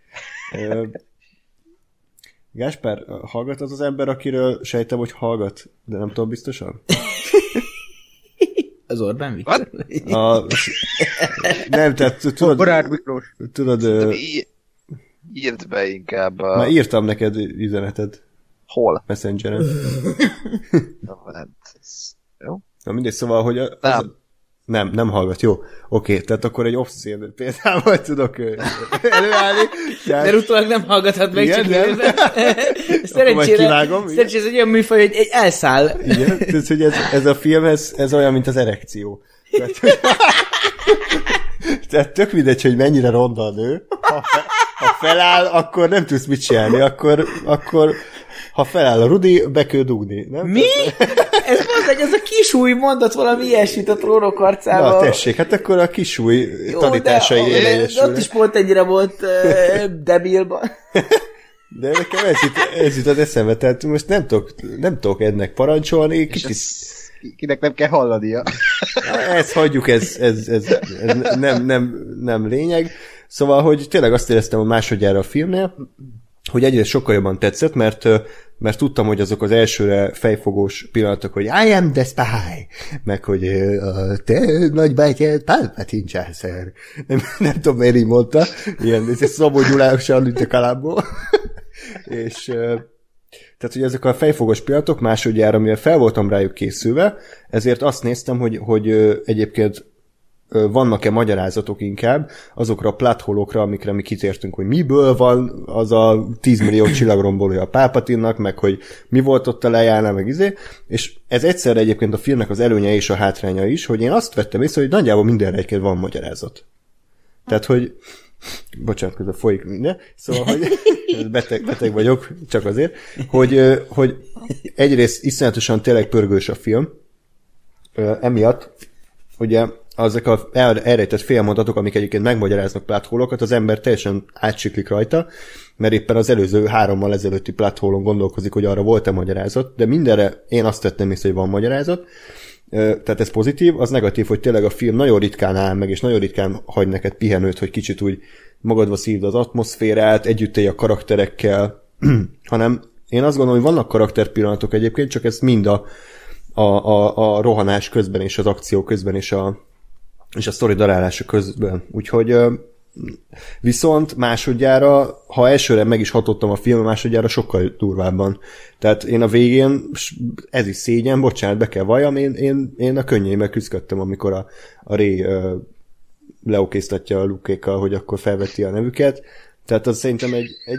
Gáspár, hallgat az az ember, akiről sejtem, hogy hallgat, de nem tudom biztosan? Az Orbán Viktor? A... Nem, tehát tudod... Barát Miklós. Tudod... Uh... Írd be inkább a... Már írtam neked üzeneted. Hol? Messengeren. Na, hát, jó. Na mindegy, szóval, hogy az... Nem. Nem, nem hallgat, jó. Oké, tehát akkor egy obszén példával tudok előállni. Tehát... Mert utólag nem hallgathat meg, igen, csak érzem. Szerencsére, szerencsére ez egy olyan műfaj, hogy egy elszáll. Igen, tehát hogy ez, ez a film, ez, ez olyan, mint az erekció. Tehát, tehát tök mindegy, hogy mennyire ronda a nő. Ha, fe, ha feláll, akkor nem tudsz mit csinálni, akkor, akkor ha feláll a Rudi, be kell dugni. Nem? Mi? Ez mondta, ez a kisúly mondott valami ilyesmit a trónok arcával. Na tessék, hát akkor a kisúly tanításai érvényesülnek. Ott is pont ennyire volt uh, debilban. De nekem ez jut, ez jutott eszembe, tehát most nem tudok, nem tudok ennek parancsolni. Kicsit... Kinek nem kell hallania. Ezt hagyjuk, ez, ez, ez, ez nem, nem, nem lényeg. Szóval, hogy tényleg azt éreztem a másodjára a filmnél, hogy egyrészt sokkal jobban tetszett, mert, mert tudtam, hogy azok az elsőre fejfogós pillanatok, hogy I am the spy, meg hogy a te nagybátyád Palpatine császár. Nem, nem tudom, miért így mondta. Ilyen, ez egy Szabó Gyulásan, mint a Kalából. És tehát, hogy ezek a fejfogós pillanatok másodjára, mivel fel voltam rájuk készülve, ezért azt néztem, hogy, hogy egyébként vannak-e magyarázatok inkább azokra a plotholokra, amikre mi kitértünk, hogy miből van az a tízmillió csillagrombolója a Palpatine-nak, meg hogy mi volt ott a Leia-nál, meg izé, és ez egyszerre egyébként a filmnek az előnye és a hátránya is, hogy én azt vettem észre, hogy nagyjából mindenre egyébként van magyarázat. Tehát, hogy bocsánat, közben folyik minden, szóval, hogy beteg, beteg vagyok, csak azért, hogy, hogy egyrészt iszonyatosan tényleg pörgős a film, emiatt, ugye azok a elrejtett félmondatok, amik egyébként megmagyaráznak plotholokat, az ember teljesen átsiklik rajta, mert éppen az előző hárommal ezelőtti plotholon gondolkozik, hogy arra volt-e magyarázat, de mindenre én azt tettem észre, hogy van magyarázat, tehát ez pozitív, az negatív, hogy tényleg a film nagyon ritkán áll meg, és nagyon ritkán hagy neked pihenőt, hogy kicsit úgy magadba szívd az atmoszférát, együtt élj a karakterekkel, hanem én azt gondolom, hogy vannak karakterpillanatok egyébként, csak ez mind a, a, a, a rohanás közben, és az akció közben, és a, és a sztori darálása közben. Úgyhogy viszont másodjára, ha elsőre meg is hatottam a film, másodjára sokkal durvábban. Tehát én a végén, ez is szégyen, bocsánat, be kell valljam, én, én, én a könnyeimmel küzdöttem, amikor a, a Rey uh, leokéztatja a Luke-ékkal, hogy akkor felveti a nevüket. Tehát az szerintem egy... egy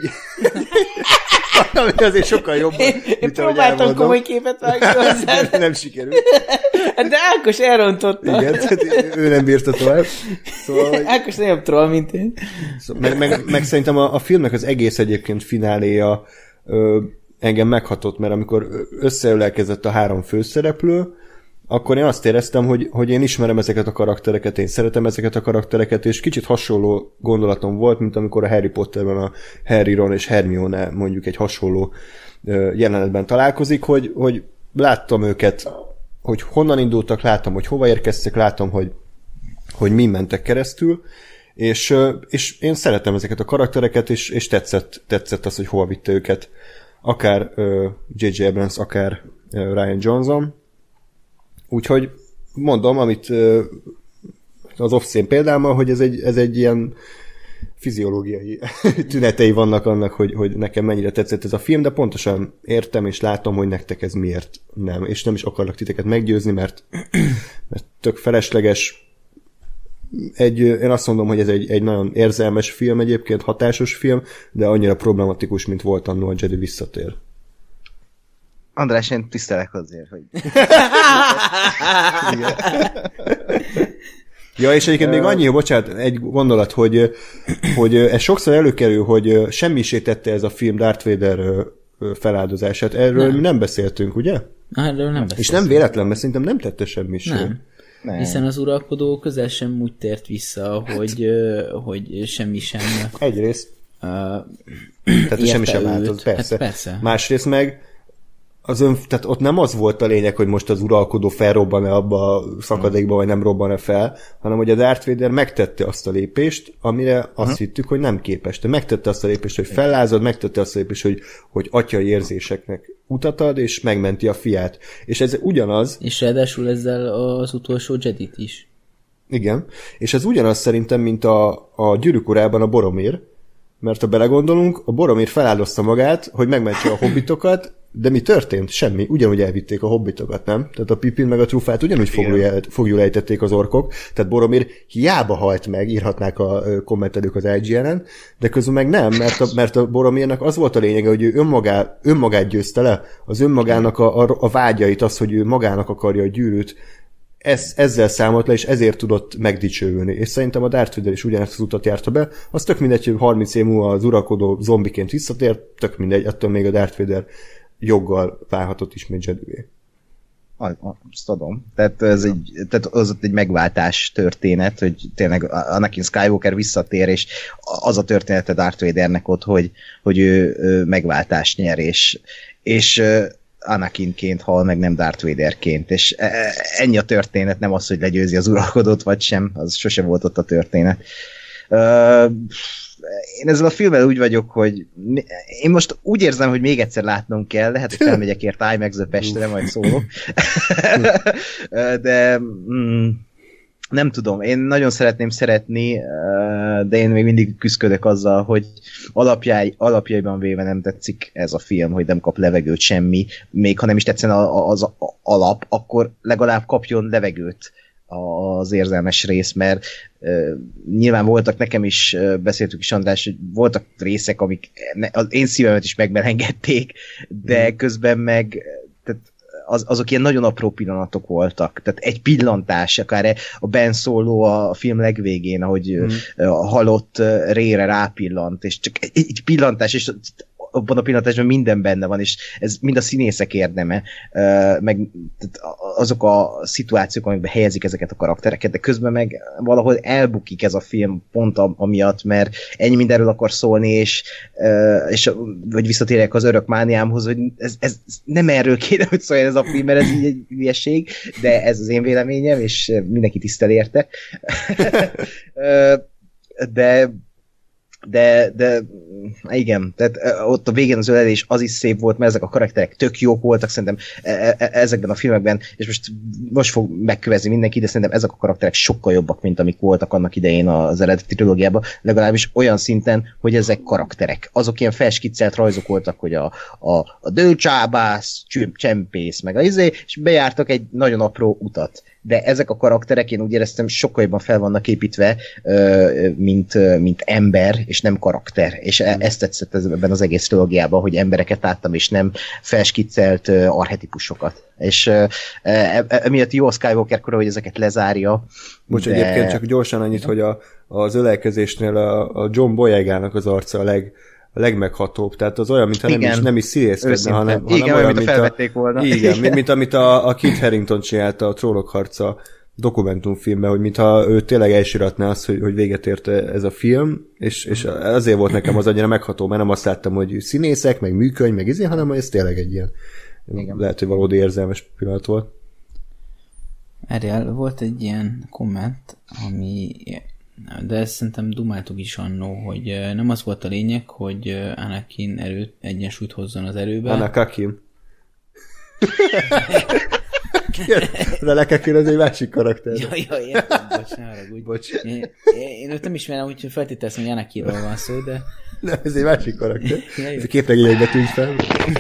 ami azért sokkal jobban, én, én próbáltam komoly képet vágni hozzá. Nem sikerült. De Ákos elrontotta. Igen, tehát ő nem bírta tovább. Szóval, hogy... Ákos nagyobb troll, mint én. Szóval, meg, meg, meg szerintem a, a filmnek az egész egyébként fináléja ö, engem meghatott, mert amikor összeölelkezett a három főszereplő, akkor én azt éreztem, hogy, hogy én ismerem ezeket a karaktereket, én szeretem ezeket a karaktereket, és kicsit hasonló gondolatom volt, mint amikor a Harry Potterben a Harry, Ron és Hermione mondjuk egy hasonló jelenetben találkozik, hogy, hogy láttam őket, hogy honnan indultak, láttam, hogy hova érkeztek, láttam, hogy, hogy mi mentek keresztül, és, és én szeretem ezeket a karaktereket, és, és tetszett, tetszett az, hogy hova vitte őket. Akár J J Abrams, akár Rian Johnson. Úgyhogy mondom, amit az off-szén példámmal, hogy ez egy, ez egy ilyen fiziológiai tünetei vannak annak, hogy, hogy nekem mennyire tetszett ez a film, de pontosan értem és látom, hogy nektek ez miért nem. És nem is akarlak titeket meggyőzni, mert, mert tök felesleges. Egy, én azt mondom, hogy ez egy, egy nagyon érzelmes film egyébként, hatásos film, de annyira problematikus, mint volt annól a Jedi visszatér. András, én tisztelek azért, hogy... Ja, és egyébként még annyi, bocsánat, egy gondolat, hogy, hogy ez sokszor előkerül, hogy semmisé tette ez a film Darth Vader feláldozását. Erről nem, nem beszéltünk, ugye? Erről nem beszéltünk. És nem véletlen, mert szerintem nem tette semmisé. Nem. Nem. Hiszen az uralkodó közel sem úgy tért vissza, hogy, hogy semmi sem... Egyrészt. Uh, Tehát semmi sem változott, persze. Hát persze. Másrészt meg az ön, tehát ott nem az volt a lényeg, hogy most az uralkodó felrobban-e abba a szakadékba, vagy nem robban-e fel, hanem hogy a Darth Vader megtette azt a lépést, amire azt ha. hittük, hogy nem képes. De megtette azt a lépést, hogy fellázad, megtette azt a lépést, hogy, hogy atyai érzéseknek utat ad, és megmenti a fiát. És ez ugyanaz... És ráadásul ezzel az utolsó Jedit is. Igen. És ez ugyanaz szerintem, mint a, a Gyűrűk urában a Boromir, mert ha belegondolunk, a Boromir feláldozta magát, hogy megmentse a hobbitokat, de mi történt? Semmi. Ugyanúgy elvitték a hobbitokat, nem? Tehát a Pippin meg a Trufát ugyanúgy fogjul ejtették az orkok, tehát Boromir hiába halt meg, írhatnák a kommentelők az I G N-en, de közben meg nem, mert a, mert a Boromirnak az volt a lényege, hogy ő önmagá, önmagát győzte le, az önmagának a, a, a vágyait, az, hogy ő magának akarja a gyűrűt, Ez, ezzel számolt le, és ezért tudott megdicsőülni. És szerintem a Darth Vader is ugyanezt az utat járta be. Az tök mindegy, hogy harminc év múlva az uralkodó zombiként visszatért, tök mindegy, attól még a Darth Vader joggal válhatott ismét Jedivé. Azt adom. Tehát, ez egy, tehát az ott egy megváltás történet, hogy tényleg Anakin Skywalker visszatér, és az a története Darth Vadernek ott, hogy, hogy ő, ő megváltást nyer, és, és Anakinként hal, meg nem Darth Vaderként, és ennyi a történet, nem az, hogy legyőzi az uralkodót, vagy sem, az sose volt ott a történet. Uh, én ezzel a filmmel úgy vagyok, hogy én most úgy érzem, hogy még egyszer látnom kell, lehet, hogy felmegyek ért IMAX-be Pestre, majd szólok. De mm, nem tudom, én nagyon szeretném szeretni, de én még mindig küzdködök azzal, hogy alapjai, alapjaiban véve nem tetszik ez a film, hogy nem kap levegőt semmi, még ha nem is tetszen az alap, akkor legalább kapjon levegőt az érzelmes rész, mert uh, nyilván voltak, nekem is uh, beszéltük is, András, hogy voltak részek, amik ne, az én szívemet is megmelengedték, de mm. közben meg tehát az, azok ilyen nagyon apró pillanatok voltak. Tehát egy pillantás, akár a Ben Solo a film legvégén, ahogy mm. uh, a halott uh, Rey-re rápillant, és csak egy, egy pillantás, és abban a pillanatban minden benne van, és ez mind a színészek érdeme, meg azok a szituációk, amikben helyezik ezeket a karaktereket, de közben meg valahol elbukik ez a film pont amiatt, mert ennyi mindenről akar szólni, és, és vagy visszatérjek az örök mániámhoz, hogy ez, ez nem erről kéne, hogy szóljon ez a film, mert ez így egy hülyeség, de ez az én véleményem, és mindenki tisztel érte. de De, de igen, tehát ott a végén az ölelés az is szép volt, mert ezek a karakterek tök jók voltak szerintem ezekben a filmekben, és most, most fog megkövezni mindenki, de szerintem ezek a karakterek sokkal jobbak, mint amik voltak annak idején az eredeti trilógiában, legalábbis olyan szinten, hogy ezek karakterek. Azok ilyen felskiccelt rajzok voltak, hogy a, a, a dőcsábász, csempész, meg a izé, és bejártak egy nagyon apró utat. De ezek a karakterek, én úgy éreztem, sokkal jobban fel vannak építve, mint, mint ember, és nem karakter. És ezt tetszett ebben az egész trilógiában, hogy embereket láttam, és nem felskiccelt archetipusokat. És emiatt jó a Skywalker kora, hogy ezeket lezárja. Bocs, de... egyébként csak gyorsan annyit, hogy a, az ölelkezésnél a, a John Boyegának az arca a leg a legmeghatóbb, tehát az olyan, mintha nem is, nem is színészkedne, hanem, igen, hanem olyan, mint a felvették volna. Igen, mint, mint amit a, a Kit Harington csinálta a Trónok harca dokumentumfilmben, hogy mintha ő tényleg elsiratná azt, hogy, hogy véget ért ez a film, és, és azért volt nekem az annyira megható, mert nem azt láttam, hogy színészek, meg műkönyv, meg izé, hanem ez tényleg egy ilyen, igen. Lehet, hogy valódi érzelmes pillanat volt. Erre volt egy ilyen komment, ami de ezt szerintem dumáltuk is annó, hogy nem az volt a lényeg, hogy Anakin erőt, egyensúlyt hozzon az erőbe. Anakin. De Lekakin az egy másik karakter. Ja, ja, értem, bocs, ne haragudj. Bocs. Én, én őt nem ismerem, úgyhogy feltételezem, hogy Anakinról van szó, de... Nem, ez egy másik karakter. Ja, ez a képregényekbe tűnt fel.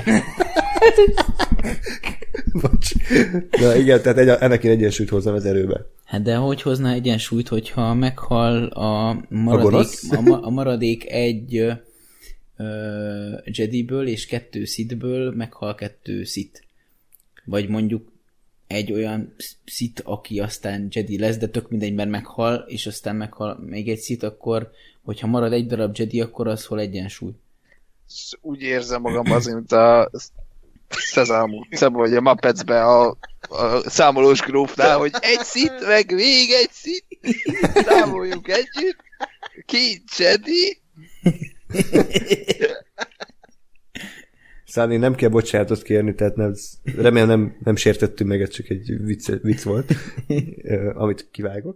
Bocs. De igen, tehát egy, Anakin egyensúlyt hozzam az erőbe. Hát de hogy hozná egyensúlyt, hogyha meghal a maradék, a, a maradék egy ö, Jediből és kettő Sithből meghal kettő Sith. Vagy mondjuk egy olyan Sith, aki aztán Jedi lesz, de tök mindegy, mert meghal, és aztán meghal még egy Sith, akkor hogyha marad egy darab Jedi, akkor az hol egyensúly. Úgy érzem magam azért, mint a Szezám utcában, vagy a Muppetsben a, a számolós grófnál, hogy egy Sith, meg még egy Sith, számoljuk együtt, két Jedi. Szállni nem kell bocsánatot kérni, tehát nem, remélem nem, nem sértettünk meg, ez csak egy vicc, vicc volt, amit kivágok.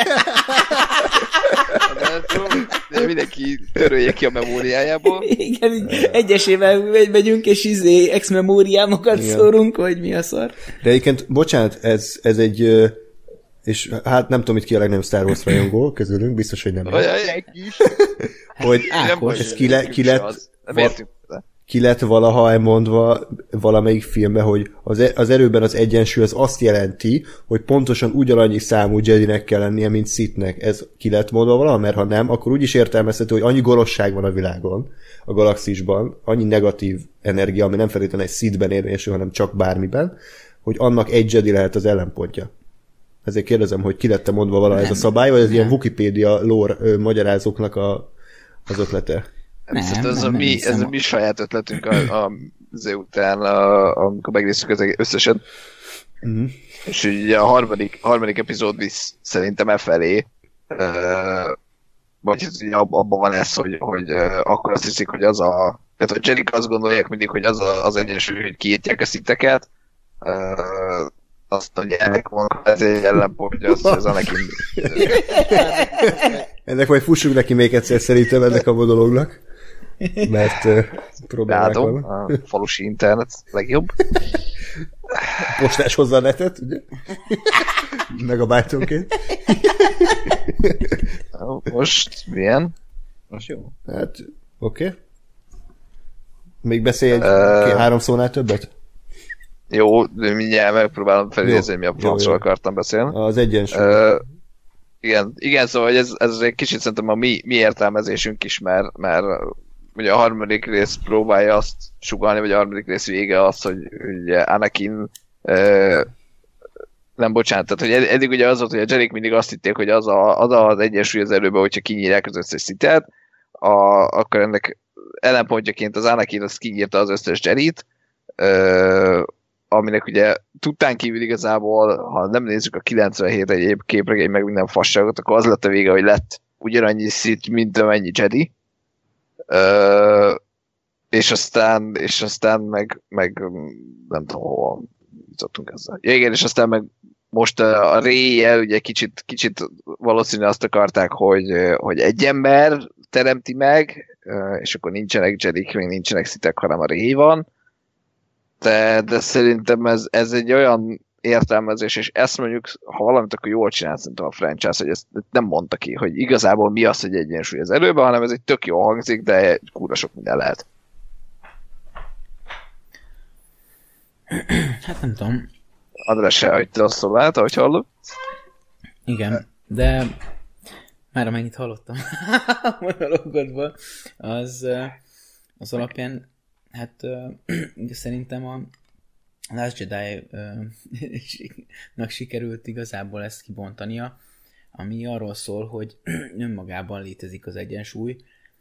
De mindenki törölje ki a memóriájából. Igen, egyesével megyünk, és izé ex-memóriámokat szórunk, hogy mi a szar. De egyébként, bocsánat, ez, ez egy, és hát nem tudom, itt ki a legnagyobb Star Wars rajongó közülünk, biztos, hogy nem. Olyan is. hogy Ákos. ez ki, le, ki, lett, val, ki lett valaha elmondva valamelyik filmben, hogy az, e, az erőben az egyensúly az azt jelenti, hogy pontosan ugyanannyi számú Jedinek kell lennie, mint Sithnek. Ez ki lett mondva valaha, mert ha nem, akkor úgy is értelmezhető, hogy annyi gonoszság van a világon, a galaxisban, annyi negatív energia, ami nem feltétlenül egy Sithben érvényesül, hanem csak bármiben, hogy annak egy Jedi lehet az ellenpontja. Ezért kérdezem, hogy ki lett mondva valaha ez a szabály, vagy ez nem. Ilyen Wikipedia lore ö, magyarázóknak a, az ötlete? Nem, nem, ez, nem, a mi, ez a mi saját ötletünk a, a, az után, a, amikor megnéztük az összeset. Uh-huh. És ugye a harmadik, harmadik epizód visz szerintem e felé, uh, vagy ugye abban van ez, hogy, hogy uh, akkor azt hiszik, hogy az a... Tehát a Jedik azt gondolják mindig, hogy az a, az egyensúly, hogy kiírtják a sziteket, uh, azt, hogy ennek van ez egy ellenpontja, az, az Anakin. Ennek majd fussunk neki még egyszer szerintem ennek a monológnak. Mert uh, problémák van. A falusi internet legjobb. Postás hozzá a netet, ugye? Megabájtonként. Most milyen? Most jó. Hát, oké. Okay. Még beszélj egy uh, három szónál többet? Jó, de mindjárt megpróbálom felidézni, mi a francról akartam beszélni. Az egyensúly. Uh, igen, igen, szóval ez, ez egy kicsit szerintem a mi, mi értelmezésünk is, mert, mert ugye a harmadik rész próbálja azt sugallni, vagy a harmadik rész vége az, hogy ugye Anakin uh, nem bocsánat, tehát hogy eddig ugye az volt, hogy a Jedik mindig azt hitték, hogy az a, az, az egyensúly az erőben, hogyha kinyírják az összes szitet, a, akkor ennek ellenpontjaként az Anakin azt kinyírta az összes Jedit, uh, aminek ugye tudtán kívül igazából, ha nem nézzük a kilencvenhét egyéb képregény, meg minden fasságot, akkor az lett a vége, hogy lett ugyanannyi Sith, mint amennyi Jedi. Ö, és aztán, és aztán meg, meg nem tudom, hova jutottunk ezzel. Ja, igen, és aztán meg most a, a Rey-jel ugye kicsit, kicsit valószínűleg azt akarták, hogy, hogy egy ember teremti meg, és akkor nincsenek Jedik, még nincsenek Sithek, hanem a Rey van. De, de szerintem ez, ez egy olyan értelmezés, és ezt mondjuk, ha valamit, akkor jól csinált szerintem a franchise, hogy ezt nem mondta ki, hogy igazából mi az, hogy egyensúly az erőben, hanem ez egy tök jó hangzik, de kurva sok minden lehet. Hát nem tudom. András se hagyta a szobát, ahogy hallott. Igen, de már amennyit hallottam a monológodból, az, az alapján hát uh, szerintem a Last Jedi-nak sikerült igazából ezt kibontania, ami arról szól, hogy önmagában létezik az egyensúly,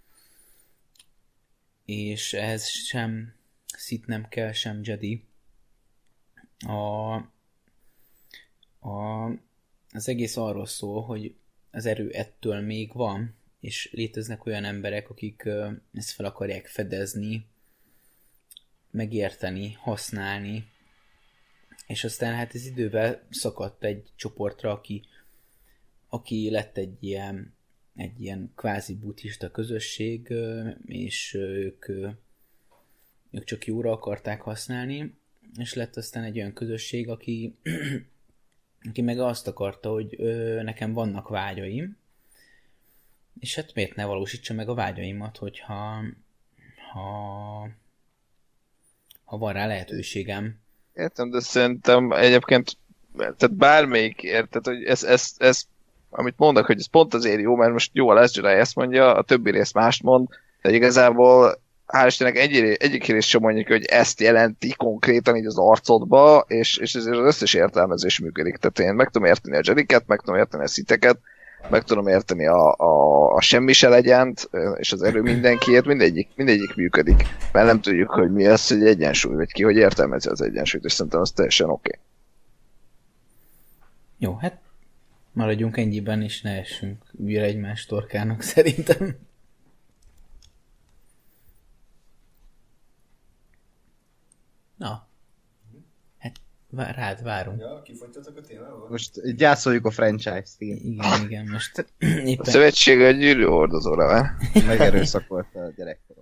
és ehhez sem Sith nem kell, sem Jedi. A, a, az egész arról szól, hogy az erő ettől még van, és léteznek olyan emberek, akik uh, ezt fel akarják fedezni, megérteni, használni, és aztán hát ez idővel szakadt egy csoportra, aki, aki lett egy ilyen, egy ilyen kvázi buddhista közösség, és ők, ők csak jóra akarták használni, és lett aztán egy olyan közösség, aki, aki meg azt akarta, hogy nekem vannak vágyaim, és hát miért ne valósítsa meg a vágyaimat, hogyha ha ha van rá lehetőségem. Értem, de szerintem egyébként tehát bármelyik, érted, hogy ez, ez, ez amit mondok, hogy ez pont azért jó, mert most jó a Last Jedi ezt mondja, a többi rész mást mond, de igazából hál' Istennek egy, egyik rész sem mondjuk, hogy ezt jelenti konkrétan így az arcodba, és, és ezért az összes értelmezés működik. Tehát én meg tudom érteni a Jediket, meg tudom érteni a Sitheket, meg tudom érteni a, a, a semmi se legyent, és az erő mindenkiért, mindegyik, mindegyik működik. Mert nem tudjuk, hogy mi az, hogy egyensúly, vagy ki, hogy értelmezi az egyensúlyt, és szerintem az teljesen oké. Okay. Jó, hát maradjunk ennyiben, és ne essünk újra egymás torkának szerintem. Na. Hát rád várunk. Ja, kifogytatok a témával? Most gyászoljuk a franchise-t. Igen, igen, most éppen... A szövetség egy gyűrű hordozóra, vár? Megerőszakolt a gyerekkorom.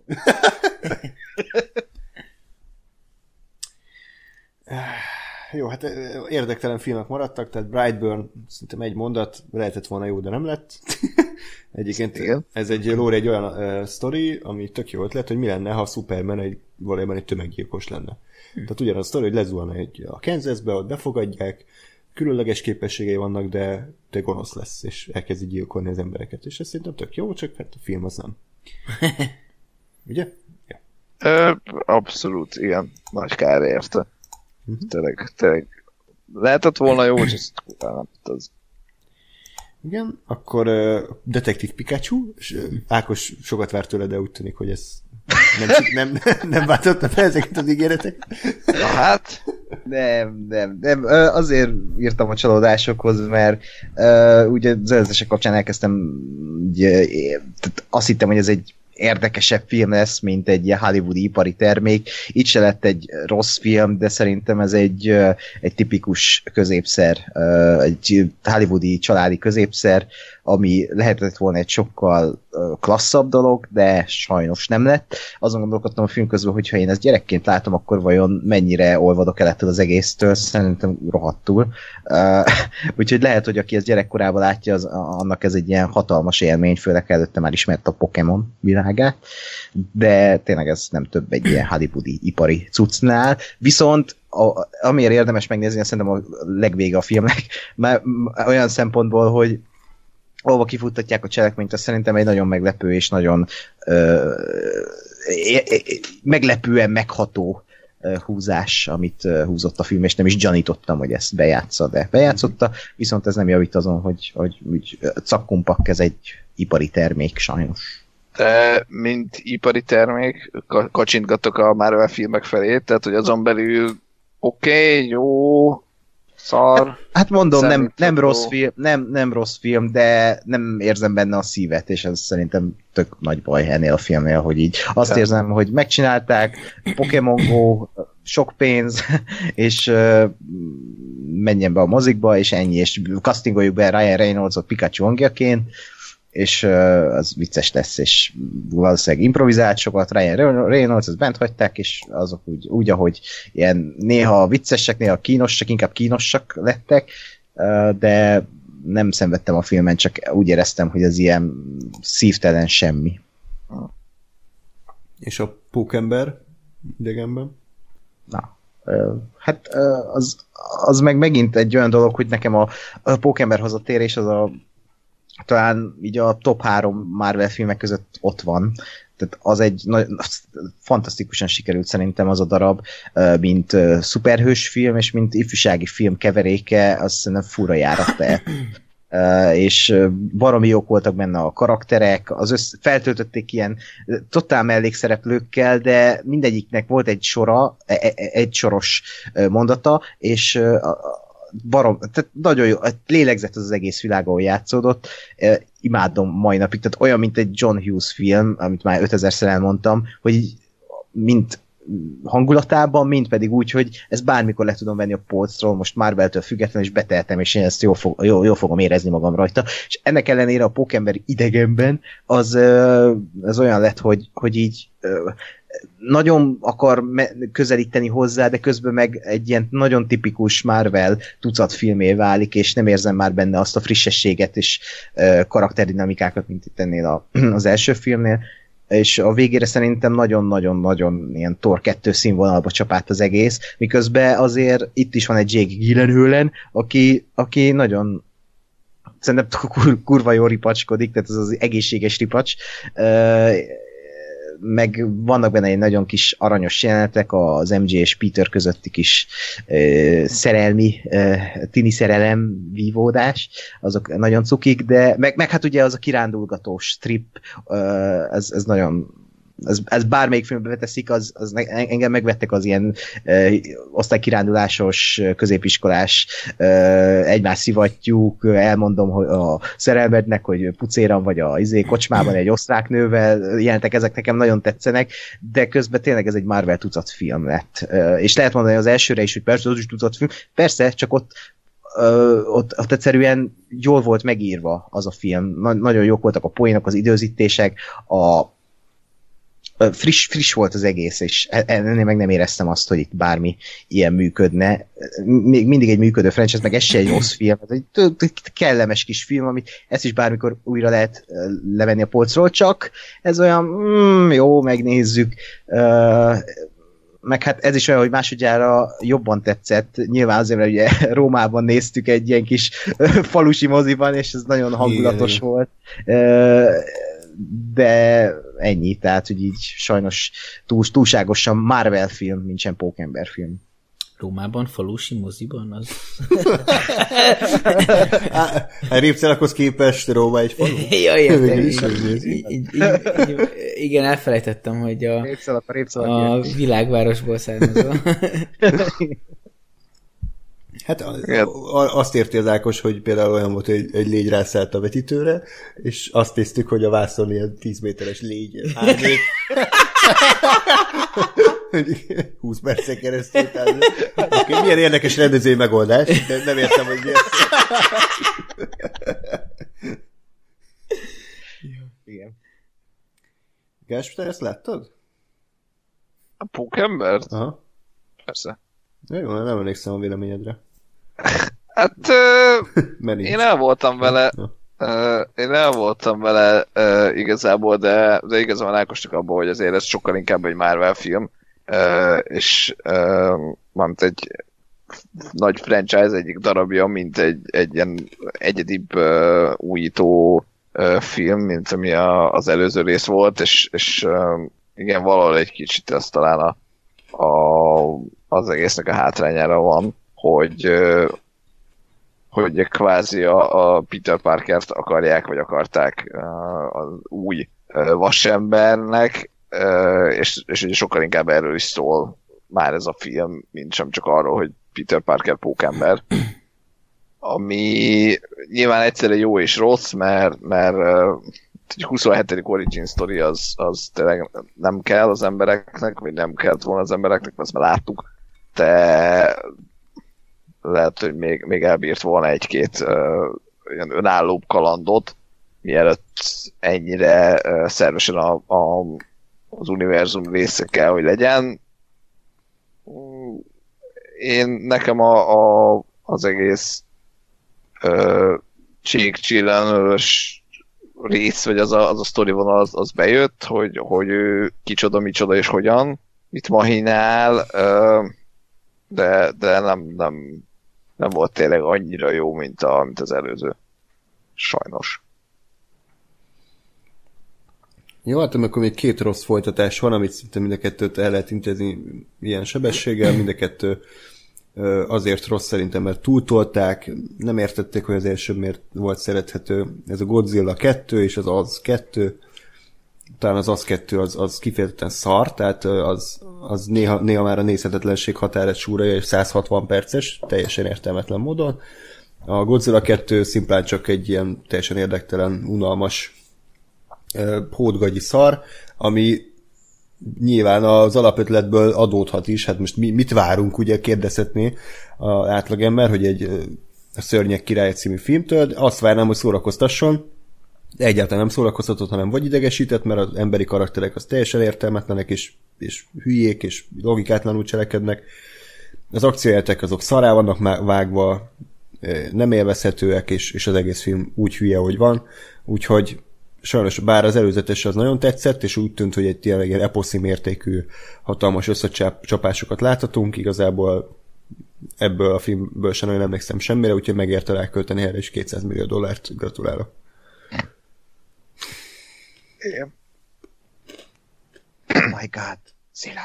jó, hát érdektelen filmek maradtak, tehát Brightburn szerintem egy mondat, lehetett volna jó, de nem lett. Egyébként igen. Ez egy lore, egy olyan uh, sztori, ami tök jó ötlet, hogy mi lenne, ha Superman egy, valójában egy tömeggyilkos lenne. Hm. Tehát ugyanaz a sztori, hogy lezuhan egy a Kansasbe, ott befogadják, különleges képességei vannak, de, de gonosz lesz, és elkezdi gyilkolni az embereket. És ez szerintem tök jó, csak hát a film az nem. Ugye? Ja. Ö, abszolút, igen. Nagy kár érte. Uh-huh. Tényleg, tényleg. Lehetett volna jó, és ezt nem az. Igen, akkor uh, Detektív Pikachu, és uh, Ákos sokat várt tőle, de úgy tűnik, hogy ez nem, nem, nem, nem váltotta fel ezeket az ígéretek. Na hát... Nem, nem, nem. Azért írtam a csalódásokhoz, mert uh, ugye Zelda kapcsán elkezdtem ugye, azt hittem, hogy ez egy érdekesebb film lesz, mint egy ilyen hollywoodi ipari termék. Itt se lett egy rossz film, de szerintem ez egy, egy tipikus középszer, egy hollywoodi családi középszer, ami lehetett volna egy sokkal klasszabb dolog, de sajnos nem lett. Azon gondolkodtam a film közben, hogyha én ezt gyerekként látom, akkor vajon mennyire olvadok el ettől az egésztől, szerintem rohadtul. Uh, úgyhogy lehet, hogy aki ezt gyerekkorában látja, az, annak ez egy ilyen hatalmas élmény, főleg előtte már ismert a Pokémon világát, de tényleg ez nem több egy ilyen hollywoodi ipari cuccnál. Viszont a, amiért érdemes megnézni, szerintem a legvége a filmnek, már olyan szempontból, hogy ahova kifuttatják a cselekményt, az szerintem egy nagyon meglepő és nagyon ö, meglepően megható ö, húzás, amit ö, húzott a film, és nem is gyanítottam, hogy ezt bejátsza, de bejátszotta, viszont ez nem javít azon, hogy, hogy úgy cakkumpak, ez egy ipari termék, sajnos. De mint ipari termék, kacsintgatok a Marvel filmek felé, tehát hogy azon belül oké, okay, jó, szar. Hát, hát mondom, nem, nem, rossz film, nem, nem rossz film, de nem érzem benne a szívet, és ez szerintem tök nagy baj ennél a filmnél, hogy így azt ja. érzem, hogy megcsinálták, Pokémon Go, sok pénz, és uh, menjen be a mozikba, és ennyi, és castingoljuk be Ryan Reynoldsot Pikachu hangjaként, és uh, az vicces lesz, és valószínűleg improvizált sokat, Ryan Reynolds, ezt bent hagyták, és azok úgy, úgy, ahogy ilyen néha viccesek, néha kínosak, inkább kínosak lettek, uh, de nem szenvedtem a filmen, csak úgy éreztem, hogy ez ilyen szívtelen semmi. És a Pókember idegenben? Na, uh, hát uh, az, az meg megint egy olyan dolog, hogy nekem a, a Pókember hazatérés az a talán így a top három Marvel filmek között ott van. Tehát az egy nagy, fantasztikusan sikerült szerintem az a darab, mint szuperhős film, és mint ifjúsági film keveréke, az szerintem fura járat el. És baromi jók voltak benne a karakterek, az össz, feltöltötték ilyen totál mellékszereplőkkel, de mindegyiknek volt egy sora, egy soros mondata, és barom, tehát nagyon jó, lélegzett az, az egész világ, ahol játszódott, e, imádom mai napig, tehát olyan, mint egy John Hughes film, amit már ötezerszer elmondtam, hogy így, mint hangulatában, mint pedig úgy, hogy ezt bármikor le tudom venni a polcról, most Marvel-től függetlenül, és beteltem, és én ezt jól, fog, jól, jól fogom érezni magam rajta, és ennek ellenére a Pókember idegenben az, az olyan lett, hogy, hogy így nagyon akar közelíteni hozzá, de közben meg egy ilyen nagyon tipikus Marvel tucat filmé válik, és nem érzem már benne azt a frissességet és karakterdinamikákat, mint itt ennél a, az első filmnél, és a végére szerintem nagyon-nagyon-nagyon ilyen Thor kettő színvonalba csapált az egész, miközben azért itt is van egy Jake Gyllenhaal, aki, aki nagyon szerintem kur, kurva jó ripacskodik, tehát ez az egészséges ripacs, meg vannak benne egy nagyon kis aranyos jelenetek, az em jé és Peter közötti kis uh, szerelmi, uh, tini szerelem vívódás, azok nagyon cukik, de meg, meg hát ugye az a kirándulgatós trip, uh, ez, ez nagyon ez, ez bármelyik filmbe beteszik, az, az engem megvettek az ilyen uh, osztálykirándulásos, középiskolás uh, egymás szivattyúk, elmondom hogy a szerelmednek, hogy pucéran vagy a izé, kocsmában egy osztráknővel, jelentek, ezek nekem nagyon tetszenek, de közben tényleg ez egy Marvel tucat film lett. Uh, és lehet mondani az elsőre is, hogy persze az is tucat film, persze, csak ott Uh, ott, ott egyszerűen jól volt megírva az a film. Na, nagyon jók voltak a poénok, az időzítések, a friss, friss volt az egész, és ennél meg nem éreztem azt, hogy itt bármi ilyen működne. Még mindig egy működő franchise, meg ez se egy rossz film, ez egy kellemes kis film, amit ezt is bármikor újra lehet levenni a polcról, csak ez olyan, mm, jó, megnézzük, uh, meg hát ez is olyan, hogy másodjára jobban tetszett, nyilván azért, mert ugye Rómában néztük egy ilyen kis falusi moziban, és ez nagyon hangulatos igen, volt. Uh, de ennyi, tehát hogy így sajnos túl, túlságosan Marvel film, nincsen Pókember film. Rómában, falusi moziban az... A Répcelakhoz képest Róma egy falu? Ja, értem. Igen, elfelejtettem, hogy a, Répcelak, a, Répcelak a világvárosból származó. Hát azt érti az Ákos, hogy például olyan volt, hogy egy légy rászállt a vetítőre, és azt néztük, hogy a vászon ilyen tíz méteres légy árnyék. húsz percen keresztül. Tehát, okay, milyen érdekes rendezői megoldás, de nem értem, hogy miért. Igen. Gáspár, ezt láttad? A Pókembert? Aha. Persze. Jó, nem emlékszem a véleményedre. Hát uh, én el voltam vele uh, én el voltam vele uh, igazából, de, de igazából Ákosnak abban, hogy azért ez sokkal inkább egy Marvel film, uh, és uh, mármint egy nagy franchise egyik darabja, mint egy, egy ilyen egyedibb uh, újító uh, film, mint ami a, az előző rész volt, és, és uh, igen, valahol egy kicsit az talán a, a, az egésznek a hátrányára van, hogy, hogy kvázi a, a Peter Parkert akarják, vagy akarták az új vasembernek, és, és ugye sokkal inkább erről is szól már ez a film, mint sem csak arról, hogy Peter Parker pókember. Ami nyilván egyszerűen jó és rossz, mert, mert egy huszonhetedik origin story az, az tényleg nem kell az embereknek, vagy nem kellett volna az embereknek, azt már láttuk, de lehet, hogy még, még elbírt volna egy-két uh, ilyen önállóbb kalandot, mielőtt ennyire uh, szervesen a, a, az univerzum része kell, hogy legyen. Én nekem a, a, az egész uh, Jake Gyllenhaal-ös rész, vagy az a, az a sztori vonal, az, az bejött, hogy, hogy ő kicsoda, micsoda és hogyan, mit mahinál, uh, de, de nem, nem, nem volt tényleg annyira jó, mint, a, mint az előző. Sajnos. Jó, hát akkor még két rossz folytatás van, amit szinte mind a kettőt el lehet intézni ilyen sebességgel, mind a kettő azért rossz szerintem, mert túltolták, nem értették, hogy az első miért volt szerethető. Ez a Godzilla kettő és az Az kettő, talán az Az kettő az, az kifejezetten szar, tehát az, az néha, néha már a nézhetetlenség határát súrolja, és száz hatvan perces, teljesen értelmetlen módon. A Godzilla kettő szimplán csak egy ilyen teljesen érdektelen, unalmas hódgagyi szar, ami nyilván az alapötletből adódhat is, hát most mi, mit várunk, ugye kérdezhetné az átlagember, hogy egy a Szörnyek Királya című filmtől, azt várnám, hogy szórakoztasson, de egyáltalán nem szórakoztatott, hanem vagy idegesített, mert az emberi karakterek az teljesen értelmetlenek, és, és hülyék, és logikátlanul cselekednek. Az akciójátek azok szará vannak vágva, nem élvezhetőek, és, és az egész film úgy hülye, hogy van, úgyhogy sajnos, bár az előzetes az nagyon tetszett, és úgy tűnt, hogy egy tényleg ilyen eposzi mértékű hatalmas összecsapásokat láthatunk, igazából ebből a filmből sem nagyon emlékszem semmire, úgyhogy megérte rá költeni erre is kétszáz millió dollárt, gratulálok. Igen. Oh my god, Zilla.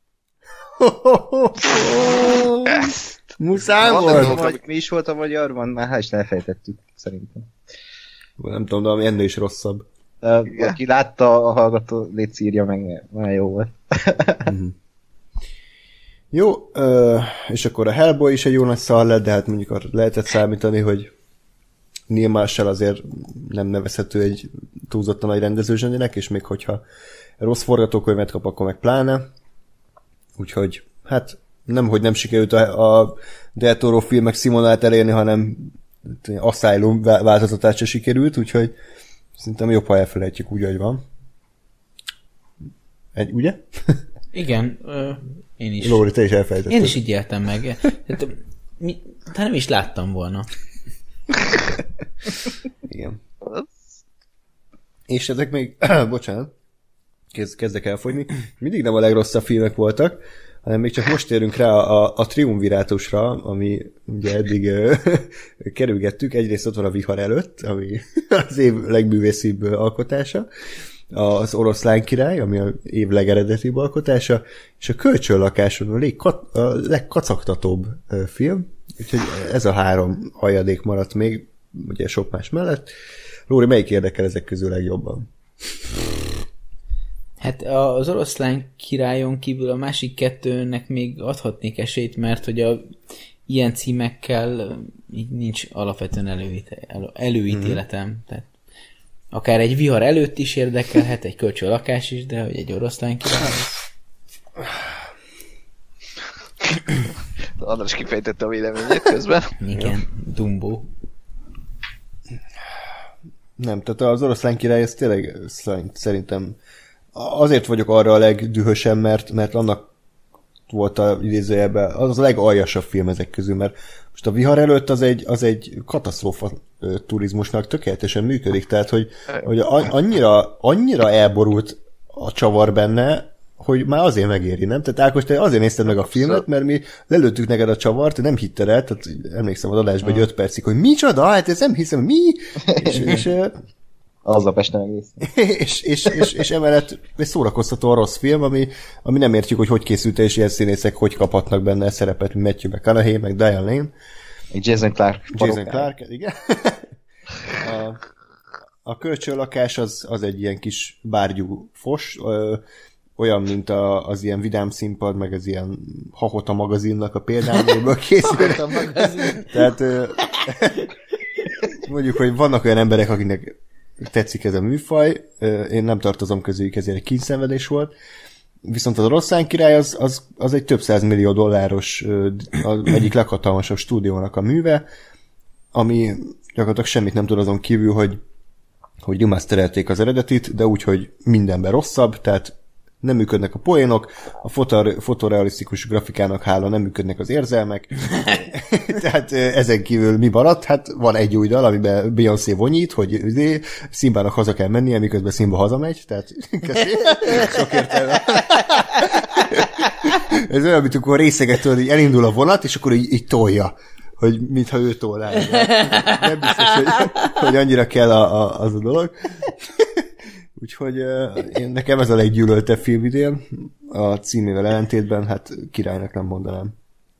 Muszáj volt! Vagy mi is volt a magyarban? Már hát is elfejtettük, szerintem. Nem tudom, de ami ennél is rosszabb. Uh, aki látta a hallgató, légy írja meg, nagyon jó volt. mm. Jó, uh, és akkor a Hellboy is egy jó nagy szar lett, de hát mondjuk arra lehetett számítani, hogy Neil Marshall azért nem nevezhető egy túlzottan nagy rendezőzseninek, és még hogyha rossz forgatókönyvet kap, akkor meg pláne. Úgyhogy, hát nem, hogy nem sikerült a, a Del Toro filmek színvonalát elérni, hanem Asylum változatát se sikerült, úgyhogy szerintem jobb, ha elfelejtjük úgy, hogy van. Egy, ugye? Igen, ö, én is. Lóri, te is elfelejtetted. Én is így éltem meg. Tehát, mi, tehát nem is láttam volna. Igen. És ezek még, bocsánat, kezd, kezdek elfogyni, mindig nem a legrosszabb filmek voltak, hanem még csak most érünk rá a, a triumvirátusra, ami ugye eddig ö, kerülgettük. Egyrészt ott van a Vihar előtt, ami az év legművészibb alkotása, az Oroszlán király, ami az év legeredetibb alkotása, és a Kölcsönlakáson a, lég, a legkacagtatóbb film, úgyhogy ez a három hajadék maradt még, ugye sok más mellett. Lóri, melyik érdekel ezek közül legjobban? Hát az Oroszlán királyon kívül a másik kettőnek még adhatnék esélyt, mert hogy a ilyen címekkel így nincs alapvetően előíté- elő- előítéletem. Mm-hmm. Tehát akár egy Vihar előtt is érdekelhet, egy Kölcsönlakás is, de hogy egy Oroszlán király. András kifejtette a véleményét közben. Igen, Dumbo. Nem, tehát az Oroszlán király, ez tényleg szerintem azért vagyok arra a legdühösebb, mert, mert annak volt a idézőjelben, az a legaljasabb film ezek közül, mert most a Vihar előtt az egy, az egy katasztrófa turizmusnak tökéletesen működik, tehát hogy, hogy annyira, annyira elborult a csavar benne, hogy már azért megéri, nem? Tehát Ákos, te azért nézted meg a filmet, mert mi lelőttük neked a csavart, nem hitted el, tehát emlékszem az adásban, hogy öt percig, hogy micsoda, hát ez nem hiszem, mi? És, és, aznap este megnéztem. És, és, és, és emellett egy szórakoztató rossz film, ami, ami nem értjük, hogy hogy készült, és ilyen színészek hogy kaphatnak benne szerepet, mint Matthew McConaughey, meg Diane Lane. Jason Clarke. Jason Clarke, igen. A, a Kölcsönlakás az, az egy ilyen kis bárgyú fos, ö, olyan, mint a, az ilyen vidám színpad, meg az ilyen Hahota magazinnak a példányéből készült. Hahota magazin. Tehát ö, mondjuk, hogy vannak olyan emberek, akiknek tetszik ez a műfaj, én nem tartozom közüljük, ezért egy kínyszenvedés volt. Viszont az Oroszlán király az, az, az egy több százmillió dolláros az egyik leghatalmasabb stúdiónak a műve, ami gyakorlatilag semmit nem tud azon kívül, hogy, hogy remasterelték az eredetit, de úgy, hogy mindenben rosszabb, tehát nem működnek a poénok, a fotor, fotorealisztikus grafikának hála nem működnek az érzelmek. Tehát ezen kívül mi maradt? Hát van egy új dal, amiben Beyoncé vonyít, hogy Szimbának haza kell mennie, miközben Szimba hazamegy, tehát sok értelme. Ez olyan, mint akkor részegetől, hogy elindul a vonat, és akkor így, így tolja, hogy mintha ő tolná. Nem biztos, hogy, hogy annyira kell a, a, az a dolog. Úgyhogy uh, én, nekem ez a leggyűlöltebb film idén, a címével ellentétben, hát királynak nem mondanám.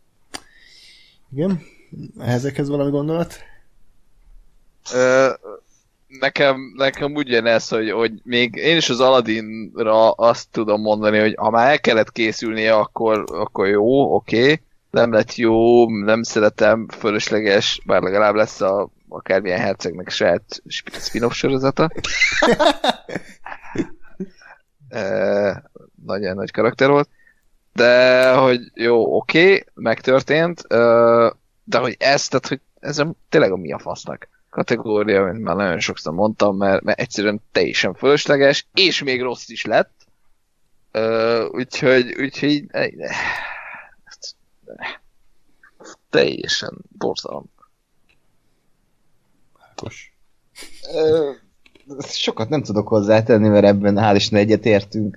Igen? Ezekhez valami gondolat? Ö, nekem, nekem úgy jön ez, hogy, hogy még én is az Aladdinra azt tudom mondani, hogy ha már el kellett készülnie, akkor, akkor jó, oké. Okay. Nem lett jó, nem szeretem, fölösleges, bár legalább lesz a akármilyen hercegnek saját spin-off sorozata. e, nagyon nagy karakter volt. De, hogy jó, oké, okay, megtörtént, de hogy ez, tehát, hogy ez a, tényleg a mi a fasznak kategória, mint már nagyon sokszor mondtam, mert, mert egyszerűen teljesen fölösleges, és még rossz is lett. Úgyhogy, úgyhogy teljesen borzalom. Sokat nem tudok hozzátenni, mert ebben hál' Isten egyetértünk.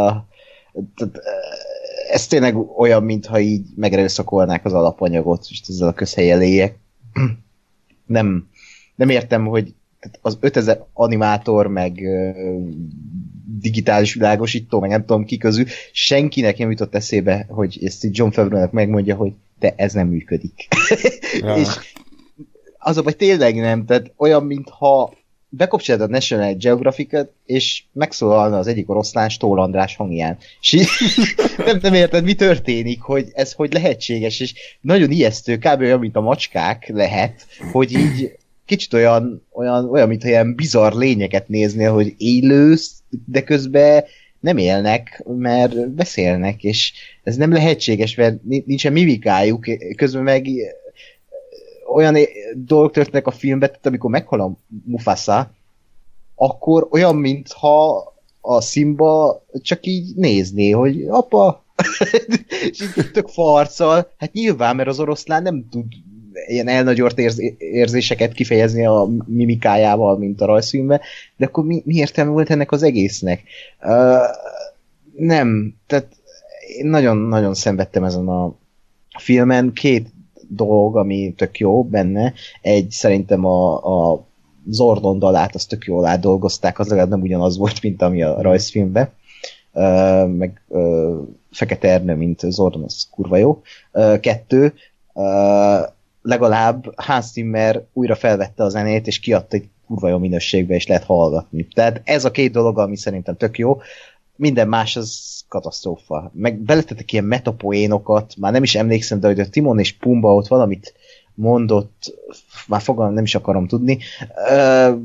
Ez tényleg olyan, mintha így megerőszakolnák az alapanyagot, és ezzel a közhelyeléjek. Nem, nem értem, hogy az ötezer animátor, meg digitális világosító, meg nem tudom ki közül, senkinek nem jutott eszébe, hogy ezt John Favreau-nak megmondja, hogy de ez nem működik. Ja. És az a baj tényleg nem, tehát olyan, mintha bekopcsolod a National Geographic-et, és megszólalna az egyik oroszlán Stól András hangján. És nem, nem érted, mi történik, hogy ez hogy lehetséges, és nagyon ijesztő, kb. Olyan, mint a macskák lehet, hogy így kicsit olyan, olyan, olyan mintha ilyen bizarr lényeket néznél, hogy élősz, de közben nem élnek, mert beszélnek, és ez nem lehetséges, mert nincsen mimikájuk, közben meg olyan dolgok történnek a filmben, tehát amikor meghal a Mufasa, akkor olyan, mintha a Simba csak így nézné, hogy apa, és így tök farccal. Hát nyilván, mert az oroszlán nem tud ilyen elnagyort érz- érzéseket kifejezni a mimikájával, mint a rajzfilmben, de akkor mi, mi értelme volt ennek az egésznek? Uh, nem, tehát én nagyon-nagyon szenvedtem ezen a filmen. Két dolog, ami tök jó benne. Egy, szerintem a, a Zordon dalát, azt tök jól átdolgozták, az legalább nem ugyanaz volt, mint ami a rajzfilmben. Uh, meg uh, Fekete Ernő, mint Zordon, az kurva jó. Uh, kettő, uh, legalább Hans Zimmer újra felvette a zenét, és kiadta egy kurva jó minőségbe, és lehet hallgatni. Tehát ez a két dolog, ami szerintem tök jó. Minden más az katasztrófa. Meg beletettek ilyen metapoénokat, már nem is emlékszem, de hogy a Timon és Pumba ott valamit mondott, már fogalmam nem is akarom tudni. Uh,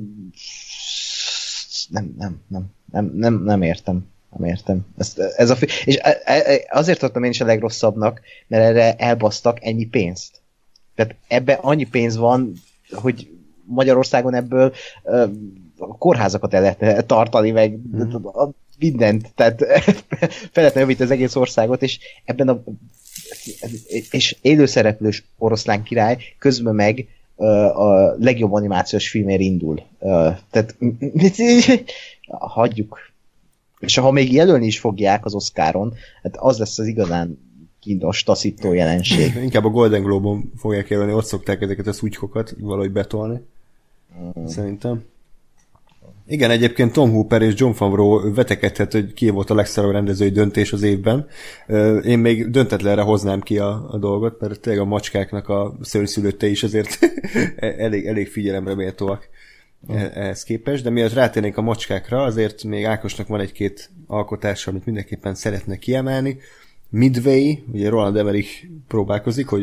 nem, nem, nem, nem, nem, nem értem. Nem értem. Ezt, ez a fi- és azért tartom én is a legrosszabbnak, mert erre elbasztak ennyi pénzt. Tehát ebben annyi pénz van, hogy Magyarországon ebből uh, a kórházakat el lehet tartani, meg mm. mindent, tehát fel lehetne javítani az egész országot, és ebben a és élőszereplős oroszlán király közben meg uh, a legjobb animációs filmért indul. Uh, tehát hagyjuk. És ha még jelölni is fogják az Oscaron, hát az lesz az igazán kínos, taszító jelenség. Inkább a Golden Globe-on fogják jelölni, ott szokták ezeket a szúgykokat valahogy betolni. Mm. Szerintem. Igen, egyébként Tom Hooper és Jon Favreau vetekedhet, hogy ki volt a legszarabb rendezői döntés az évben. Én még döntetlenre hoznám ki a, a dolgot, mert tényleg a macskáknak a szőrszülöttei is azért elég, elég figyelemre méltóak ehhez képest, de miatt rátérnénk a macskákra, azért még Ákosnak van egy-két alkotása, amit mindenképpen szeretne kiemelni. Midway, ugye Roland Emmerich próbálkozik, hogy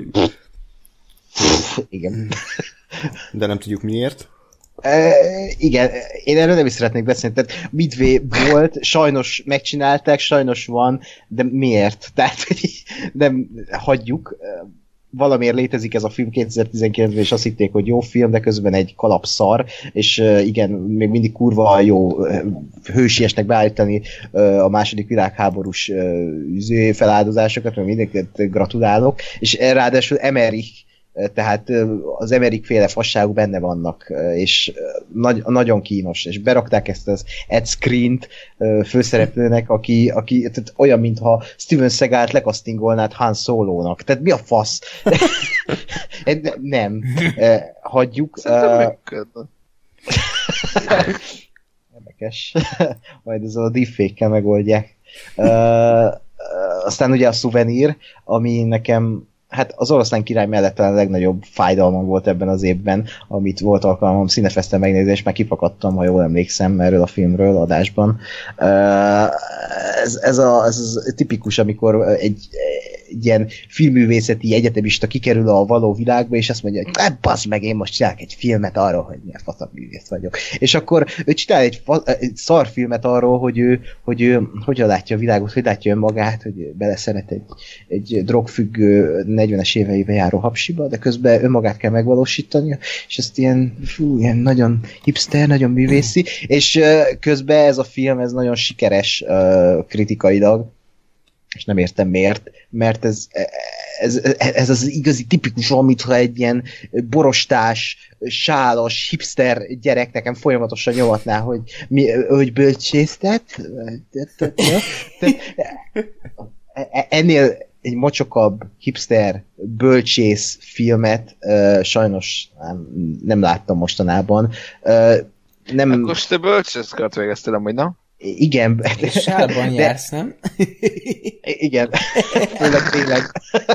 igen. De nem tudjuk miért. E, igen, én erről nem is szeretnék beszélni. Tehát Midway volt, sajnos megcsinálták, sajnos van, de miért? Tehát nem hagyjuk. Valamiért létezik ez a film kétezer-tizenkilencben, és azt hitték, hogy jó film, de közben egy kalapszar, és igen, még mindig kurva jó hősiesnek beállítani a második világháborús feláldozásokat, mert mindenkit gratulálok, és ráadásul Emmerich, tehát az Emmerich féle fasságok benne vannak, és nagy, nagyon kínos, és berakták ezt az Ed Screen-t főszereplőnek, aki, aki tehát olyan, mintha Steven Seagalt lekasztingolnád Han Solo-nak. Tehát mi a fasz? Nem. Hagyjuk. Érdekes. Majd ezzel a deepfake-kel megoldják. Aztán ugye a Souvenir, ami nekem hát az Oroszlán király mellett talán a legnagyobb fájdalmam volt ebben az évben, amit volt alkalmam Színefeszten megnézni, és már kifakadtam, ha jól emlékszem, erről a filmről adásban. Ez, ez, a, ez az tipikus, amikor egy, egy ilyen filmművészeti egyetemista kikerül a való világba, és azt mondja, hogy bazd meg, én most csinálok egy filmet arról, hogy milyen faszaművész vagyok. És akkor ő csinál egy, fa, egy szarfilmet arról, hogy ő, hogy ő hogyan látja a világot, hogy látja önmagát, hogy beleszeret egy, egy drogfüggő negyvenes éveibe járó hapsiba, de közben önmagát kell megvalósítania, és ezt ilyen, fú, ilyen nagyon hipster, nagyon művészi, és uh, közben ez a film, ez nagyon sikeres uh, kritikailag, és nem értem miért, mert ez, ez, ez az igazi tipikus, amitha egy ilyen borostás, sálos, hipster gyerek nekem folyamatosan nyomatná, hogy, mi, hogy bölcsésztet. Ennél egy mocsokabb, hipster, bölcsész filmet uh, sajnos nem, nem láttam mostanában. Uh, nem... Akkor te bölcsészkart végeztél, amúgy, nem? Igen. Sálban de... jársz, nem? Igen. Tényleg, tényleg.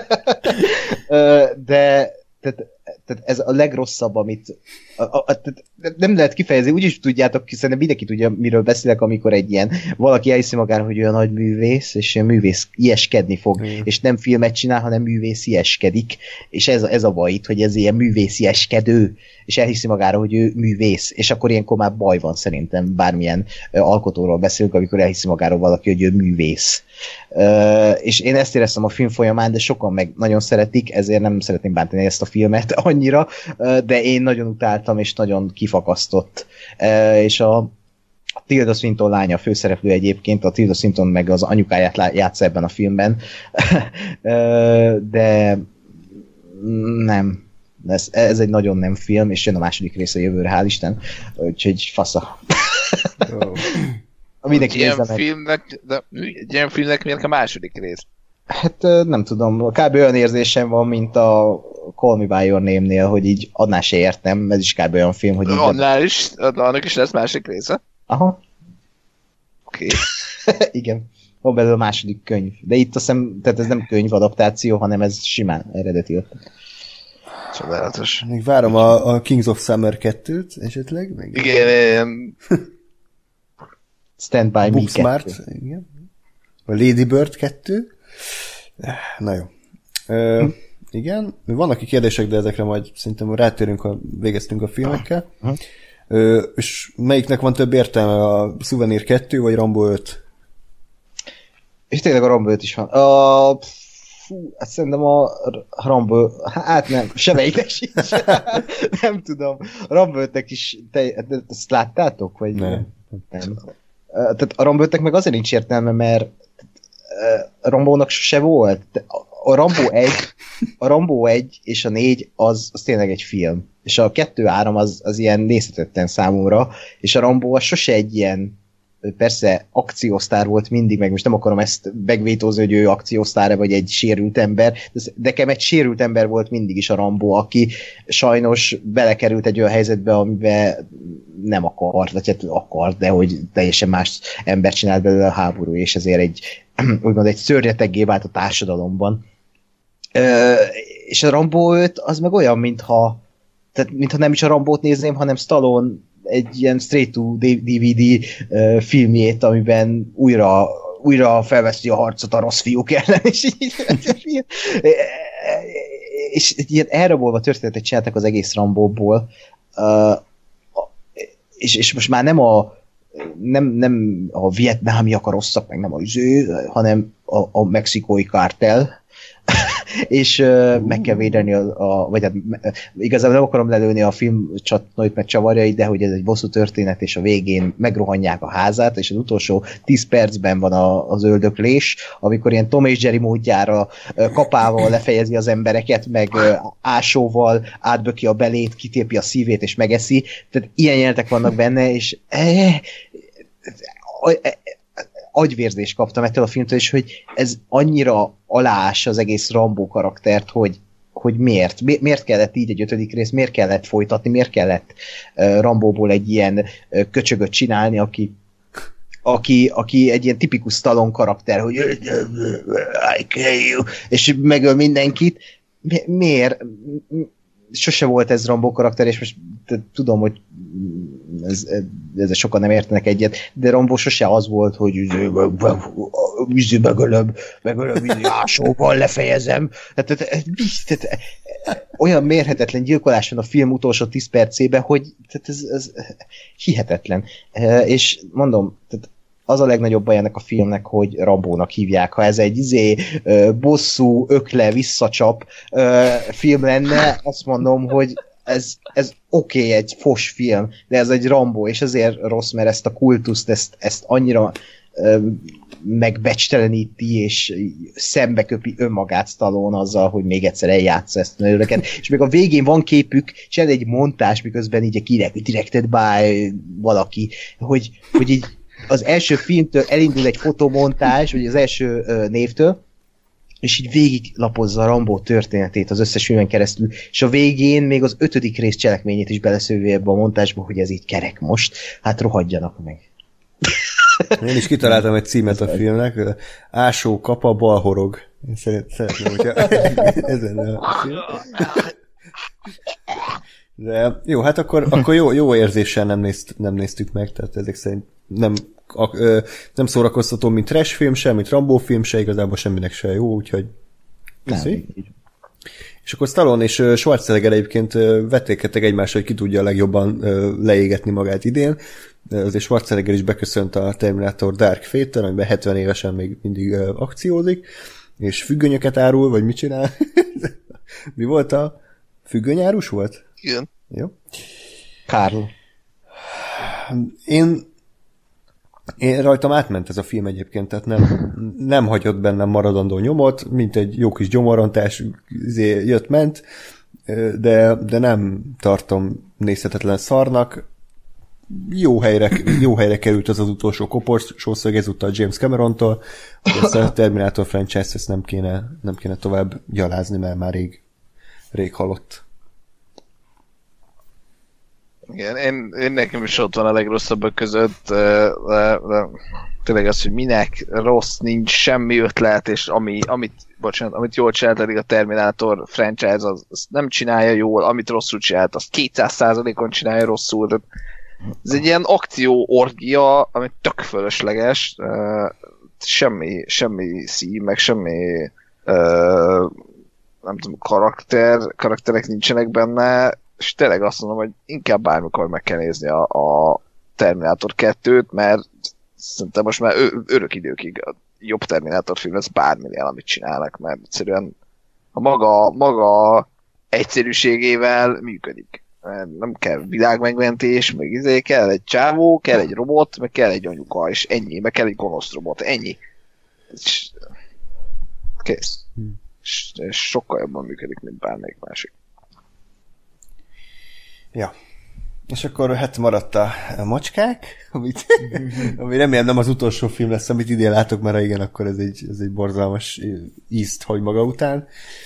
uh, de tehát, tehát ez a legrosszabb, amit a, a, a, nem lehet kifejezni, úgyis tudjátok, hiszen mindenki tudja, miről beszélek, amikor egy ilyen valaki elhiszi magára, hogy olyan nagy művész, és olyan művész ilyeskedni fog, mm. és nem filmet csinál, hanem művész ilyeskedik, és ez, ez a baj itt, hogy ez ilyen művész ilyeskedő, és elhiszi magára, hogy ő művész, és akkor ilyenkor már baj van szerintem, bármilyen alkotóról beszélünk, amikor elhiszi magáról valaki, hogy ő művész. Uh, és én ezt éreztem a film folyamán, de sokan meg nagyon szeretik, ezért nem szeretném bántani ezt a filmet annyira, uh, de én nagyon utáltam, és nagyon kifakasztott. Uh, és a a Tilda Swinton lánya a főszereplő egyébként, a Tilda Swinton meg az anyukáját játsza ebben a filmben, de nem. Ez, ez egy nagyon nem film, és jön a második része jövőre, hál' Isten, úgyhogy fasza. Oh. Mindenki ilyen filmnek, de ilyen filmnek miért a második rész? Hát nem tudom, kb. Olyan érzésem van, mint a Call Me By Your Name-nél, hogy így annál se értem, ez is kb. Olyan film, hogy így... Annál is, annak is lesz másik része? Aha. Oké. Okay. Igen. Van belőle a második könyv. De itt azt hiszem, tehát ez nem könyvadaptáció, hanem ez simán eredeti ötlet. Csodálatos. Még várom a, a Kings of Summer kettőt esetleg. Meg... Igen. Stand By Me Booksmart, igen. A Lady Bird kettő. Na jó. Ö, hm. Igen. Vannak ki kérdések, de ezekre majd szerintem rátérünk, ha végeztünk a filmekkel. Hm. Ö, és melyiknek van több értelme? A Souvenir kettő vagy Rambo öt? És tényleg a Rambo öt is van. A... Fú, hát szerintem a Rambo, hát nem, semmelyiknek sincs. Nem tudom. A Rambo ötnek is, te, ezt láttátok? Vagy nem. nem. Tehát a Rambo ötnek meg azért nincs értelme, mert a Rambónak sose volt. A Rambo egy, a Rambo egy és a négy az, az tényleg egy film. És a kettő három az, az ilyen nézhetetlen számomra, és a Rambo az sose egy ilyen, persze akciósztár volt mindig, meg most nem akarom ezt megvétózni, hogy ő akciósztár vagy egy sérült ember, de nekem egy sérült ember volt mindig is a Rambo, aki sajnos belekerült egy olyan helyzetbe, amiben nem akart, vagy hát akart, de hogy teljesen más ember csinált belőle a háború, és ezért egy, úgymond egy szörnyeteggé vált a társadalomban. Ö, és a Rambo öt az meg olyan, mintha, tehát mintha nem is a Rambót nézném, hanem Stallone egy ilyen straight-to dé vé dé uh, filmjét, amiben újra, újra felveszi a harcot a rossz fiúk ellen, és így, és ilyen elrabolva történetet csináltak az egész Rambóból, uh, és, és most már nem a nem, nem a vietnámiak a rosszak, meg nem a üző, hanem a, a mexikói kártel, és uh, meg kell védeni a, a vagy hát igazából nem akarom lelőni a film csatnoit meg csavarjait, de hogy ez egy bosszú történet, és a végén megrohanják a házát, és az utolsó tíz percben van a, az öldöklés, amikor ilyen Tom és Jerry módjára uh, kapával lefejezi az embereket, meg uh, ásóval átböki a belét, kitépi a szívét, és megeszi. Tehát ilyen jelentek vannak benne, és eh, eh, agyvérzést kaptam ettől a filmtől, és hogy ez annyira aláássa az egész Rambo karaktert, hogy, hogy miért? Mi, miért kellett így egy ötödik rész, miért kellett folytatni, miért kellett uh, Rambóból egy ilyen uh, köcsögöt csinálni, aki, aki, aki egy ilyen tipikus Stallone karakter, hogy I kill you, és megöl mindenkit. Mi, miért? Sose volt ez Rambo karakter, és most tudom, hogy ez, ezzel sokan nem értenek egyet, de Rambo sose az volt, hogy vízű megölöm, megölöm vízű ásóval lefejezem. Tehát, tehát, tehát, olyan mérhetetlen gyilkolás van a film utolsó tíz percében, hogy tehát ez, ez hihetetlen. És mondom, tehát az a legnagyobb baj ennek a filmnek, hogy Rambónak hívják. Ha ez egy izé, bosszú, ökle, visszacsap film lenne, azt mondom, hogy ez, ez oké, okay, egy fos film, de ez egy Rambó, és ezért rossz, mert ezt a kultuszt, ezt, ezt annyira megbecsteleníti, és szembeköpi önmagát Stallone azzal, hogy még egyszer eljátsza ezt a nőröket. És még a végén van képük, csinál egy montás, miközben így a directed by valaki, hogy, hogy így az első filmtől elindul egy fotomontázs, vagy az első ö, névtől, és így végig lapozza a Rambo történetét az összes filmen keresztül, és a végén még az ötödik rész cselekményét is beleszővé ebbe a montázsba, hogy ez így kerek most. Hát rohadjanak meg. Én is kitaláltam egy címet a filmnek, Ásó kapa, balhorog. Én szeret, szeretném, hogyha ez lenne a film. De jó, hát akkor, akkor jó, jó érzéssel nem, nézt, nem néztük meg, tehát ezek szerint nem, a, ö, nem szórakoztató, mint trash film se, mint Rambo film se, igazából semminek se jó, úgyhogy köszi. És akkor Stallone és Schwarzenegger egyébként vetélkedtek egymásra, hogy ki tudja a legjobban leégetni magát idén. Azért Schwarzenegger is beköszönt a Terminator Dark Fate-tel, amiben hetven évesen még mindig akciózik, és függönyöket árul, vagy mit csinál? Mi volt a függönyárus volt? Igen. Jó. Karl. Én Én rajtam átment ez a film egyébként, tehát nem, nem hagyott bennem maradandó nyomot, mint egy jó kis gyomorontás jött-ment, de, de nem tartom nézhetetlen szarnak. Jó helyre, jó helyre került az az utolsó koporsószög, ezúttal James Camerontól, hogy ezt a Terminator franchise-t ezt nem kéne, nem kéne tovább gyalázni, mert már rég, rég halott. Igen, én, én nekem is ott van a legrosszabbak között, de, de tényleg az, hogy minek rossz, nincs semmi ötlet, és ami, amit, bocsánat, amit jól csinált eddig a Terminator franchise, az, az nem csinálja jól, amit rosszul csinált, az kétszáz százalékon csinálja rosszul, de ez egy ilyen akció orgia, ami tök fölösleges, semmi, semmi szív, meg semmi nem tudom, karakter, karakterek nincsenek benne, és tényleg azt mondom, hogy inkább bármikor meg kell nézni a, a Terminator kettőt, mert szerintem most már ö- örök időkig a jobb Terminator film lesz bármilyen, amit csinálnak, mert egyszerűen a maga, maga egyszerűségével működik. Nem kell világmegmentés, meg izé, kell egy csávó, kell egy robot, meg kell egy anyuka, és ennyi, meg kell egy gonosz robot, ennyi. És kész. Hmm. És, és sokkal jobban működik, mint bármelyik másik. Ja. És akkor hát maradt a, a macskák, amit, ami remélem nem az utolsó film lesz, amit idén látok, mert igen, akkor ez egy, ez egy borzalmas ízt hagy maga után.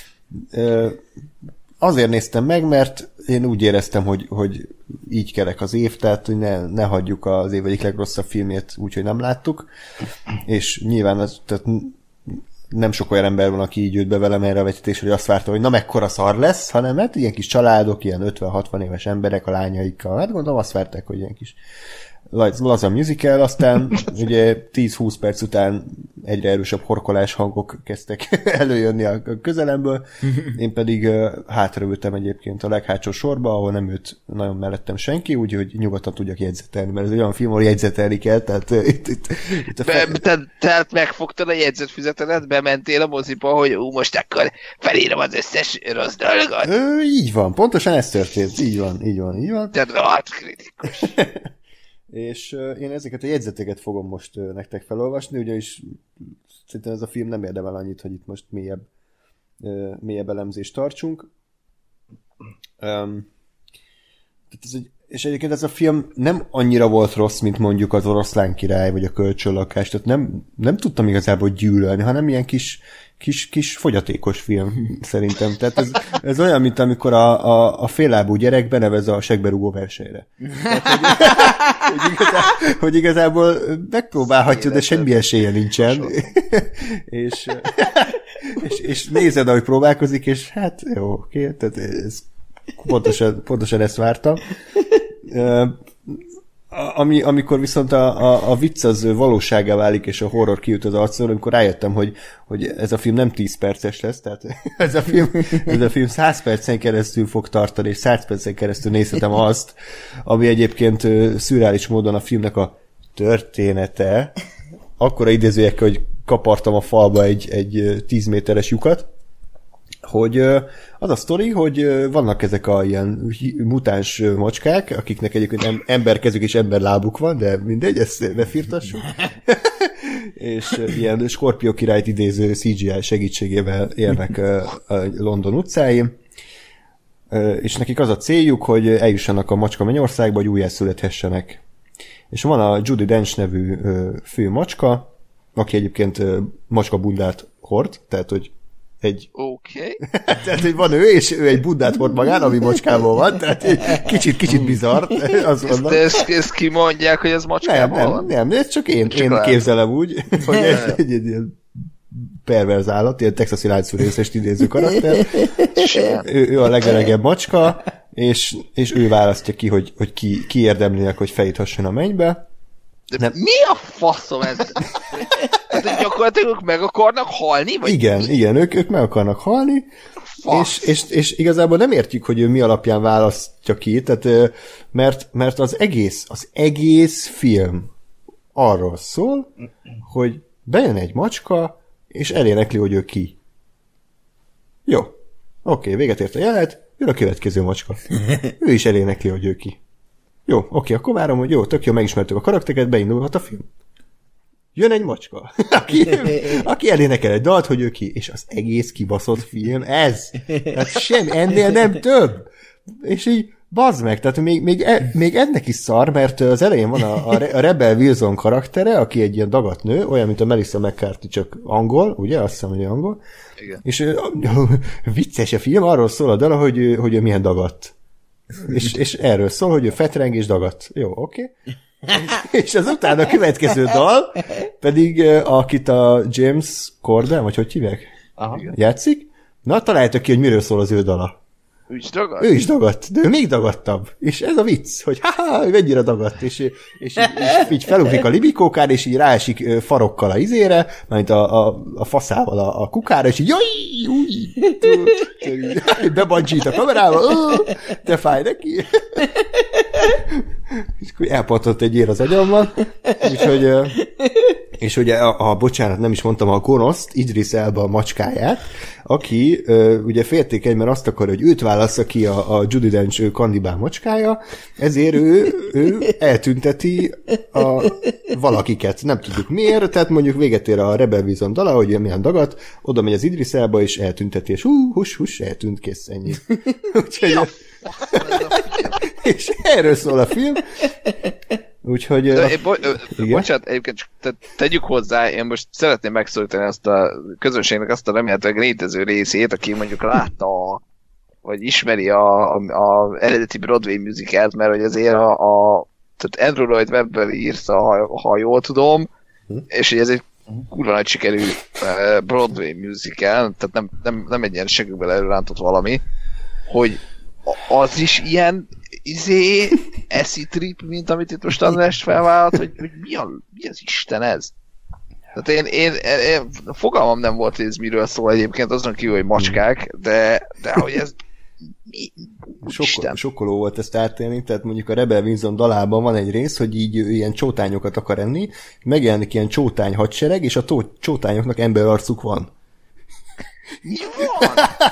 Azért néztem meg, mert én úgy éreztem, hogy, hogy így kerek az év, tehát hogy ne, ne hagyjuk az év egyik legrosszabb filmét, úgyhogy nem láttuk. És nyilván az, tehát nem sok olyan ember van, aki így jött be velem erre a vetítésre, hogy azt várta, hogy na mekkora szar lesz, hanem hát ilyen kis családok, ilyen ötven-hatvan éves emberek a lányaikkal. Hát gondolom azt várták, hogy ilyen kis laza musical, aztán ugye tíz-húsz perc után egyre erősebb horkolás hangok kezdtek előjönni a közelemből. Én pedig uh, hátraültem egyébként a leghátsó sorba, ahol nem ült nagyon mellettem senki, úgyhogy nyugodtan tudjak jegyzetelni, mert ez egy olyan film, ahol jegyzetelni kell, tehát uh, itt, itt, itt a fel... Be, te, tehát megfogtad a jegyzetfüzetedet, bementél a moziba, hogy ú, most akkor felírom az összes rossz dolgot? Ö, így van, pontosan ez történt, így van, így van, így van. Tehát rohadt kritikus. És uh, én ezeket a jegyzeteket fogom most uh, nektek felolvasni, ugyanis szerintem ez a film nem érdemel annyit, hogy itt most mélyebb, uh, mélyebb elemzést tartsunk. Um, ez egy, és egyébként ez a film nem annyira volt rossz, mint mondjuk az Oroszlán király, vagy a Kölcsönlakás, tehát nem, nem tudtam igazából gyűlölni, hanem ilyen kis, kis, kis fogyatékos film, szerintem. Tehát ez, ez olyan, mint amikor a, a, a féllábú gyerek benevez a segberúgó versenyre. Tehát, hogy, hogy, igazá, hogy igazából megpróbálhatja, de semmi esélye nincsen. és, és, és nézed, ahogy próbálkozik, és hát jó, oké, tehát ez pontosan, pontosan ezt vártam. Ami, amikor viszont a, a, a vicc az valóságá válik, és a horror kiüt az arcról, amikor rájöttem, hogy, hogy ez a film nem tíz perces lesz, tehát ez a film, ez a film száz percen keresztül fog tartani, és száz percen keresztül nézhetem azt, ami egyébként szürreális módon a filmnek a története, akkora idézőjek, hogy kapartam a falba egy, egy tíz méteres lyukat, hogy az a sztori, hogy vannak ezek a ilyen mutáns macskák, akiknek egyébként emberkezük és emberlábuk van, de mindegy, ezt ne firtassuk. És ilyen Skorpió királyt idéző cé gé í segítségével élnek a London utcáin, és nekik az a céljuk, hogy eljussanak a macska mennyországba, hogy újjászülethessenek. És van a Judi Dench nevű fő macska, aki egyébként macska bundát hord, tehát hogy egy... Oké. Okay. Tehát, hogy van ő, és ő egy buddát hord magán, ami macskából van, tehát egy kicsit, kicsit bizarr. Az de ezt, ezt kimondják, hogy ez macskából nem, van? Nem, nem, ez csak én, csak én képzelem úgy, hogy ez egy, egy ilyen perverz állat, ilyen texasi lágyszűrészest idéző karakter. ő, ő a legelegebb macska, és, és ő választja ki, hogy, hogy ki, ki érdemlinek, hogy fejthasson a mennybe. De nem. Mi a faszom ez? Tehát gyakorlatilag ők meg akarnak halni? Vagy igen, mi? igen, ők, ők meg akarnak halni, és, és, és igazából nem értjük, hogy ő mi alapján választja ki, tehát, mert, mert az egész, az egész film arról szól, hogy bejön egy macska, és elénekli, hogy ő ki. Jó. Oké, okay, véget ért a jelenet, jön a következő macska. Ő is elénekli, hogy ő ki. Jó, oké, akkor várom, hogy jó, tök jó, megismertük a karaktereket, beindulhat a film. jön egy macska, aki, aki elénekel egy dalt, hogy ő ki, és az egész kibaszott film ez. Tehát sem, ennél nem több. És így bazd meg, tehát még, még, e, még ennek is szar, mert az elején van a, a Rebel Wilson karaktere, aki egy ilyen dagat nő, olyan, mint a Melissa McCarthy, csak angol, ugye? Azt hiszem, hogy angol. Igen. És vicces a film, arról szól a dal, hogy, hogy ő milyen dagadt. És, és erről szól, hogy ő fetreng és dagadt. Jó, oké. Okay. És, és azután a következő dal pedig, akit a James Corden, vagy hogy hívják? Aha. Játszik? Na, találjátok ki, hogy miről szól az ő dala. Ő is dagadt? Ő is dagadt, de ő még dagadtabb. És ez a vicc, hogy haha, ő mennyire dagadt, és, és, és, és így felugrik a libikókár, és így ráesik farokkal a izére, majd a, a, a faszával a, a kukára, és így jaj, új, bebancsít a kamerába, te fáj neki. És akkor elpatott egy ér az agyammal, úgyhogy és ugye, a, a, bocsánat, nem is mondtam a gonoszt, Idris Elba a macskáját, aki ö, ugye féltékeny, mert azt akar, hogy őt válassza ki a, a Judi Dench kannibál macskája, ezért ő, ő eltünteti a valakiket. Nem tudjuk miért, tehát mondjuk véget ér a Rebel Wilson dala, hogy milyen dagat, oda megy az Idris Elba, és eltünteti, és hú, hús, hús, eltűnt, kész, ennyi. Úgyhogy, ja, és erről szól a film. Úgyhogy... De, én, bo- bocsánat, egyébként csak te, tegyük hozzá, én most szeretném megszólítani azt a közönségnek azt a remélhetőleg létező részét, aki mondjuk látta, vagy ismeri a, a, a eredeti Broadway musicalt, mert hogy azért a, a tehát Andrew Lloyd Webber írta, ha, ha jól tudom, hm. és hogy ez egy kurva nagy sikerű uh, Broadway musical, tehát nem, nem, nem egy ilyen segükbe előrántott valami, hogy az is ilyen izé, eszi trip, mint amit itt most András felvállalt, hogy, hogy mi, a, mi az Isten ez? Tehát én, én, én fogalmam nem volt, hogy ez miről szól egyébként, azon kívül, hogy macskák, de, de hogy ez mi, Sokkol, sokkoló volt ezt átélni, tehát mondjuk a Rebel Wilson dalában van egy rész, hogy így ilyen csótányokat akar enni, megjelenik ilyen csótány hadsereg, és a tó- csótányoknak emberarcuk van. Mi van?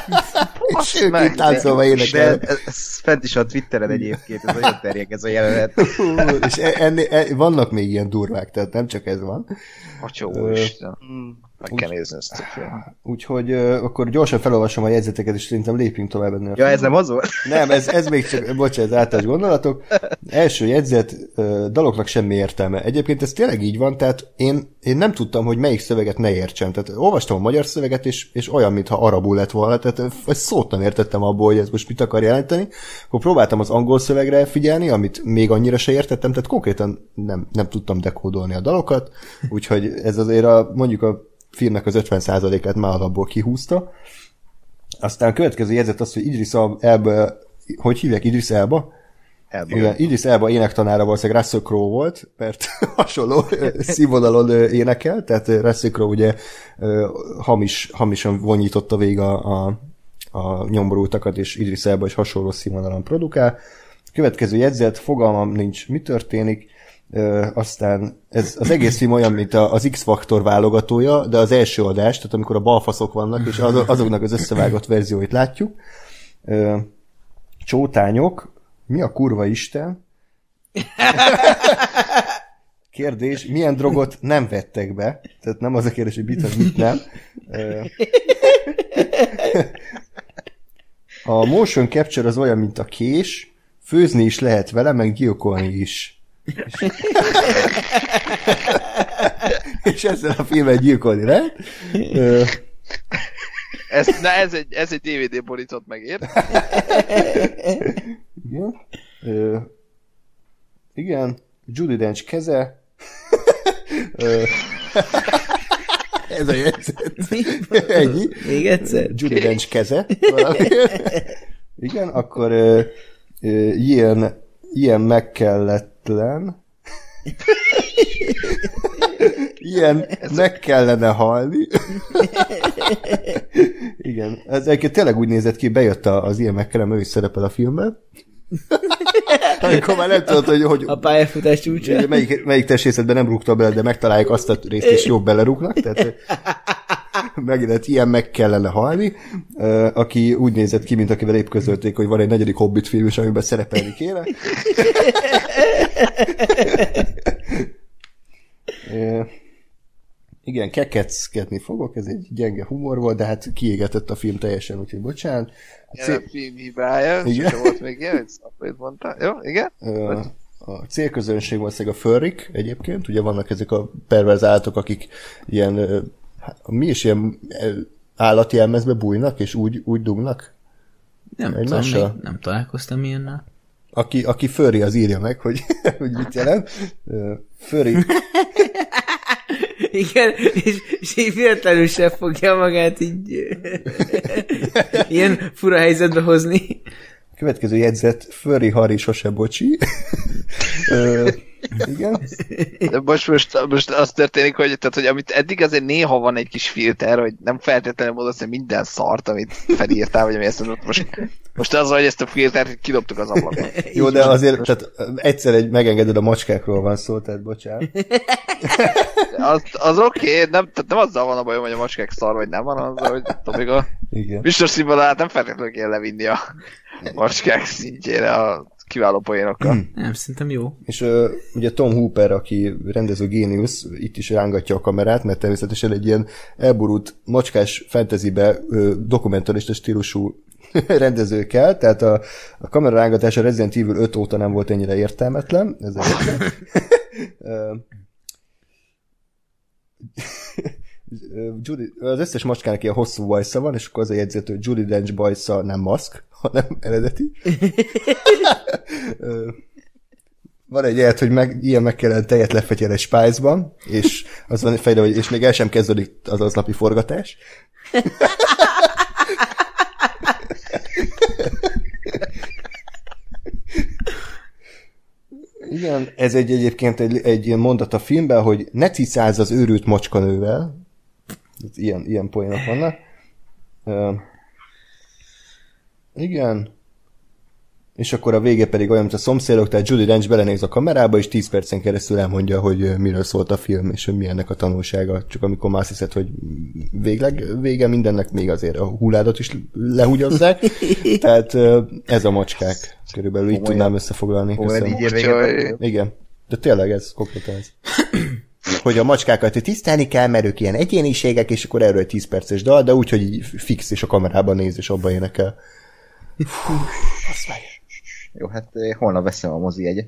És ők itt táncolva énekel. Ez, ez fent is a Twitteren egyébként, ez olyan terjek ez a jelenet. És ennél, en, vannak még ilyen durvák, tehát nem csak ez van. Atya úristen. Meg kell nézni ezt a film. Úgyhogy uh, akkor gyorsan felolvasom a jegyzeteket, és szerintem lépjünk tovább ennél. Ja, ez nem az volt? Nem, ez, ez még csak, bocsánat, ez általános gondolatok. Első jegyzet, uh, daloknak semmi értelme. Egyébként ez tényleg így van, tehát én, én nem tudtam, hogy melyik szöveget ne értsem. Tehát olvastam a magyar szöveget, és, és olyan, mintha arabul lett volna, tehát szót nem értettem abból, hogy ez most mit akar jelenteni. Akkor próbáltam az angol szövegre figyelni, amit még annyira se értettem, tehát konkrétan nem, nem tudtam dekódolni a dalokat, úgyhogy ez azért a, mondjuk a filmnek az ötven százalékát már alapból kihúzta. Aztán a következő jegyzet az, hogy Idris Elba, hogy hívják Idris Elba? Elba. Igen, Idris Elba énektanára valószínűleg Russell Crowe volt, mert hasonló színvonalon énekel, tehát Russell Crowe ugye hamis, hamisan vonyította végig a, a, a nyomorultakat, és Idris Elba is hasonló színvonalon produkál. Következő jegyzet, fogalmam nincs, mi történik. Ö, aztán ez, az egész film olyan, mint a, az X-Faktor válogatója, de az első adás, tehát amikor a balfaszok vannak, és az, azoknak az összevágott verzióit látjuk. Ö, csótányok, mi a kurva Isten? Kérdés, milyen drogot nem vettek be? Tehát nem az a kérdés, hogy mit, az mit nem. Ö, a motion capture az olyan, mint a kés, főzni is lehet vele, meg gyilkolni is. És, és ezzel a filmet gyilkolni lehet. Ez, na ez egy, ez egy dé vé dé borított megér. Igen. Ö, igen. Judi Dench keze. Ö, ez a jegyzet. Ennyi. Még egyszer. Judi Dench keze. Igen, akkor ö, ö, ilyen, ilyen meg kellett ilyen meg kellene halni. Igen, ez egyébként tényleg úgy nézett ki, bejött az ilyen megkellem, ő is szerepel a filmben. Amikor már nem tudod, hogy, hogy a pályafutás csúcsa. Melyik, melyik testészetben nem rúgta bele, de megtalálják azt a részt, és jobb belerúgnak. Tehát megint ilyen meg kellene halni. Uh, aki úgy nézett ki, mint akivel épp közölték, hogy van egy negyedik Hobbit film is, amiben szerepelni kéne. uh, Igen, kekeckedni fogok, ez egy gyenge humor volt, de hát kiégetett a film teljesen, úgyhogy bocsánat. Igen, a film hibája, és volt még ilyen, hogy szapét mondta. Jó, igen? Uh, a célközönség valószínűleg a furrik egyébként, ugye vannak ezek a perverz állatok, akik ilyen, uh, mi is ilyen állati elmezbe bújnak, és úgy, úgy dugnak? Nem tudom, még nem találkoztam ilyennel. Aki, aki furry, az írja meg, hogy, hogy mit jelent. Uh, furry... Igen, és, és így véletlenül sem fogja magát így ilyen fura helyzetbe hozni. Következő jegyzet, furry Hari sose bocsi. Ö, igen. De most, most, most az történik, hogy, tehát, hogy amit eddig azért néha van egy kis filter, hogy nem feltétlenül mondasz, hogy minden szart, amit felírtál, vagy ami ezt mondott. Most, most az, hogy ezt a filtert kidobtuk az ablakon. Jó, de azért tehát egyszer egy megengeded, a macskákról van szó, tehát bocsánat. Az, az oké, okay, nem, nem azzal van a bajom, hogy a macskák szar, vagy nem van azzal, hogy tudom, a biztos színvonalát nem feltétlenül kell levinni a macskák szintjére a kiváló poénokkal. Mm. Nem, szerintem jó. És uh, ugye Tom Hooper, aki rendező géniusz, itt is rángatja a kamerát, mert természetesen egy ilyen elborult macskás fantasybe uh, dokumentarista stílusú rendező kell, tehát a, a kamera rángatása Resident Evil öt óta nem volt ennyire értelmetlen. Ez uh, Judy, az összes macskának ilyen hosszú bajsza van, és akkor az a jegyzet, hogy Judi Dench bajsza nem maszk, hanem eredeti. Van egy ilyet, hogy meg, ilyen meg kellene tejet lefetyel egy spájzban, és az van fejre, hogy és még el sem kezdődik az aznapi forgatás. Igen, ez egy egyébként egy, egy ilyen mondat a filmben, hogy ne cicálz az őrült macskanővel. Ilyen, ilyen poénok vannak. Uh, igen. És akkor a vége pedig olyan, mint a szomszédok, tehát Judi Dench belenéz a kamerába, és tíz percen keresztül elmondja, hogy miről szólt a film, és hogy mi ennek a tanulsága. Csak amikor már azt hiszed, hogy végleg vége mindennek, még azért a hulládat is lehugyozzák. Tehát ez a macskák. Körülbelül így tudnám összefoglalni. Igen. De tényleg ez konkrétan ez. Hogy a macskákat tisztelni kell, mert ők ilyen egyéniségek, és akkor erről egy tíz perces dal, de úgy, hogy így fix, és a kamerában néz, és abban énekel. Fú, azt meg. Jó, hát holnap veszem a mozi jegyet.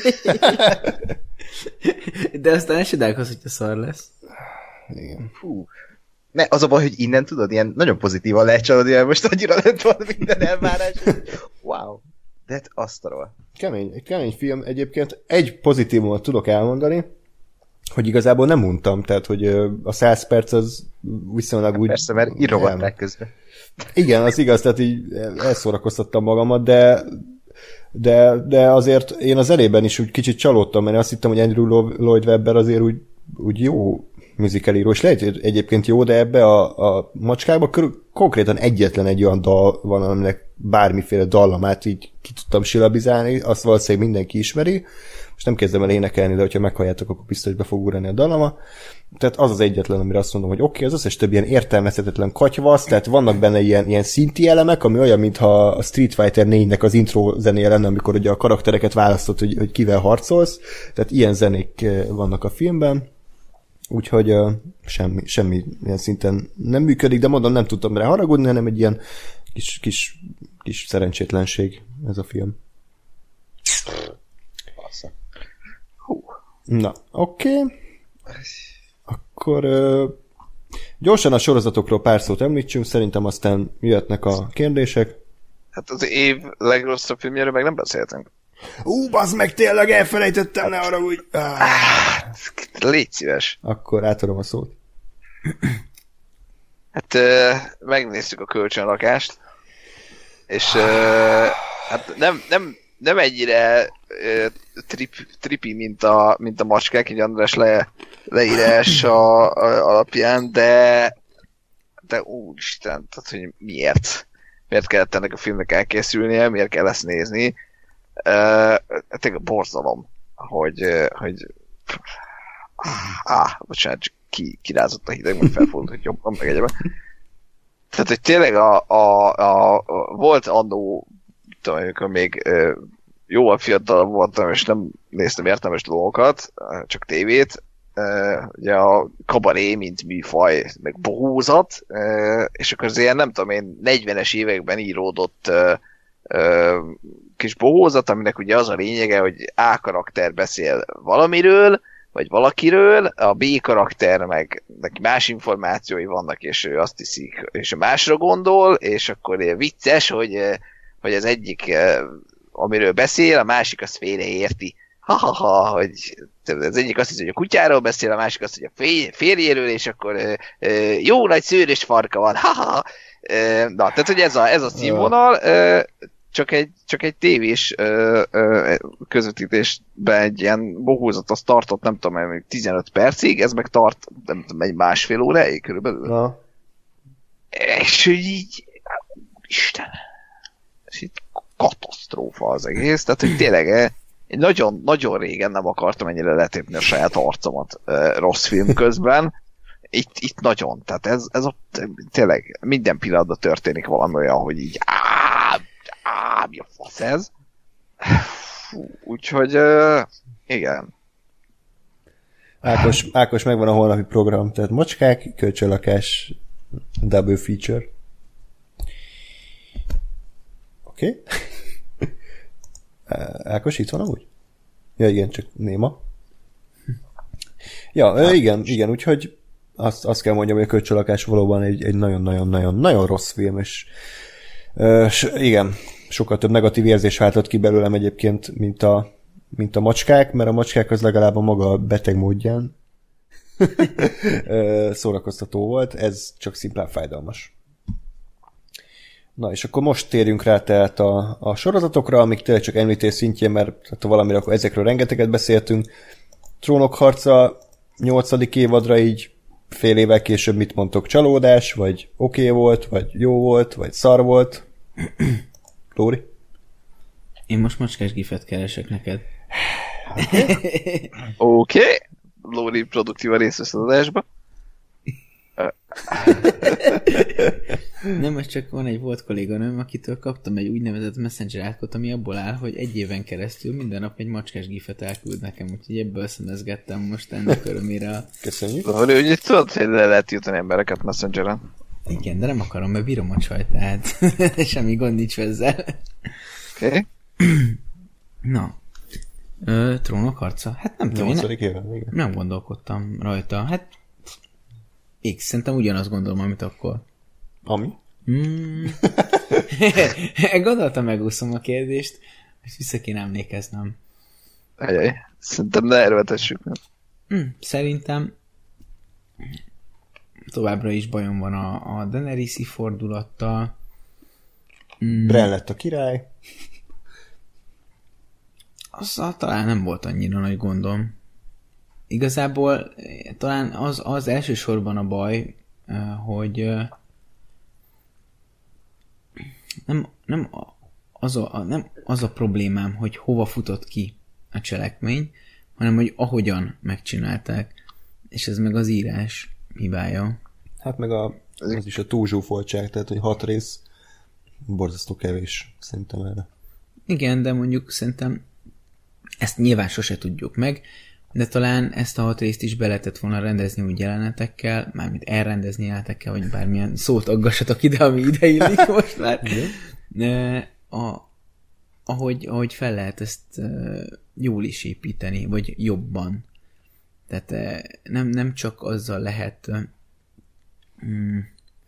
De aztán esedálkozz, hogyha szar lesz. Igen. Fú. Ne, az a baj, hogy innen tudod, ilyen nagyon pozitívan lehet csalódni, mert most annyira lent van minden elvárás. Wow. De hát azt arról. Kemény, kemény film. Egyébként egy pozitívumot tudok elmondani, hogy igazából nem untam, tehát hogy a száz perc az viszonylag hát úgy... Persze, mert írogatták közben. Igen, az igaz, tehát így elszórakoztattam magamat, de, de, de azért én az elében is úgy kicsit csalódtam, mert azt hittem, hogy Andrew Lloyd Webber azért úgy, úgy jó musicalíró, és lehet, hogy egyébként jó, de ebbe a, a macskákban körül, konkrétan egyetlen egy olyan dal van, aminek bármiféle dallamát így ki tudtam silabizálni, azt valószínűleg mindenki ismeri. Most nem kezdem el énekelni, de hogyha meghalljátok, akkor biztos be fog ugrani a dallama. Tehát az az egyetlen, amire azt mondom, hogy oké, okay, az összes több ilyen értelmezhetetlen katyvasz, tehát vannak benne ilyen, ilyen szinti elemek, ami olyan, mintha a Street Fighter négynek az intro zenéje lenne, amikor ugye a karaktereket választod, hogy, hogy kivel harcolsz. Tehát ilyen zenék vannak a filmben. Úgyhogy uh, semmi, semmi ilyen szinten nem működik, de mondom, nem tudtam rá haragudni, hanem egy ilyen kis, kis, kis szerencsétlenség ez a film. Hú. Na, oké. Okay. Akkor uh, gyorsan a sorozatokról pár szót említsünk, szerintem aztán jöhetnek a kérdések. Hát az év legrosszabb filmjéről meg nem beszéltünk. Ú, bazd meg, tényleg elfelejtettem, ne arra úgy. Ah. Légy szíves. Akkor átadom a szót. Hát uh, megnéztük a kölcsönlakást, és uh, hát nem, nem, nem ennyire uh, trip, tripi, mint a, mint a macskák, így András le, leírása alapján, de de úristen, tehát hogy miért? Miért kellett ennek a filmnek elkészülnie, miért kell ezt nézni? Uh, tényleg borzalom, hogy, uh, hogy áh, bocsánat, csak ki, kirázott a hideg, meg felfordult, hogy jobban, meg egyébben. Tehát, hogy tényleg a, a, a, a volt annó, tudom, amikor még uh, jóval fiatalabb voltam, és nem néztem értelmes dolgokat, uh, csak tévét, uh, ugye a kabaré, mint műfaj, meg bohózat, uh, és akkor az ilyen, nem tudom én, negyvenes években íródott uh, uh, kis bohózat, aminek ugye az a lényege, hogy A karakter beszél valamiről, vagy valakiről, a B karakter meg neki más információi vannak, és ő azt hiszik, és másra gondol, és akkor vicces, hogy, hogy az egyik, amiről beszél, a másik azt félreérti. Ha-ha-ha, hogy az egyik azt hiszi, hogy a kutyáról beszél, a másik azt, hogy a férjéről, és akkor jó nagy szőrös farka van. Ha-ha. Na, tehát, hogy ez a, ez a színvonal, csak egy, csak egy tévés ö, ö, közvetítésben egy ilyen bohózat azt tartott, nem tudom, még tizenöt percig, ez meg tart, nem tudom, egy másfél óráig körülbelül. Na. És így, Isten, ez így katasztrófa az egész, tehát, hogy tényleg én nagyon, nagyon régen nem akartam ennyire letépni a saját arcomat ö, rossz film közben. Itt, itt nagyon, tehát ez, ez a, tényleg minden pillanatban történik valami olyan, hogy így áh, áh, mi a fasz ez? Fú, úgyhogy uh, igen. Ákos, Ákos, megvan a holnapi program, tehát macskák, kölcsönlakás, double feature. Oké. Okay. Ákos itt van amúgy? Ja, igen, csak néma. Ja, hát, igen, igen, úgyhogy azt, azt kell mondjam, hogy a kölcsönlakás valóban egy, egy nagyon-nagyon-nagyon-nagyon rossz film, és uh, igen, sokkal több negatív érzés váltott ki belőlem egyébként, mint a, mint a macskák, mert a macskák az legalább a maga beteg módján szórakoztató volt, ez csak szimplán fájdalmas. Na, és akkor most térjünk rá tehát a, a sorozatokra, amik tényleg csak említés szintjén, mert hát, ha valamire, akkor ezekről rengeteget beszéltünk. Trónok harca nyolcadik évadra így fél évvel később mit mondtok? Csalódás, vagy oké okay volt, vagy jó volt, vagy szar volt? Lóri? Én most macskás gifet keresek neked. Oké. Okay. Lóri produktíva részt az adásba. Nem, ez csak van egy volt kolléganőm, akitől kaptam egy úgynevezett messenger átkot, ami abból áll, hogy egy éven keresztül minden nap egy macskás gifet elküld nekem, úgyhogy ebből szemezgettem most ennek örömére. A... Köszönjük. Lóri, ugye tudod, hogy le lehet jutni embereket messengeren? Igen, de nem akarom, mert bírom a csajt, tehát semmi gond nincs ezzel. Oké. Okay. Na. Ö, Trónok harca? Hát nem tudom. Éven, nem gondolkodtam rajta. Hát X, szerintem ugyanazt gondolom, amit akkor. Ami? Mm. Gondoltam, megúszom a kérdést, és vissza kéne emlékeznem. Ajaj, szerintem ne erőltessük meg. Mm, szerintem továbbra is bajom van a, a Daenerys-i fordulattal. Mm. Bran lett a király. Azzal talán nem volt annyira nagy gondom. Igazából talán az, az elsősorban a baj, hogy nem, nem, az a, nem az a problémám, hogy hova futott ki a cselekmény, hanem hogy ahogyan megcsinálták. És ez meg az írás hibája. Hát meg a, az is a túlzsúfoltság, tehát hogy hat rész borzasztó kevés szerintem erre. Igen, de mondjuk szerintem ezt nyilván sose tudjuk meg, de talán ezt a hat részt is be lehetett volna rendezni úgy jelenetekkel, mármint elrendezni jelenetekkel, vagy bármilyen szót aggassatok ide, ami ide illik most már. a, ahogy, ahogy fel lehet ezt jól is építeni, vagy jobban. Tehát nem, nem csak azzal lehet mm,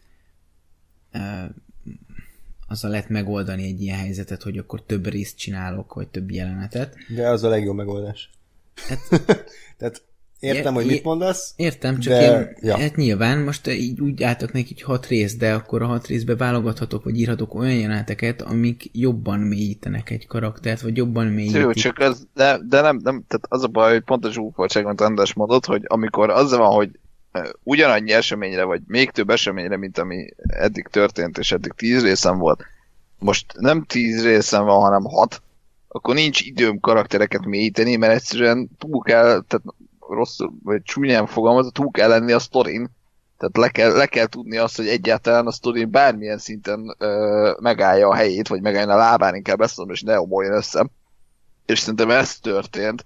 azzal lehet megoldani egy ilyen helyzetet, hogy akkor több részt csinálok, vagy több jelenetet. De az a legjobb megoldás. Hát, tehát értem, é, hogy mit mondasz. Értem, csak de, én, ja. Hát nyilván most így úgy álltak neki hat rész, de akkor a hat részbe válogathatok, vagy írhatok olyan jeleneteket, amik jobban mélyítenek egy karaktert, vagy jobban mélyítik. Jó, csak az, de, de nem, nem, tehát az a baj, hogy pont a zsúfoltság, amit András mondott, hogy amikor az van, hogy ugyanannyi eseményre, vagy még több eseményre, mint ami eddig történt, és eddig tíz részem volt, most nem tíz részem van, hanem hat, akkor nincs időm karaktereket mélyíteni, mert egyszerűen túl kell, tehát rosszul, vagy csúnyán fogalmazott, túl kell lenni a sztorin. Tehát le kell, le kell tudni azt, hogy egyáltalán a sztorin bármilyen szinten ö, megállja a helyét, vagy megállja a lábán, inkább ezt mondom, és ne omoljon össze. És szerintem ez történt. És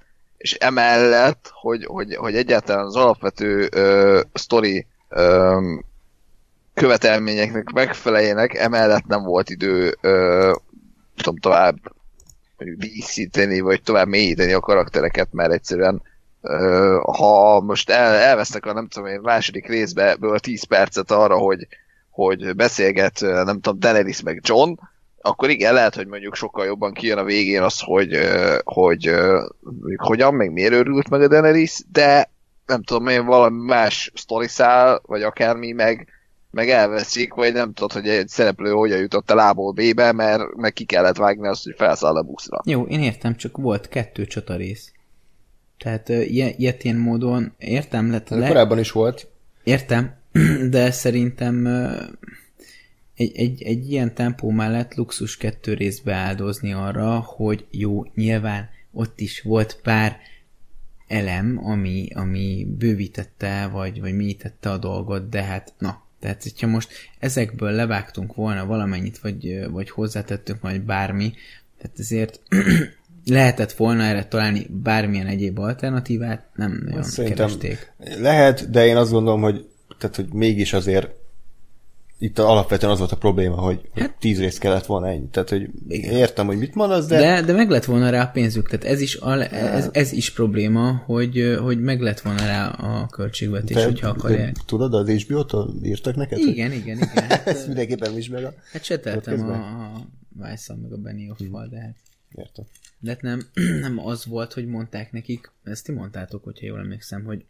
és emellett, hogy, hogy, hogy egyáltalán az alapvető uh, sztori um, követelményeknek megfeleljenek, emellett nem volt idő uh, tudom, tovább díszíteni, vagy tovább mélyíteni a karaktereket, mert egyszerűen uh, ha most el, elvesznek a nem tudom én második részből tíz percet arra, hogy, hogy beszélget nem tudom Daenerys meg John, akkor igen, lehet, hogy mondjuk sokkal jobban kijön a végén az, hogy, hogy, hogy hogyan, meg miért örült meg a Daenerys, de nem tudom én, valami más sztoriszál, vagy akármi, meg, meg elveszik, vagy nem tudod, hogy egy szereplő hogyan jutott a lából B-be, mert meg ki kellett vágni azt, hogy felszáll a buszra. Jó, én értem, csak volt kettő csatarész. Tehát uh, ilyet ilyen módon értem, lett le... Korábban is volt. Értem, de szerintem uh, egy, egy, egy ilyen tempó mellett luxus kettő részbe áldozni arra, hogy jó, nyilván ott is volt pár elem, ami, ami bővítette, vagy, vagy mélyítette a dolgot, de hát na, tehát hogyha most ezekből levágtunk volna valamennyit, vagy, vagy hozzátettünk majd bármi, tehát ezért lehetett volna erre találni bármilyen egyéb alternatívát, nem nagyon Szerintem keresték. Lehet, de én azt gondolom, hogy, tehát, hogy mégis azért itt alapvetően az volt a probléma, hogy, hát, hogy tíz rész kellett volna ennyi. Tehát, hogy értem, hogy mit mondasz, de... de... De meg lett volna rá a pénzük, tehát ez is, a, ez, ez is probléma, hogy, hogy meg lett volna rá a költségvetés, de, hogyha akarják. De, tudod, az há bé ó-tól írtak neked? Igen, hogy... igen, igen. Hát, ezt mindenképpen is meg a... Hát cseteltem a, a Vice-szal meg a Benioff-val, de hát... Értem. De hát nem, nem az volt, hogy mondták nekik, ezt ti mondtátok, hogyha jól emlékszem, hogy,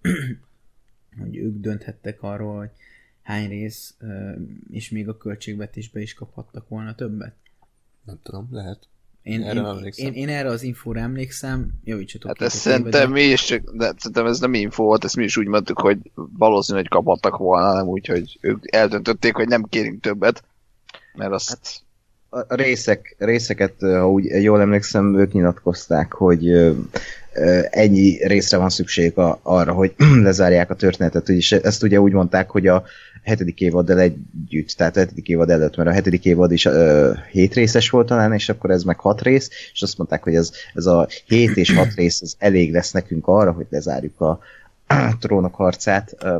hogy ők dönthettek arról, hogy hány rész, és még a költségvetésbe is kaphattak volna többet? Nem tudom, lehet. Én erre, én, én, én erre az infóra emlékszem, javítsatok. Hát ez szerintem mi is, de szerintem ez nem info volt, ezt mi is úgy mondtuk, hogy valószínű, hogy kaphattak volna, nem úgy, hogy ők eldöntötték, hogy nem kérünk többet, mert azt... Hát a részek, részeket, ha úgy jól emlékszem, ők nyilatkozták, hogy ennyi részre van szükség a, arra, hogy lezárják a történetet. És ezt ugye úgy mondták, hogy a hetedik évaddal együtt, tehát a hetedik évad előtt, mert a hetedik évad is uh, hét részes volt talán, és akkor ez meg hat rész, és azt mondták, hogy ez, ez a hét és hat rész ez elég lesz nekünk arra, hogy lezárjuk a, a trónok harcát. Uh,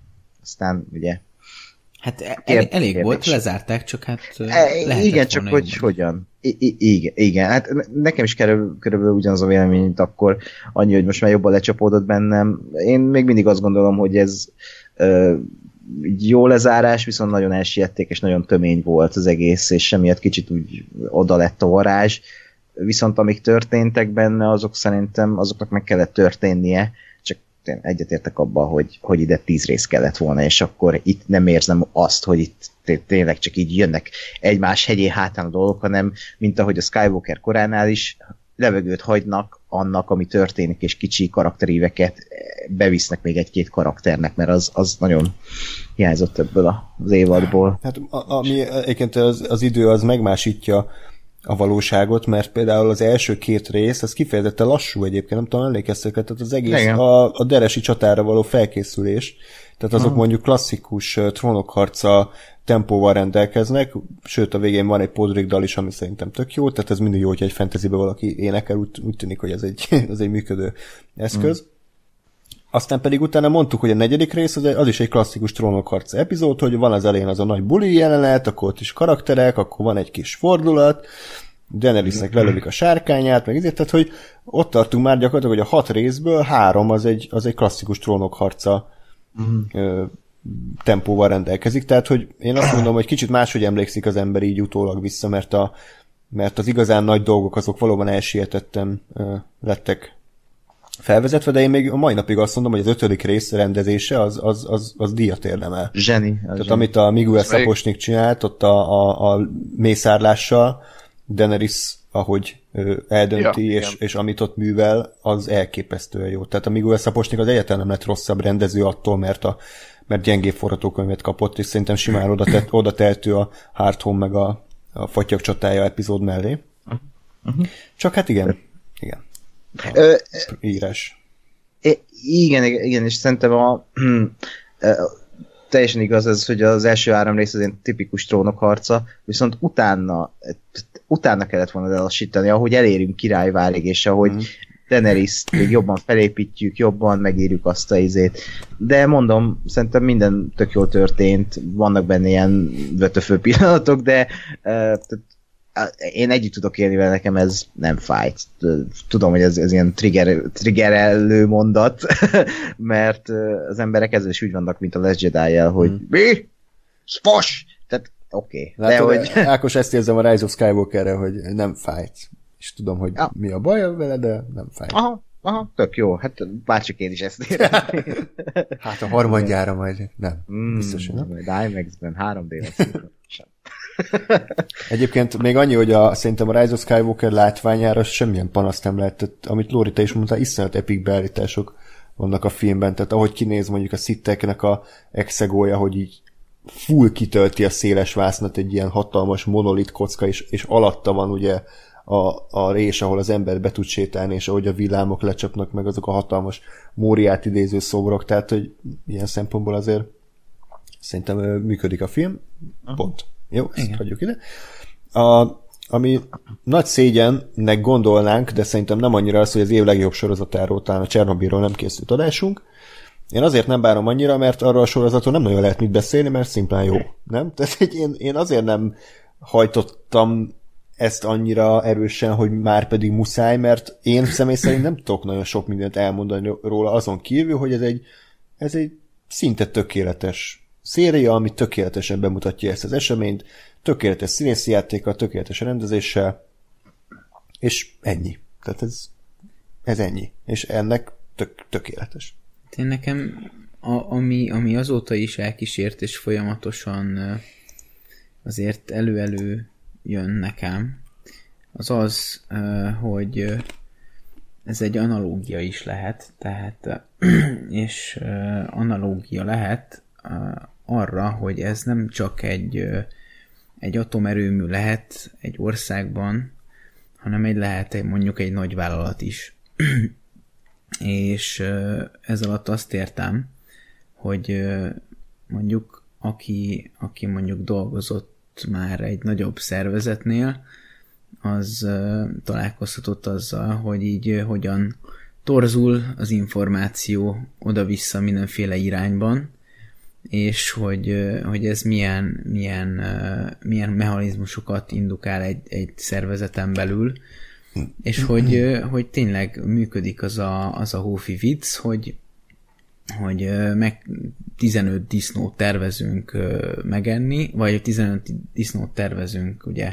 aztán ugye hát el, elég kérdés. Volt, lezárták, csak hát e, igen, csak hogy jobban. Hogyan. I, I, igen, igen, hát nekem is körülbelül, körülbelül ugyanaz a vélemény, mint akkor, annyi, hogy most már jobban lecsapódott bennem. Én még mindig azt gondolom, hogy ez uh, jó lezárás, viszont nagyon elsiették, és nagyon tömény volt az egész, és emiatt kicsit úgy oda lett a varázs. Viszont amik történtek benne, azok szerintem azoknak meg kellett történnie, csak egyetértek abban, hogy, hogy ide tíz rész kellett volna, és akkor itt nem érzem azt, hogy itt tényleg csak így jönnek egymás hegyén hátán a dolgok, hanem mint ahogy a Skywalker koránál is levegőt hagynak annak, ami történik, és kicsi karakteríveket bevisznek még egy-két karakternek, mert az, az nagyon hiányzott ebből az évadból. Hát ami egyébként az, az idő az megmásítja a valóságot, mert például az első két rész, az kifejezetten lassú egyébként, nem tudom, emlékeztek, tehát az egész a, a deresi csatára való felkészülés, tehát azok uh-huh. mondjuk klasszikus trónokharca tempóval rendelkeznek, sőt a végén van egy Podrick dal is, ami szerintem tök jó, tehát ez mindig jó, hogyha egy fantasybe valaki énekel, úgy, úgy tűnik, hogy ez egy, ez egy működő eszköz. Uh-huh. Aztán pedig utána mondtuk, hogy a negyedik rész az, az is egy klasszikus trónokharca epizód, hogy van az elején az a nagy buli jelenet, akkor ott is karakterek, akkor van egy kis fordulat, Daenerysnek lelövik a sárkányát, meg ezért, tehát hogy ott tartunk már gyakorlatilag, hogy a hat részből három az egy, az egy klasszikus trónokharca uh-huh. ö, tempóval rendelkezik, tehát hogy én azt mondom, hogy kicsit máshogy emlékszik az ember így utólag vissza, mert, a, mert az igazán nagy dolgok azok valóban elsietettem ö, lettek felvezetve, de én még a mai napig azt mondom, hogy az ötödik rész rendezése az, az, az, az díjat érdemel. Zseni. Tehát zseni. Amit a Miguel Sapochnik csinált ott a, a, a mészárlással, Daenerys, ahogy ő eldönti, ja, és, és amit ott művel, az elképesztően jó. Tehát a Miguel Sapochnik az egyáltalán nem lett rosszabb rendező attól, mert, a, mert gyengébb forgatókönyvet kapott, és szerintem simán oda, te, oda tehető a Hard Home meg a, a Fatyak csatája epizód mellé. Uh-huh. Csak hát igen, igen. Ö, írás. Igen, igen, és szerintem a teljesen igaz ez, hogy az első három rész az egy tipikus trónokharca, viszont utána utána kellett volna lelassítani, ahogy elérünk királyvárig, és ahogy mm. Daenerys-t még jobban felépítjük, jobban megírjuk azt a izét. De mondom, szerintem minden tök jól történt, vannak benne ilyen vötöfő pillanatok, de uh, én együtt tudok élni vele, nekem ez nem fájt. Tudom, hogy ez, ez ilyen trigger, triggerelő mondat, mert az emberek ezzel is úgy vannak, mint a Last Jedi-jel, hogy hmm. mi? Spos! Tehát oké. Okay. De hogy... Ákos, ezt érzem a Rise of Skywalker-re, hogy nem fájt. És tudom, hogy ja. mi a baj vele, de nem fájt. Aha, aha, tök jó. Hát bárcsak én is ezt érem. Hát a harmadjára majd nem. Mm, biztos, nem? Majd I MAX-ben három dé lesz. Egyébként még annyi, hogy a, szerintem a Rise of Skywalker látványára semmilyen panaszt nem lehetett, amit Lóri, te is mondtál, iszonyat epic beállítások vannak a filmben, tehát ahogy kinéz mondjuk a Sith-eknek a exegója, hogy így full kitölti a széles vásznat egy ilyen hatalmas monolit kocka, és, és alatta van ugye a, a rés, ahol az ember be tud sétálni, és ahogy a villámok lecsapnak meg azok a hatalmas Móriát idéző szobrok, tehát hogy ilyen szempontból azért szerintem működik a film. Pont. Jó, ezt igen. Hagyjuk ide. A, ami nagy szégyennek gondolnánk, de szerintem nem annyira az, hogy az év legjobb sorozatáról, talán a Csernobylról nem készült adásunk. Én azért nem bánom annyira, mert arról a sorozatról nem nagyon lehet mit beszélni, mert szimplán jó. Nem? Tehát én, én azért nem hajtottam ezt annyira erősen, hogy már pedig muszáj, mert én személy szerint nem tudok nagyon sok mindent elmondani róla, azon kívül, hogy ez egy, ez egy szinte tökéletes széria, ami tökéletesen bemutatja ezt az eseményt, tökéletes színészi játékkal, tökéletes rendezéssel, és ennyi. Tehát ez, ez ennyi. És ennek tök, tökéletes. Én nekem, a, ami, ami azóta is elkísért, és folyamatosan azért elő-elő jön nekem, az az, hogy ez egy analógia is lehet, tehát, és analógia lehet arra, hogy ez nem csak egy, egy atomerőmű lehet egy országban, hanem egy lehet egy, mondjuk egy nagy vállalat is. És ez alatt azt értem, hogy mondjuk aki, aki mondjuk dolgozott már egy nagyobb szervezetnél, az találkozhatott azzal, hogy így hogyan torzul az információ oda-vissza mindenféle irányban, és hogy, hogy ez milyen, milyen, milyen mechanizmusokat indukál egy, egy szervezeten belül, és hogy, hogy tényleg működik az a, az a hófi vicc, hogy, hogy meg tizenöt disznót tervezünk megenni, vagy tizenöt disznót tervezünk ugye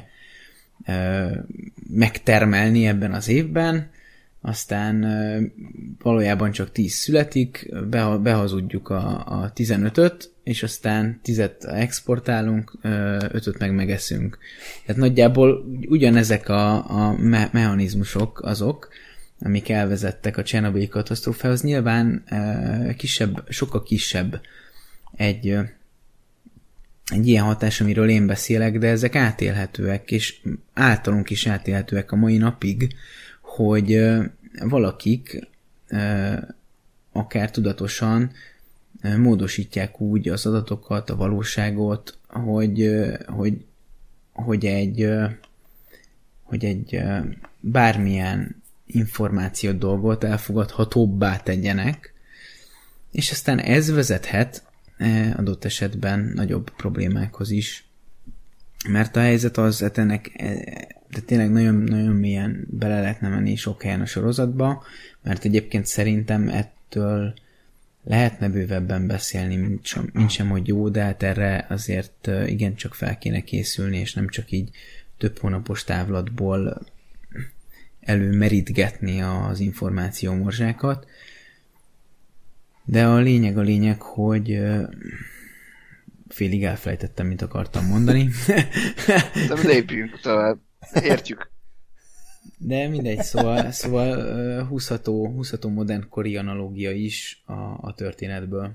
megtermelni ebben az évben, aztán valójában csak tíz születik, behazudjuk a, a tizenötöt, és aztán tízet exportálunk, ötöt meg megeszünk. Tehát nagyjából ugyanezek a, a me- mechanizmusok azok, amik elvezettek a Csernobyl katasztrófához. Nyilván kisebb, sokkal kisebb egy, egy ilyen hatás, amiről én beszélek, de ezek átélhetőek, és általunk is átélhetőek a mai napig, hogy valakik akár tudatosan módosítják úgy az adatokat, a valóságot, hogy, hogy, hogy egy, hogy egy bármilyen információt dolgot elfogadhatóbbá tegyenek, és aztán ez vezethet adott esetben nagyobb problémákhoz is. Mert a helyzet az, hát ennek de tényleg nagyon, nagyon mélyen bele lehetne menni sok helyen a sorozatba, mert egyébként szerintem ettől lehetne bővebben beszélni, mint sem, mint sem hogy jó, de hát erre azért igencsak fel kéne készülni, és nem csak így több hónapos távlatból előmerítgetni az információmorzsákat. De a lényeg a lényeg, hogy félig elfelejtettem, mit akartam mondani. De lépjünk tovább. Értjük. De mindegy, szóval, szóval húzható, húzható modernkori analógia is a, a történetből.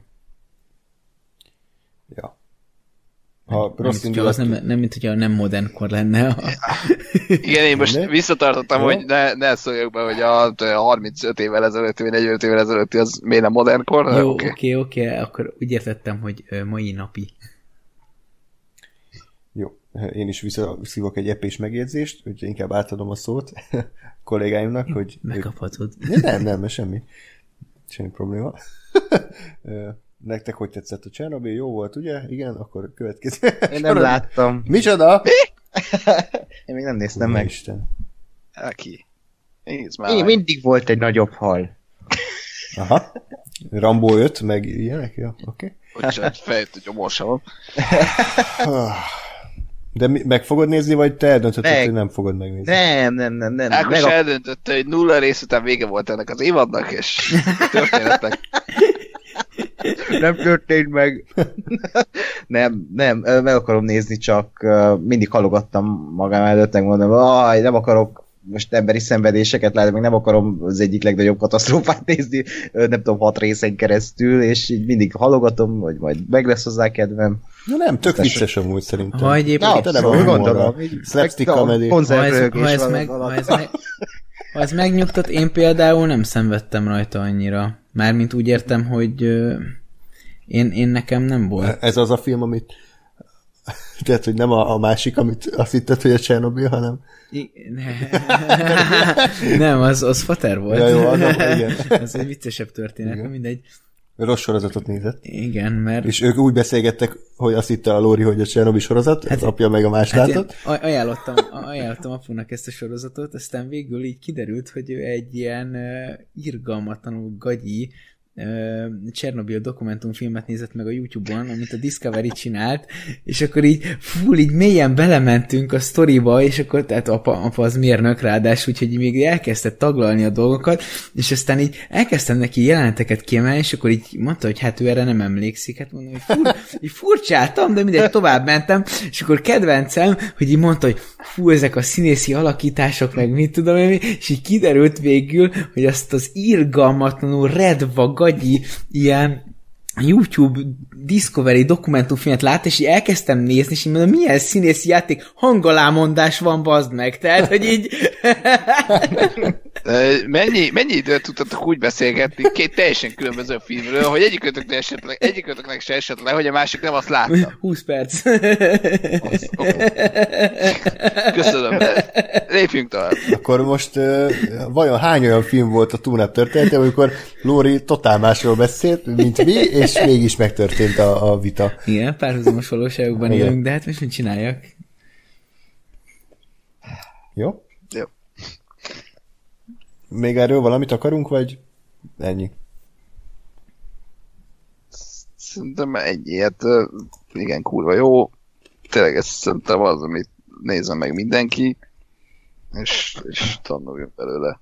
Ja. Ha nem, rossz mint, az nem, nem, mint hogyha nem modernkor lenne. A... Igen, én most visszatartottam, hogy ne, ne szóljak be, hogy a harmincöt évvel ezelőtt, vagy negyvenöt évvel ezelőtt az miért nem modernkor. Jó, oké, oké, oké, akkor úgy értettem, hogy mai napi. Jó. én is visszaszívok egy epés megjegyzést, úgyhogy inkább átadom a szót kollégáimnak, hogy... Megkaphatod. Hogy... Nem, nem, semmi. Semmi probléma. Nektek hogy tetszett a Csernobyl? Jó volt, ugye? Igen, akkor következő. Én nem láttam. Micsoda? Én még nem néztem meg. Isten. Aki. Én mindig volt egy nagyobb hal. Aha. Rambo öt, meg ilyenek? Ja, oké. Okay. Hogy fejt, hogy gyomorsa van. De mi, meg fogod nézni, vagy te eldöntötted, meg... hogy nem fogod megnézni? Nem, nem, nem. nem. Ákos meg a... eldöntötte, hogy nulla rész után vége volt ennek az évadnak, és történetnek. Nem történt meg. nem, nem, meg akarom nézni, csak mindig halogattam magam előtt, megmondom, hogy nem akarok most emberi szenvedéseket látni, meg nem akarom az egyik legnagyobb katasztrófát nézni, nem tudom, hat részen keresztül, és így mindig halogatom, hogy majd meg lesz hozzá kedvem. Na nem, tök vicces amúgy szerintem. Ha egyébként... Na, szóval gondolom. Slapstick comedy. Ha ez meg... Ha ez megnyugtat, én például nem szenvedtem rajta annyira. Mármint úgy értem, hogy uh, én, én nekem nem volt. Ez az a film, amit tehát, hogy nem a, a másik, amit azt hitted, hogy a Csernobyl, hanem... I... nem, az, az fater volt. Ja, jó, az, igen. Ez egy viccesebb történet, igen. Mindegy. Rossz sorozatot nézett. Igen, mert... És ők úgy beszélgettek, hogy azt hitte a Lóri, hogy a Csernobyl sorozat, hát, az apja meg a más hát látott. Ajánlottam, ajánlottam apunak ezt a sorozatot, aztán végül így kiderült, hogy ő egy ilyen uh, irgalmatlanul gagyi uh, Csernobyl dokumentumfilmet nézett meg a YouTube-on, amit a Discovery csinált, és akkor így full, így mélyen belementünk a sztoriba, és akkor, tehát apa, apa az mérnök ráadásul, úgyhogy még elkezdte taglalni a dolgokat, és aztán így elkezdtem neki jeleneteket kiemelni, és akkor így mondta, hogy hát ő erre nem emlékszik, hát mondom, hogy fur, így furcsáltam, de mindegy, tovább mentem, és akkor kedvencem, hogy így mondta, hogy fú, ezek a színészi alakítások, meg mit tudom én, és így kiderült végül, hogy azt az irgalmatlanul redva gagyi ilyen YouTube Discovery dokumentumfilmet lát, és így elkezdtem nézni, és így mondom, milyen színészi játék, hangalámondás van, bazd meg, tehát, hogy így... mennyi, mennyi időt tudtatok úgy beszélgetni két teljesen különböző filmről, hogy egyikőtöknek esetleg, egyikőtöknek se esett le, hogy a másik nem azt látta. húsz perc. Az, okay. Köszönöm. Lépjünk tovább. Akkor most uh, vajon hány olyan film volt a Túnáp története, amikor Lóri totál másról beszélt, mint mi, és mégis megtörtént a, a vita. Igen, párhuzamos valóságokban élünk, de hát most mit csináljak? Jó? Jó. Még erről valamit akarunk, vagy ennyi? Szerintem ennyi. Hát igen, kurva jó. Tényleg ez szerintem az, amit nézem meg mindenki, és, és tanuljon belőle.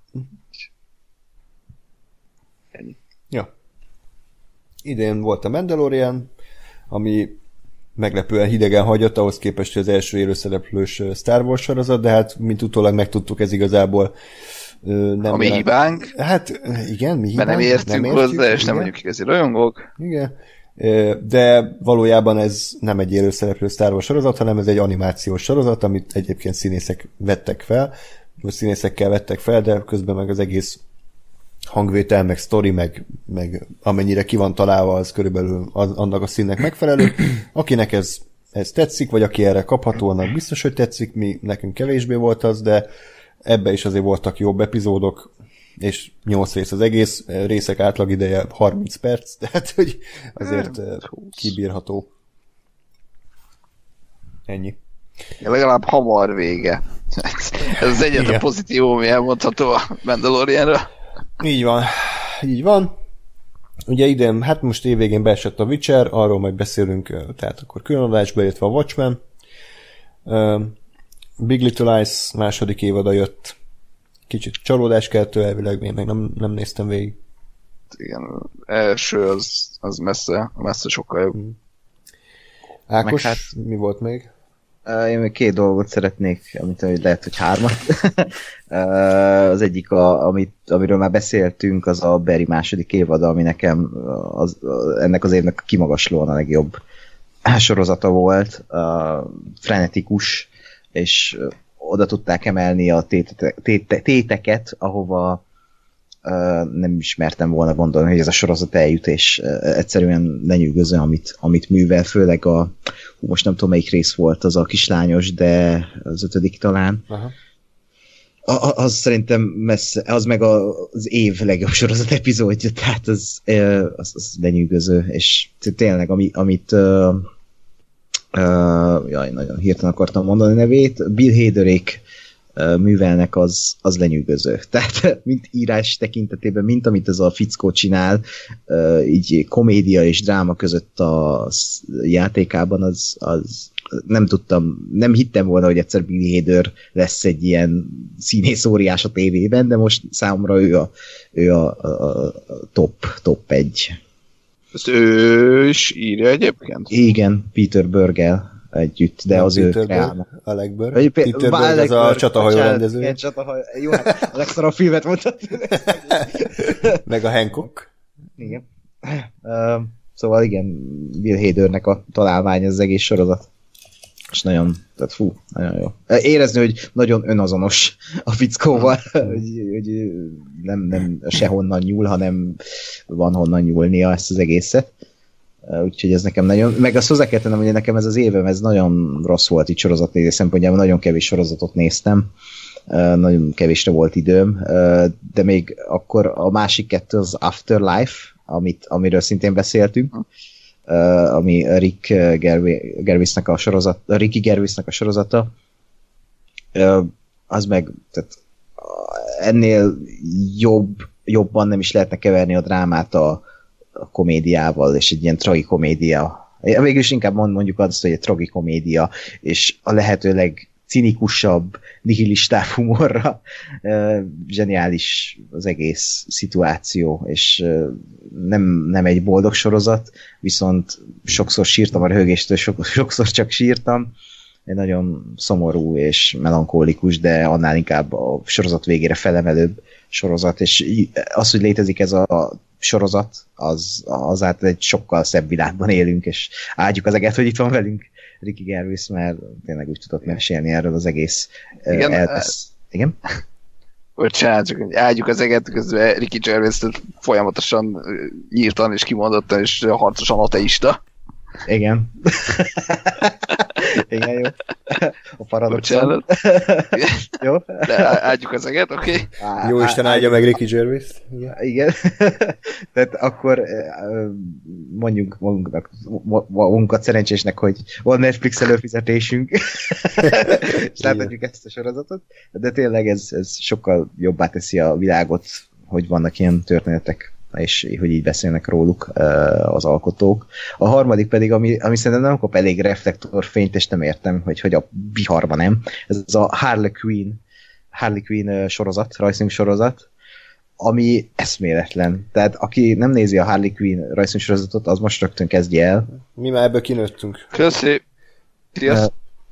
Ennyi. Ja. Idén volt a Mandalorian, ami meglepően hidegen hagyott ahhoz képest, hogy az első élőszereplős Star Wars sorozat, de hát mint utólag megtudtuk, ez igazából nem... A mi hibánk. Hát igen, mi hibánk. Mert nem értünk nem hozzá, és igen. Nem vagyunk igazi rajongók. Igen. De valójában ez nem egy élőszereplő Star Wars sorozat, hanem ez egy animációs sorozat, amit egyébként színészek vettek fel, vagy színészekkel vettek fel, de közben meg az egész hangvétel, meg sztori, meg, meg amennyire ki van találva, az körülbelül az, annak a színnek megfelelő. Akinek ez, ez tetszik, vagy aki erre kapható, annak biztos, hogy tetszik, mi nekünk kevésbé volt az, de ebbe is azért voltak jobb epizódok, és nyolc rész az egész, részek átlag ideje harminc perc, tehát hogy azért kibírható. Ennyi. Ja, legalább hamar vége. Ez az egyetlen pozitívum, ami elmondható a Mandalorianről. Így van. Így van. Ugye idén, hát most évvégén beesett a Witcher, arról majd beszélünk, tehát akkor különadásba, illetve a Watchmen. Uh, Big Little Lies második évada jött. Kicsit csalódáskeltő elvileg, én meg nem, nem néztem végig. Igen, első az, az messze, messze sokkal jobb. Ákos, hát, mi volt még? Én még két dolgot szeretnék, amit lehet, hogy hármat. Az egyik, a, amit, amiről már beszéltünk, az a Barry második évada, ami nekem az, ennek az évnek kimagaslóan a legjobb sorozata volt. Frenetikus, és oda tudták emelni a téte, téte, téteket, ahova nem ismertem volna gondolni, hogy ez a sorozat eljut, és egyszerűen lenyűgöző, amit, amit művel, főleg a most nem tudom melyik rész volt az a kislányos, de az ötödik talán. Aha. A, az szerintem messze, az meg a, az év legjobb sorozat epizódja, tehát az, az, az lenyűgöző, és tényleg, ami, amit uh, uh, jaj, nagyon hirtelen akartam mondani a nevét, Bill Haderék uh, művelnek, az, az lenyűgöző. Tehát mint írás tekintetében, mint amit ez a fickó csinál, uh, így komédia és dráma között a játékában, az, az nem tudtam, nem hittem volna, hogy egyszer Bill Hader lesz egy ilyen színész óriás a tévében, de most számomra ő a, ő a, a, a top, top egy. Ezt ő is írja egyébként? Igen, Peter Bergel együtt, de nem az Peter ő kreálna. Alec Berg. Peter Berg az a csatahajó rendező. Igen, csatahajó. Jó, hát a legszarabb filmet mondtad. Meg a Hancock. Igen. Uh, szóval igen, Bill Hadernek a találmány az egész sorozat. És nagyon, tehát fú, nagyon jó. Érezni, hogy nagyon önazonos a fickóval, hogy, hogy nem, nem sehonnan nyúl, hanem van honnan nyúlnia ezt az egészet. Úgyhogy ez nekem nagyon, meg azt hozzá kell tennem, hogy nekem ez az évem, ez nagyon rossz volt így sorozatnézés szempontjából, nagyon kevés sorozatot néztem, nagyon kevésre volt időm, de még akkor a másik kettő az Afterlife, amit, amiről szintén beszéltünk, Uh, ami Rick Gervaisnek a sorozat, Ricky Gervaisnek a sorozata, uh, az meg tehát, uh, ennél jobb, jobban nem is lehetne keverni a drámát a, a komédiával, és egy ilyen tragikomédia. Végülis inkább mondjuk azt, hogy egy tragikomédia, és a lehetőleg cinikusabb, nihilistább humorra. Uh, zseniális az egész szituáció, és uh, nem, nem egy boldog sorozat, viszont sokszor sírtam a röhögéstől, so, sokszor csak sírtam. Egy nagyon szomorú és melankólikus, de annál inkább a sorozat végére felemelőbb sorozat, és az, hogy létezik ez a sorozat, az, azáltal egy sokkal szebb világban élünk, és áldjuk az eget, hogy itt van velünk Ricky Gervais, mert tényleg úgy tudott mesélni erről az egész. Igen? Eltesz. Igen? Bocsánat, csak áldjuk az eget, közben Ricky Gervais folyamatosan nyíltan és kimondottan és harcosan ateista. Igen. Igen, jó. A paradoxon. Jó? De áldjuk az eget, oké? Okay? Jó Isten áldja meg Ricky Gervais. Igen. Igen. Tehát akkor mondjuk magunknak, magunkat szerencsésnek, hogy van Netflix előfizetésünk, és láthatjuk ezt a sorozatot, de tényleg ez, ez sokkal jobbá teszi a világot, hogy vannak ilyen történetek, és hogy így beszélnek róluk az alkotók. A harmadik pedig, ami, ami szerintem nem kap elég reflektorfényt, és nem értem, hogy, hogy a biharban nem. Ez a Harley Quinn, Harley Quinn sorozat, rajzfilm sorozat, ami eszméletlen. Tehát aki nem nézi a Harley Quinn rajzfilm sorozatot, az most rögtön kezdje el. Mi már ebből kinőttünk. Köszi. Sziasztok.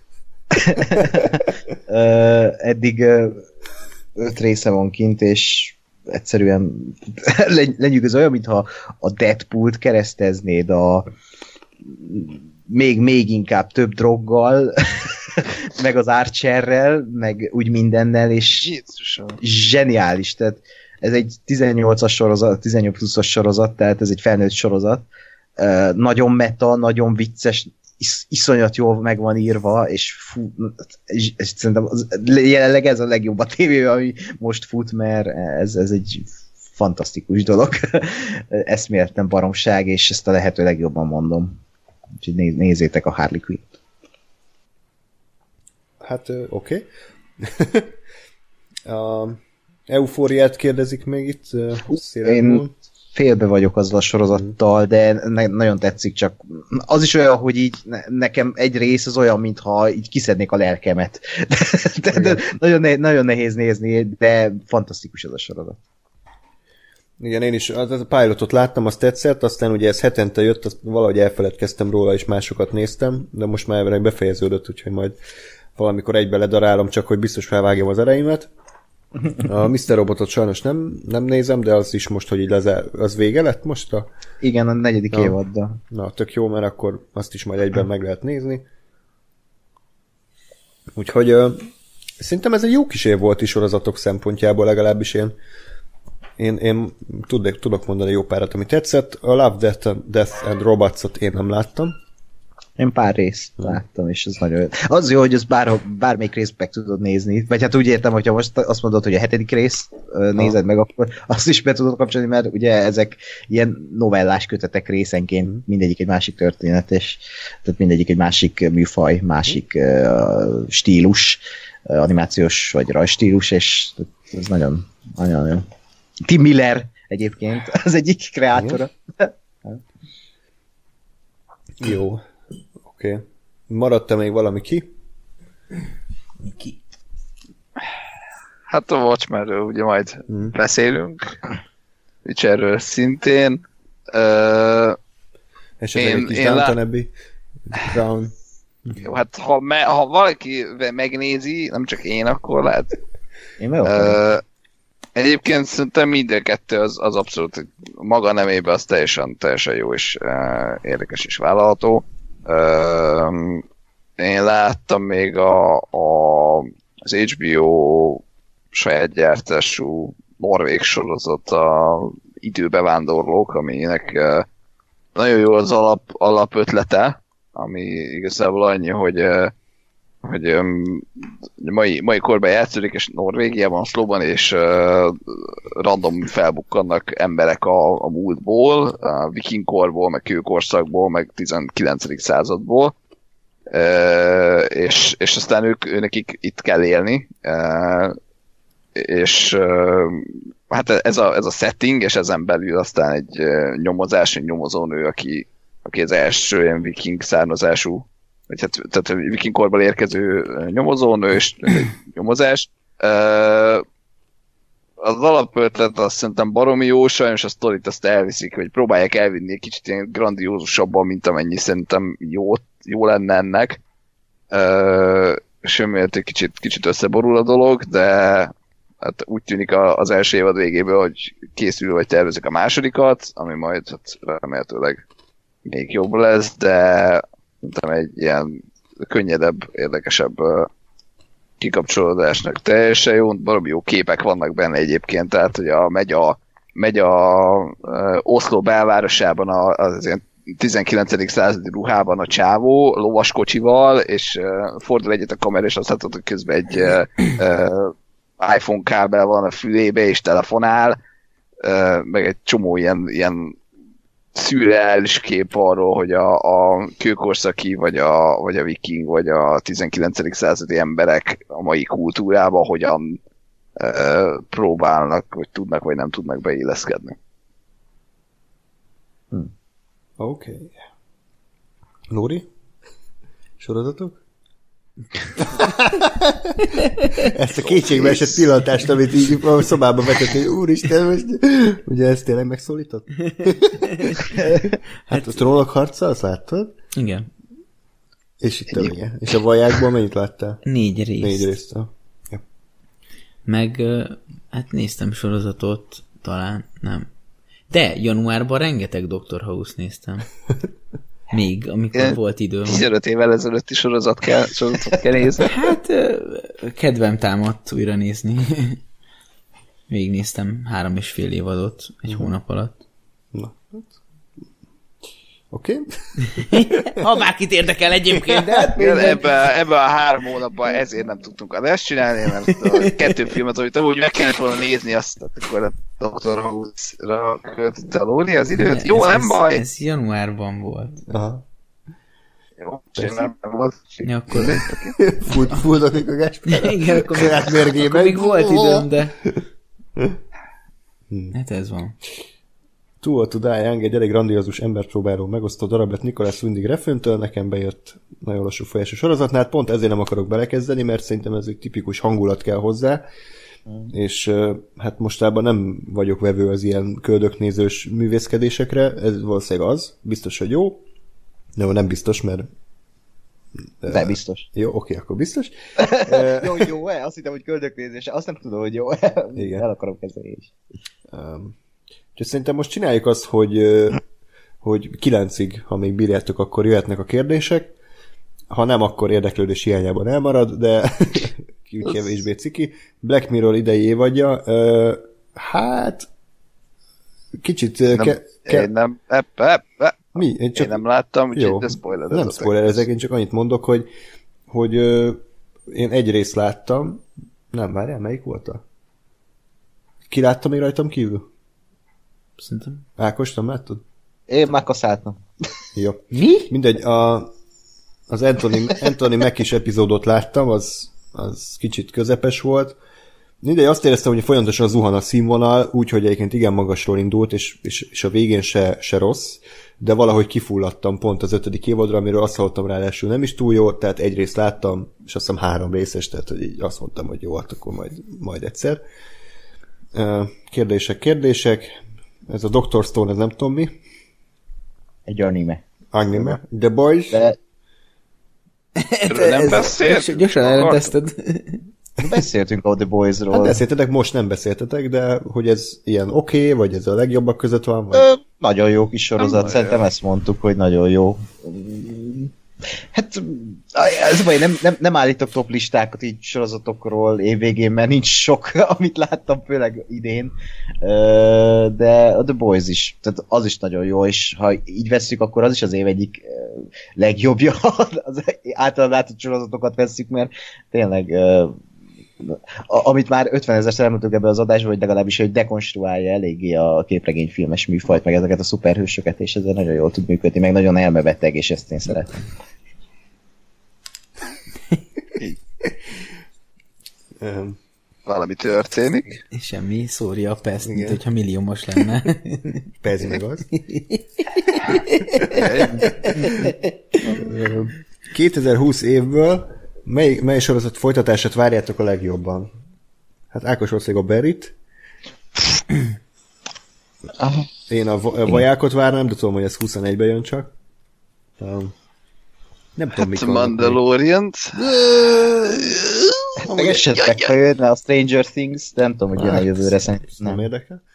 Eddig öt része van kint, és egyszerűen lenyűgöző, olyan, mintha a Deadpool-t kereszteznéd a még, még inkább több droggal, meg az Archerrel, meg úgy mindennel, és Jézusom. Zseniális. Tehát ez egy tizennyolcas sorozat, tizennyolc pluszos sorozat, tehát ez egy felnőtt sorozat. Uh, nagyon meta, nagyon vicces, is, iszonyat jól meg van írva, és fú, és, és szerintem az, jelenleg ez a legjobb a tévében, ami most fut, mert ez, ez egy fantasztikus dolog. Eszméletlen baromság, és ezt a lehető legjobban mondom. Úgyhogy néz, nézzétek a Harley Quinn-t. Hát, oké. Okay. A Eufóriát kérdezik még itt. Én félbe vagyok azzal a sorozattal, de ne, nagyon tetszik, csak az is olyan, hogy így ne, nekem egy rész az olyan, mintha így kiszednék a lelkemet. de, de, de nagyon, ne, nagyon nehéz nézni, de fantasztikus ez a sorozat. Igen, én is az, az a pilotot láttam, azt tetszett, aztán ugye ez hetente jött, azt valahogy elfeledkeztem róla, és másokat néztem, de most már befejeződött, úgyhogy majd valamikor egybe ledarálom, csak hogy biztos felvágjam az ereimet. A miszter Robotot sajnos nem, nem nézem, de az is most, hogy így lezár, az vége lett most a... Igen, a negyedik na, évaddal. Na, tök jó, mert akkor azt is majd egyben meg lehet nézni. Úgyhogy uh, szerintem ez egy jó kis év volt is sorozatok szempontjából, legalábbis én én, én tudok, tudok mondani jó párat, ami tetszett. A Love, Death and, Death and Robots-ot én nem láttam. Én pár részt láttam, és ez nagyon... Az jó, hogy ez bár, bármelyik részt meg tudod nézni. Vagy hát úgy értem, hogyha most azt mondod, hogy a hetedik részt nézed meg, akkor azt is be tudod kapcsolni, mert ugye ezek ilyen novellás kötetek részenként, mindegyik egy másik történet, és tehát mindegyik egy másik műfaj, másik uh, stílus, uh, animációs vagy rajstílus, és ez nagyon, nagyon jó. Tim Miller egyébként, az egyik kreátora. Jó. Oké. Okay. Maradt-e még valami ki? Ki? Hát a Watchmenről ugye majd hmm. beszélünk. Witcherről szintén. Uh, Esetleg egy kis Downton Abbey. Crown. Jó, hát ha, me, ha valaki megnézi, nem csak én, akkor lehet. Én meg uh, Egyébként szerintem minden kettő az, az abszolút maga nemében az teljesen, teljesen jó és uh, érdekes és vállalható. Uh, én láttam még a, a, az há bé o saját gyártású norvég sorozat, a Időbevándorlók, aminek uh, nagyon jó az alap, alapötlete, ami igazából annyi, hogy uh, hogy um, mai, mai korban játszódik, és Norvégiában, Oszlóban, és uh, random felbukkannak emberek a, a múltból, a vikingkorból, meg kőkorszakból, meg tizenkilencedik századból, uh, és, és aztán ők, ő nekik itt kell élni, uh, és uh, hát ez a, ez a setting, és ezen belül aztán egy uh, nyomozás, egy nyomozónő, aki, aki az első ilyen viking származású, vagy hát, tehát vikingkorból érkező nyomozónő és nyomozás. Az alapötlet azt szerintem baromi jó, sajnos a sztorit azt elviszik, hogy próbálják elvinni egy kicsit ilyen grandiózusabban, mint amennyi szerintem jó, jó lenne ennek. És emiatt egy kicsit, kicsit összeborul a dolog, de hát úgy tűnik az első évad végéből, hogy készül vagy tervezik a másodikat, ami majd hát remélhetőleg még jobb lesz, de szerintem egy ilyen könnyedebb, érdekesebb uh, kikapcsolódásnak teljesen jó, baromi jó képek vannak benne egyébként, tehát hogy a, megy a, megy a uh, Oszló belvárosában a, az ilyen tizenkilencedik századi ruhában a csávó, lovaskocsival, és uh, fordul egyet a kamera, és azt látod, hogy közben egy uh, uh, iPhone kábel van a fülébe, és telefonál, uh, meg egy csomó ilyen, ilyen szürreális kép arról, hogy a, a kőkorszaki, vagy a, vagy a viking, vagy a tizenkilencedik századi emberek a mai kultúrába hogyan e, próbálnak, vagy tudnak, vagy nem tudnak beilleszkedni. Hm. Oké. Okay. Lóri? Sorozatok? Ezt a kétségbe esett pillantást, amit így a szobába vetett, hogy úristen, most ugye ezt tényleg megszólított? Hát a trónok harca, azt láttad? Igen. És itt a vége. És a vajákból mennyit láttál? Négy részt. Négy részt. Ja. Meg hát néztem sorozatot, talán nem. De januárban rengeteg doktor House néztem. Még, amikor Én volt időm. tizenöt évvel ezelőtti sorozat kell, sorozatot kell nézni. Hát, kedvem támadt újra nézni. Végignéztem három és fél évadot egy uh-huh. hónap alatt. Na, oké. Okay. Ha bárkit érdekel egyébként, de hát ebben ebbe a három hónapban ezért nem tudtunk adást csinálni, mert a kettő filmet, amit amúgy meg kellett volna nézni, azt akkor a doktor House-ra költött a Lóri az időt. Ez, Jó, ez, nem baj. Ez januárban volt. Aha. Jó, nem volt. Ja, akkor... Fuldodik a gáspára. Igen, akkor, még, akkor még volt időm, de... Hát ez van. Too to Die Young egy elég grandiózus emberpróbáló megosztó darab lett Nicholas Winding Refn-től, nekem bejött nagyon lassú folyású sorozatnál, hát pont ezért nem akarok belekezdeni, mert szerintem ez egy tipikus hangulat kell hozzá, mm. és hát mostában nem vagyok vevő az ilyen köldöknézős művészkedésekre, ez valószínűleg az, biztos, hogy jó, de nem biztos, mert... De biztos. Jó, oké, akkor biztos. jó, jó-e? Azt hittem, hogy köldöknézés, azt nem tudom, hogy jó. Igen. El akarom kezdeni is. Um, Úgyhogy szerintem most csináljuk azt, hogy, hogy kilencig, ha még bírjátok, akkor jöhetnek a kérdések. Ha nem, akkor érdeklődés hiányában elmarad, de kevésbé ciki. Black Mirror idei évadja. Hát kicsit... Nem, ke, ke... nem, ep, ep, ep. Mi? Én, csak... én nem láttam, úgyhogy de spoilerezzetek. Nem spoilerezek, én csak annyit mondok, hogy, hogy ö, én egy részt láttam. Nem, várjál, melyik volt a? Ki látta még rajtam kívül? Szerintem. Ákos, nem láttad? Én már kaszáltam. Jó. Mi? Mindegy, a, az Anthony, Anthony Mackie-s epizódot láttam, az, az kicsit közepes volt. Mindegy, azt éreztem, hogy folyamatosan zuhan a színvonal, úgyhogy egyébként igen magasról indult, és, és, és a végén se, se rossz, de valahogy kifulladtam pont az ötödik évadra, amiről azt hallottam ráadásul nem is túl jó, tehát egy részt láttam, és azt hiszem három részes, tehát hogy így azt mondtam, hogy jó, hát akkor majd, majd egyszer. Kérdések, kérdések. Ez a doktor Stone, ez nem tudom mi. Egy anime. Anime. The Boys. De... nem beszélt? Gyorsan elrendezted. Beszéltünk a The Boys-ról. Hát beszéltetek, most nem beszéltetek, de hogy ez ilyen oké, okay, vagy ez a legjobbak között van? Vagy... Ö, nagyon jó kis sorozat, szerintem ezt mondtuk, hogy nagyon jó. Hát ez baj, nem, nem, nem állítok top listákat így sorozatokról évvégén, mert nincs sok, amit láttam, főleg idén, de a The Boys is, tehát az is nagyon jó, és ha így vesszük, akkor az is az év egyik legjobbja, az általán látott sorozatokat vesszük, mert tényleg amit már ötvenezerszer elmondtuk ebbe az adásba, hogy legalábbis, hogy dekonstruálja eléggé a képregényfilmes műfajt, meg ezeket a szuperhősöket, és ezzel nagyon jól tud működni, meg nagyon elmebeteg, és ezt én szeretem. Valami történik. Semmi, szórja a peszt, mint hogyha milliómos lenne. Persze meg az. kétezer-húsz évből mely, mely sorozat folytatását várjátok a legjobban? Hát Ákos ország a Berit. Én a, a vajákot várnám, de tudom, hogy ez huszonegyben jön csak. Um, nem tudom, mikor. Hát Mandalorian-t. Meg esetleg, ha jönne a Stranger Things, de nem tudom, hogy jön a jövőre szerintem. Nem érdekel.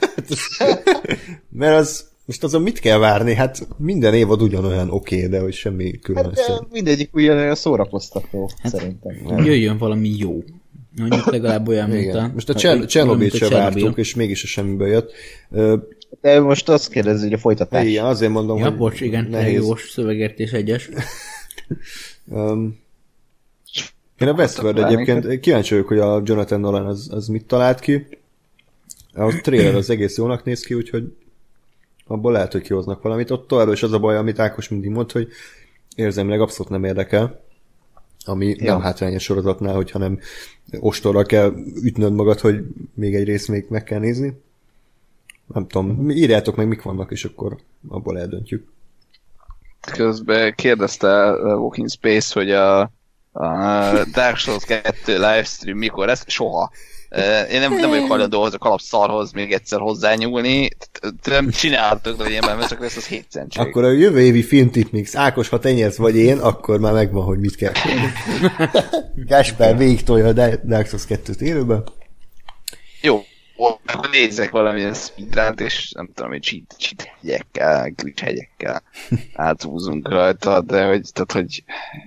Mert az, most azon mit kell várni? Hát minden évad ugyanolyan oké, okay, de hogy semmi különös. Hát mindegyik ugyanolyan szórakoztató, hát, szerintem. Jöjjön valami jó. Mondjuk legalább olyan, mint a... Most a Csernobylt se vártuk, és mégis a semmiből jött. De most azt kérdezi, hogy a folytatás. Igen, azért mondom, ja, hogy bocs, igen, nehéz. Jós szövegértés egyes. um, én a Westworld egyébként kíváncsi vagyok, hogy a Jonathan Nolan az, az mit talált ki. A trailer az egész jónak néz ki, úgyhogy abból lehet, hogy kihoznak valamit. Ott továbbra is az a baj, amit Ákos mindig mond, hogy érzelmileg abszolút nem érdekel, ami ja. nem hátrányos sorozatnál, hogyha nem ostorral kell ütnöd magad, hogy még egy részt még meg kell nézni. Nem tudom, írjátok meg, mik vannak, és akkor abból eldöntjük. Közben kérdezte Walking Space, hogy a, a Dark Souls kettő livestream mikor lesz? Soha. Én nem, nem vagyok hajlandó az a kalapszarhoz még egyszer hozzányúlni. Nem csináltok, de ilyenben, mert csak lesz az hétszentség. Akkor a jövő évi filmtipmix. Ákos, ha te nyersz vagy én, akkor már megvan, hogy mit kell. Gáspár végig tolja a Dark Souls kettőt élőben. Jó, akkor nézzek valamilyen speedrunt, és nem tudom, hogy cheat, cheat hegyekkel, glitch hegyekkel áthúzunk rajta, de hogy, tehát, hogy...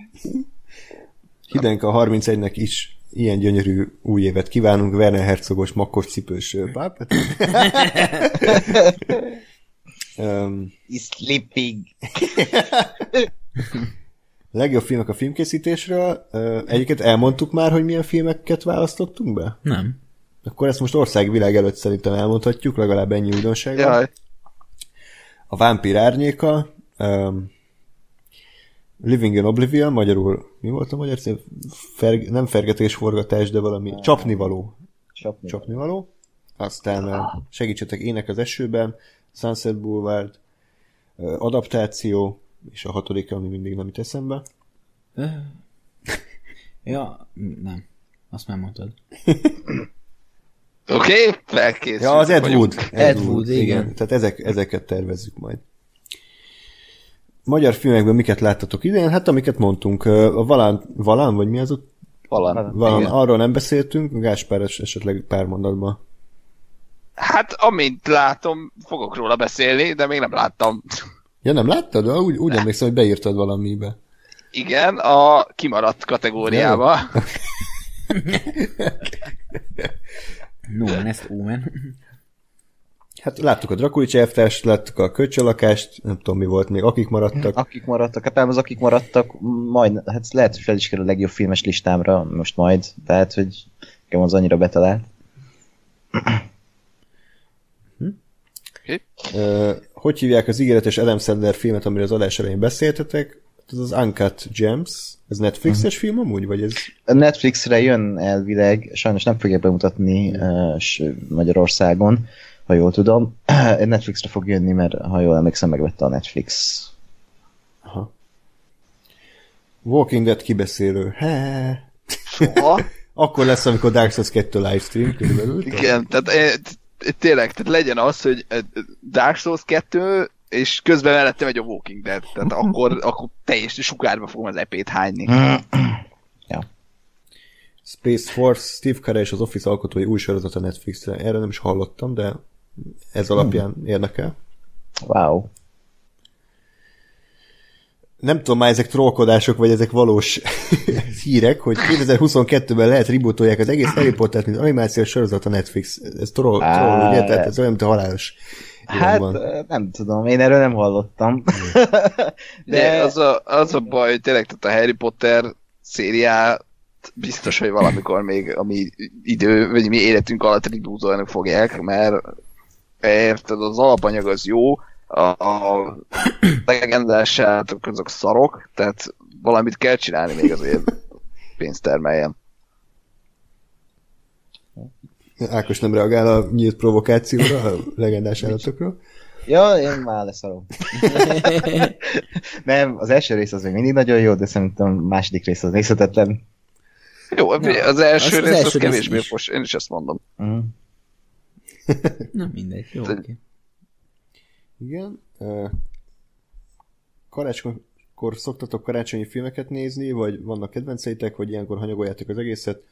Hidenka harmincegynek is ilyen gyönyörű új évet kívánunk, Werner Herzogos makkos cipős pápet. um, Sleeping. Legjobb filmek a filmkészítésről. Uh, egyiket elmondtuk már, hogy milyen filmeket választottunk be? Nem. Akkor ezt most országvilág előtt szerintem elmondhatjuk, legalább ennyi újdonság van. Jaj. A Vámpír árnyéka, um, Living in Oblivion, magyarul mi volt a magyar cím? Ferg, nem fergetésforgatás, de valami csapnivaló. Csapnivaló. Csapnivaló. Aztán segítsetek, Ének az esőben, Sunset Boulevard, adaptáció, és a hatodik, ami mindig nem jut eszembe. Ja, nem. Azt már mondtad. Oké, okay, felkészült. Ja, az Ed Wood. Ed, Ed Wood, igen. igen. Tehát ezek, ezeket tervezzük majd. Magyar filmekben miket láttatok idén? Hát amiket mondtunk. A Valán, Valán vagy mi az ott? Valán. Valán, arról nem beszéltünk, Gáspár esetleg pár mondatban. Hát amint látom, fogok róla beszélni, de még nem láttam. Ja, nem láttad? Úgy, úgy emlékszem, hogy beírtad valamibe. Igen, a kimaradt kategóriába. No, ezt Omen. Hát láttuk a Drakulics elvtárs, láttuk a Köcsölakást, nem tudom mi volt még, akik maradtak. Akik maradtak, hát nem az akik maradtak, majd, hát lehet, hogy fel is kerül a legjobb filmes listámra most majd, tehát, hogy nekem az annyira betalált. Okay. Uh, hogy hívják az ígéretes Adam Sandler filmet, amiről az adás elején beszéltetek? Ez az Uncut Gems. Ez Netflixes uh-huh. film amúgy? Vagy ez... A Netflixre jön elvileg, sajnos nem fogják bemutatni uh, Magyarországon, ha jól tudom. Netflixre fog jönni, mert ha jól emlékszem, megvette a Netflix. Aha. Walking Dead kibeszélő. He. Soha? Akkor lesz, amikor Dark Souls kettő livestream körülbelül. Igen, tehát tényleg, tehát legyen az, hogy Dark Souls kettő, és közben mellette megy a Walking Dead, tehát akkor, akkor teljes sugárba fogom az epét hányni. Ja. Space Force, Steve Carell és az Office alkotói új sorozat a Netflixre. Erről nem is hallottam, de ez alapján érdekel. Wow. Nem tudom már, ezek trollkodások, vagy ezek valós hírek, hogy kétezer-huszonkettőben lehet rebootolják az egész Harry Pottert, mint animációs sorozat a Netflix. Ez troll, troll ugye? Tehát ez olyan, mint a halálos. Hát van. Nem tudom, én erről nem hallottam. De az a, az a baj, tényleg, tehát a Harry Potter szériát biztos, hogy valamikor még a mi idő, vagy mi életünk alatt rebootolni fogják, mert érted, az alapanyag az jó, a, a legendás sátok azok szarok, tehát valamit kell csinálni még azért pénzt termeljen. Ákos nem reagál a nyílt provokációra, a legendás állatokról. Ja, én már leszarom. Nem, az első rész az még mindig nagyon jó, de szerintem a második rész az nézhetetlen. Jó, az első az rész az, az kevésbé fos, én is ezt mondom. Uh-huh. Na mindegy, jó, oké. Okay. Igen. Karácsonykor szoktatok karácsonyi filmeket nézni, vagy vannak kedvenceitek, vagy ilyenkor hanyagoljátok az egészet?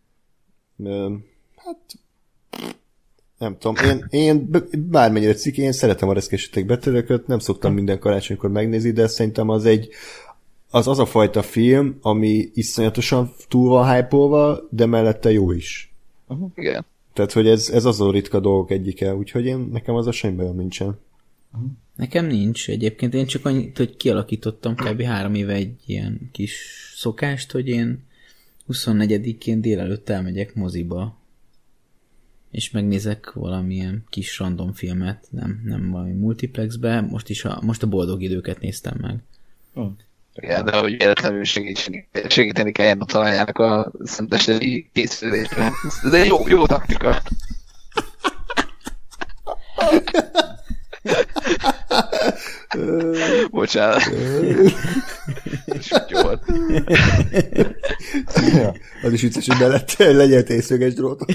Hát nem tudom, én, én bármennyire cikk, én szeretem a Reszkesetek betörőköt, nem szoktam minden karácsonykor megnézni, de szerintem az egy az az a fajta film, ami iszonyatosan túl van hype-olva, de mellette jó is. Uh-huh. Igen. Tehát, hogy ez, ez azon ritka dolgok egyike, úgyhogy én, nekem az a semmi bajom nincsen. Nekem nincs. Egyébként én csak annyit, hogy kialakítottam kb. három éve egy ilyen kis szokást, hogy én huszonnegyedikén délelőtt elmegyek moziba, és megnézek valamilyen kis random filmet, nem, nem valami multiplexbe, most is a, most a Boldog időket néztem meg. Hmm. Igen, de hogy véletlenül segíteni, segíteni kelljen a találjának a szentesteri készülésben. Ez egy jó, jó taktika. Bocsánat. És úgy jó volt. Ja, az is vicces, hogy mellett legyen tészöges drótot.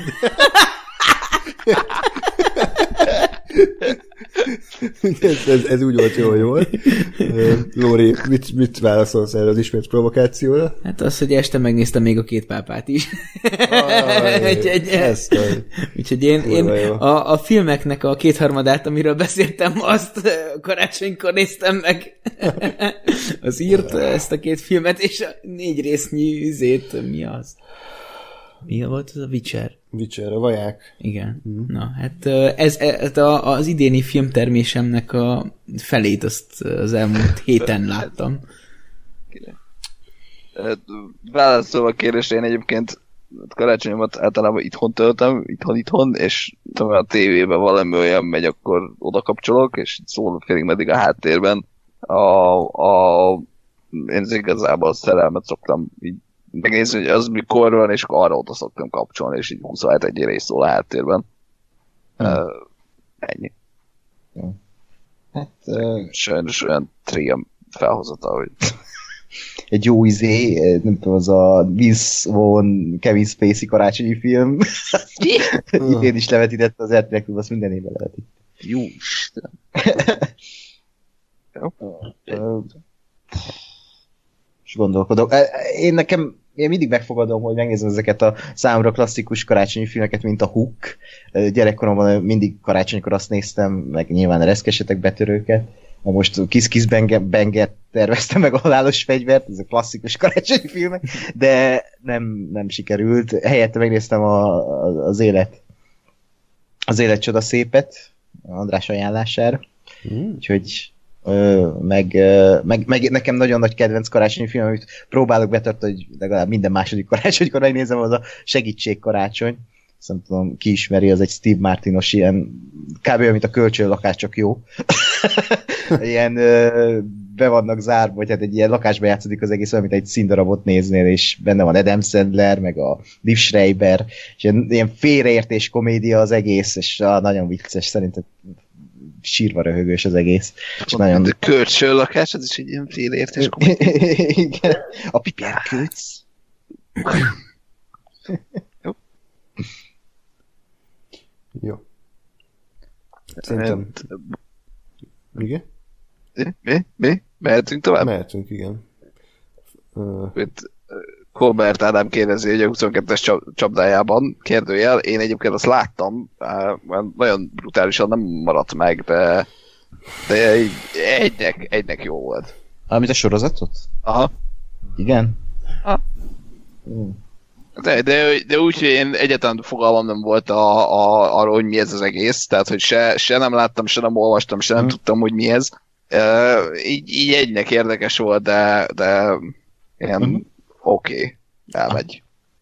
ez, ez, ez úgy volt jó, hogy volt. Lóri, mit, mit válaszolsz erre az ismét provokációra? Hát az, hogy este megnéztem még a két pápát is. Úgyhogy úgyhogy én, én a, a filmeknek a kétharmadát, amiről beszéltem, azt karácsonykor néztem meg. Az írt ezt a két filmet, és a négy résznyi üzét, mi az? Mi volt az a Witcher? Witcher, a vaják. Igen. Mm. Na, hát ez, ez a, az idéni filmtermésemnek a felét azt az elmúlt héten láttam. Válaszolva a kérdésre, én egyébként karácsonyomat általában itthon töltöm, itthon-itthon, és tudom, a tévében valami olyan megy, akkor oda kapcsolok, és szól félig meddig a háttérben. A, a, én az igazából a szerelmet szoktam így megnézni, hogy az mikor van, és akkor arra oda szoktam kapcsolni, és így huszonhét egy rész szól a háttérben. Hmm. Uh, ennyi. Hmm. Hát, uh, sajnos olyan triam felhozata, hogy... Egy jó izé, nem tudom, az a Vince Vaughn, Kevin Spacey karácsonyi film. Én is levetítette az er té el Klub, azt minden évben levetít. Jó Isten. És gondolkodok. Én nekem, én mindig megfogadom, hogy megnézem ezeket a számomra klasszikus karácsonyi filmeket, mint a Hook. Gyerekkoromban mindig karácsonykor azt néztem, meg nyilván a Reszkesetek betörőket. Most Kiss Kiss Banger terveztem meg a Halálos fegyvert, ez a klasszikus karácsonyi filmek, de nem, nem sikerült. Helyette megnéztem a, a, az élet az élet csoda szépet, András ajánlására. Mm. Úgyhogy ö, meg, ö, meg, meg nekem nagyon nagy kedvenc karácsonyi film, amit próbálok betartani, hogy legalább minden második karácsonykor megnézem, az a Segítség karácsony. Azt nem tudom, ki ismeri, az egy Steve Martinos ilyen, kb. Mint a Kölcsönlakás, csak jó. Ilyen ö, be vannak zárva, vagy hát egy ilyen lakásba játszódik az egész, olyan, mint egy színdarabot néznél, és benne van Adam Sandler, meg a Liv Schreiber, és ilyen, ilyen félreértés komédia az egész, és ah, nagyon vicces, szerintem sírva röhögős az egész. És a nagyon... Kölcsönlakás, az is egy ilyen félreértés komédia. Igen, a Piperkőc. Jó. Jó. Szerintem... Igen? Mi? Mi? Mehetünk tovább? Mehetünk, igen. Uh... Itt Colbert Ádám kérdezi, hogy a huszonkettes csapdájában, kérdőjel, én egyébként azt láttam, nagyon brutálisan nem maradt meg, de, de egynek, egynek jó volt. Amit a sorozatot? Aha. Igen? Aha. Mm. De, de, de úgy, hogy én egyáltalán fogalmam nem volt a, a, arról, hogy mi ez az egész, tehát, hogy se, se nem láttam, se nem olvastam, se nem mm. tudtam, hogy mi ez. Uh, így, így egynek érdekes volt, de, de ilyen mm. oké, okay, elmegy.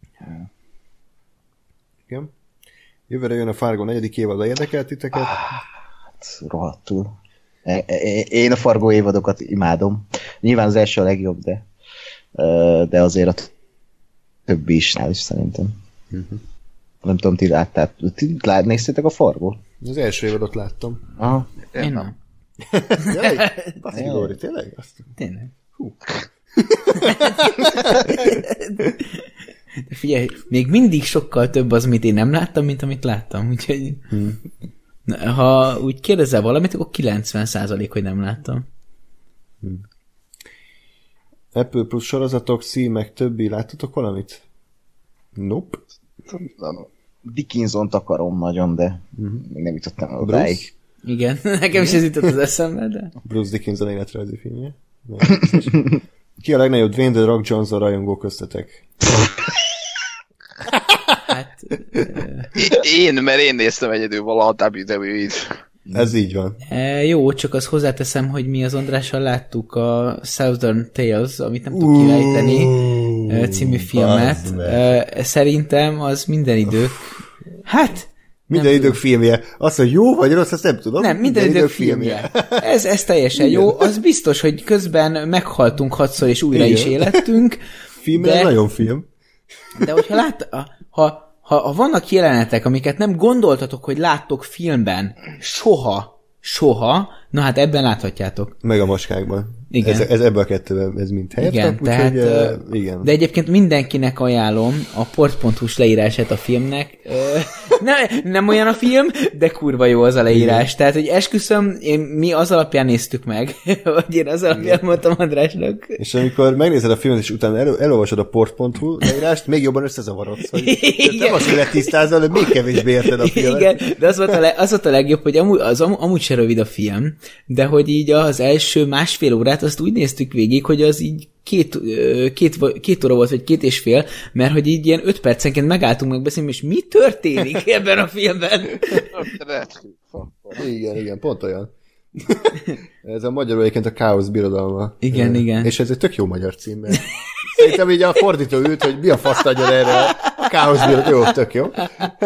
Igen. Jövőre jön a Fargo negyedik évad, érdekelt titeket? Ah, hát, rohadtul. Én a Fargo évadokat imádom. Nyilván az első a legjobb, de, de azért a többi isnál is szerintem. Uh-huh. Nem tudom, ti láttál. Ti lát, néztétek a Fargo? Az első évadot láttam. Aha. Én nem. Tényleg? Baszik, Lóri, tényleg? Azt... Tényleg. Hú. De figyelj, még mindig sokkal több az, amit én nem láttam, mint amit láttam. Úgyhogy hmm. ha úgy kérdezel valamit, akkor kilencven százalék, hogy nem láttam. Hmm. Apple Plus sorozatok, címek, többi, láttatok valamit? Nope. Dickinson-t akarom nagyon, de uh-huh. még nem jutottam odáig. Igen, nekem is ez jutott az eszembe, de... Bruce Dickinson életrajzi filmje. Ki a legnagyobb Dwayne The Rock Johnson rajongó köztetek? Hát... Én, mert én néztem egyedül valaha a dupla vé dupla vé it. Ez így van. E, jó, csak azt hozzáteszem, hogy mi az Andrással láttuk a Southern Tales, amit nem tudok kirejteni, című filmet. E, szerintem az minden idők... Hát... Minden idők filmje. Az, hogy jó vagy rossz, azt nem tudom. Nem, minden, minden idők filmje. filmje. Ez, ez teljesen igen. Jó. Az biztos, hogy közben meghaltunk hatszor, és újra igen. is élettünk. Filmje de... nagyon film. De hogyha lát... Ha, ha, ha vannak jelenetek, amiket nem gondoltatok, hogy láttok filmben, soha, soha, na hát ebben láthatjátok. Meg a Moskákban. Igen. Ez, ez ebből a kettőben, ez mind helyett igen, kap, tehát, úgyhogy, uh, igen. De egyébként mindenkinek ajánlom a port pont hu-s leírását a filmnek. nem, nem olyan a film, de kurva jó az a leírás. Igen. Tehát, hogy esküszöm, én, mi az alapján néztük meg, hogy én az alapján igen. mondtam Andrásnak. És amikor megnézed a filmet, és utána el, elolvasod a port pont hu leírást, még jobban összezavarodsz, hogy nem azt kellett tisztázol, hogy még kevésbé érted a filmet. Igen, de az volt a, le, az volt a legjobb, hogy amúgy, az am, amúgy se rövid a film, de hogy így az első másfél órát azt úgy néztük végig, hogy az így két, két, két óra volt, vagy két és fél, mert hogy így ilyen öt percenként megálltunk megbeszélni, és mi történik ebben a filmben? Igen, igen, pont olyan. Ez a magyarul egyébként a Káosz birodalma. Igen, igen. És ez egy tök jó magyar cím, mert szerintem így a fordító ült, hogy mi a faszt adjon erre a Káosz birodalma. Jó, tök jó.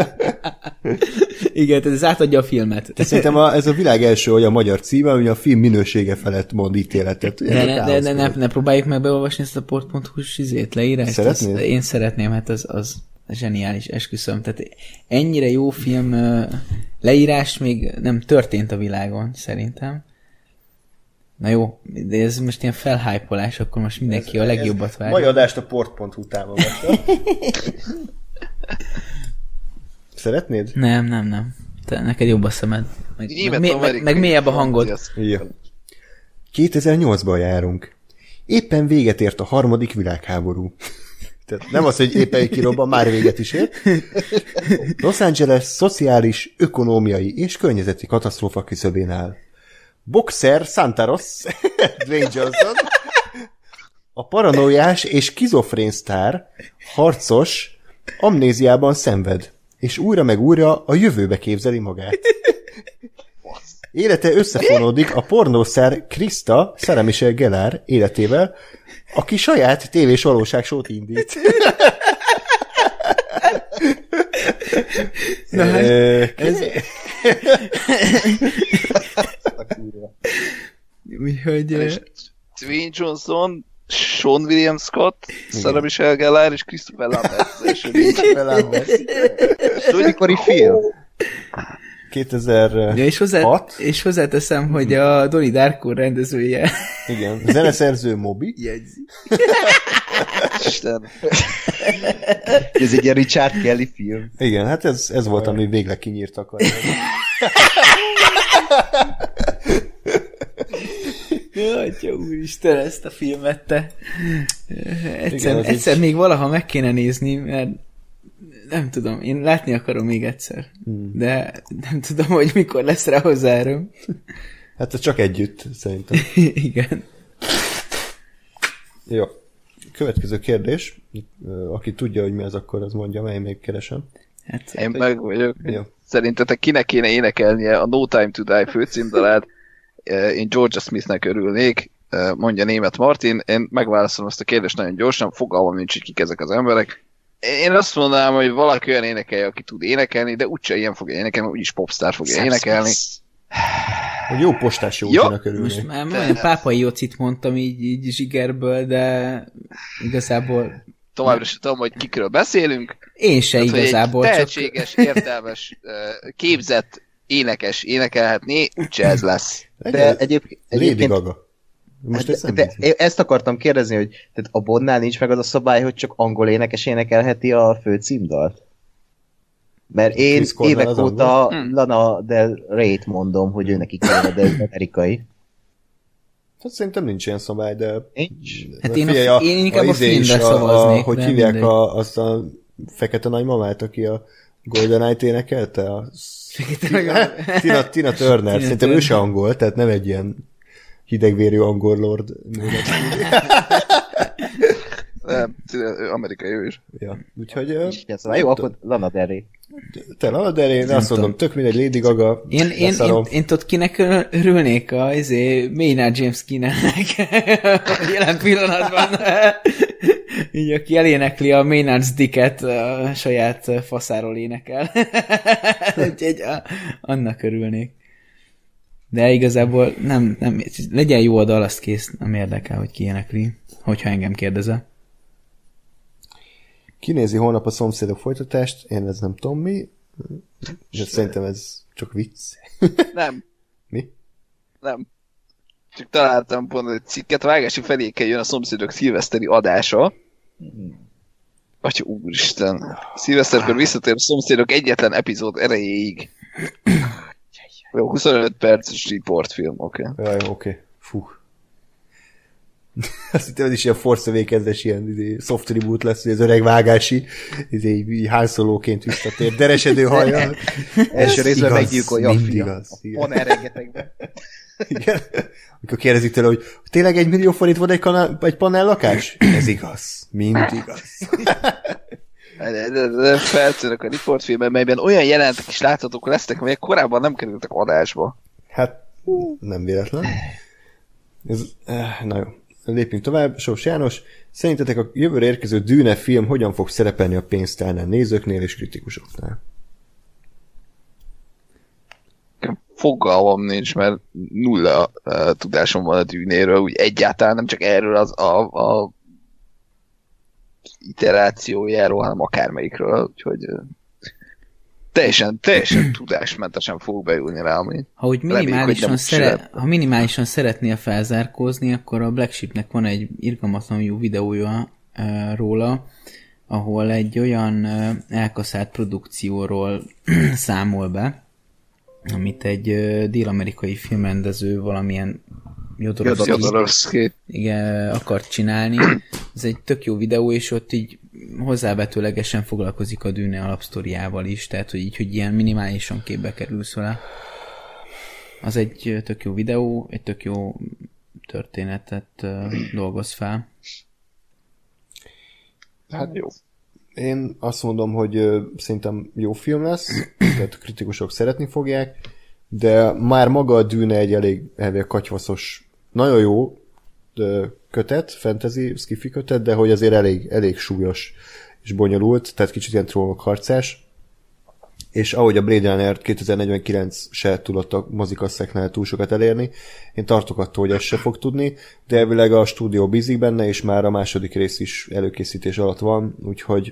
Igen, tehát ez átadja a filmet. De szerintem a, ez a világ első olyan magyar címe, ami a film minősége felett mond ítéletet. Ne, ne, ne, ne, ne, ne próbáljuk meg beolvasni ezt a port pont hu-s izét, leírást. Szeretnéd? Én szeretném, hát az, az zseniális, esküszöm. Tehát ennyire jó film leírás még nem történt a világon, szerintem. Na jó, de ez most ilyen felhypolás, akkor most mindenki ez, a legjobbat várja. Mai adást a port pont hu támogatta. Szeretnéd? Nem, nem, nem. Te, neked jobb a szemed. Meg, meg, meg, meg, meg mélyebb a hangod. Ja. kétezer-nyolcban járunk. Éppen véget ért a harmadik világháború. Tehát nem az, hogy éppen kirobban, már véget is ért. Los Angeles szociális, ökonómiai és környezeti katasztrófa küszöbén áll. Boxer Santa Ross, Dwayne Johnson, a paranoiás és skizofrén sztár, harcos, amnéziában szenved, és újra meg újra a jövőbe képzeli magát. Élete összefonódik a pornószár Krista, Sarah Michelle Gellar életével, aki saját tévés valóságsót indít. Na, hát, ez... Úgyhogy... Dwayne Johnson, Sean William Scott, Sarah Michelle Gellar és Christopher Lambert. Christopher Lambert. Mikori film? kétezer-hat. Ja, és, hozzá, és hozzáteszem, hogy a Donnie Darko rendezője. Igen, zeneszerző Moby. Jegyzi. Isten. Ez egy ilyen Richard Kelly film. Igen, hát ez, ez volt, ami végleg kinyírtak. Atya úristen, ezt a filmet te. Egyszer, igen, egyszer egy... még valaha meg kéne nézni, mert nem tudom, én látni akarom még egyszer. Hmm. De nem tudom, hogy mikor lesz rá hozzá erőm. Hát csak együtt, szerintem. Igen. Jó. Következő kérdés. Aki tudja, hogy mi az, akkor az mondja, mely még keresem. Hát, én hogy... meg vagyok. Jó. Szerintetek kinek kéne énekelnie a No Time to Die főcímdalát? Én Georgia Smithnek örülnék, mondja Németh Martin. Én megválaszolom ezt a kérdést nagyon gyorsan, fogalmam nincs, hogy kik ezek az emberek. Én azt mondanám, hogy valaki olyan énekelje, aki tud énekelni, de úgyse ilyen fogja énekelni, úgyis popstar fogja Sam énekelni. Hogy jó postás Józsinak örülnék. Most már olyan Pápai Jocit mondtam így, így zsigerből, de igazából... Továbbra sem tudom, hogy kikről beszélünk. Én se tehát, igazából. Tehetséges, csak... értelmes, képzett énekes énekelhetné, úgyse ez lesz. De egyébként... Lady Gaga. Most ezt, de ezt akartam kérdezni, hogy tehát a Bondnál nincs meg az a szabály, hogy csak angol énekes énekelheti a főcímdalt? Mert én évek óta hmm. Lana Del Rey-t mondom, hogy ő neki kellene, de ez amerikai. Hát szerintem nincs ilyen szabály, de... Nincs? Hát én, figyelj, a, én inkább a, a filmre szavaznék. Hogy hívják a, azt a fekete nagymamát, aki a GoldenEye-t énekelte? A... Tina, Tina Turner. Tina szerintem ő se angol, tehát nem egy ilyen hidegvérű angol lord. Nem, amerikai ő is. Ja, úgyhogy... Uh, jó, akkor Lana Del Rey. Te Lana Del Rey, azt mondom, tök mindegy, Lady Gaga. Én, én, én, én tudod, kinek örülnék a izé, Maynard James Keenannek jelen pillanatban. Így, aki elénekli a Maynard's Dicket a saját faszáról énekel. Úgyhogy annak örülnék. De igazából nem, nem, legyen jó a dal, azt kész, nem érdekel, hogy ki énekli, hogyha engem kérdezel. Kinézi holnap a Szomszédok folytatást, én ez nem tudom mi, de szerintem ez csak vicc. Nem. Mi? Nem. Csak találtam pont egy cikket, vágási feléken jön a Szomszédok szilveszteri adása. Atya úristen. Szilveszterkor visszatér a Szomszédok egyetlen epizód erejéig. Jó, huszonöt perces riportfilm, oké. Okay. Jaj, oké. Okay. Fú. Azt hittem, ez is ilyen Force Awakens-es ilyen izé, soft reboot lesz, hogy az öreg vágási izé, Han Solo-ként visszatér, deresedő hajjal. Első részben meggyilkolja a fia. Pont elrengetegben. Igen. Amikor kérdezik tőle, hogy tényleg egy millió forint volt egy, kanál, egy panel lakás? Ez igaz. Mind igaz. De, de, de feltűnök a riportfilmben, melyben olyan jelentek is láthatók lesznek, amelyek korábban nem kerültek adásba. Hát, nem véletlen. Ez, na jó, lépjünk tovább. Sós János, szerintetek a jövőre érkező Dűne film hogyan fog szerepelni a pénztárnál nézőknél és kritikusoknál? Fogalmam nincs, mert nulla uh, tudásom van a Dűnéről, úgy egyáltalán nem csak erről az a, a iterációjáról, hanem akármelyikről, úgyhogy uh, teljesen, teljesen tudásmentesen fogok beülni rá, ami ha úgy minimálisan, szere- ha minimálisan szeretnél felzárkózni, akkor a Black Sheepnek van egy irgalmatlan jó videója uh, róla, ahol egy olyan uh, elkaszált produkcióról számol be, amit egy uh, dél-amerikai filmrendező valamilyen Jodorowsky, Jodorowsky igen, akart csinálni. Ez egy tök jó videó, és ott így hozzávetőlegesen foglalkozik a Dűne alapsztoriával is, tehát hogy így, hogy ilyen minimálisan képbe kerülsz vele. Az egy tök jó videó, egy tök jó történetet uh, dolgoz fel. Hát jó. Én azt mondom, hogy uh, szerintem jó film lesz, tehát kritikusok szeretni fogják. de már maga a Dűne egy elég elvég katyvaszos, nagyon jó kötet, fantasy, sci-fi kötet, de hogy azért elég, elég súlyos és bonyolult, tehát kicsit ilyen trónok harcás, és ahogy a Blade Runner kétezer-negyvenkilenc se tudott a mozikasszeknál túl sokat elérni, én tartok attól, hogy ezt se fog tudni, de elvileg a stúdió bízik benne, és már a második rész is előkészítés alatt van, úgyhogy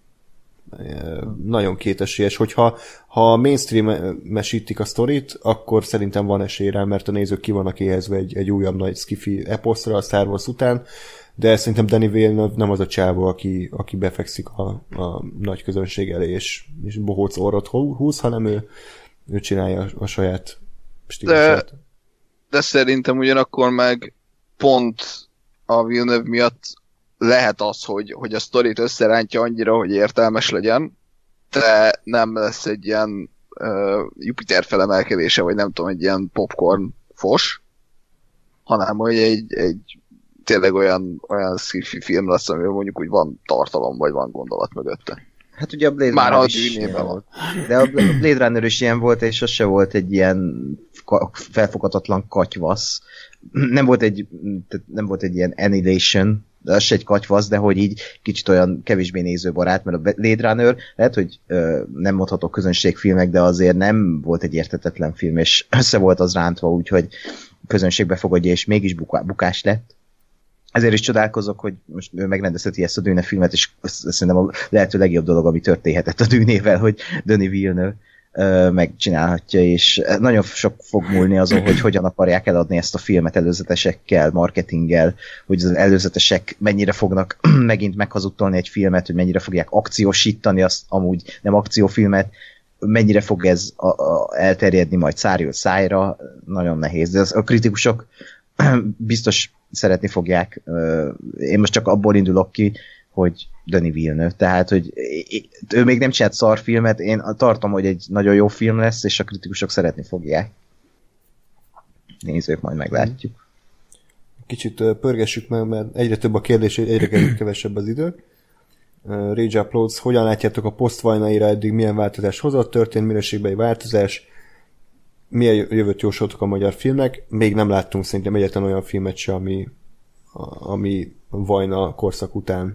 nagyon kétesélyes, hogyha ha mainstream-esítik a sztorit, akkor szerintem van esély rá, mert a nézők ki vannak éhezve egy, egy újabb nagy sci-fi eposzra a Star Wars után, de szerintem Denis Villeneuve nem az a csávó, aki, aki befekszik a, a nagy közönség elé, és, és bohóc orrot húz, hanem ő, ő csinálja a saját stílusát. De, de szerintem ugyanakkor meg pont a Villeneuve miatt lehet az, hogy, hogy a sztorit összerántja annyira, hogy értelmes legyen, de nem lesz egy ilyen uh, Jupiter felemelkedése, vagy nem tudom, egy ilyen popcorn fos, hanem hogy egy, egy tényleg olyan, olyan sci-fi film lesz, amivel mondjuk úgy van tartalom, vagy van gondolat mögötte. Hát ugye a Blade Már Runner a is dűnében volt. De a Blade Runner is ilyen volt, és az se volt egy ilyen felfoghatatlan katyvasz. Nem volt egy, nem volt egy ilyen annihilation, de az se egy katyvasz, de hogy így kicsit olyan kevésbé nézőbarát, mert a Blade Runner lehet, hogy ö, nem mondhatok közönségfilmek, de azért nem volt egy érthetetlen film, és össze volt az rántva, úgyhogy közönségbe fogadja, és mégis buká, bukás lett. Ezért is csodálkozok, hogy most ő megrendezheti ezt a Dűne filmet, és szerintem a lehető legjobb dolog, ami történhetett a Dűnével, hogy Denis Villeneuve ö, megcsinálhatja, és nagyon sok fog múlni azon, hogy hogyan akarják eladni ezt a filmet előzetesekkel, marketinggel, hogy az előzetesek mennyire fognak megint meghazudtolni egy filmet, hogy mennyire fogják akciósítani azt amúgy nem akciófilmet, mennyire fog ez a, a, elterjedni majd szárról szájra, nagyon nehéz. De az, a kritikusok biztos szeretni fogják. Én most csak abból indulok ki, hogy Denis Villeneuve, tehát, hogy ő még nem csinált szarfilmet, én tartom, hogy egy nagyon jó film lesz, és a kritikusok szeretni fogják. Nézzük, majd meglátjuk. Kicsit pörgessük meg, mert egyre több a kérdés, egyre kevesebb az idő. Rage Uploads, hogyan látjátok a posztvajnaira eddig, milyen változás hozott, történt minőségbeli változás, milyen jövőt jósoltok a magyar filmnek? Még nem láttunk szerintem egyetlen olyan filmet se, ami, ami Vajna korszak után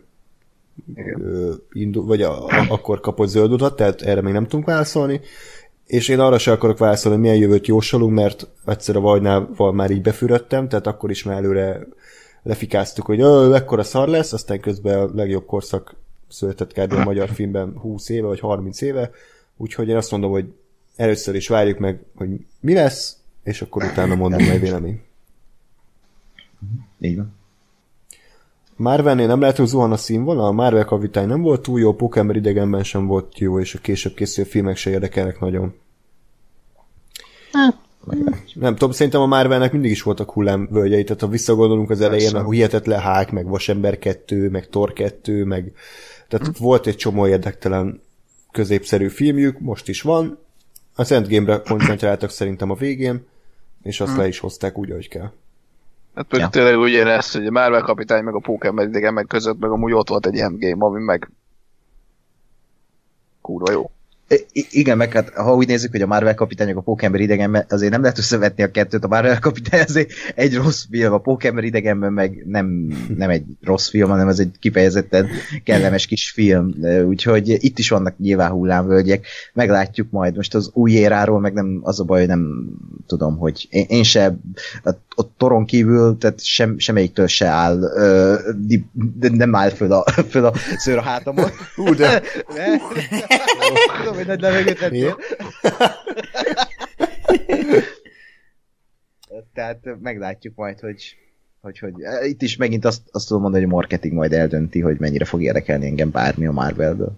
ö, indul, vagy a, a, akkor kapott zöld utat, tehát erre még nem tudunk válaszolni. És én arra se akarok válaszolni, hogy milyen jövőt jósolunk, mert egyszer a Vajnával már így befürödtem, tehát akkor is már előre lefikáztuk, hogy ekkora szar lesz, aztán közben a legjobb korszak született kb. A magyar filmben húsz éve, vagy harminc éve, úgyhogy én azt mondom, hogy először is várjuk meg, hogy mi lesz, és akkor utána mondom meg vélemény. Így van. Marvelnél nem lehet, hogy zuhan a színvonal, a Marvel kapitány nem volt túl jó, Pókember idegenben sem volt jó, és a később készülő filmek se érdekelnek nagyon. Nem tudom, szerintem a Marvelnek mindig is voltak hullámvölgyei, tehát ha visszagondolunk az elején, a hihetetlen Hulk, meg Vasember kettő, meg Thor kettő, meg tehát hm. volt egy csomó érdektelen középszerű filmjük, most is van. Az Endgame-re koncentráltak szerintem a végén, és azt hm. le is hozták úgy, ahogy kell. Hát ja. Tényleg úgy lesz, hogy a Marvel kapitány meg a Pókember idegen meg között, meg amúgy ott volt egy Endgame, ami meg kurva jó. I- igen, meg hát, ha úgy nézzük, hogy a Marvel kapitányok a Pókember idegenben, azért nem lehet összevetni a kettőt, a Marvel kapitány azért egy rossz film, a Pókember idegenben meg nem, nem egy rossz film, hanem ez egy kifejezetten kellemes kis film, úgyhogy itt is vannak nyilván hullámvölgyek, meglátjuk majd, most az új éráról meg nem, az a baj, hogy nem tudom, hogy én, én se, ott Toron kívül, tehát sem, semmelyiktől se áll, de nem áll föl a, föl a szőr a hátamon. Hú, de... ne? Tudom, hogy nagy levegőt vettél. Tehát meglátjuk majd, hogy, hogy, hogy itt is megint azt, azt tudom mondani, hogy a marketing majd eldönti, hogy mennyire fog érdekelni engem bármi a Marvelből.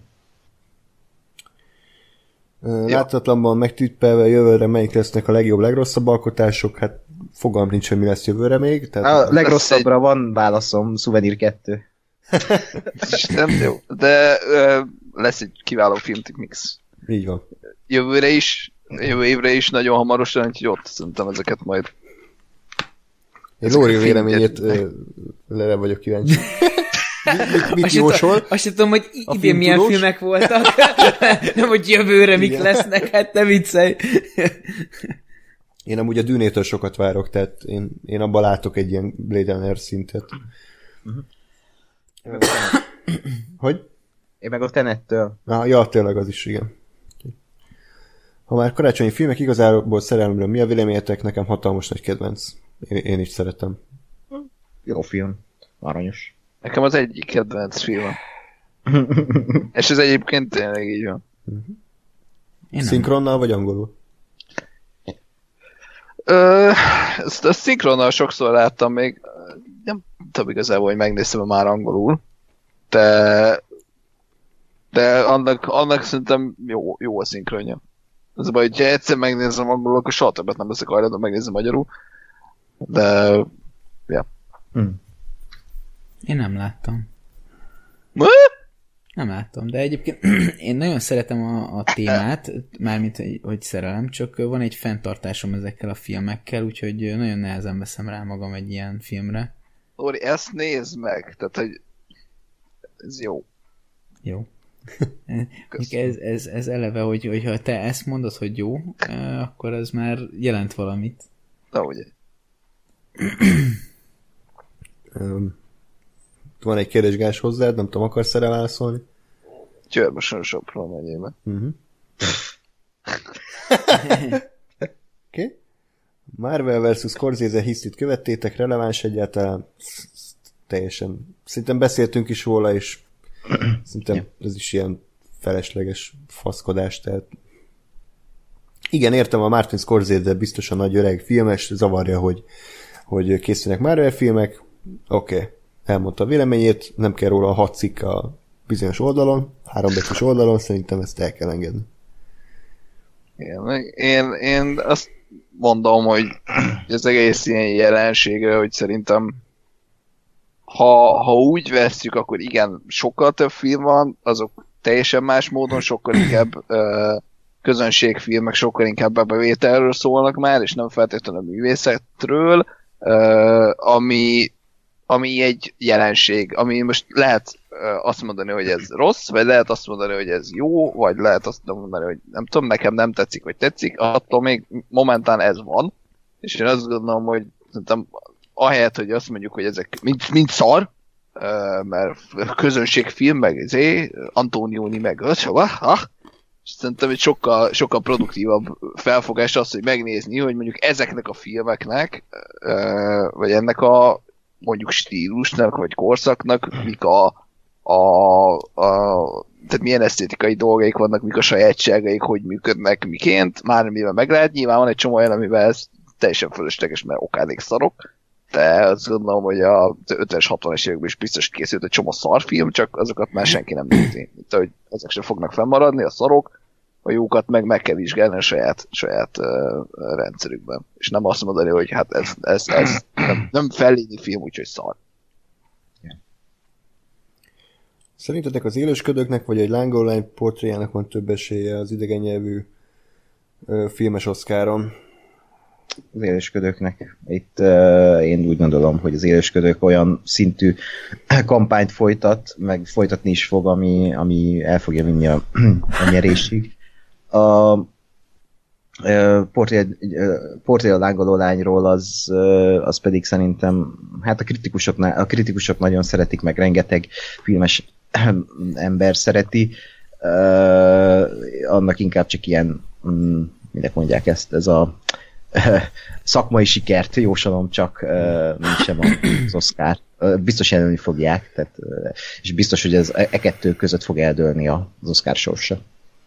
Láthatatlanban megtűppelve jövőre melyik lesznek a legjobb, legrosszabb alkotások, hát fogalm nincs, hogy mi lesz jövőre még. Tehát a legrosszabbra egy... van válaszom, Souvenir kettő. Nem jó, de ö, lesz egy kiváló filmtik mix. Így van. Jövőre is, jövő évre is nagyon hamarosan, úgyhogy ott szerintem ezeket majd... Én Lóri véleményét le vagyok kíváncsi. Mit, mit jósol? Azt sem tudom, hogy idén milyen tudós? Filmek voltak. Nem, hogy jövőre mik lesznek, hát ne viccelj. Én amúgy a Dűnétől sokat várok, tehát én, én abban látok egy ilyen Blade Runner szintet. Uh-huh. Hogy? Én meg a Tenettől. Ah, ja, tényleg az is, igen. Ha már karácsonyi filmek, igazából szerelmről mi a véleményetek? Nekem hatalmas nagy kedvenc. Én, én is szeretem. Jó film. Aranyos. Nekem az egyik kedvenc film. És ez egyébként tényleg így van. Uh-huh. Szinkronnal vagy angolul? Ö, ezt a szinkronnal sokszor láttam még. Nem tudom igazából, hogy megnéztem már angolul. De de annak, annak szerintem jó, jó a szinkronja. Az a baj, hogyha egyszer megnézem angolul, akkor soha többet nem leszek hajlandó megnézni magyarul. De ja. Hmm. Én nem láttam. Mi? Nem láttam, de egyébként én nagyon szeretem a, a témát, mármint, hogy szerelem, csak van egy fenntartásom ezekkel a filmekkel, úgyhogy nagyon nehezen veszem rá magam egy ilyen filmre. Lóri, ezt nézd meg, tehát, hogy ez jó. Jó. ez, ez, ez eleve, hogy, hogyha te ezt mondod, hogy jó, akkor ez már jelent valamit. Na, ugye. Van egy kérdésgás hozzád, nem tudom, akarsz erre válaszolni? Csörmösön Sopron megyében. Uh-huh. Oké. Okay. Marvel versus. Scorsese hisztit követtétek, releváns egyáltalán? Teljesen. Szerintem beszéltünk is róla, és szerintem ez is ilyen felesleges faszkodás, tehát igen, értem, a Martin Scorsese biztosan nagy öreg filmes, zavarja, hogy, hogy készülnek Marvel filmek. Oké, okay. Elmondta a véleményét, nem kell róla a hat cikk a bizonyos oldalon, hárombetűs oldalon, szerintem ezt el kell engedni. Igen, én, én azt mondom, hogy ez egész ilyen jelenségre, hogy szerintem ha, ha úgy vesszük, akkor igen, sokkal több film van, azok teljesen más módon, sokkal inkább uh, közönségfilmek, sokkal inkább a bevételről szólnak már, és nem feltétlenül a művészetről, uh, ami ami egy jelenség, ami most lehet uh, azt mondani, hogy ez rossz, vagy lehet azt mondani, hogy ez jó, vagy lehet azt mondani, hogy nem tudom, nekem nem tetszik, vagy tetszik, attól még momentán ez van, és én azt gondolom, hogy szerintem ahelyett, hogy azt mondjuk, hogy ezek mind, mind szar, uh, mert közönségfilm, meg ezé, Antonioni, meg öt, és szerintem egy sokkal, sokkal produktívabb felfogás az, hogy megnézni, hogy mondjuk ezeknek a filmeknek, uh, vagy ennek a mondjuk stílusnak, vagy korszaknak, mik a, a, a tehát milyen esztétikai dolgaik vannak, mik a sajátságaik, hogy működnek, miként, már mivel meg lehet, nyilván van egy csomó olyan, amivel ez teljesen fölösleges, mert okádék szarok, de azt gondolom, hogy a ötvenes, hatvanas években is biztos készült egy csomó szarfilm, csak azokat már senki nem nézi. Mint hogy ezek sem fognak fennmaradni, a szarok, a jókat meg meg kell vizsgálni a saját, saját uh, rendszerükben. És nem azt mondani, hogy hát ez, ez, ez nem, nem felléni film, úgyhogy szar. Szerintetek az élősködőknek, vagy egy lángolólány portréjának van több esélye az idegen nyelvű uh, filmes Oscaron? Az élősködőknek. Itt uh, én úgy gondolom, hogy az élősködők olyan szintű kampányt folytat, meg folytatni is fog, ami, ami el fogja vinni a, a nyerésig. A uh, portré, uh, portré a lángoló lányról az, uh, az pedig szerintem hát a kritikusoknál, a kritikusok nagyon szeretik, meg rengeteg filmes ember szereti. Uh, annak inkább csak ilyen um, minek mondják ezt, ez a uh, szakmai sikert jósolom, csak uh, nincs sem az Oscar. Uh, biztos jelölni fogják, tehát, uh, és biztos, hogy ez e kettő között fog eldőlni az Oscar sorsa.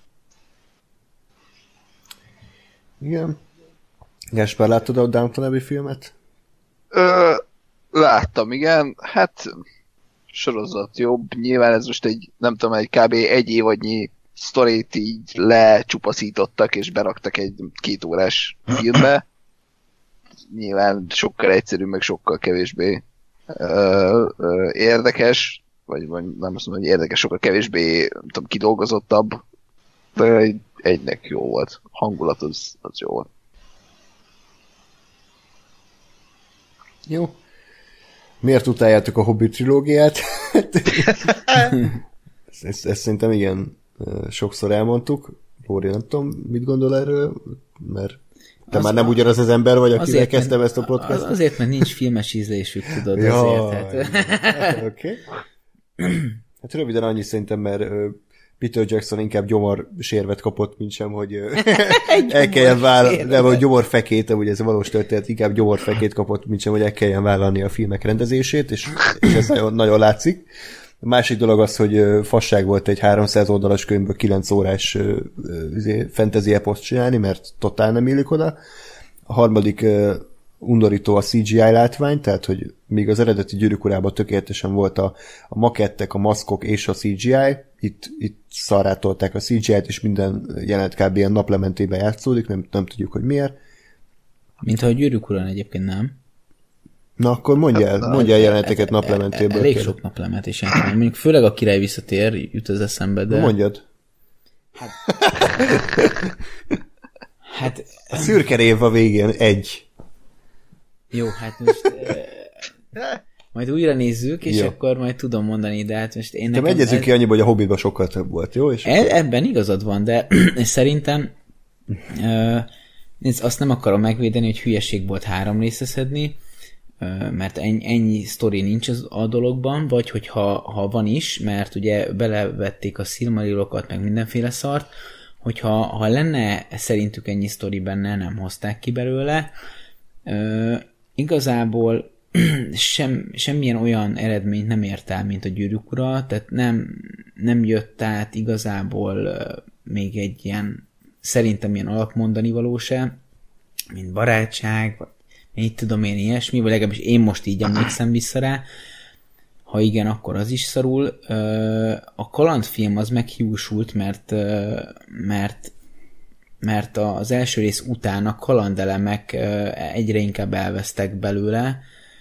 Igen. Gáspár, láttad a Downton Abbey filmet? Ö, láttam, igen. Hát sorozat jobb. Nyilván ez most egy, nem tudom, egy kb. Egy évadnyi sztorit így lecsupaszítottak és beraktak egy két órás filmbe. Nyilván sokkal egyszerűbb, meg sokkal kevésbé ö, ö, érdekes, vagy, vagy nem azt mondom, hogy érdekes, sokkal kevésbé nem tudom, kidolgozottabb, de egy, egynek jó volt. A hangulat az, az jó volt. Jó. Miért utáljátok a Hobbit trilógiát? ezt, ezt, ezt szerintem igen sokszor elmondtuk. Lóri, nem tudom, mit gondol erről, mert... Te az már nem a... ugyanaz az ember vagy, akivel kezdtem ezt a podcastot? Az, azért, mert nincs filmes ízlésük, tudod, ja, azért. Hát... Oké. Okay. Hát röviden annyi szerintem, mert Peter Jackson inkább gyomor sérvet kapott, mint sem, hogy el kelljen vállalni, nem, hogy gyomorfekét, ugye ez a valós történet, inkább gyomorfekét kapott, mint sem, hogy el kelljen vállalni a filmek rendezését, és, és ez nagyon, nagyon látszik. A másik dolog az, hogy fasság volt egy háromszáz oldalas könyvből kilenc órás fantasy eposzt csinálni, mert totál nem illik oda. A harmadik undorító a cé gé í látvány, tehát, hogy még az eredeti Gyűrűk urában tökéletesen volt a, a makettek, a maszkok és a cé gé í, itt, itt szarrátolták a cé gé í-t, és minden jelenet kb. Ilyen naplementében játszódik, nem, nem tudjuk, hogy miért. Mint ahogy Gyűrűk urán egyébként nem. Na, akkor mondja el, mondja el jeleneteket naplementéből. Elég sok naplement is. Mondjuk főleg a Király visszatér, jut az eszembe, de... Mondjad. Hát... hát... A szürke rév a végén egy. Jó, hát most... Eh, majd újra nézzük, és jó. Akkor majd tudom mondani, de hát most én nekem... Te megyezzük ez... ki annyiba, hogy a Hobbitban sokkal több volt, jó? És e- akkor... Ebben igazad van, de szerintem... Uh, nézd, azt nem akarom megvédeni, hogy hülyeség volt három részre szedni, mert ennyi, ennyi sztori nincs az, a dologban, vagy hogyha ha van is, mert ugye belevették a Silmarillokat, meg mindenféle szart, hogyha ha lenne szerintük ennyi sztori benne, nem hozták ki belőle. Ö, igazából sem, semmilyen olyan eredményt nem ért el, mint a Gyűrűk ura, tehát nem, nem jött át igazából még egy ilyen, szerintem ilyen alapmondani való se, mint barátság, vagy így tudom én ilyesmi, vagy legalábbis én most így emlékszem vissza rá. Ha igen, akkor az is szarul. A kalandfilm az meghiúsult, mert, mert, mert az első rész után a kalandelemek egyre inkább elvesztek belőle.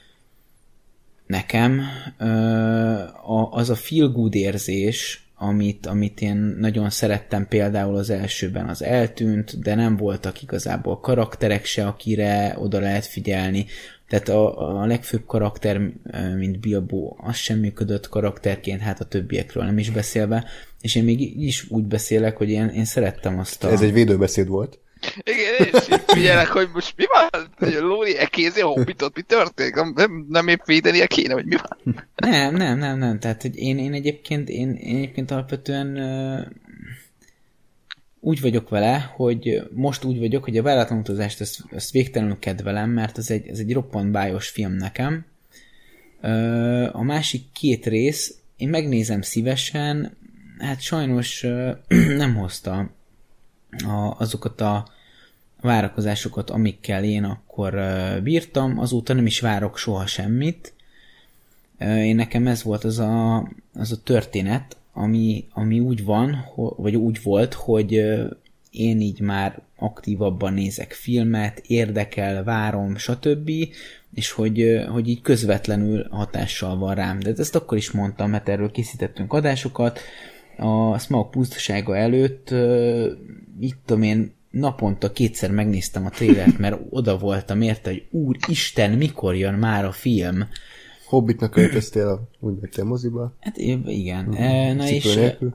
Nekem az a feel good érzés, amit, amit én nagyon szerettem, például az elsőben az eltűnt, de nem voltak igazából karakterek se, akire oda lehet figyelni. Tehát a, a legfőbb karakter, mint Bilbo, az sem működött karakterként, hát a többiekről nem is beszélve, és én még is úgy beszélek, hogy én, én szerettem azt a... Ez egy védőbeszéd volt. Igen, én is figyelek, hogy most mi van? Lóri ekézi a Hobbitot, mi történik? Nem, nem épp védenie kéne, vagy mi van? Nem, nem, nem, nem. Tehát, hogy én, én egyébként én, én egyébként alapvetően uh, úgy vagyok vele, hogy most úgy vagyok, hogy a Váratlan utazást ezt, ezt végtelenül kedvelem, mert ez egy, ez egy roppant bájos film nekem. Uh, a másik két rész, én megnézem szívesen, hát sajnos uh, nem hozta A, azokat a várakozásokat, amikkel én akkor uh, bírtam, azóta nem is várok soha semmit. Uh, én nekem ez volt az a, az a történet, ami, ami úgy van, ho, vagy úgy volt, hogy uh, én így már aktívabban nézek filmet, érdekel, várom, stb., és hogy, uh, hogy így közvetlenül hatással van rám. De ezt akkor is mondtam, mert erről készítettünk adásokat. A Smaug pusztasága előtt uh, itt tudom én, naponta kétszer megnéztem a trailert, mert oda voltam érte, hogy úristen, mikor jön már a film. Hobbitnak költöztél, úgy vettél moziba. Hát igen. Mm, Na és,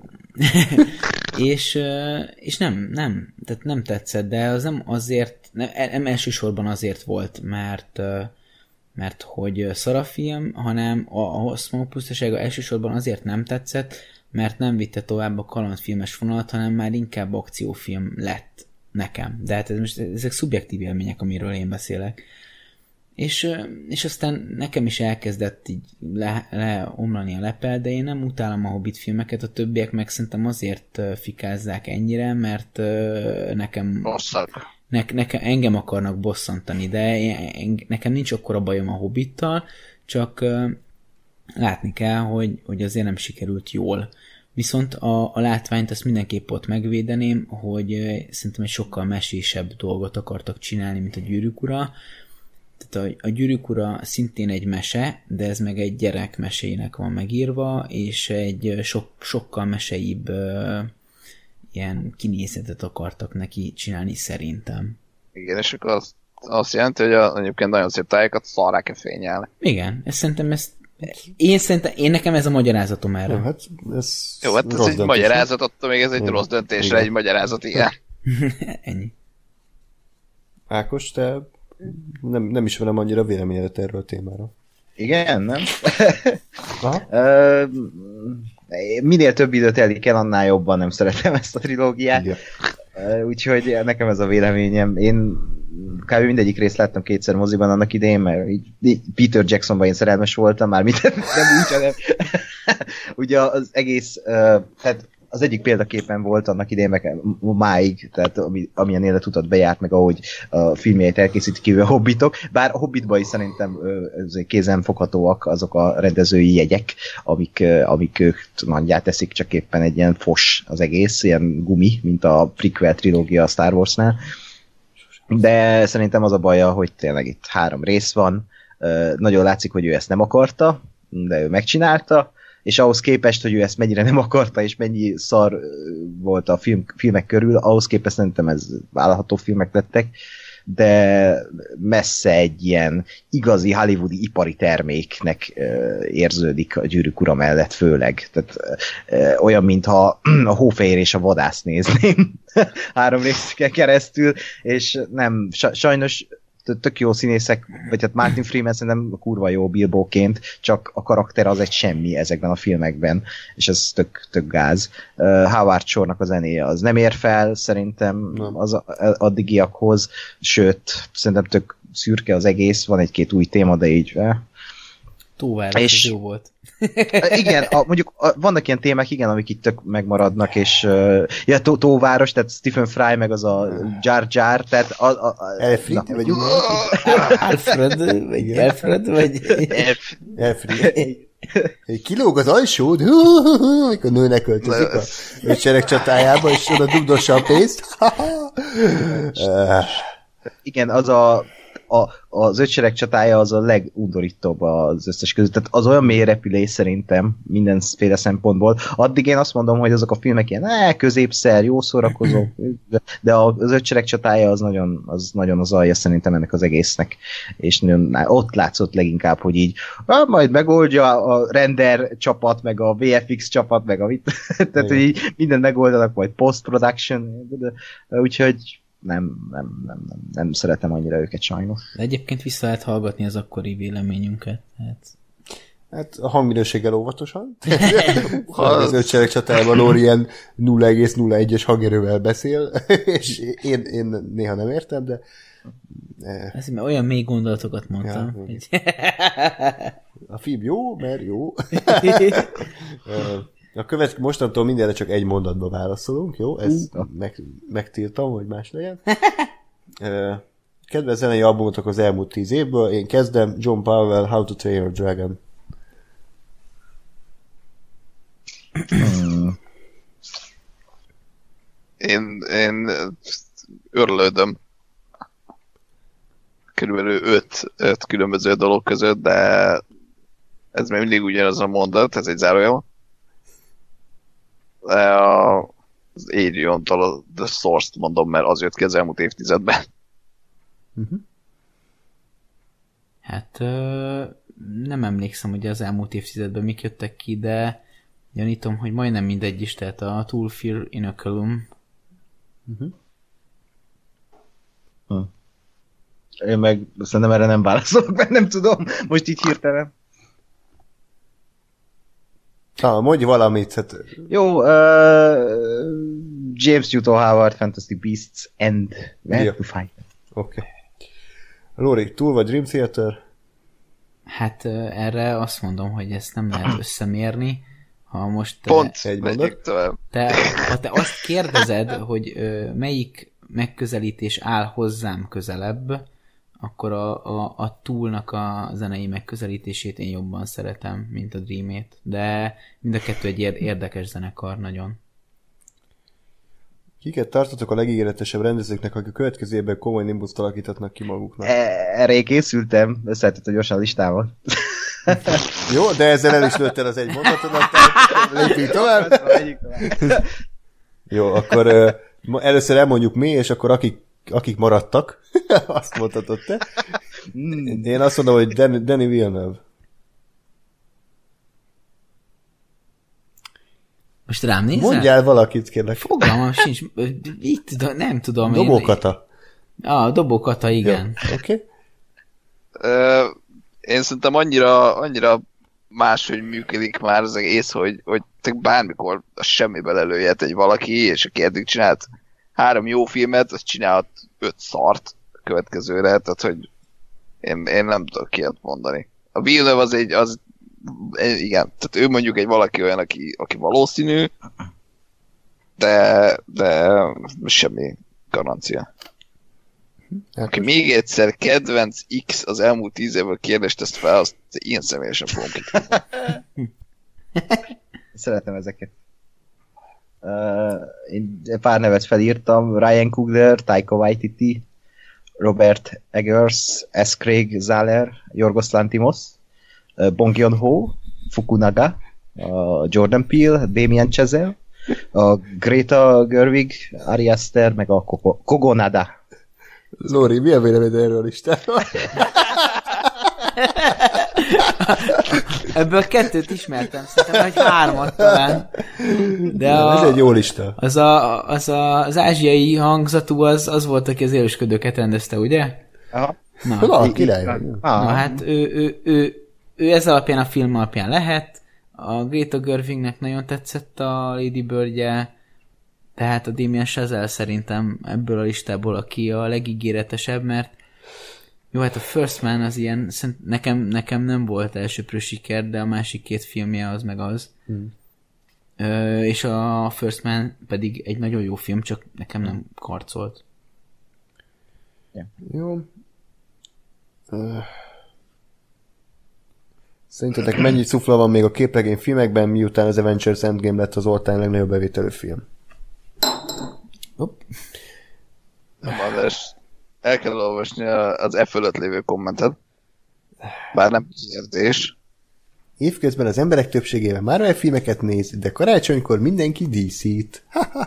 és, és nem, nem, tehát nem tetszett, de az nem azért, nem, nem elsősorban azért volt, mert mert hogy szar a film, hanem a, a Smaug pusztasága elsősorban azért nem tetszett, mert nem vitte tovább a kalandfilmes vonalat, hanem már inkább akciófilm lett nekem. De hát ez most, ezek szubjektív élmények, amiről én beszélek. És, és aztán nekem is elkezdett így le, leomlani a lepel, de én nem utálom a Hobbit filmeket, a többiek meg szerintem azért fikázzák ennyire, mert nekem... Ne, nekem engem akarnak bosszantani, de én, nekem nincs akkora bajom a Hobbittal, csak látni kell, hogy, hogy azért nem sikerült jól. Viszont a, a látványt azt mindenképp ott megvédeném, hogy szerintem egy sokkal mesésebb dolgot akartak csinálni, mint a Gyűrűk ura. Tehát a, a Gyűrűk ura szintén egy mese, de ez meg egy gyerek mesének van megírva, és egy sok, sokkal meseibb uh, ilyen kinézetet akartak neki csinálni szerintem. Igen, és akkor azt, azt jelenti, hogy a, egyébként nagyon szép tájékat szarrá kell fényelni. Igen, ezt szerintem ezt Én szerintem, én nekem ez a magyarázatom erre. Jó, hát ez, Jó, hát ez egy döntés, magyarázat, attól még ez egy igen. rossz döntésre, igen. egy magyarázat, igen. Ennyi. Ákos, te nem, nem ismerem annyira véleményedet erről a témára. Igen, nem? uh, minél több időt telik el, annál jobban nem szeretem ezt a trilógiát. Uh, úgyhogy nekem ez a véleményem. Én kb. Mindegyik részt láttam kétszer moziban annak idején, mert így, így Peter Jacksonban én szerelmes voltam, már mit nem úgy, hanem ugye az egész, uh, tehát az egyik példaképpen volt annak idején, meg máig, tehát ami, amilyen életutat bejárt, meg ahogy a filmjeit elkészítik kívül a Hobbitok, bár a Hobbitban is szerintem kézenfoghatóak azok a rendezői jegyek, amik, amik ők nagyját teszik, csak éppen egy ilyen fos az egész, ilyen gumi, mint a prequel trilógia a Star Warsnál. De szerintem az a baja, hogy tényleg itt három rész van, nagyon látszik, hogy ő ezt nem akarta, de ő megcsinálta, és ahhoz képest, hogy ő ezt mennyire nem akarta, és mennyi szar volt a film, filmek körül, ahhoz képest szerintem ez vállalható filmek lettek, de messze egy ilyen igazi hollywoodi ipari terméknek érződik a Gyűrűk ura mellett főleg. Tehát olyan, mintha a Hófehér és a vadász nézném három részeken keresztül, és nem, sajnos tök jó színészek, vagy hát Martin Freeman szerintem kurva jó Bilboként, csak a karakter az egy semmi ezekben a filmekben, és ez tök, tök gáz. Uh, Howard Shore-nak a zenéje az nem ér fel szerintem az addigiakhoz, sőt, szerintem tök szürke az egész, van egy-két új téma, de így... Eh. Túlváros, és jó volt. Igen, a, mondjuk a, vannak ilyen témák, igen, amik itt tök megmaradnak, és uh, ja, tó, Tóváros, tehát Stephen Fry, meg az a Jar Jar, tehát a... a, a Elfried, vagy Alfred, vagy Alfred, vagy... Elfried. Kilóg az alsód, amikor nőnek költözik a ötsereg csatájába, és oda dugdossa a pénzt. Igen, az a... A, az ötsereg csatája az a legundorítóbb az összes között. Tehát az olyan mély repülés szerintem mindenféle szempontból. Addig én azt mondom, hogy azok a filmek ilyen eh, középszer, jó szórakozó, de az ötsereg csatája az nagyon az, nagyon az alja szerintem ennek az egésznek. És nagyon, ott látszott leginkább, hogy így ah, majd megoldja a render csapat, meg a vé ef iksz csapat, meg a mit. Tehát, hogy így mindent megoldanak, majd post-production. Úgyhogy Nem, nem, nem, nem, nem szeretem annyira őket sajnos. De egyébként vissza lehet hallgatni az akkori véleményünket. Hát, hát a hangminőséggel óvatosan. Az ötsereg csatájában Lóri ilyen nulla egész nulla egyes hangerővel beszél, és én, én néha nem értem, de... Ez, mert olyan mély gondolatokat mondtam. Ja, hogy... A film jó, mert jó. A következő mostantól mindenre csak egy mondatba válaszolunk, jó? Ezt meg, megtiltam, hogy más legyen. Kedvenc zenei albumotok az elmúlt tíz évből. Én kezdem. John Powell, How to Train Your Dragon. Hmm. Én, én örlődöm körülbelül öt, öt különböző dolog között, de ez még mindig ugyanaz a mondat, ez egy zárójel. Az Adrian-tól a The Source-t mondom, mert az jött ki az elmúlt évtizedben. Uh-huh. Hát nem emlékszem, hogy az elmúlt évtizedben mik jöttek ki, de gyanítom, hogy majdnem mindegy is, tehát a Tool Fear Inoculum. Uh-huh. Hm. Én meg szerintem erre nem válaszolok, mert nem tudom, most így hirtelen. Ah, mondj valamit. Hát... Jó, uh, James Newton Howard, Fantastic Beasts, End, Where to Find. Oké. Okay. Lóri, túl vagy Dream Theater? Hát uh, erre azt mondom, hogy ezt nem lehet összemérni. Ha most... Pont, egy mondat. Te, ha te azt kérdezed, hogy uh, melyik megközelítés áll hozzám közelebb, akkor a, a, a Toolnak a zenei megközelítését én jobban szeretem, mint a Dream-ét. De mind a kettő egy érdekes zenekar nagyon. Kiket tartotok a legígéretesebb rendezőknek, akik a következő évben komoly nimbuszt alakítatnak ki maguknak? Erre én készültem, összehetett a gyorsan listámat. Jó, de ezzel el is lőttél az egy mondatodat, tehát lépjünk tovább. Jó, akkor uh, először elmondjuk mi, és akkor akik, akik maradtak, azt mondhatod te. Én azt mondom, hogy Danny, Danny Villeneuve. Most rám nézel? Mondjál valakit, kérlek. Fogalmam sincs. Itt tudom, nem tudom. Dobókata. Ah, Dobókata, igen. Oké. Okay. Én szerintem annyira, annyira máshogy működik már az egész, hogy, hogy bármikor semmiből előjött egy valaki, és aki eddig csinált három jó filmet, az csinálhat öt szart a következőre, tehát hogy én, én nem tudok ilyet mondani. A Villeneuve az egy, az, igen, tehát ő mondjuk egy valaki olyan, aki, aki valószínű, de, de semmi garancia. Aki még egyszer kedvenc X az elmúlt tíz évvel kérdést ezt fel, azt én személyesen fogom kikérni. Szeretem ezeket. Uh, én pár nevet felírtam. Ryan Coogler, Taika Waititi, Robert Eggers, S. Craig Zahler, Yorgos Lanthimos, uh, Bong Joon-ho, Fukunaga, uh, Jordan Peele, Damien Chazelle, a Greta Gerwig, Ari Aster, meg a Kogonada. Lóri, mi a véleményed erről a listáról? Ebből kettőt ismertem, szerintem, hogy hármat talán. De ja, a, ez egy jó lista. Az, a, az, a, az ázsiai hangzatú, az, az volt, aki az élősködőket rendezte, ugye? Aha. Na, Na király. Na hát ő, ő, ő, ő ez alapján, a film alapján lehet. A Greta Gerwignek nagyon tetszett a Lady Birdje, tehát a Damien Chazelle szerintem ebből a listából, aki a legígéretesebb, mert jó, hát a First Man az ilyen, nekem, nekem nem volt elsőprő siker, de a másik két filmje az meg az. Hmm. Ö, és a First Man pedig egy nagyon jó film, csak nekem nem karcolt. Yeah. Jó. Uh. Szerintetek mennyi cufla van még a képregény filmekben, miután az Avengers Endgame lett az all-time legnagyobb bevételű film? Hopp. Nem adás. El kell olvasni az E fölött lévő kommentet. Bár nem kérdés. Évközben az emberek többségében Marvel filmeket néz, de karácsonykor mindenki dé cét.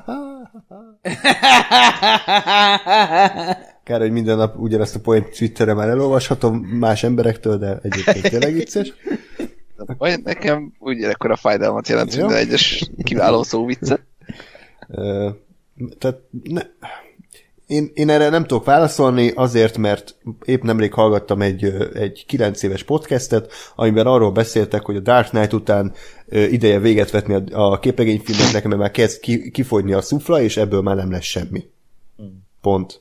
Kár, hogy minden nap ugyanazt a point Twitterre már elolvashatom más emberektől, de egyébként tényleg vicces. Vagy nekem úgy ekkora fájdalmat jelent minden egyes kiváló szó vicce. Uh, tehát ne, én, én erre nem tudok válaszolni azért, mert épp nemrég hallgattam egy, egy kilenc éves podcastet, amiben arról beszéltek, hogy a Dark Knight után ideje véget vetni a, a képregényfilmeknek, mert már kezd ki, kifogyni a szufla, és ebből már nem lesz semmi. Pont.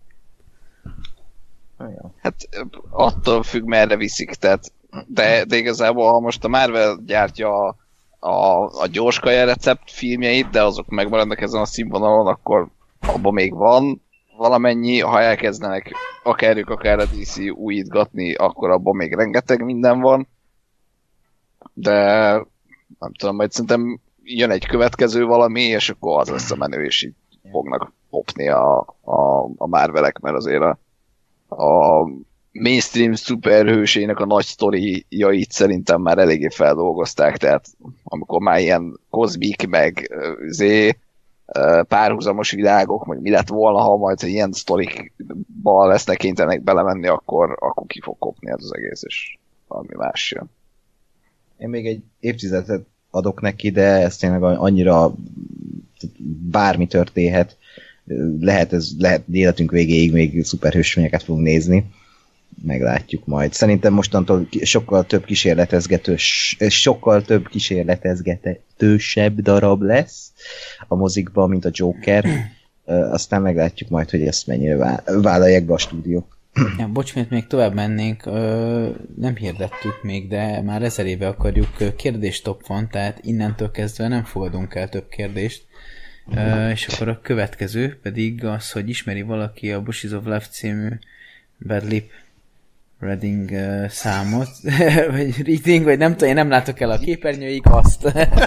Hát attól függ, merre viszik, tehát de, de igazából, ha most a Marvel gyártja a, a, a gyorskaja recept filmjeit, de azok megmaradnak ezen a színvonalon, akkor abban még van valamennyi, ha elkezdenek akár ők, akár a dé cé újítgatni, akkor abban még rengeteg minden van, de nem tudom, majd szerintem jön egy következő valami, és akkor az lesz a menő, és így fognak hopni a, a, a Marvelek, mert azért a, a mainstream szuperhősének a nagy sztoriait szerintem már eléggé feldolgozták, tehát amikor már ilyen kozmik, meg zé, párhuzamos világok, meg mi lett volna, ha majd ilyen sztorikba lesznek kénytelenek belemenni, akkor, akkor ki fog kopni ez az egész, és valami más jön. Én még egy évtizedet adok neki, de ez tényleg annyira bármi történhet. Lehet, ez lehet életünk végéig még szuperhősfilmeket fogunk nézni. Meglátjuk majd. Szerintem mostantól sokkal több kísérletezgetős, sokkal több kísérletezgetősebb darab lesz a mozikban, mint a Joker. Aztán meglátjuk majd, hogy ezt mennyire vállalják be a stúdiók. Ja, bocs, mert még tovább mennénk, nem hirdettük még, de már ezer éve akarjuk, kérdéstop van, tehát innentől kezdve nem fogadunk el több kérdést. Uh, és akkor a következő pedig az, hogy ismeri valaki a Bushes of Love című Bad Lip Reading uh, számot, vagy reading, vagy nem tudom, én nem látok el a képernyőig, azt.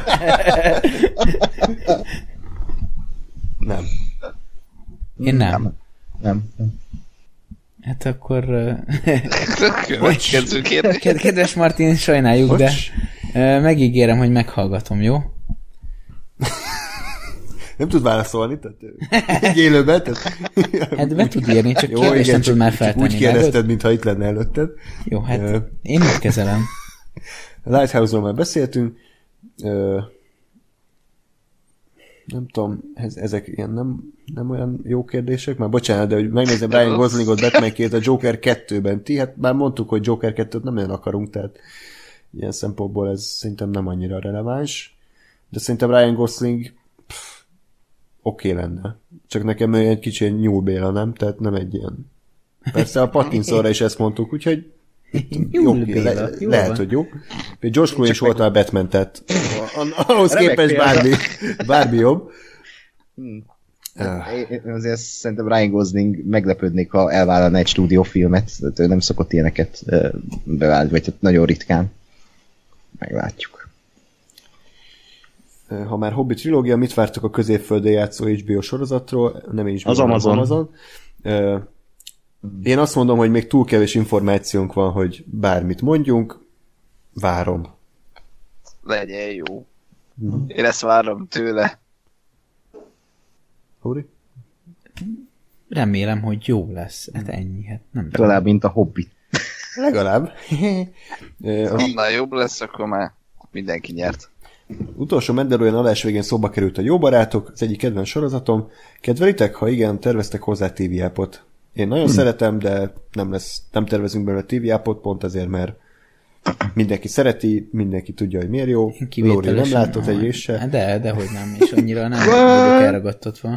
Nem. Én nem. Nem. nem. Hát akkor... Következő kérdés. Kedves Martin, sajnáljuk, Bocs. de uh, megígérem, hogy meghallgatom, jó? Nem tud válaszolni, tehát egy élőben, tehát... Hát be tud írni, csak kérdést nem tud már feltenni. Úgy kérdezted, mintha itt lenne előtted. Jó, hát uh, én úgy kezelem. A Lighthouse-ról már beszéltünk. Uh, nem tudom, ez, ezek ilyen nem, nem olyan jó kérdések, már bocsánat, de hogy megnézem Ryan Goslingot Batman-ként a Joker kettőben, ti, hát már mondtuk, hogy Joker kettőt nem olyan akarunk, tehát ilyen szempontból ez szerintem nem annyira releváns, de szerintem Ryan Gosling oké okay lenne. Csak nekem egy kicsi nyúlbéla, nem? Tehát nem egy ilyen... Persze a Pattinsonra is ezt mondtuk, úgyhogy jó, le, lehet, hogy jó. George Clooney is volt a Batman, tehát ahhoz képest bármi, bármi jobb. Hmm. Én azért szerintem Ryan Gosling meglepődnék, ha elvállalna egy stúdiófilmet. Ő nem szokott ilyeneket beválni, vagy nagyon ritkán. Meglátjuk. Ha már Hobbit trilógia, mit vártok a Középföldön játszó há bé o sorozatról? Nem há bé o, az Amazon. Az Amazon. Én azt mondom, hogy még túl kevés információnk van, hogy bármit mondjunk. Várom. Legyen jó. Hmm. Én ezt várom tőle. Hóri? Remélem, hogy jó lesz. Hát ennyi. Hát nem Legalább, mint a Hobbit. Legalább. Annál jobb lesz, akkor már mindenki nyert. Utolsó Mandalorian adás végén szóba került a Jó Barátok, az egyik kedvenc sorozatom. Kedvelitek? Ha igen, terveztek hozzá té vé appot. Én nagyon hmm. szeretem, de nem lesz, nem tervezünk belőle té vé appot, pont azért, mert mindenki szereti, mindenki tudja, hogy miért jó. Lóri nem látott egy és se. De, de hogy nem, és annyira nem vagyok elragadtatva.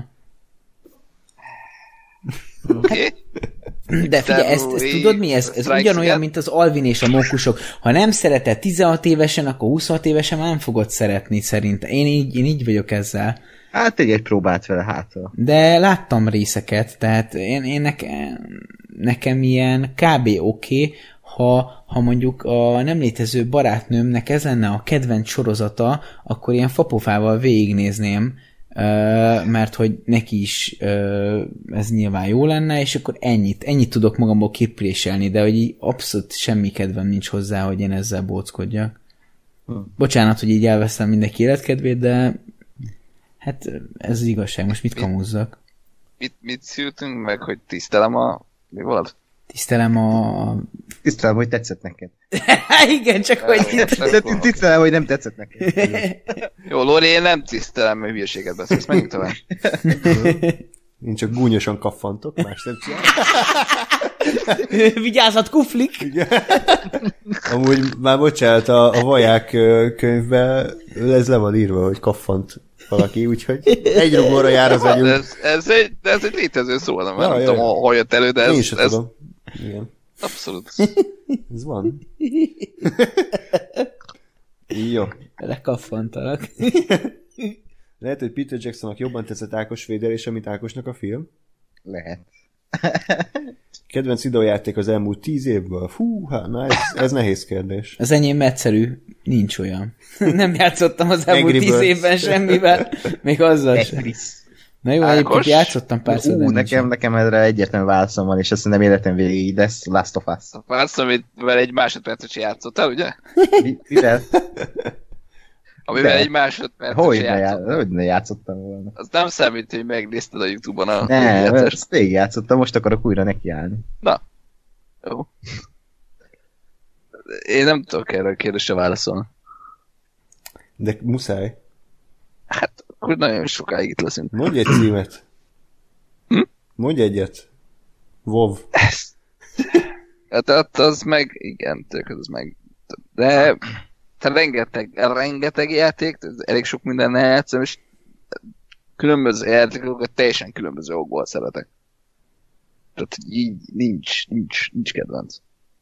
Oké. De figyelj, ezt, ezt tudod mi? Ez, ez ugyanolyan, mint az Alvin és a mókusok. Ha nem szereted tizenhat évesen, akkor huszonhat évesen már nem fogod szeretni, szerintem. Én így, én így vagyok ezzel. Hát egy egy próbált vele hátra. De láttam részeket, tehát én, én nekem, nekem ilyen kb. Oké, okay, ha, ha mondjuk a nem létező barátnőmnek ez lenne a kedvenc sorozata, akkor ilyen fapofával végignézném, mert hogy neki is ez nyilván jó lenne, és akkor ennyit, ennyit tudok magamból képréselni, de hogy így abszolút semmi kedvem nincs hozzá, hogy én ezzel bóckodjak. Hmm. Bocsánat, hogy így elvesztem mindenki életkedvét, de hát ez az igazság, most mit kamúzzak? Mit, mit szültünk meg, hogy tisztelem a... Mi volt? Tisztelem a... Tisztelem, hogy tetszett neked. Igen, csak hogy... Tisztelem, hogy nem tetszett neked. Jó, Lóri, én nem tisztelem, mert hülyeséget beszélsz. Menjünk tovább. Én csak gúnyosan kaffantok, más nem csinál. Vigyázat, kuflik! Amúgy már bocsánat, a, a vaják könyvben ez le van írva, hogy kaffant valaki, úgyhogy egy rugóra jár az agyunk. Ez, ez, egy, ez egy létező szó, nem, ja, nem tudom, hol jött elő, de ez... Én sem ez... tudom. Igen. Abszolút. Ez van. Jó. Lekaffantalak. Lehet, hogy Peter Jacksonnak jobban tetszett Ákos védelése, mint Ákosnak a film? Lehet. Kedvenc videójáték az elmúlt tíz évből? Fú, hát na, ez, ez nehéz kérdés. Az enyém egyszerű, nincs olyan. Nem játszottam az elmúlt Angry tíz Birds. évben semmivel, még azzal sem. Na jó, egyébként játszottam párszor, uh, nekem, nekem erre egyértelmű válaszom van, és azt nem életem végig lesz Last of Us. Párszor, amivel egy másodpercet se játszottál, ugye? Mi, mivel? Amivel de. Egy másodpercet hogy se játszottál. Hogy ne játszottam volna. Az nem számít, hogy megnézted a YouTube-on a... Nem, ezt végig játszottam, most akarok újra nekiállni. Na. Jó. Én nem tudok erre a kérdésre válaszolni. De muszáj. Hát, akkor nagyon sokáig itt leszünk. Mondj egy címet. Hm? Mondj egyet. WoW. Ez... Hát az meg, igen, tök az meg. De te rengeteg, rengeteg játék, elég sok mindennel játszom, és különböző játékokat teljesen különböző okból szeretek. Tehát így nincs, nincs, nincs kedvenc.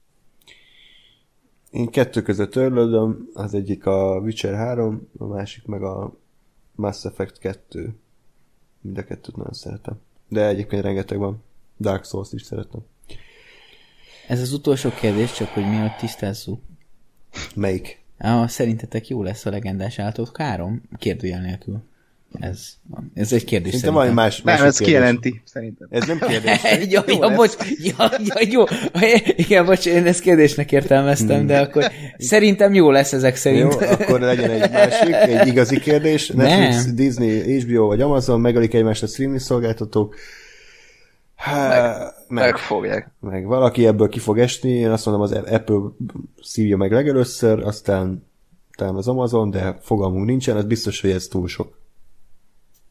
Én kettő között törlődöm, az egyik a Witcher három, a másik meg a Mass Effect kettő. Mind a kettőt nagyon szeretem. De egyébként rengeteg van. Dark Souls is szeretem. Ez az utolsó kérdés, csak hogy mi a tisztázzuk. Melyik? Ah, szerintetek jó lesz a legendás Állatok három? Kérdőjel nélkül. Ez, ez egy kérdés szerintem. Van más, más nem, ez kijelenti, szerintem. Ez nem kérdés. ja, ja, bocs, ja, ja, jó. Igen, bocs, én ezt kérdésnek értelmeztem, hmm. de akkor szerintem jó lesz ezek szerint. Jó, akkor legyen egy másik, egy igazi kérdés. Netflix, nem. Disney, há bé o vagy Amazon megölik egymást a streaming szolgáltatók. Há, meg, meg, megfogják. Meg valaki ebből ki fog esni, én azt mondom, az Apple szívja meg legelőször, aztán talán az Amazon, de fogalmunk nincsen, az biztos, hogy ez túl sok.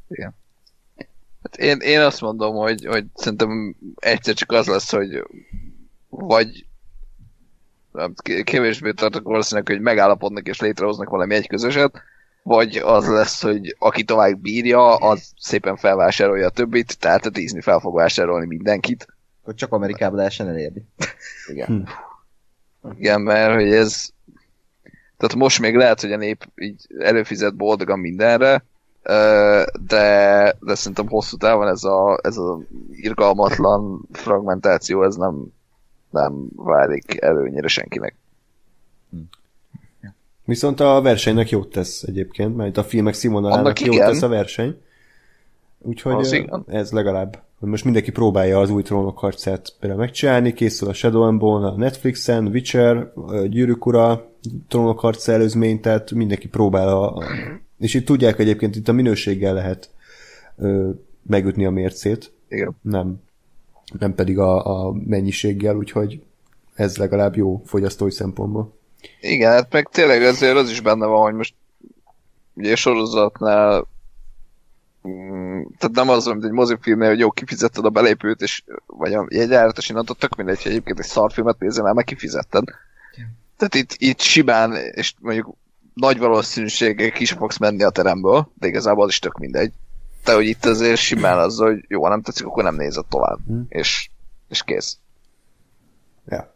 Igen. Hát én, én azt mondom, hogy, hogy szerintem egyszer csak az lesz, hogy vagy kevésbé tartok valószínűleg, hogy megállapodnak és létrehoznak valami egy közöset, vagy az lesz, hogy aki tovább bírja, az szépen felvásárolja a többit, tehát a Disney fel fog vásárolni mindenkit. Hogy csak Amerikában lehessen elérni. Igen. Hm. Igen, mert hogy ez... Tehát most még lehet, hogy a nép így előfizet boldogan mindenre, de, de szerintem hosszú távon ez a, ez a irgalmatlan fragmentáció, ez nem, nem válik előnyére senkinek. Viszont a versenynek jót tesz egyébként, mert a filmek színvonalának jót tesz a verseny. Úgyhogy ez legalább, hogy most mindenki próbálja az új Trónok harcát például megcsinálni, készül a Shadow and Bone a Netflixen, Witcher, Gyűrűk ura, Trónok harca előzmény, tehát mindenki próbál a, a és itt tudják egyébként, itt a minőséggel lehet ö, megütni a mércét. Igen. Nem, nem pedig a, a mennyiséggel, úgyhogy ez legalább jó fogyasztói szempontból. Igen, hát meg tényleg azért az is benne van, hogy most ugye a sorozatnál mm, tehát nem az, mint egy mozifilmnél, hogy jó, kifizetted a belépőt, és, vagy a jegyárat, és innentől tök mindegy, hogy egyébként egy szarfilmet nézel, már meg kifizetted. Igen. Tehát itt, itt simán, és mondjuk nagy valószínűséggel ki sem fogsz menni a teremből, de igazából az is tök mindegy. De hogy itt azért simán az, hogy jó, ha nem tetszik, akkor nem nézed tovább. Hmm. És, és kész. Ja.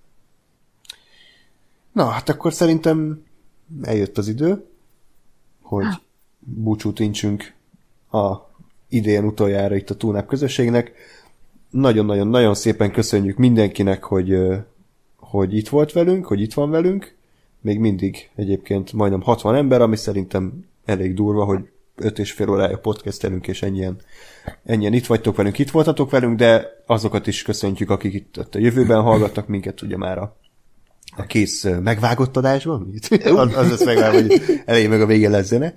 Na, hát akkor szerintem eljött az idő, hogy búcsút intsünk a idén utoljára itt a Túlnáp közösségnek. Nagyon-nagyon-nagyon szépen köszönjük mindenkinek, hogy, hogy itt volt velünk, hogy itt van velünk. Még mindig egyébként majdnem hatvan ember, ami szerintem elég durva, hogy öt és fél órája podcastelünk, és ennyien, ennyien itt vagytok velünk, itt voltatok velünk, de azokat is köszöntjük, akik itt a jövőben hallgatnak minket, ugye már a, a kész megvágott adásban. az, az lesz megvágva, hogy elején meg a végén lesz zene.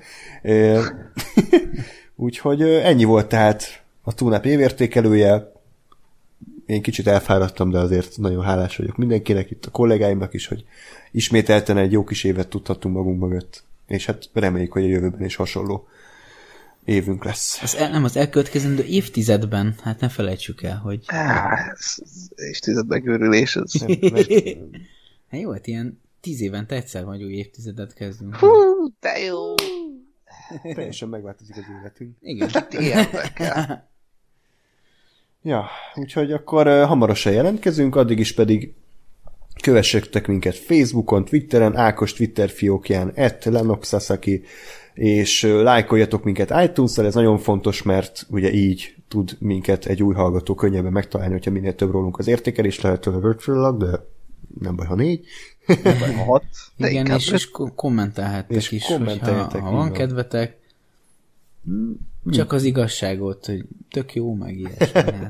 Úgyhogy ennyi volt tehát a Túlnáp évértékelője. Én kicsit elfáradtam, de azért nagyon hálás vagyok mindenkinek, itt a kollégáimnak is, hogy ismételten egy jó kis évet tudhatunk magunk mögött. És hát reméljük, hogy a jövőben is hasonló évünk lesz. Az el, nem az elkövetkezendő évtizedben, hát ne felejtsük el, hogy... Ez évtized megőrülés, ez... Hát jó, hát ilyen tíz évente egyszer vagy új évtizedet kezdünk. Hú, de jó! Teljesen megváltozik az életünk. Igen. Érdekel. Ja, úgyhogy akkor uh, hamarosan jelentkezünk, addig is pedig kövessetek minket Facebookon, Twitteren, Ákos Twitter fiókján, et Lennox Sasaki, és uh, lájkoljatok minket iTunes-szal, ez nagyon fontos, mert ugye így tud minket egy új hallgató könnyebben megtalálni, hogyha minél több rólunk az értékelés, lehetőleg virtual, de nem baj, ha négy. Nem baj, ha hat. Igen, és, és kommentálhattok és is, hogyha, ha van kedvetek. Csak az igazságot, hogy tök jó, meg ilyesmi.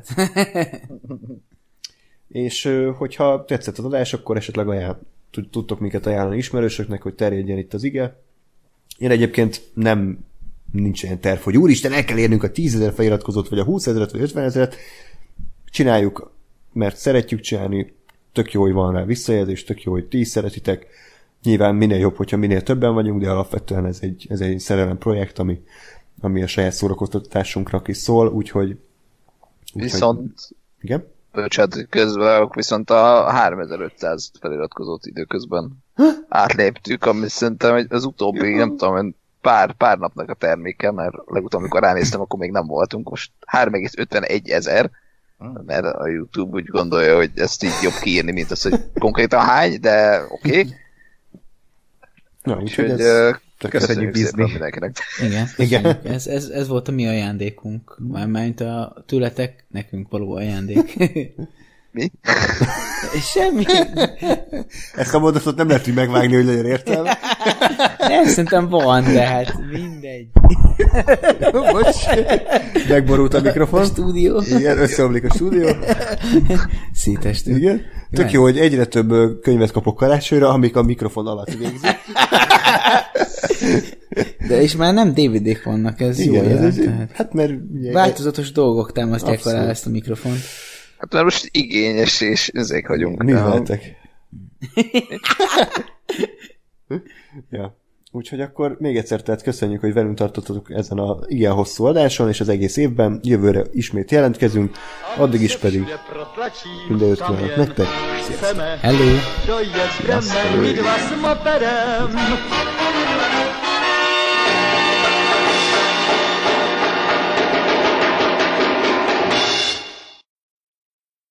És hogyha tetszett az adás, akkor esetleg ajánl, tudtok minket ajánlani ismerősöknek, hogy terjedjen itt az ige. Én egyébként nem nincs ilyen terv, hogy úristen, el kell érnünk a tízezer feliratkozót, vagy a húszezret, vagy ötvenezret. Csináljuk, mert szeretjük csinálni, tök jó, hogy van rá visszajelzés, tök jó, hogy ti is szeretitek. Nyilván minél jobb, hogyha minél többen vagyunk, de alapvetően ez egy, ez egy szerelem projekt, ami ami a saját szórakoztatásunkra is szól, úgyhogy... Viszont... Úgyhogy, igen? Bocsánat, közben viszont a háromezer-ötszáz feliratkozót időközben átléptük, ami szerintem az utóbbi, nem tudom, pár, pár napnak a terméke, mert legutóbb, amikor ránéztem, akkor még nem voltunk, most három egész ötvenegy ezer, mert a YouTube úgy gondolja, hogy ezt így jobb kiírni, mint az, hogy konkrétan hány, de oké. Okay. Na, úgyhogy ez... Köszönjük szépen mindenkinek. Igen, Igen. Ez, ez, ez volt a mi ajándékunk. Mármint a tőletek nekünk való ajándék. Mi? Semmi. Ezt a mondatot nem lehet, hogy megvágni, hogy legyen értelme. Nem, szerintem van, de hát mindegy. Bocs. Megborult a mikrofon. A stúdió. Igen, összeomlik a stúdió. Szétestünk. Igen. Tök jó, hogy egyre több könyvet kapok karácsonyra, amik a mikrofon alatt végzik. De és már nem dé vé dé-k vannak, ez igen, jó. Ez ez, hát mert... Ugye, változatos dolgok támasztják alá ezt a mikrofont. Hát már most igényes, és ezek vagyunk. Műveltek. Ja. Úgyhogy akkor még egyszer tehát köszönjük, hogy velünk tartottatok ezen a igen hosszú adáson, és az egész évben. Jövőre ismét jelentkezünk, addig is pedig minden jót kívánok nektek. Sziasztok! Hello! Sziasztok!